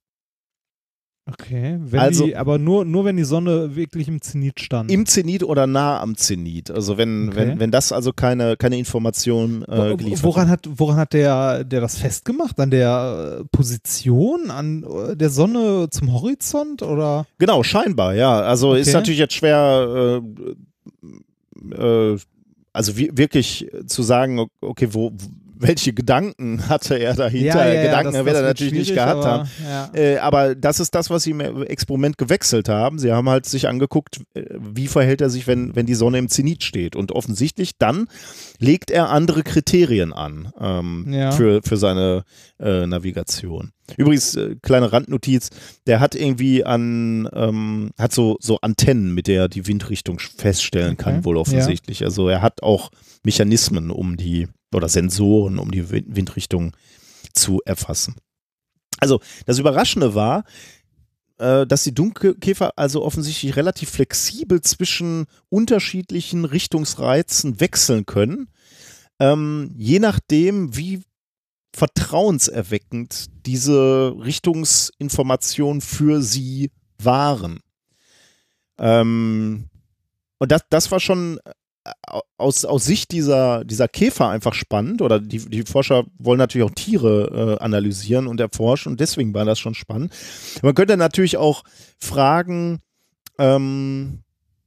Okay, wenn Also- die, aber nur, nur wenn die Sonne wirklich im Zenit stand. Im Zenit oder nah am Zenit. Also wenn, Okay. wenn, wenn das also keine, keine Information äh, Wo- geliefert woran hat, woran hat der, der das festgemacht? An der äh, Position, an äh, der Sonne zum Horizont oder? Genau, scheinbar, ja. Also ist Okay. natürlich jetzt schwer, äh, äh, also wi- wirklich zu sagen, okay, wo, welche Gedanken hatte er dahinter? Gedanken das- wird das er natürlich nicht schwierig, gehabt aber, haben. Ja. Äh, aber das ist das, was sie im Experiment gewechselt haben. Sie haben halt sich angeguckt, äh, wie verhält er sich, wenn, wenn die Sonne im Zenit steht. Und offensichtlich dann legt er andere Kriterien an ähm, Ja. für, für seine äh, Navigation. Übrigens, äh, kleine Randnotiz, der hat irgendwie an, ähm, hat so, so Antennen, mit der er die Windrichtung feststellen kann, Okay. wohl offensichtlich. Also er hat auch Mechanismen, um die, oder Sensoren, um die Wind- Windrichtung zu erfassen. Also das Überraschende war, äh, dass die Dunkelkäfer also offensichtlich relativ flexibel zwischen unterschiedlichen Richtungsreizen wechseln können, ähm, je nachdem, wie vertrauenserweckend diese Richtungsinformationen für sie waren. Ähm, und das, das war schon aus, aus Sicht dieser, dieser Käfer einfach spannend, oder die, die Forscher wollen natürlich auch Tiere äh, analysieren und erforschen, und deswegen war das schon spannend. Man könnte natürlich auch fragen, ähm,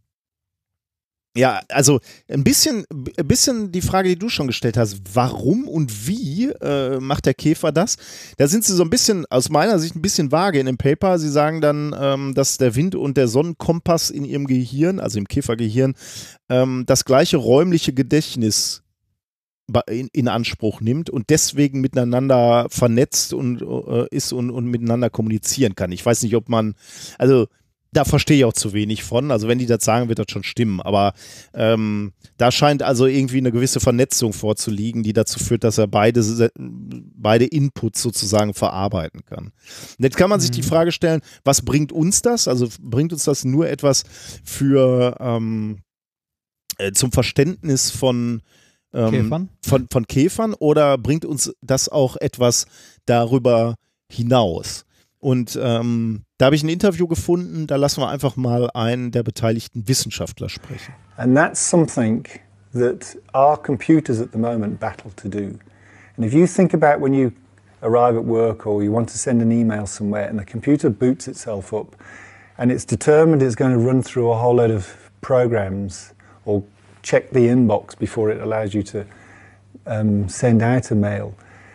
ja, also ein bisschen, ein bisschen die Frage, die du schon gestellt hast, warum und wie äh, macht der Käfer das? Da sind sie so ein bisschen, aus meiner Sicht, ein bisschen vage in dem Paper. Sie sagen dann, ähm, dass der Wind und der Sonnenkompass in ihrem Gehirn, also im Käfergehirn, ähm, das gleiche räumliche Gedächtnis in, in Anspruch nimmt und deswegen miteinander vernetzt und äh, ist und, und miteinander kommunizieren kann. Ich weiß nicht, ob man, also da verstehe ich auch zu wenig von. Also wenn die das sagen, wird das schon stimmen. Aber ähm, da scheint also irgendwie eine gewisse Vernetzung vorzuliegen, die dazu führt, dass er beide, beide Inputs sozusagen verarbeiten kann. Und jetzt kann man sich die Frage stellen, was bringt uns das? Also bringt uns das nur etwas für ähm, äh, zum Verständnis von ähm, Käfern? Von, von Käfern, oder bringt uns das auch etwas darüber hinaus? Und ähm, da habe ich ein Interview gefunden, da lassen wir einfach mal einen der beteiligten Wissenschaftler sprechen. And that's something that our computers at the moment battle to do. And if you think about when you arrive at work or you want to send an email somewhere and the computer boots itself up and it's determined it's going to run through a whole load of programs or check the inbox before it allows you to um, send out a mail.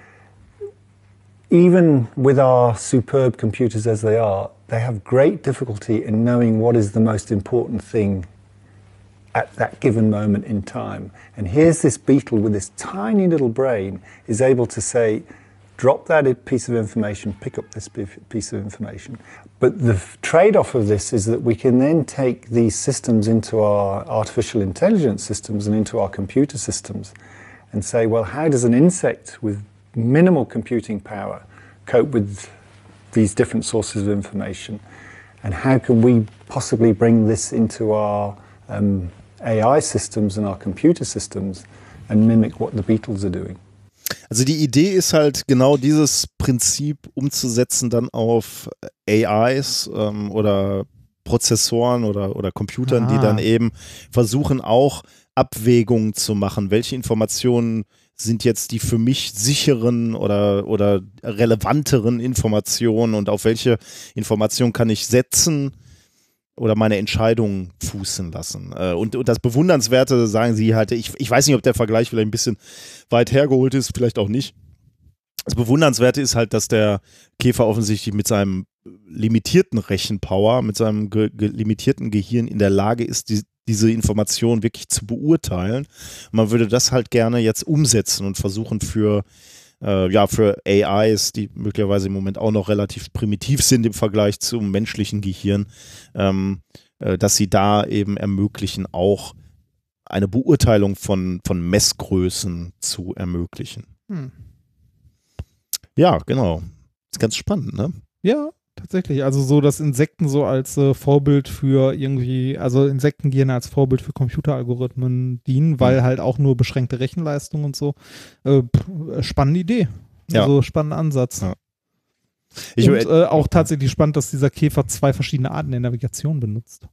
Even with our superb computers as they are, they have great difficulty in knowing what is the most important thing at that given moment in time. And here's this beetle with this tiny little brain is able to say, drop that piece of information, pick up this piece of information. But the trade-off of this is that we can then take these systems into our artificial intelligence systems and into our computer systems and say, well, how does an insect with minimal computing power cope with these different sources of information, and how can we possibly bring this into our um, A I systems and our computer systems and mimic what the beetles are doing? Also die Idee ist halt genau dieses Prinzip umzusetzen dann auf A Is ähm, oder Prozessoren oder, oder Computern, Ah. die dann eben versuchen auch Abwägungen zu machen, welche Informationen sind jetzt die für mich sicheren oder, oder relevanteren Informationen und auf welche Informationen kann ich setzen oder meine Entscheidungen fußen lassen. Und, und das Bewundernswerte, sagen sie halt, ich, ich weiß nicht, ob der Vergleich vielleicht ein bisschen weit hergeholt ist, vielleicht auch nicht. Das Bewundernswerte ist halt, dass der Käfer offensichtlich mit seinem limitierten Rechenpower, mit seinem ge ge limitierten Gehirn in der Lage ist, die, diese Information wirklich zu beurteilen. Man würde das halt gerne jetzt umsetzen und versuchen für, äh, ja, für A Is, die möglicherweise im Moment auch noch relativ primitiv sind im Vergleich zum menschlichen Gehirn, ähm, äh, dass sie da eben ermöglichen, auch eine Beurteilung von, von Messgrößen zu ermöglichen. Hm. Ja, genau. Ist ganz spannend, ne? Ja, tatsächlich. Also so, dass Insekten so als äh, Vorbild für irgendwie, also Insektengehirne als Vorbild für Computeralgorithmen dienen, weil halt auch nur beschränkte Rechenleistung und so. Äh, pff, spannende Idee. Ja. Also spannender Ansatz. Ja. Ich, und äh, auch tatsächlich spannend, dass dieser Käfer zwei verschiedene Arten der Navigation benutzt.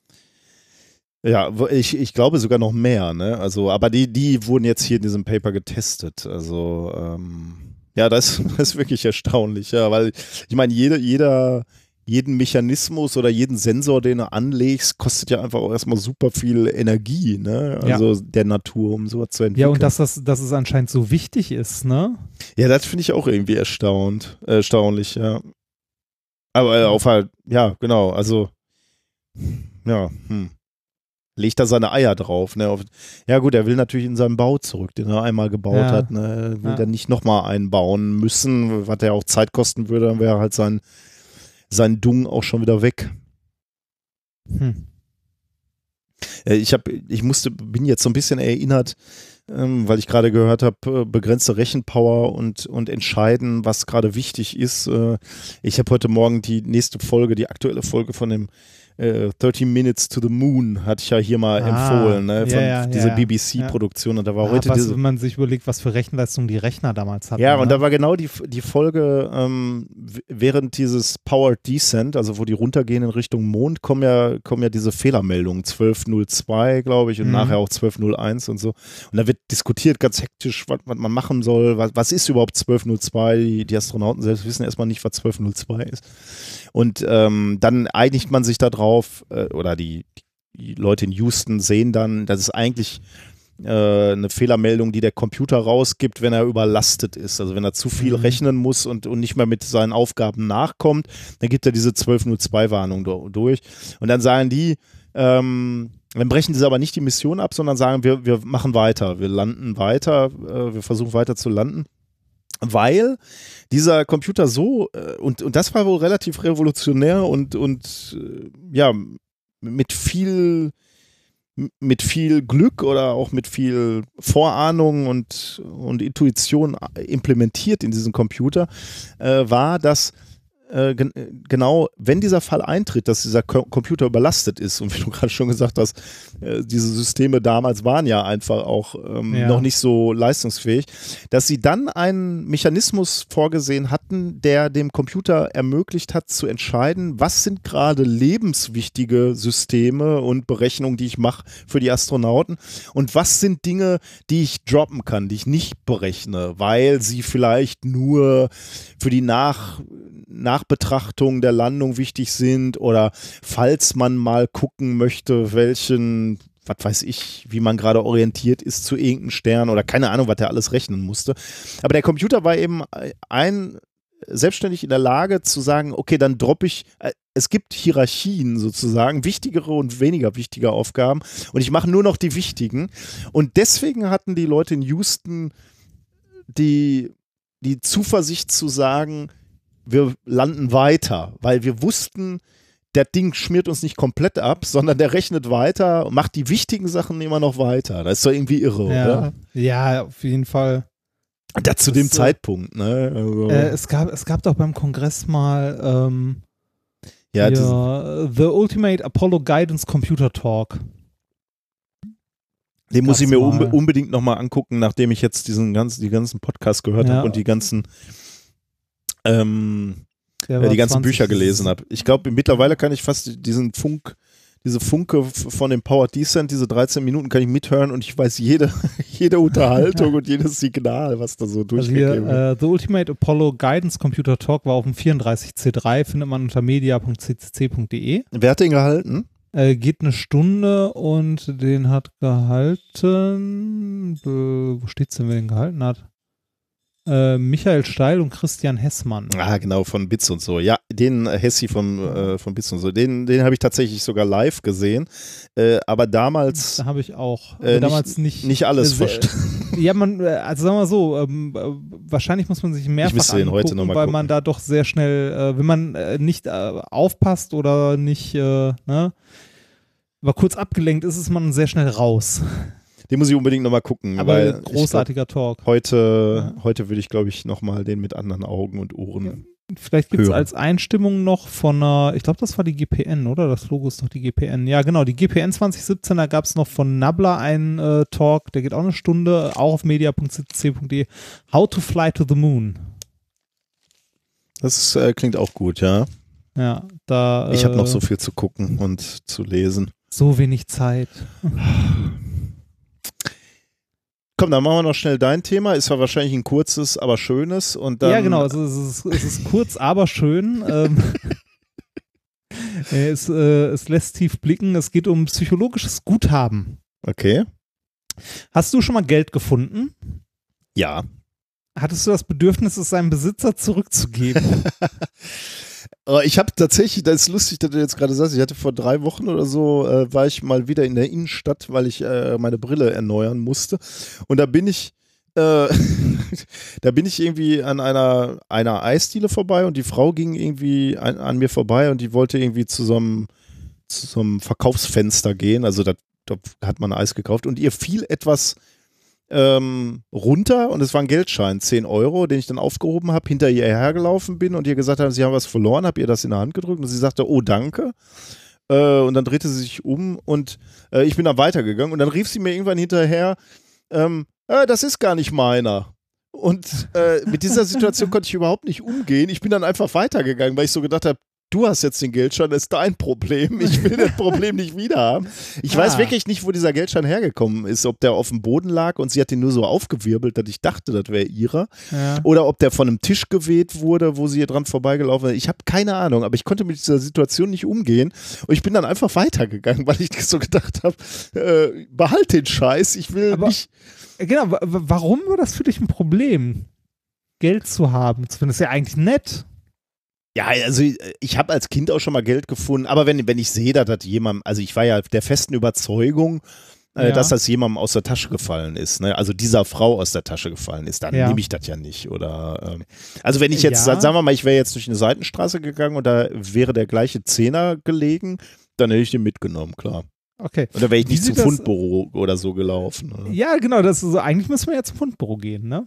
Ja, ich, ich glaube sogar noch mehr, ne? Also, aber die, die wurden jetzt hier in diesem Paper getestet. Also, ähm, ja, das, das ist wirklich erstaunlich, ja, weil ich meine, jede, jeder, jeden Mechanismus oder jeden Sensor, den du anlegst, kostet ja einfach auch erstmal super viel Energie, ne? Also ja. der Natur, um sowas zu entwickeln. Ja, und dass, das, dass es anscheinend so wichtig ist, ne? Ja, das finde ich auch irgendwie erstaunt, äh, erstaunlich, ja. Aber äh, auf halt, ja, genau, also, ja, hm. Legt da seine Eier drauf. Ne? Auf, ja gut, er will natürlich in seinen Bau zurück, den er einmal gebaut ja. hat. Ne? Will ja. dann nicht nochmal einbauen müssen, was ja auch Zeit kosten würde, dann wäre halt sein, sein Dung auch schon wieder weg. Hm. Ich hab, ich musste, bin jetzt so ein bisschen erinnert ähm, weil ich gerade gehört habe, äh, begrenzte Rechenpower und, und entscheiden, was gerade wichtig ist. Äh, ich habe heute Morgen die nächste Folge, die aktuelle Folge von dem äh, thirty Minutes to the Moon, hatte ich ja hier mal Ah, empfohlen, ne, von ja, ja, dieser ja. B B C-Produktion. Und da war Ah, heute was, diese. wenn man sich überlegt, was für Rechenleistung die Rechner damals hatten. Ja, ne? und da war genau die, die Folge, ähm, w- während dieses Power Descent, also wo die runtergehen in Richtung Mond, kommen ja, kommen ja diese Fehlermeldungen, zwölf null zwei, glaube ich, und Mhm. nachher auch zwölf null eins und so. Und da wird diskutiert ganz hektisch, was, was man machen soll, was, was ist überhaupt zwölf null zwei? Die, die Astronauten selbst wissen erstmal nicht, was zwölf null zwei ist. Und ähm, dann einigt man sich darauf, äh, oder die, die Leute in Houston sehen dann, dass es eigentlich äh, eine Fehlermeldung, die der Computer rausgibt, wenn er überlastet ist. Also wenn er zu viel Mhm. rechnen muss und, und nicht mehr mit seinen Aufgaben nachkommt, dann gibt er diese zwölf null zwei Warnung do- durch. Und dann sagen die, ähm, dann brechen sie aber nicht die Mission ab, sondern sagen, wir, wir machen weiter, wir landen weiter, äh, wir versuchen weiter zu landen. Weil dieser Computer so, äh, und, und das war wohl relativ revolutionär und, und äh, ja, mit viel, mit viel Glück oder auch mit viel Vorahnung und, und Intuition implementiert in diesen Computer, äh, war, dass äh, gen genau, wenn dieser Fall eintritt, dass dieser Co Computer überlastet ist, und wie du gerade schon gesagt hast, äh, diese Systeme damals waren ja einfach auch ähm, Ja. noch nicht so leistungsfähig, dass sie dann einen Mechanismus vorgesehen hatten, der dem Computer ermöglicht hat zu entscheiden, was sind gerade lebenswichtige Systeme und Berechnungen, die ich mache für die Astronauten, und was sind Dinge, die ich droppen kann, die ich nicht berechne, weil sie vielleicht nur für die Nach Nachbetrachtung der Landung wichtig sind, oder falls man mal gucken möchte, welchen, was weiß ich, wie man gerade orientiert ist zu irgendeinem Stern oder keine Ahnung, was der alles rechnen musste. Aber der Computer war eben ein selbstständig in der Lage zu sagen, okay, dann droppe ich, äh, es gibt Hierarchien sozusagen, wichtigere und weniger wichtige Aufgaben, und ich mache nur noch die wichtigen. Und deswegen hatten die Leute in Houston die, die Zuversicht zu sagen, wir landen weiter, weil wir wussten, der Ding schmiert uns nicht komplett ab, sondern der rechnet weiter und macht die wichtigen Sachen immer noch weiter. Das ist doch irgendwie irre, ja. oder? ja, auf jeden Fall. Und das zu Das dem ist so- Zeitpunkt, ne? Also, Äh, es, gab, es gab doch beim Kongress mal ähm, ja, das- hier, The Ultimate Apollo Guidance Computer Talk. den muss ich gab's mir unbe mal. unbedingt nochmal angucken, nachdem ich jetzt diesen ganzen, die ganzen Podcasts gehört Ja. habe und die ganzen ähm, Der äh, war die ganzen zwanzig Bücher gelesen habe. Ich glaube, mittlerweile kann ich fast diesen Funk, diese Funke f- von dem Power Descent, diese dreizehn Minuten kann ich mithören, und ich weiß jede, jede Unterhaltung und jedes Signal, was da so Also durchgegeben wird. hier, äh, The Ultimate Apollo Guidance Computer Talk war auf dem vierunddreißig C drei, findet man unter media punkt c c c punkt d e. Wer hat den gehalten? Äh, geht eine Stunde und den hat gehalten, äh, wo steht's denn, wer den gehalten hat? Äh, Michael Steil und Christian Hessmann. Ah, genau, von Bits und so. Ja, den äh, Hessi vom, äh, von Bits und so. Den, den habe ich tatsächlich sogar live gesehen. Äh, aber damals Da habe ich auch äh, äh, damals nicht, nicht alles äh, verstanden. Ja, man, äh, also sagen wir mal so, ähm, äh, wahrscheinlich muss man sich mehrfach müsste den heute angucken, noch mal weil gucken. man da doch sehr schnell, äh, wenn man äh, nicht äh, aufpasst oder nicht, äh, ne, war kurz abgelenkt ist, ist man sehr schnell raus. Den muss ich unbedingt nochmal gucken. Aber weil großartiger ich Talk. glaub, heute, Ja. heute würde ich, glaube ich, nochmal den mit anderen Augen und Ohren. Vielleicht gibt es hören. als Einstimmung noch von einer, ich glaube, das war die G P N, oder? Das Logo ist doch die G P N. Ja, genau, die G P N zwanzig siebzehn, da gab es noch von Nabla einen äh, Talk, der geht auch eine Stunde, auch auf media punkt c c punkt d e. How to Fly to the Moon. Das äh, klingt auch gut, ja. Ja, da. Ich habe noch äh, so viel zu gucken und zu lesen. so wenig Zeit. Komm, dann machen wir noch schnell dein Thema. Ist zwar wahrscheinlich ein kurzes, aber schönes. Und dann, ja, genau, also es ist, es ist kurz, aber schön. ähm, es, äh, es lässt tief blicken. Es geht um psychologisches Guthaben. Okay. Hast du schon mal Geld gefunden? Ja. Hattest du das Bedürfnis, es seinem Besitzer zurückzugeben? Aber ich habe tatsächlich, das ist lustig, dass du jetzt gerade sagst, ich hatte vor drei Wochen oder so, äh, war ich mal wieder in der Innenstadt, weil ich äh, meine Brille erneuern musste. Und da bin ich, äh, da bin ich irgendwie an einer, einer Eisdiele vorbei, und die Frau ging irgendwie an, an mir vorbei, und die wollte irgendwie zu so einem, zu so einem Verkaufsfenster gehen. Also da, da hat man Eis gekauft, und ihr fiel etwas ähm, runter und es war ein Geldschein, zehn Euro, den ich dann aufgehoben habe, hinter ihr hergelaufen bin und ihr gesagt habe, sie haben was verloren, habe ihr das in der Hand gedrückt und sie sagte, oh, danke. Äh, und dann drehte sie sich um und äh, ich bin dann weitergegangen und dann rief sie mir irgendwann hinterher, ähm, äh, das ist gar nicht meiner. Und äh, mit dieser Situation konnte ich überhaupt nicht umgehen. Ich bin dann einfach weitergegangen, weil ich so gedacht habe, du hast jetzt den Geldschein, das ist dein Problem. Ich will das Problem nicht wieder haben. Ich Ah. weiß wirklich nicht, wo dieser Geldschein hergekommen ist. Ob der auf dem Boden lag und sie hat ihn nur so aufgewirbelt, dass ich dachte, das wäre ihrer. Ja. Oder ob der von einem Tisch geweht wurde, wo sie hier dran vorbeigelaufen ist. Ich habe keine Ahnung, aber ich konnte mit dieser Situation nicht umgehen. Und ich bin dann einfach weitergegangen, weil ich so gedacht habe, äh, behalt den Scheiß. Ich will Aber- nicht. Genau, wa- wa- warum war das für dich ein Problem, Geld zu haben? Das ist ja eigentlich nett. Ja, also ich habe als Kind auch schon mal Geld gefunden, aber wenn, wenn ich sehe, dass das jemandem, also ich war ja der festen Überzeugung, äh, Ja. dass das jemandem aus der Tasche gefallen ist, ne? Also dieser Frau aus der Tasche gefallen ist, dann Ja. nehme ich das ja nicht. Oder ähm, also wenn ich jetzt, Ja. sagen wir mal, ich wäre jetzt durch eine Seitenstraße gegangen und da wäre der gleiche Zehner gelegen, dann hätte ich den mitgenommen, klar. Okay. Und dann wäre ich Wie nicht zum sieht das- Fundbüro oder so gelaufen. Ne? Ja, genau, das ist so, eigentlich müssen wir ja zum Fundbüro gehen, ne?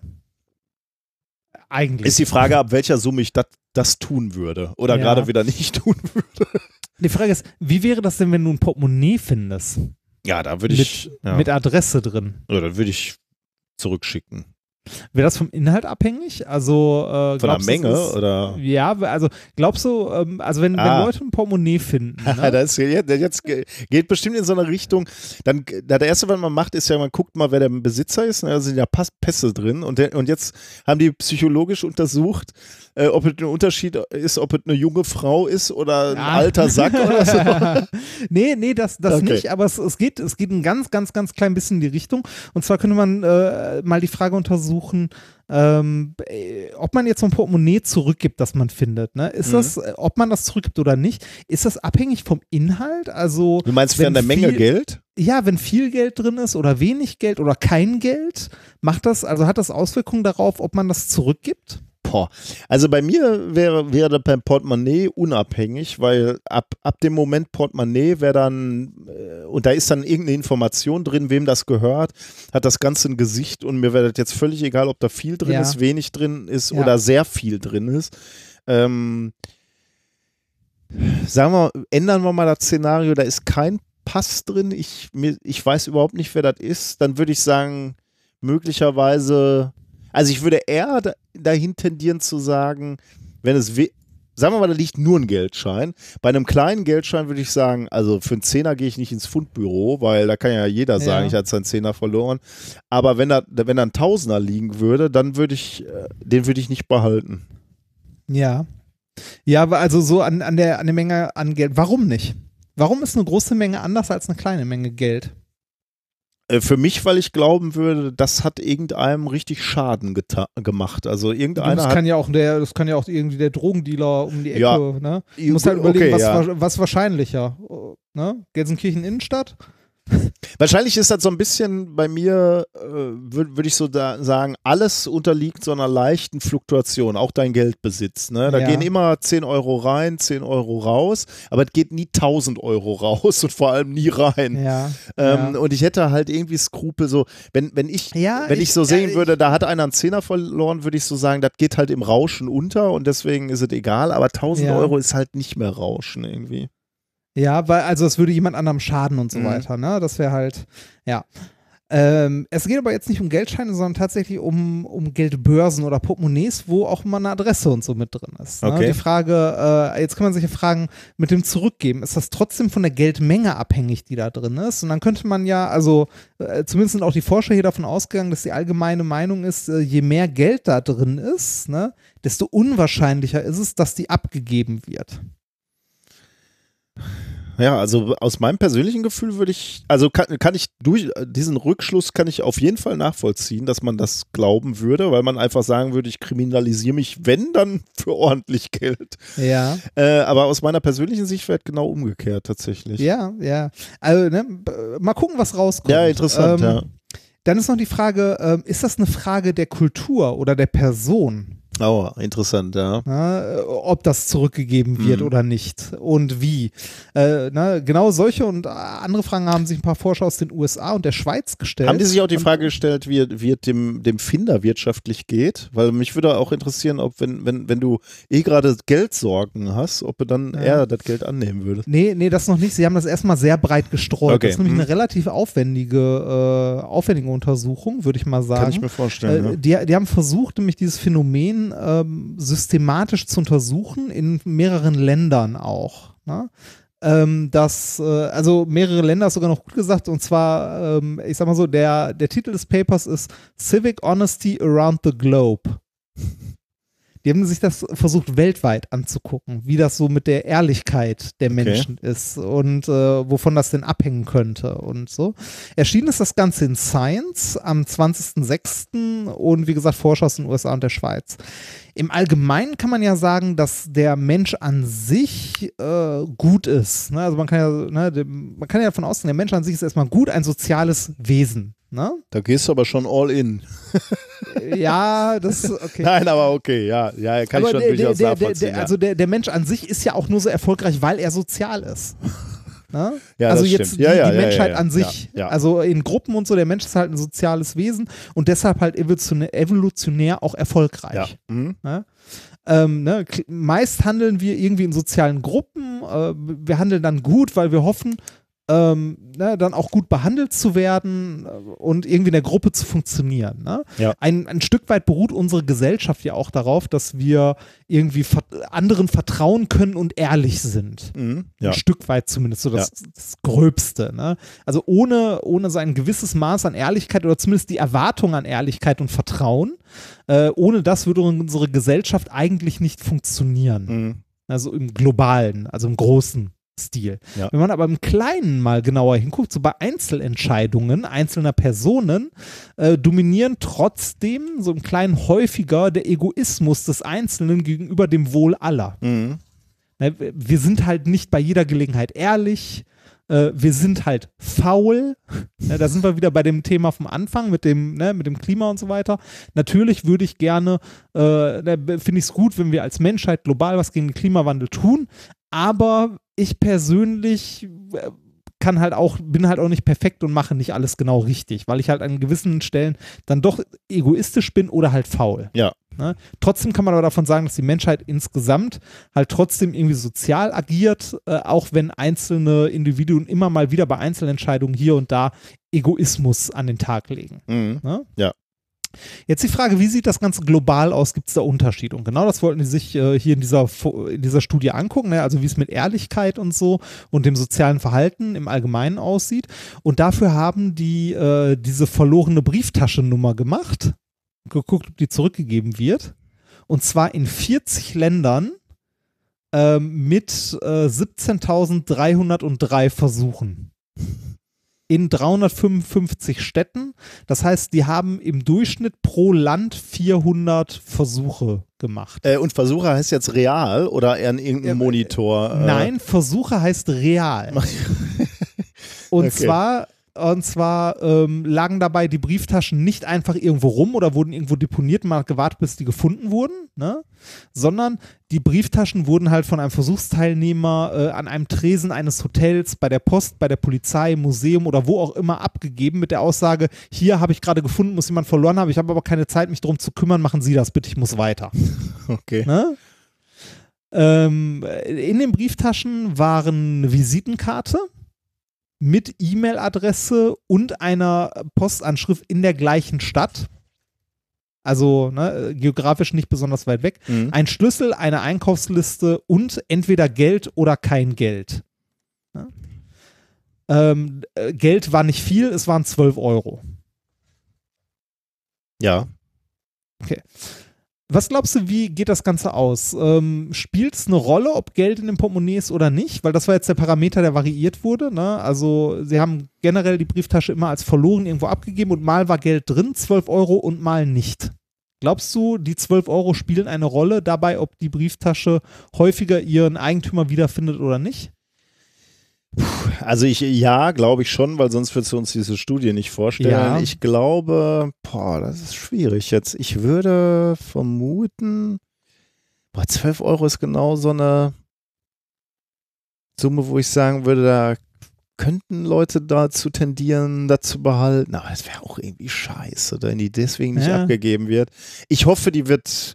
Eigentlich. Ist die Frage, ab welcher Summe ich dat, das tun würde oder Ja. gerade wieder nicht tun würde. Die Frage ist, wie wäre das denn, wenn du ein Portemonnaie findest? Ja, da würde ich, Mit, ja. mit Adresse drin. Oder dann würde ich zurückschicken. Wäre das vom Inhalt abhängig? Also, äh, Von der glaubst du, Menge das ist- oder? Ja, also glaubst du, ähm, also wenn, Ah. wenn Leute ein Portemonnaie finden, ne? das jetzt, jetzt ge- geht bestimmt in so eine Richtung. Dann, na, der erste, was man macht, ist ja, man guckt mal, wer der Besitzer ist. Ne? Da sind ja Pass, Pässe drin. Und, der, und jetzt haben die psychologisch untersucht, äh, ob es ein Unterschied ist, ob es eine junge Frau ist oder ein Ja. alter Sack oder so. nee, nee, das, das Okay. nicht, aber es, es, geht, es geht ein ganz, ganz, ganz klein bisschen in die Richtung. Und zwar könnte man äh, mal die Frage untersuchen, ähm, äh, ob man jetzt so ein Portemonnaie zurückgibt, das man findet. Ne? Ist Mhm. das, äh, ob man das zurückgibt oder nicht, ist das abhängig vom Inhalt? Also, Du meinst wenn von der Menge viel- Geld? Ja, wenn viel Geld drin ist oder wenig Geld oder kein Geld, macht das, also hat das Auswirkungen darauf, ob man das zurückgibt? Boah. Also bei mir wäre, wäre beim Portemonnaie unabhängig, weil ab, ab dem Moment Portemonnaie wäre dann, äh, und da ist dann irgendeine Information drin, wem das gehört, hat das Ganze ein Gesicht und mir wäre das jetzt völlig egal, ob da viel drin Ja. ist, wenig drin ist Ja. oder sehr viel drin ist. Ähm, sagen wir, ändern wir mal das Szenario, da ist kein Pass drin, ich, mir, ich weiß überhaupt nicht, wer das ist, dann würde ich sagen, möglicherweise, also ich würde eher da, dahin tendieren zu sagen, wenn es, we- sagen wir mal, da liegt nur ein Geldschein. Bei einem kleinen Geldschein würde ich sagen, also für einen Zehner gehe ich nicht ins Fundbüro, weil da kann ja jeder sagen, Ja. ich hatte seinen Zehner verloren. Aber wenn da, wenn da ein Tausender liegen würde, dann würde ich, äh, den würde ich nicht behalten. Ja. Ja, aber also so an, an, der, an der Menge an Geld. Warum nicht? Warum ist eine große Menge anders als eine kleine Menge Geld? Äh, Für mich, weil ich glauben würde, das hat irgendeinem richtig Schaden geta- gemacht. Also irgendeiner Das hat. kann ja auch der, das kann ja auch irgendwie der Drogendealer um die Ecke, Ja. ne? Du musst halt Okay, überlegen, was, ja. wa- was wahrscheinlicher. Ne? Gelsenkirchen Innenstadt? Wahrscheinlich ist das so ein bisschen bei mir, äh, würde würd ich so da sagen, alles unterliegt so einer leichten Fluktuation, auch dein Geldbesitz. Ne? Da Ja. gehen immer zehn Euro rein, zehn Euro raus, aber es geht nie tausend Euro raus und vor allem nie rein. Ja. Ähm, ja. Und ich hätte halt irgendwie Skrupel so, wenn, wenn ich, Ja, wenn ich, ich- so sehen ja, würde, da hat einer einen Zehner verloren, würde ich so sagen, das geht halt im Rauschen unter und deswegen ist es egal, aber tausend Ja. Euro ist halt nicht mehr Rauschen irgendwie. Ja, weil, also es würde jemand anderem schaden und so Mhm. weiter, ne? Das wäre halt, ja. Ähm, es geht aber jetzt nicht um Geldscheine, sondern tatsächlich um, um Geldbörsen oder Portemonnaies, wo auch immer eine Adresse und so mit drin ist. Ne? Okay. Die Frage, äh, jetzt kann man sich ja fragen, mit dem Zurückgeben, ist das trotzdem von der Geldmenge abhängig, die da drin ist? Und dann könnte man ja, also äh, zumindest sind auch die Forscher hier davon ausgegangen, dass die allgemeine Meinung ist, äh, je mehr Geld da drin ist, ne, desto unwahrscheinlicher ist es, dass die abgegeben wird. Ja, also aus meinem persönlichen Gefühl würde ich, also kann, kann ich durch diesen Rückschluss kann ich auf jeden Fall nachvollziehen, dass man das glauben würde, weil man einfach sagen würde, ich kriminalisiere mich, wenn, dann für ordentlich Geld. Ja. Äh, aber aus meiner persönlichen Sicht wäre es genau umgekehrt tatsächlich. Ja, ja. Also, ne, b- mal gucken, was rauskommt. Ja, interessant, ähm, ja. Dann ist noch die Frage, ähm, ist das eine Frage der Kultur oder der Person? Oh, interessant, ja. Na, ob das zurückgegeben wird Mhm. oder nicht und wie. Äh, na, genau solche und andere Fragen haben sich ein paar Forscher aus den U S A und der Schweiz gestellt. Haben die sich auch die Und- Frage gestellt, wie, wie es dem, dem Finder wirtschaftlich geht? Weil mich würde auch interessieren, ob wenn, wenn, wenn du eh gerade Geldsorgen hast, ob du dann Ja. eher das Geld annehmen würdest. Nee, nee, das noch nicht. Sie haben das erstmal sehr breit gestreut. Okay. Das ist nämlich Mhm. eine relativ aufwendige, äh, aufwendige Untersuchung, würde ich mal sagen. Kann ich mir vorstellen, Äh, ja. die, die haben versucht, nämlich dieses Phänomen ähm, systematisch zu untersuchen, in mehreren Ländern auch. Ne? Ähm, das, äh, also mehrere Länder ist sogar noch gut gesagt, und zwar, ähm, ich sag mal so, der, der Titel des Papers ist Civic Honesty Around the Globe. Die haben sich das versucht weltweit anzugucken, wie das so mit der Ehrlichkeit der Okay. Menschen ist und äh, wovon das denn abhängen könnte und so. Erschienen ist das Ganze in Science am zwanzigsten sechsten und wie gesagt Forscher aus den U S A und der Schweiz. Im Allgemeinen kann man ja sagen, dass der Mensch an sich äh, gut ist. Ne? Also man kann ja, ne, dem, man kann ja davon ausgehen, der Mensch an sich ist erstmal gut, ein soziales Wesen. Ne? Da gehst du aber schon all in. Ja, das ist okay. Nein, aber okay, ja, ja, kann ich Aber schon der, durchaus der, der, nachvollziehen. der, also der, der Mensch an sich ist ja auch nur so erfolgreich, weil er sozial ist. Ne? Ja, also das jetzt stimmt. die, Ja, ja, die ja, Menschheit ja, ja. an sich. Ja, ja. Also in Gruppen und so, der Mensch ist halt ein soziales Wesen und deshalb halt evolutionär, evolutionär auch ja. erfolgreich. Mhm. Ne? Ähm, ne, k- meist handeln wir irgendwie in sozialen Gruppen. Äh, wir handeln dann gut, weil wir hoffen, ähm, ne, dann auch gut behandelt zu werden äh, und irgendwie in der Gruppe zu funktionieren. Ne? Ja. Ein, ein Stück weit beruht unsere Gesellschaft ja auch darauf, dass wir irgendwie vert anderen vertrauen können und ehrlich sind. Mhm. Ja. Ein Stück weit zumindest, so das, das Gröbste. Ne? Also ohne, ohne so ein gewisses Maß an Ehrlichkeit oder zumindest die Erwartung an Ehrlichkeit und Vertrauen, äh, ohne das würde unsere Gesellschaft eigentlich nicht funktionieren. Mhm. Also im globalen, also im großen Stil. Ja. Wenn man aber im Kleinen mal genauer hinguckt, so bei Einzelentscheidungen einzelner Personen, äh, dominieren trotzdem so im Kleinen häufiger der Egoismus des Einzelnen gegenüber dem Wohl aller. Mhm. Ne, wir sind halt nicht bei jeder Gelegenheit ehrlich, äh, wir sind halt faul. Ne, da sind wir wieder bei dem Thema vom Anfang mit dem, ne, mit dem Klima und so weiter. Natürlich würde ich gerne, äh, da finde ich es gut, wenn wir als Menschheit global was gegen den Klimawandel tun, aber ich persönlich äh, kann halt auch, bin halt auch nicht perfekt und mache nicht alles genau richtig, weil ich halt an gewissen Stellen dann doch egoistisch bin oder halt faul. Ja. Ne? Trotzdem kann man aber davon sagen, dass die Menschheit insgesamt halt trotzdem irgendwie sozial agiert, äh, auch wenn einzelne Individuen immer mal wieder bei Einzelentscheidungen hier und da Egoismus an den Tag legen. Mhm. Ne? Ja. Jetzt die Frage, wie sieht das Ganze global aus? Gibt es da Unterschiede? Und genau das wollten die sich äh, hier in dieser, Fo- in dieser Studie angucken, ne? Also wie es mit Ehrlichkeit und so und dem sozialen Verhalten im Allgemeinen aussieht. Und dafür haben die äh, diese verlorene Brieftaschennummer gemacht, geguckt, ob die zurückgegeben wird. Und zwar in vierzig Ländern ähm, mit äh, siebzehntausenddreihundertdrei Versuchen. In dreihundertfünfundfünfzig Städten. Das heißt, die haben im Durchschnitt pro Land vierhundert Versuche gemacht. Äh, und Versucher heißt jetzt real oder eher an irgendeinem Ja, Monitor? Äh, Nein, Versuche heißt real. Und Okay. zwar, und zwar ähm, lagen dabei die Brieftaschen nicht einfach irgendwo rum oder wurden irgendwo deponiert und man hat gewartet, bis die gefunden wurden, ne? Sondern die Brieftaschen wurden halt von einem Versuchsteilnehmer äh, an einem Tresen eines Hotels, bei der Post, bei der Polizei, im Museum oder wo auch immer abgegeben mit der Aussage, hier habe ich gerade gefunden, muss jemand verloren haben, ich habe aber keine Zeit, mich darum zu kümmern, machen Sie das bitte, ich muss weiter. Okay. Ne? Ähm, in den Brieftaschen waren eine Visitenkarte mit E-Mail-Adresse und einer Postanschrift in der gleichen Stadt. Also ne, geografisch nicht besonders weit weg. Mhm. Ein Schlüssel, eine Einkaufsliste und entweder Geld oder kein Geld. Ja? Ähm, äh, Geld war nicht viel, es waren zwölf Euro. Ja. Was glaubst du, wie geht das Ganze aus? Ähm, Spielt es eine Rolle, ob Geld in dem Portemonnaie ist oder nicht? Weil das war jetzt der Parameter, der variiert wurde. Ne? Also sie haben generell die Brieftasche immer als verloren irgendwo abgegeben und mal war Geld drin, zwölf Euro und mal nicht. Glaubst du, die zwölf Euro spielen eine Rolle dabei, ob die Brieftasche häufiger ihren Eigentümer wiederfindet oder nicht? Also ich, ja, glaube ich schon, weil sonst würdest du uns diese Studie nicht vorstellen. Ja. Ich glaube, boah, das ist schwierig jetzt. Ich würde vermuten, boah, zwölf Euro ist genau so eine Summe, wo ich sagen würde, da könnten Leute dazu tendieren, das zu behalten. Aber das wäre auch irgendwie scheiße, wenn die deswegen nicht Ja. abgegeben wird. Ich hoffe, die wird.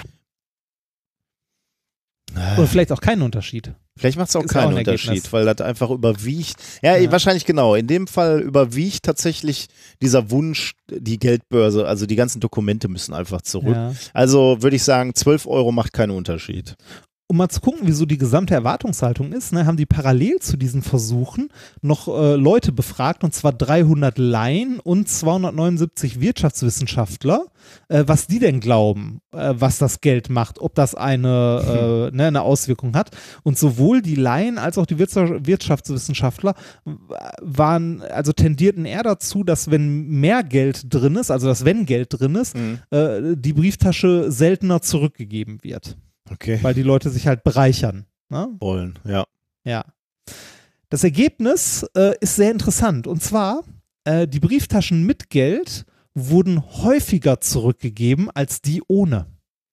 Oder vielleicht auch keinen Unterschied. Vielleicht macht es auch Ist ja keinen auch ein Unterschied, Ergebnis. weil das einfach überwiegt. Ja, Ja. wahrscheinlich genau. In dem Fall überwiegt tatsächlich dieser Wunsch, die Geldbörse, also die ganzen Dokumente müssen einfach zurück. Ja. Also würde ich sagen, zwölf Euro macht keinen Unterschied. Um mal zu gucken, wieso die gesamte Erwartungshaltung ist, ne, haben die parallel zu diesen Versuchen noch äh, Leute befragt, und zwar dreihundert Laien und zweihundertneunundsiebzig Wirtschaftswissenschaftler, äh, was die denn glauben, äh, was das Geld macht, ob das eine, äh, ne, eine Auswirkung hat. Und sowohl die Laien als auch die Wirtschaft- Wirtschaftswissenschaftler waren, also tendierten eher dazu, dass wenn mehr Geld drin ist, also dass wenn Geld drin ist, Mhm. äh, die Brieftasche seltener zurückgegeben wird. Okay. Weil die Leute sich halt bereichern. Ne? Wollen, ja. Ja. Das Ergebnis äh, ist sehr interessant. Und zwar, äh, die Brieftaschen mit Geld wurden häufiger zurückgegeben als die ohne.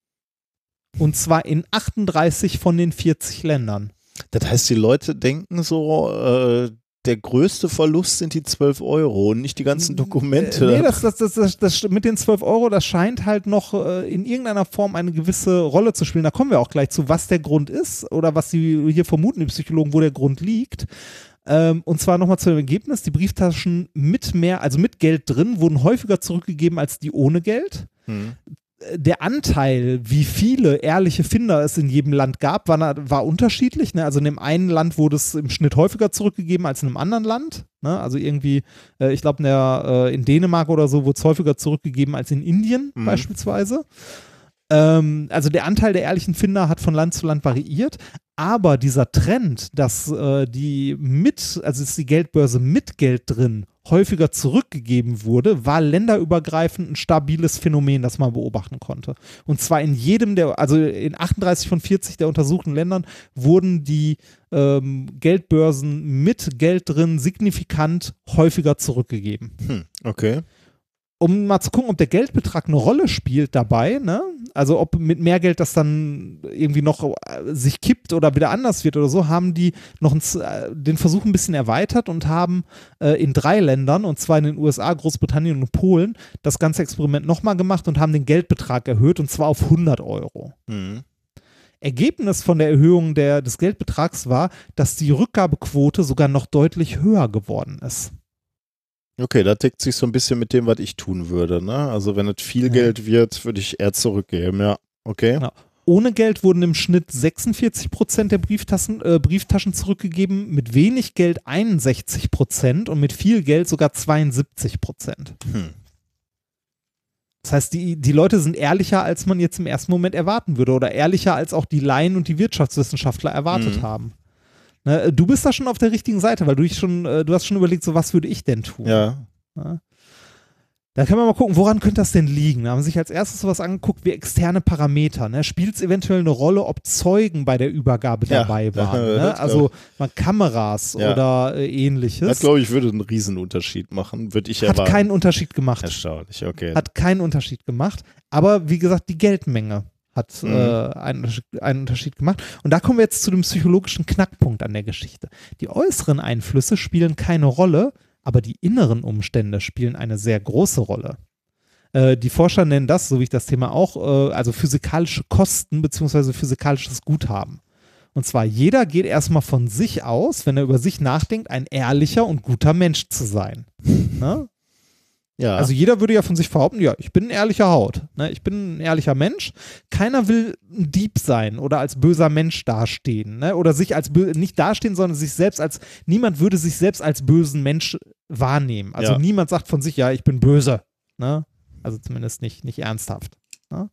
Und zwar in achtunddreißig von den vierzig Ländern. Das heißt, die Leute denken so, äh, der größte Verlust sind die zwölf Euro und nicht die ganzen Dokumente. Äh, nee, das, das, das, das, das mit den zwölf Euro, das scheint halt noch äh, in irgendeiner Form eine gewisse Rolle zu spielen. Da kommen wir auch gleich zu, was der Grund ist oder was sie hier vermuten, die Psychologen, wo der Grund liegt. Ähm, und zwar nochmal zu dem Ergebnis, die Brieftaschen mit mehr, also mit Geld drin, wurden häufiger zurückgegeben als die ohne Geld. Hm. Der Anteil, wie viele ehrliche Finder es in jedem Land gab, war, war unterschiedlich. Ne? Also in dem einen Land wurde es im Schnitt häufiger zurückgegeben als in einem anderen Land. Ne? Also irgendwie, äh, ich glaube, in, der, äh, in Dänemark oder so wurde es häufiger zurückgegeben als in Indien Mhm. beispielsweise. Ähm, also der Anteil der ehrlichen Finder hat von Land zu Land variiert. Aber dieser Trend, dass äh, die mit, also dass die Geldbörse mit Geld drin häufiger zurückgegeben wurde, war länderübergreifend ein stabiles Phänomen, das man beobachten konnte. Und zwar in jedem der, also in achtunddreißig von vierzig der untersuchten Ländern wurden die ähm, Geldbörsen mit Geld drin signifikant häufiger zurückgegeben. Hm, okay. Um mal zu gucken, ob der Geldbetrag eine Rolle spielt dabei, ne? Also ob mit mehr Geld das dann irgendwie noch äh, sich kippt oder wieder anders wird oder so, haben die noch ein, äh, den Versuch ein bisschen erweitert und haben äh, in drei Ländern, und zwar in den U S A, Großbritannien und Polen, das ganze Experiment nochmal gemacht und haben den Geldbetrag erhöht, und zwar auf hundert Euro. Hm. Ergebnis von der Erhöhung der, des Geldbetrags war, dass die Rückgabequote sogar noch deutlich höher geworden ist. Okay, da deckt sich so ein bisschen mit dem, was ich tun würde. Ne? Also wenn es viel Ja. Geld wird, würde ich eher zurückgeben, ja. Okay. Ja. Ohne Geld wurden im Schnitt sechsundvierzig Prozent der Brieftaschen, äh, Brieftaschen zurückgegeben, mit wenig Geld einundsechzig Prozent und mit viel Geld sogar zweiundsiebzig Prozent. Hm. Das heißt, die, die Leute sind ehrlicher, als man jetzt im ersten Moment erwarten würde, oder ehrlicher, als auch die Laien und die Wirtschaftswissenschaftler erwartet Mhm. haben. Ne, du bist da schon auf der richtigen Seite, weil du dich schon, äh, du hast schon überlegt, so was würde ich denn tun? Ja. Ja. Da können wir mal gucken, woran könnte das denn liegen? Da haben sich als erstes sowas angeguckt wie externe Parameter. Ne? Spielt es eventuell eine Rolle, ob Zeugen bei der Übergabe Ja, dabei das waren? Ne? glaub Also mal Kameras Ja. oder äh, ähnliches. Das, glaube ich, würde einen Riesenunterschied machen, würde ich Hat erwarten. keinen Unterschied gemacht. Erstaunlich, okay. Hat keinen Unterschied gemacht. Aber wie gesagt, die Geldmenge hat Mhm. äh, einen, Unterschied- einen Unterschied gemacht. Und da kommen wir jetzt zu dem psychologischen Knackpunkt an der Geschichte. Die äußeren Einflüsse spielen keine Rolle, aber die inneren Umstände spielen eine sehr große Rolle. Äh, die Forscher nennen das, so wie ich das Thema auch, äh, also physikalische Kosten bzw. physikalisches Guthaben. Und zwar jeder geht erstmal von sich aus, wenn er über sich nachdenkt, ein ehrlicher und guter Mensch zu sein. Ne? Ja. Also jeder würde ja von sich behaupten, ja, ich bin ein ehrlicher Haut, ne? Ich bin ein ehrlicher Mensch. Keiner will ein Dieb sein oder als böser Mensch dastehen, ne? Oder sich als bö- nicht dastehen, sondern sich selbst als, niemand würde sich selbst als bösen Mensch wahrnehmen. Also Ja. niemand sagt von sich, ja, ich bin böse, ne? Also zumindest nicht, nicht ernsthaft. Ne?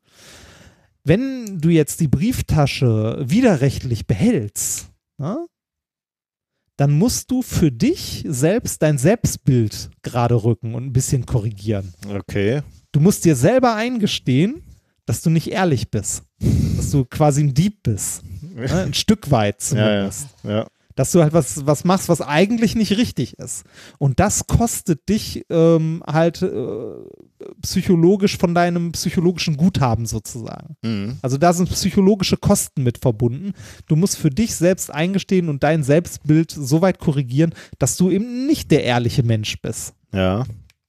Wenn du jetzt die Brieftasche widerrechtlich behältst, ne? Dann musst du für dich selbst dein Selbstbild gerade rücken und ein bisschen korrigieren. okay. Du musst dir selber eingestehen, dass du nicht ehrlich bist. Dass du quasi ein Dieb bist. Ne? Ein Stück weit Ja, ja, zumindest. ja. Dass du halt was, was machst, was eigentlich nicht richtig ist. Und das kostet dich ähm, halt äh, psychologisch von deinem psychologischen Guthaben sozusagen. Mhm. Also da sind psychologische Kosten mit verbunden. Du musst für dich selbst eingestehen und dein Selbstbild so weit korrigieren, dass du eben nicht der ehrliche Mensch bist. Ja.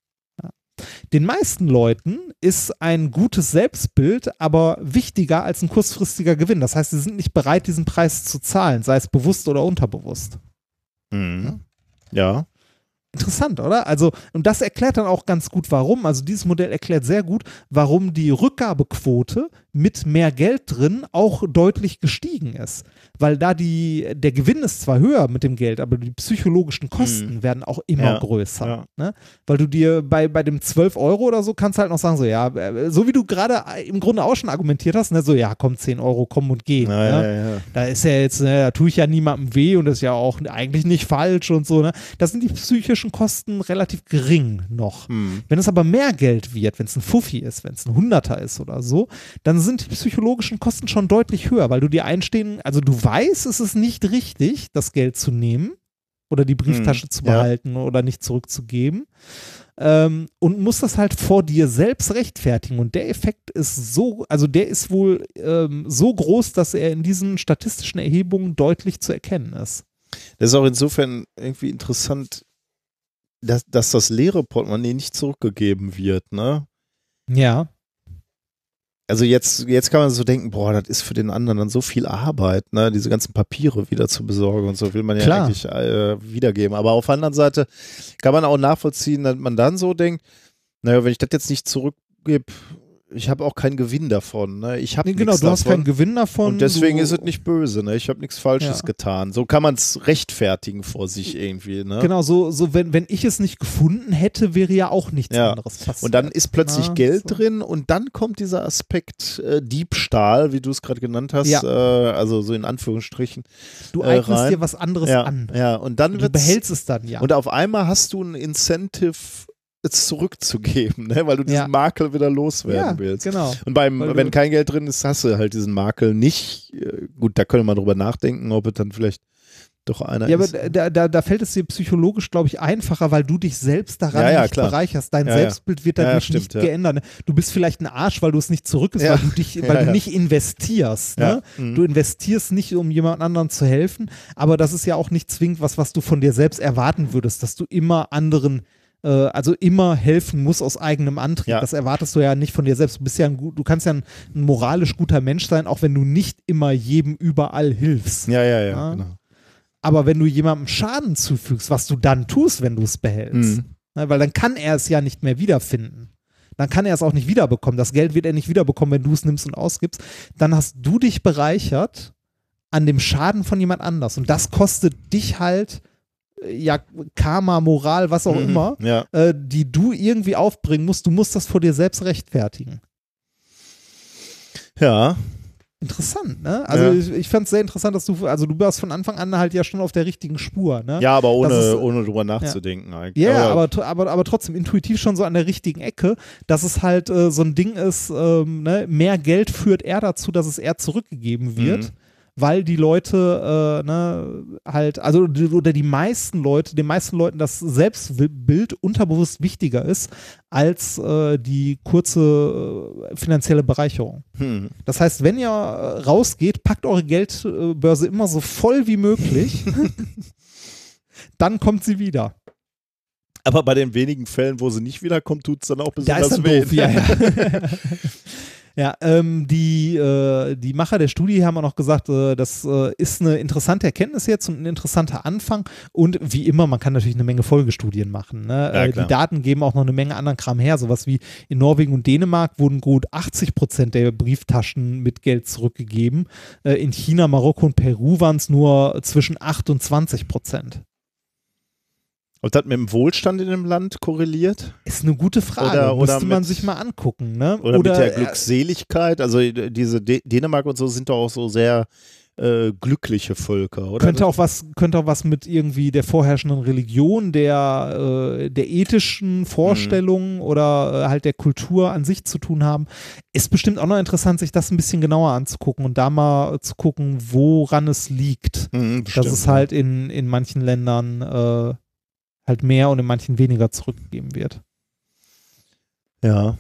Den meisten Leuten ist ein gutes Selbstbild aber wichtiger als ein kurzfristiger Gewinn. Das heißt, sie sind nicht bereit, diesen Preis zu zahlen, sei es bewusst oder unterbewusst. Mhm. Ja. Interessant, oder? Also, und das erklärt dann auch ganz gut, warum. Also, dieses Modell erklärt sehr gut, warum die Rückgabequote mit mehr Geld drin auch deutlich gestiegen ist. Weil da die, der Gewinn ist zwar höher mit dem Geld, aber die psychologischen Kosten Mhm. werden auch immer Ja, größer. ja. Ne? Weil du dir bei, bei dem zwölf Euro oder so kannst halt noch sagen, so ja, äh, so wie du gerade im Grunde auch schon argumentiert hast, ne? So ja, komm, zehn Euro, komm und geh. Ja, ne? ja, ja. Da ist ja jetzt, ne, da tue ich ja niemandem weh und das ist ja auch eigentlich nicht falsch und so. Ne? Das sind die psychischen Kosten relativ gering noch. Hm. Wenn es aber mehr Geld wird, wenn es ein Fuffi ist, wenn es ein Hunderter ist oder so, dann sind die psychologischen Kosten schon deutlich höher, weil du dir einstehen, also du weißt, es ist nicht richtig, das Geld zu nehmen oder die Brieftasche Hm, zu ja. behalten oder nicht zurückzugeben. Ähm, und musst das halt vor dir selbst rechtfertigen. Und der Effekt ist so, also der ist wohl ähm, so groß, dass er in diesen statistischen Erhebungen deutlich zu erkennen ist. Das ist auch insofern irgendwie interessant, dass, dass das leere Portemonnaie nicht zurückgegeben wird, ne? Ja. Also jetzt, jetzt kann man so denken, boah, das ist für den anderen dann so viel Arbeit, ne, diese ganzen Papiere wieder zu besorgen und so will man ja Klar. eigentlich äh, wiedergeben. Aber auf der anderen Seite kann man auch nachvollziehen, dass man dann so denkt, naja, wenn ich das jetzt nicht zurückgebe, ich habe auch keinen Gewinn davon, ne? Ich habe Nee, genau, nichts du hast davon. keinen Gewinn davon. Und deswegen du, ist es nicht böse, ne? Ich habe nichts Falsches Ja. getan. So kann man es rechtfertigen vor sich irgendwie, ne? Genau, so, so wenn, wenn ich es nicht gefunden hätte, wäre ja auch nichts Ja. anderes passiert. Und dann ist plötzlich Ja, Geld so. drin und dann kommt dieser Aspekt äh, Diebstahl, wie du es gerade genannt hast, Ja. äh, also so in Anführungsstrichen. Du äh, eignest rein. dir was anderes ja, an. ja, und dann Du wird's, behältst es dann, ja. und auf einmal hast du ein Incentive, es zurückzugeben, ne? Weil du diesen Ja. Makel wieder loswerden ja, willst. genau. Und beim, Weil du- wenn kein Geld drin ist, hast du halt diesen Makel nicht. Äh, Gut, da könnte man drüber nachdenken, ob es dann vielleicht doch einer Ja, aber ist. da, da, da fällt es dir psychologisch, glaube ich, einfacher, weil du dich selbst daran Ja, ja, nicht klar. bereicherst. Dein Ja, ja. Selbstbild wird Ja, ja, dadurch stimmt, nicht ja. geändert. ne? Du bist vielleicht ein Arsch, weil du es nicht zurückgibst, Ja. weil du dich, Ja, weil ja. du nicht investierst. Ne? Ja. Mhm. Du investierst nicht, um jemand anderen zu helfen, aber das ist ja auch nicht zwingend was, was du von dir selbst erwarten würdest, dass du immer anderen äh, also immer helfen musst aus eigenem Antrieb. Ja. Das erwartest du ja nicht von dir selbst. Du bist ja ein gut, du kannst ja ein, ein moralisch guter Mensch sein, auch wenn du nicht immer jedem überall hilfst. Ja, ja, ja, Ja. genau. Aber wenn du jemandem Schaden zufügst, was du dann tust, wenn du es behältst, Mhm. ne, weil dann kann er es ja nicht mehr wiederfinden. Dann kann er es auch nicht wiederbekommen. Das Geld wird er nicht wiederbekommen, wenn du es nimmst und ausgibst. Dann hast du dich bereichert an dem Schaden von jemand anders. Und das kostet dich halt, äh, ja, Karma, Moral, was auch Mhm. immer, Ja. äh, die du irgendwie aufbringen musst. Du musst das vor dir selbst rechtfertigen. Ja. Interessant, ne? Also Ja. ich, ich fand es sehr interessant, dass du, also du warst von Anfang an halt ja schon auf der richtigen Spur, ne? Ja, aber ohne, Das ist- ohne drüber nachzudenken eigentlich. Ja, aber, aber, aber, aber trotzdem intuitiv schon so an der richtigen Ecke, dass es halt äh, so ein Ding ist, ähm, ne? Mehr Geld führt eher dazu, dass es eher zurückgegeben wird, Mhm. weil die Leute äh, ne, halt, also die- oder die meisten Leute, den meisten Leuten das Selbstbild unterbewusst wichtiger ist als äh, die kurze äh, finanzielle Bereicherung. Hm. Das heißt, wenn ihr äh, rausgeht, packt eure Geldbörse immer so voll wie möglich, dann kommt sie wieder. Aber bei den wenigen Fällen, wo sie nicht wiederkommt, tut es dann auch Da besonders ist dann weh. doof, ja, ja. Ja, ähm, die, äh, die Macher der Studie haben auch noch gesagt, äh, das äh, ist eine interessante Erkenntnis jetzt und ein interessanter Anfang. Und wie immer, man kann natürlich eine Menge Folgestudien machen. Ne? Ja, äh, klar. die Daten geben auch noch eine Menge anderen Kram her. Sowas wie in Norwegen und Dänemark wurden gut achtzig Prozent der Brieftaschen mit Geld zurückgegeben. Äh, in China, Marokko und Peru waren es nur zwischen acht und zwanzig Prozent. Ob das mit dem Wohlstand in dem Land korreliert? Ist eine gute Frage. Oder- oder Müsste man mit- sich mal angucken. Ne? Oder, mit der äh, Glückseligkeit? Also diese D Dänemark und so sind doch auch so sehr äh, glückliche Völker, oder? Könnte auch was, könnte auch was mit irgendwie der vorherrschenden Religion, der, äh, der ethischen Vorstellungen mhm. oder äh, halt der Kultur an sich zu tun haben. Ist bestimmt auch noch interessant, sich das ein bisschen genauer anzugucken und da mal äh, zu gucken, woran es liegt. Mhm, dass bestimmt, es halt in, in manchen Ländern äh, halt mehr und in manchen weniger zurückgegeben wird. Ja.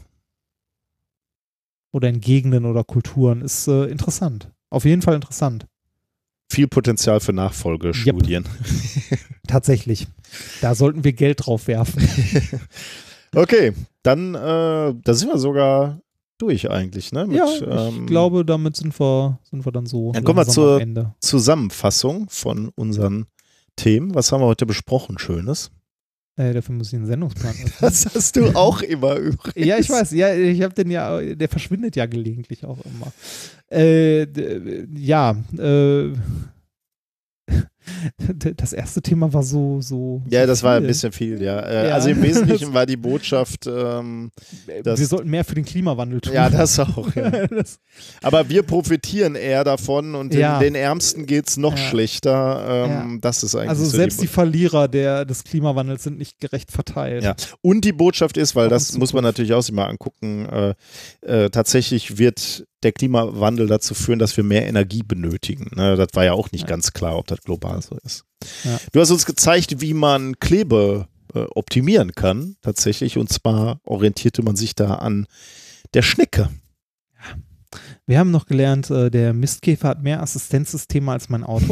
Oder in Gegenden oder Kulturen. Ist äh, interessant. Auf jeden Fall interessant. Viel Potenzial für Nachfolgestudien. Yep. Tatsächlich. Da sollten wir Geld drauf werfen. Okay, dann äh, da sind wir sogar durch eigentlich, ne? Mit, ja, ich ähm, glaube, damit sind wir, sind wir dann so dann kommen wir langsam zur am Ende. Zusammenfassung von unseren Themen. Was haben wir heute besprochen, Schönes? Äh, dafür muss ich einen Sendungsplan öffnen. Das hast du auch immer übrigens. Ja, ich weiß. Ja, ich habe den ja, der verschwindet ja gelegentlich auch immer. Äh, d- ja, äh, das erste Thema war so, so. Ja, so das war ein viel. bisschen viel, ja. Äh, Ja. Also im Wesentlichen war die Botschaft, ähm, das- wir sollten mehr für den Klimawandel tun. ja, das auch. Ja. Das- Aber wir profitieren eher davon und den, Ja. den Ärmsten geht es noch Ja. schlechter. Ähm, Ja. Das ist eigentlich also so selbst die Bo- Verlierer der, des Klimawandels sind nicht gerecht verteilt. Ja. Und die Botschaft ist, weil Auch in das muss man Zukunft. natürlich auch sich mal angucken, äh, äh, tatsächlich wird der Klimawandel dazu führen, dass wir mehr Energie benötigen. Ne, das war ja auch nicht Ja. ganz klar, ob das global so ist. Ja. Du hast uns gezeigt, wie man Klebe äh, optimieren kann, tatsächlich. Und zwar orientierte man sich da an der Schnecke. Wir haben noch gelernt, äh, der Mistkäfer hat mehr Assistenzsysteme als mein Auto.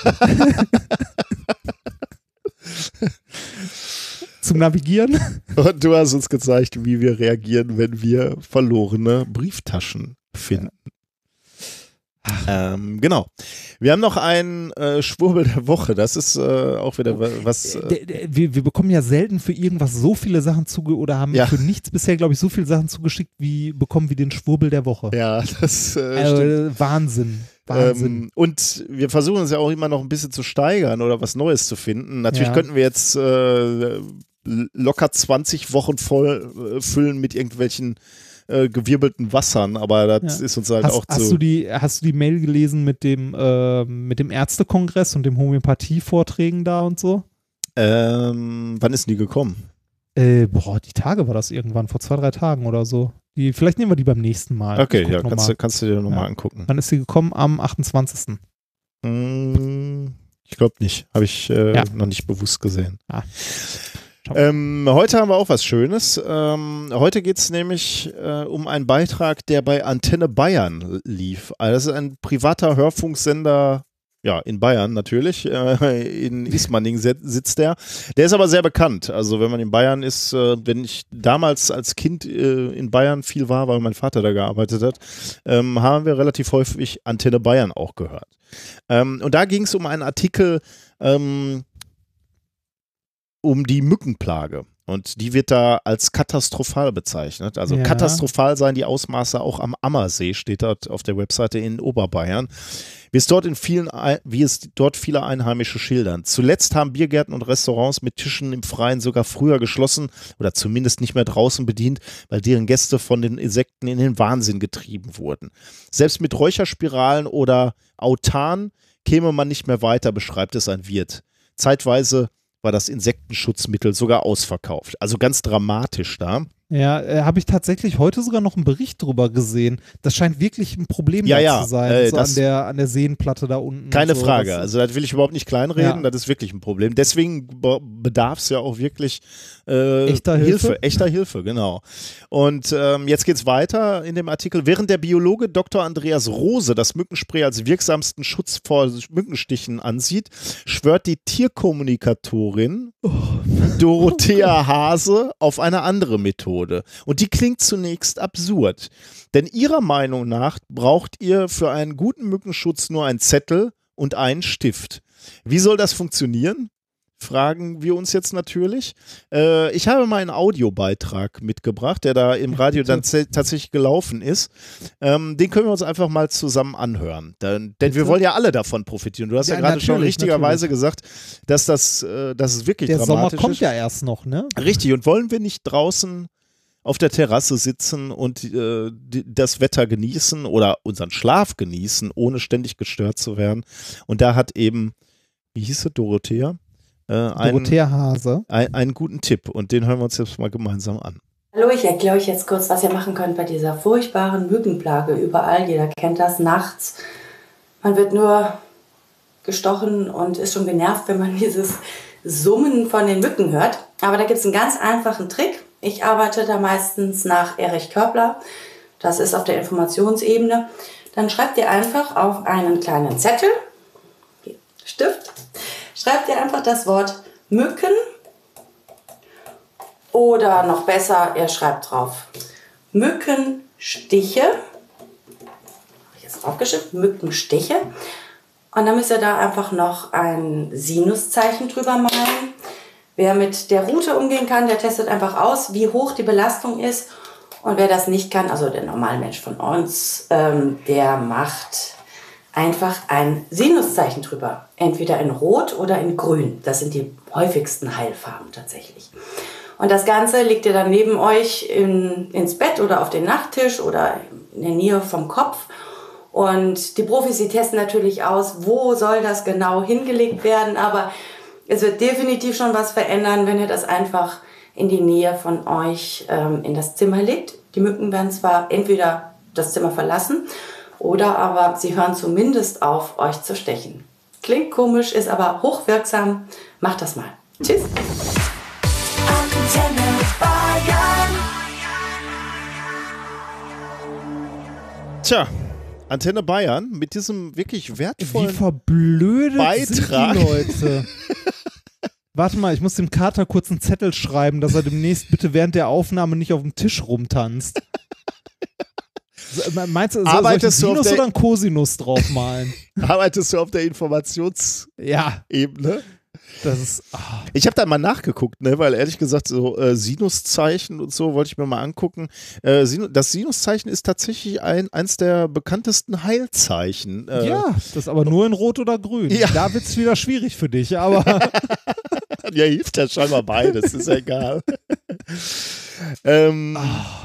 Zum Navigieren. Und du hast uns gezeigt, wie wir reagieren, wenn wir verlorene Brieftaschen finden. Ähm, genau. Wir haben noch einen äh, Schwurbel der Woche. Das ist äh, auch wieder wa- was. Äh, Der, der, wir, wir bekommen ja selten für irgendwas so viele Sachen zuge oder haben Ja. für nichts bisher, glaube ich, so viele Sachen zugeschickt, wie bekommen wie den Schwurbel der Woche. ja, das äh, also, stimmt. Wahnsinn. Wahnsinn. Ähm, und wir versuchen uns ja auch immer noch ein bisschen zu steigern oder was Neues zu finden. Natürlich Ja. könnten wir jetzt äh, locker zwanzig Wochen voll äh, füllen mit irgendwelchen äh, gewirbelten Wassern, aber das Ja. ist uns halt hast, auch hast, zu. du die, hast du die Mail gelesen mit dem, äh, mit dem Ärztekongress und dem Homöopathie-Vorträgen da und so? Ähm, wann ist denn die gekommen? Äh, boah, die Tage war das irgendwann, vor zwei, drei Tagen oder so. Die, vielleicht nehmen wir die beim nächsten Mal. Okay, Ich guck ja, noch kannst mal. du, kannst du dir nochmal Ja. angucken. Wann ist sie gekommen? Am achtundzwanzigsten Hm, ich glaube nicht. Habe ich äh, Ja. noch nicht bewusst gesehen. Ah. Schau. Ähm, heute haben wir auch was Schönes. Ähm, heute geht es nämlich äh, um einen Beitrag, der bei Antenne Bayern lief. Also das ist ein privater Hörfunksender, ja, in Bayern natürlich. Äh, in Ismaning sit- sitzt der. Der ist aber sehr bekannt. Also wenn man in Bayern ist, äh, wenn ich damals als Kind äh, in Bayern viel war, weil mein Vater da gearbeitet hat, ähm, haben wir relativ häufig Antenne Bayern auch gehört. Ähm, und da ging es um einen Artikel, ähm, um die Mückenplage. Und die wird da als katastrophal bezeichnet. Also Ja. katastrophal seien die Ausmaße auch am Ammersee, steht dort auf der Webseite in Oberbayern. Wie es dort in vielen, Ei- wie es dort viele Einheimische schildern. Zuletzt haben Biergärten und Restaurants mit Tischen im Freien sogar früher geschlossen oder zumindest nicht mehr draußen bedient, weil deren Gäste von den Insekten in den Wahnsinn getrieben wurden. Selbst mit Räucherspiralen oder Autan käme man nicht mehr weiter, beschreibt es ein Wirt. Zeitweise war das Insektenschutzmittel sogar ausverkauft. Also ganz dramatisch da. Ja, äh, habe ich tatsächlich heute sogar noch einen Bericht drüber gesehen. Das scheint wirklich ein Problem Ja, da ja, zu sein, äh, so das- an der, an der Seenplatte da unten. Keine und so. Frage. Das, Also das will ich überhaupt nicht kleinreden. Ja. Das ist wirklich ein Problem. Deswegen be- bedarf es ja auch wirklich äh, Echter Hilfe? Echter Hilfe, genau. Und ähm, jetzt geht's weiter in dem Artikel. Während der Biologe Doktor Andreas Rose das Mückenspray als wirksamsten Schutz vor Mückenstichen ansieht, schwört die Tierkommunikatorin Dorothea Hase auf eine andere Methode. Und die klingt zunächst absurd. Denn ihrer Meinung nach braucht ihr für einen guten Mückenschutz nur einen Zettel und einen Stift. Wie soll das funktionieren? Fragen wir uns jetzt natürlich. Äh, ich habe mal einen Audiobeitrag mitgebracht, der da im Radio dann z- tatsächlich gelaufen ist. Ähm, den können wir uns einfach mal zusammen anhören. Denn, denn wir Bitte? wollen ja alle davon profitieren. Du hast ja, Ja, gerade schon natürlich, richtigerweise natürlich. gesagt, dass das, äh, dass es wirklich der Sommer dramatisch kommt ist. ja erst noch, ne? Richtig, und wollen wir nicht draußen auf der Terrasse sitzen und äh, die, das Wetter genießen oder unseren Schlaf genießen, ohne ständig gestört zu werden. Und da hat eben, wie hieß sie, Dorothea? Äh, einen, Dorothea Hase. ein, einen guten Tipp und den hören wir uns jetzt mal gemeinsam an. Hallo, ich erkläre euch jetzt kurz, was ihr machen könnt bei dieser furchtbaren Mückenplage überall. Jeder kennt das, nachts. Man wird nur gestochen und ist schon genervt, wenn man dieses Summen von den Mücken hört. Aber da gibt es einen ganz einfachen Trick. Ich arbeite da meistens nach Erich Körbler. Das ist auf der Informationsebene. Dann schreibt ihr einfach auf einen kleinen Zettel, Stift, schreibt ihr einfach das Wort Mücken oder noch besser, ihr schreibt drauf Mückenstiche. Habe ich jetzt draufgeschrieben, Mückenstiche. Und dann müsst ihr da einfach noch ein Sinuszeichen drüber malen. Wer mit der Route umgehen kann, der testet einfach aus, wie hoch die Belastung ist. Und wer das nicht kann, also der normale Mensch von uns, ähm, der macht einfach ein Sinuszeichen drüber. Entweder in Rot oder in Grün. Das sind die häufigsten Heilfarben tatsächlich. Und das Ganze legt ihr dann neben euch in, ins Bett oder auf den Nachttisch oder in der Nähe vom Kopf. Und die Profis, die testen natürlich aus, wo soll das genau hingelegt werden. Aber es wird definitiv schon was verändern, wenn ihr das einfach in die Nähe von euch ähm, in das Zimmer legt. Die Mücken werden zwar entweder das Zimmer verlassen oder aber sie hören zumindest auf, euch zu stechen. Klingt komisch, ist aber hochwirksam. Macht das mal. Tschüss. Antenne Bayern. Tja, Antenne Bayern mit diesem wirklich Wie wertvollen verblödet Beitrag. sind die Leute. Warte mal, ich muss dem Kater kurz einen Zettel schreiben, dass er demnächst bitte während der Aufnahme nicht auf dem Tisch rumtanzt. So, Meinst du, soll, soll ich einen Arbeitest du auf Sinus der- oder einen Cosinus draufmalen? Arbeitest du auf der Informationsebene? Ja, das ist. ah. Ich habe da mal nachgeguckt, ne, weil ehrlich gesagt so äh, Sinuszeichen und so wollte ich mir mal angucken. Äh, Sinu- das Sinuszeichen ist tatsächlich ein, eins der bekanntesten Heilzeichen. Äh, Ja, das ist aber nur in Rot oder Grün. Ja. Da wird es wieder schwierig für dich, aber Ja, hilft ja scheinbar beides, ist ja egal. ähm,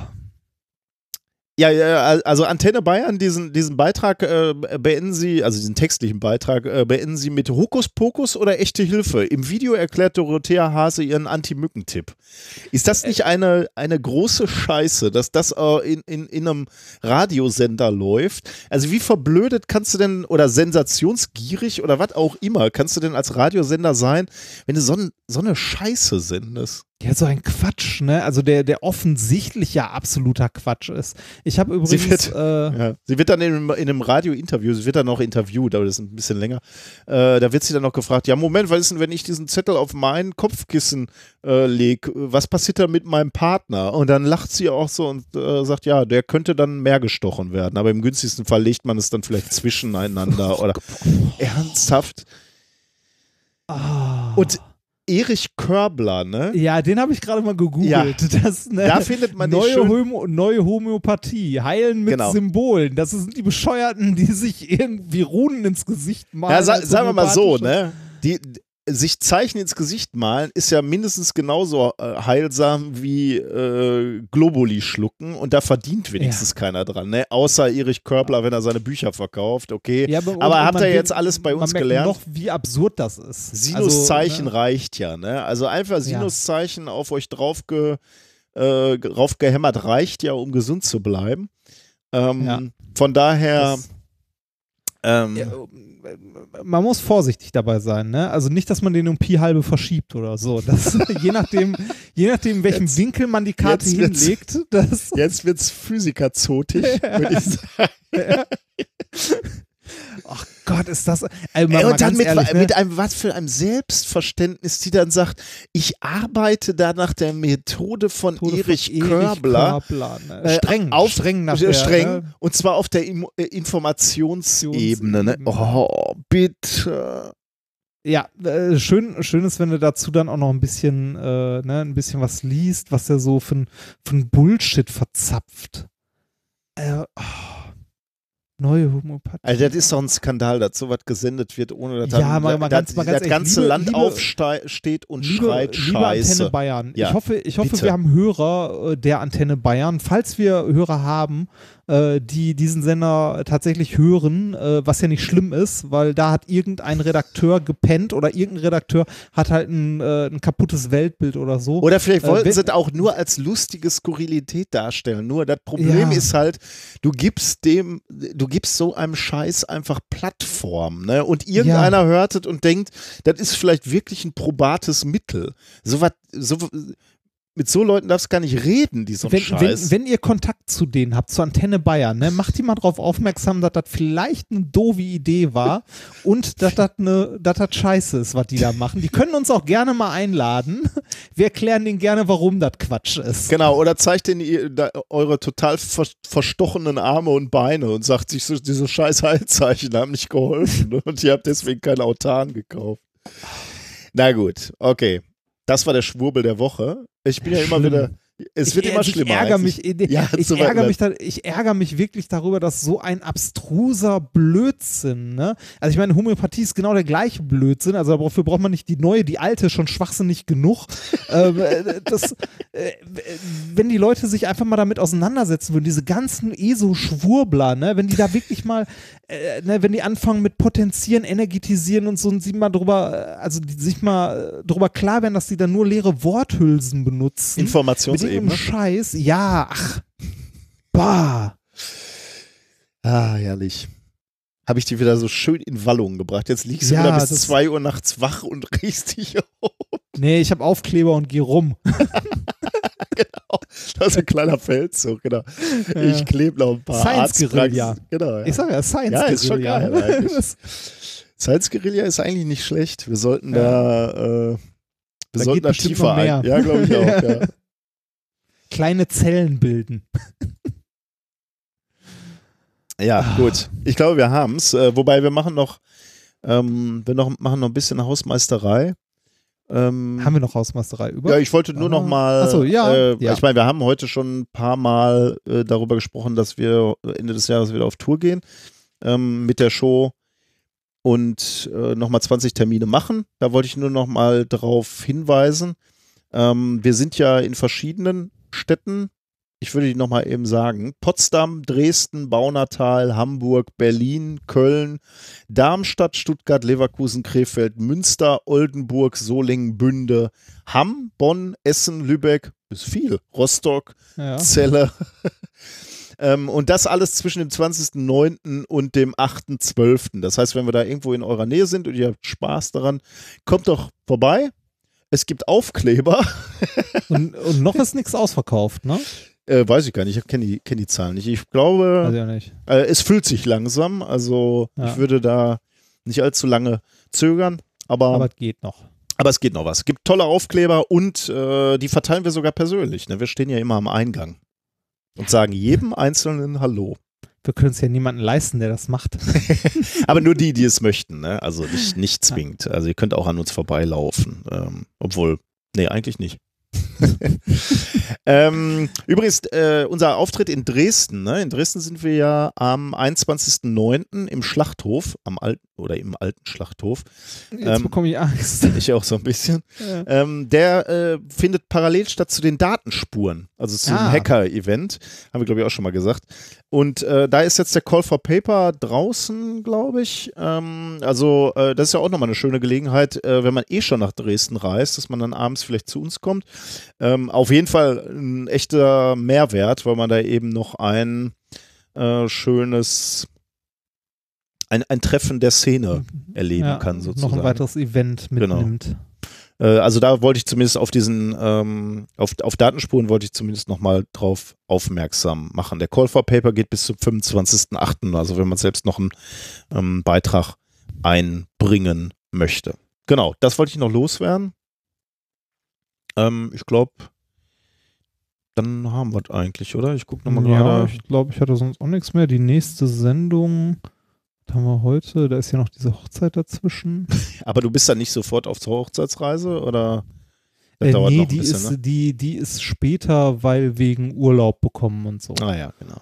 Ja, ja, also Antenne Bayern, diesen, diesen Beitrag äh, beenden Sie, also diesen textlichen Beitrag, äh, beenden Sie mit Hokuspokus oder echte Hilfe. Im Video erklärt Dorothea Hase ihren Anti-Mücken-Tipp. Ist das nicht eine, eine große Scheiße, dass das äh, in, in, in einem Radiosender läuft? Also wie verblödet kannst du denn, oder sensationsgierig oder was auch immer, kannst du denn als Radiosender sein, wenn du so, ein, so eine Scheiße sendest? ja, so ein Quatsch, ne? Also der, der offensichtlich ja absoluter Quatsch ist. Ich habe übrigens. Sie wird, äh, ja, sie wird dann in, einem- in einem Radio-Interview, sie wird dann noch interviewt, aber das ist ein bisschen länger, äh, da wird sie dann noch gefragt, ja Moment, was ist denn, wenn ich diesen Zettel auf mein Kopfkissen äh, lege, was passiert da mit meinem Partner? Und dann lacht sie auch so und äh, sagt, ja, der könnte dann mehr gestochen werden, aber im günstigsten Fall legt man es dann vielleicht zwischeneinander oder ernsthaft. ah. Und Erich Körbler, ne? Ja, den habe ich gerade mal gegoogelt. Ja. Das, ne, Da findet man die neue, schön- Homo, neue Homöopathie, Heilen mit Genau. Symbolen. Das sind die Bescheuerten, die sich irgendwie Runen ins Gesicht malen. Ja, sa als sagen wir mal so, homöopathische- ne? Die, d- sich Zeichen ins Gesicht malen ist ja mindestens genauso äh, heilsam wie äh, Globuli schlucken und da verdient wenigstens keiner dran, ne? Außer Erich Körbler, wenn er seine Bücher verkauft, okay. Ja, aber und- aber und habt man ihr will- jetzt alles bei man uns merkt gelernt? noch, wie absurd das ist. Sinuszeichen Also, ne? reicht ja, ne? Also einfach Sinuszeichen auf euch drauf ge, äh, drauf gehämmert reicht ja, um gesund zu bleiben. Ähm, Ja. Von daher. Das- ähm, Ja, man muss vorsichtig dabei sein, ne? Also nicht, dass man den um Pi halbe verschiebt oder so. Das, je nachdem, je nachdem, in welchem Jetzt- Winkel man die Karte jetzt wird's- hinlegt, das. Jetzt wird's physikerzotig, würde ich sagen. Ach Gott, ist das. Also Ey, mal, mal und dann ganz mit, ehrlich, ne? mit einem, was für einem Selbstverständnis, die dann sagt, ich arbeite da nach der Methode von Tode von Erich Körbler. Körbler, ne? äh, Streng, auf, streng nach äh, der, streng ne? und zwar auf der Im äh, Informationsebene. Ne? Oh, bitte. Ja, äh, schön, schön ist, wenn du dazu dann auch noch ein bisschen, äh, ne, ein bisschen was liest, was er so für ein, für ein Bullshit verzapft. Äh, oh. Neue Homöopathie. Also das ist doch ein Skandal, dass sowas gesendet wird, ohne dass Ja, dann, mal- mal dass ganz- mal das ganz ehrlich, ganze liebe- Land liebe- aufsteht und Liebe, schreit liebe Scheiße. Antenne Bayern. Ja, Ich hoffe, ich hoffe bitte. wir haben Hörer äh, der Antenne Bayern. Falls wir Hörer haben, äh, die diesen Sender tatsächlich hören, äh, was ja nicht schlimm ist, weil da hat irgendein Redakteur gepennt oder irgendein Redakteur hat halt ein, äh, ein kaputtes Weltbild oder so. Oder vielleicht Äh, wollten wenn- sie es auch nur als lustige Skurrilität darstellen. Nur das Problem Ja. ist halt, du gibst dem, du gibst so einem Scheiß einfach Plattform, ne? Und irgendeiner hört es und denkt, das ist vielleicht wirklich ein probates Mittel. So was, so, mit so Leuten darfst du gar nicht reden, die so einen wenn, Scheiß. wenn, wenn ihr Kontakt zu denen habt, zur Antenne Bayern, ne, macht die mal darauf aufmerksam, dass das vielleicht eine doofe Idee war und dass das eine, dass das scheiße ist, was die da machen. Die können uns auch gerne mal einladen. Wir erklären denen gerne, warum das Quatsch ist. Genau, oder zeigt denen ihr, da, eure total ver verstochenen Arme und Beine und sagt sich, so, diese scheiß Heilzeichen haben nicht geholfen ne? Und ihr habt deswegen kein Autan gekauft. Na gut, okay. Das war der Schwurbel der Woche. Ich bin ja immer Schlimm. wieder, es wird ich, immer ich schlimmer. Ärgere als mich, ich, ja, ich, so weit ärgere mich bleibt. da, ich ärgere mich wirklich darüber, dass so ein abstruser Blödsinn, ne? Also ich meine, Homöopathie ist genau der gleiche Blödsinn, also dafür braucht man nicht die neue, die alte ist schon schwachsinnig genug. ähm, äh, das, äh, wenn die Leute sich einfach mal damit auseinandersetzen würden, diese ganzen E S O-Schwurbler, ne? Wenn die da wirklich mal, äh, ne, wenn die anfangen mit Potenzieren, Energetisieren und so und sie mal drüber, äh, also die sich mal äh, drüber klar werden, dass die dann nur leere Worthülsen benutzen. Mit Informationsebene. irgendeinem Scheiß, ja, ach, bah. Ah, herrlich. Habe ich die wieder so schön in Wallung gebracht. Jetzt liegst du Ja, wieder bis das- zwei Uhr nachts wach und riechst dich auf. Nee, ich habe Aufkleber und geh rum. Das ist ein kleiner Feldzug, genau. Ich klebe noch ein paar Science-Guerilla. Arztpraxen. Genau, ja. Ich sage ja, Science Ja, ist schon Guerilla. geil eigentlich. Das- Science Guerilla ist eigentlich nicht schlecht. Wir sollten Ja. da, äh, wir Da sollten geht da bestimmt tiefer noch mehr. ein. Ja, glaube ich auch. Ja. Kleine Zellen bilden. Ja, gut. Ich glaube, wir haben es. Äh, wobei wir machen noch, ähm, wir noch, machen noch ein bisschen Hausmeisterei. Ähm, Haben wir noch Hausmeisterei über? ja, ich wollte nur Ah. noch mal, Ach so, ja, äh, ja. ich meine, wir haben heute schon ein paar Mal äh, darüber gesprochen, dass wir Ende des Jahres wieder auf Tour gehen ähm, mit der Show und äh, nochmal zwanzig Termine machen. Da wollte ich nur noch mal drauf hinweisen. Ähm, wir sind ja in verschiedenen Städten. Ich würde die nochmal eben sagen. Potsdam, Dresden, Baunatal, Hamburg, Berlin, Köln, Darmstadt, Stuttgart, Leverkusen, Krefeld, Münster, Oldenburg, Solingen, Bünde, Hamm, Bonn, Essen, Lübeck, ist viel, Rostock, Ja. Celle. ähm, und das alles zwischen dem zwanzigsten neunten und dem achten zwölften Das heißt, wenn wir da irgendwo in eurer Nähe sind und ihr habt Spaß daran, kommt doch vorbei. Es gibt Aufkleber. Und, und noch ist nichts ausverkauft, ne? Äh, weiß ich gar nicht, ich kenne die, kenn die Zahlen nicht. Ich glaube, Also ja nicht. äh, es füllt sich langsam. Also Ja. ich würde da nicht allzu lange zögern, aber, Aber aber, es geht noch. es geht noch was. Es gibt tolle Aufkleber und äh, die verteilen wir sogar persönlich. Ne? Wir stehen ja immer am Eingang und sagen jedem Einzelnen Hallo. Wir können es ja niemanden leisten, der das macht. Aber nur die, die es möchten. Ne? Also nicht, nicht zwingend. Also ihr könnt auch an uns vorbeilaufen. Ähm, obwohl, nee, eigentlich nicht. ähm, übrigens, äh, unser Auftritt in Dresden, ne? In Dresden sind wir ja am einundzwanzigsten neunten im Schlachthof, am alten oder im alten Schlachthof. Jetzt Ähm, bekomme ich Angst. Ich auch so ein bisschen. Ja. Ähm, der äh, findet parallel statt zu den Datenspuren, also zum Ah. Hacker-Event, haben wir glaube ich auch schon mal gesagt. Und äh, da ist jetzt der Call for Paper draußen, glaube ich. Ähm, also äh, das ist ja auch nochmal eine schöne Gelegenheit, äh, wenn man eh schon nach Dresden reist, dass man dann abends vielleicht zu uns kommt. Ähm, auf jeden Fall ein echter Mehrwert, weil man da eben noch ein äh, schönes, ein, ein Treffen der Szene erleben Ja, kann sozusagen. noch ein weiteres Event Genau. mitnimmt. Äh, also da wollte ich zumindest auf diesen, ähm, auf, auf Datenspuren wollte ich zumindest nochmal drauf aufmerksam machen. Der Call for Paper geht bis zum fünfundzwanzigsten achten Also wenn man selbst noch einen ähm, Beitrag einbringen möchte. Genau, das wollte ich noch loswerden. Ähm, ich glaube, dann haben wir es eigentlich, oder? Ich gucke nochmal Ja, gerade. ich glaube, ich hatte sonst auch nichts mehr. Die nächste Sendung, was haben wir heute? Da ist ja noch diese Hochzeit dazwischen. Aber du bist dann nicht sofort auf zur Hochzeitsreise, oder? Das Äh, dauert nee, noch ein die bisschen, ist, ne? die, die ist später, weil wegen Urlaub bekommen und so. Ah ja, genau.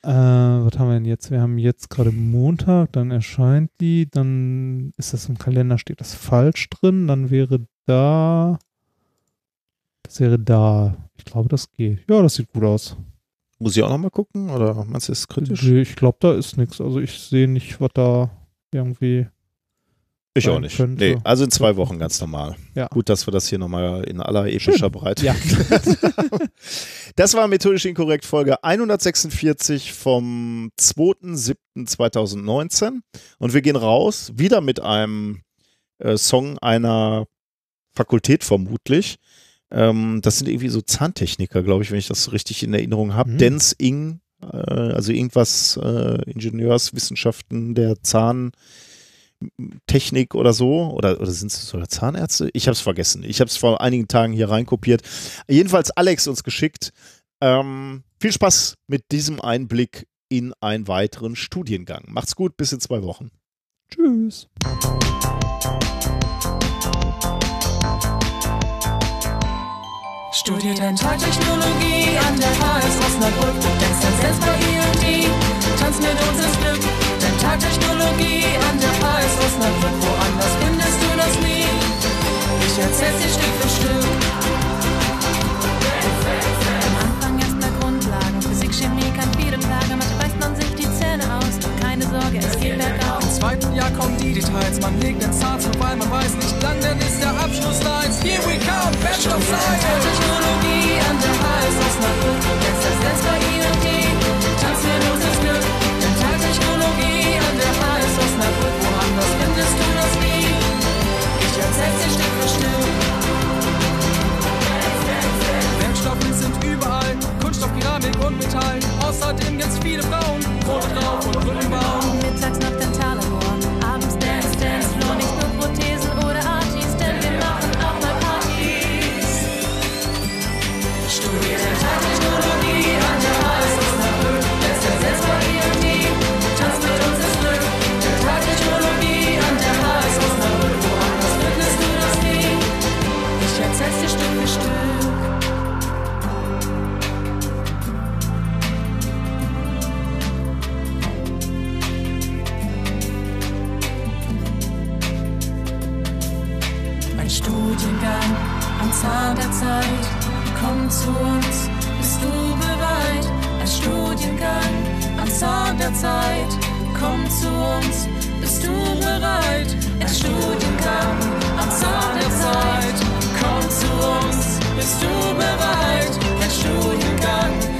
Äh, was haben wir denn jetzt? Wir haben jetzt gerade Montag, dann erscheint die, dann ist das im Kalender, steht das falsch drin, dann wäre da, das wäre da. Ich glaube, das geht. Ja, das sieht gut aus. Muss ich auch nochmal gucken oder meinst du, das ist kritisch? Ich glaube, da ist nichts. Also ich sehe nicht, was da irgendwie Ich auch sein nicht. könnte. Nee, also in zwei Wochen ganz normal. Ja. Gut, dass wir das hier nochmal in aller epischer Schön. Breite. Ja. Das war methodisch inkorrekt Folge hundertsechsundvierzig vom zweiter siebter zweitausendneunzehn und wir gehen raus, wieder mit einem äh, Song einer Fakultät vermutlich. Ähm, das sind irgendwie so Zahntechniker, glaube ich, wenn ich das so richtig in Erinnerung habe. Mhm. Dens Ing, äh, also irgendwas äh, Ingenieurswissenschaften der Zahn Technik oder so, oder, oder sind es sogar Zahnärzte? Ich habe es vergessen. Ich habe es vor einigen Tagen hier reinkopiert. Jedenfalls Alex uns geschickt. Ähm, viel Spaß mit diesem Einblick in einen weiteren Studiengang. Macht's gut, bis in zwei Wochen. Tschüss. Studiert Dentaltechnologie an der H S Osnabrück. Denkst an selbst bei I und I, tanz mit uns ins Glück. Dentaltechnologie an der H S Osnabrück. Woanders findest du das nie. Ich erzähl's dir Stück für Stück. Am Anfang erstmal Grundlagen. Physik, Chemie kann viele Tage. Mathe beißt man sich die Zähne aus. Doch keine Sorge, es geht bergauf. Im zweiten Jahr kommen die Details. Man legt den Zahn zu, weil man weiß nicht lang, dann ist der Abschluss da. Here we come, Bachelor of Science. Technologie an der H S Osnabrück. Jetzt das selbst bei I und I. Tanz mit uns ins Glück. Dentaltechnologie an der H S Osnabrück. Woanders findest du das nie. Ich erzähl's dir Stück für Stück. Werkstoffe sind überall. Kunststoff, Keramik und Metall. Außerdem gibt's viele Frauen. Mode drauf und Brückenbau. Mittags noch Dentallabor. Abends Dance, Dance, Floor. Nicht nur Prothesen oder Artis, denn wir machen auch mal Partys. Studiert Dentaltechnologie an der H S Osnabrück. Lässt er selbst bei I und I. Tanzt mit uns ins Glück. Dentaltechnologie an der H S Osnabrück. Woanders findest du das nie. Ich erzähl's dir Stück für Stück. Ein Studiengang am Zahn der Zeit. Komm zu uns, bist du bereit? Ein Studiengang am Zahn der Zeit. Komm zu uns, bist du bereit? Ein Studiengang am Zahn der Zeit. Komm zu uns, bist du bereit? Ein Studiengang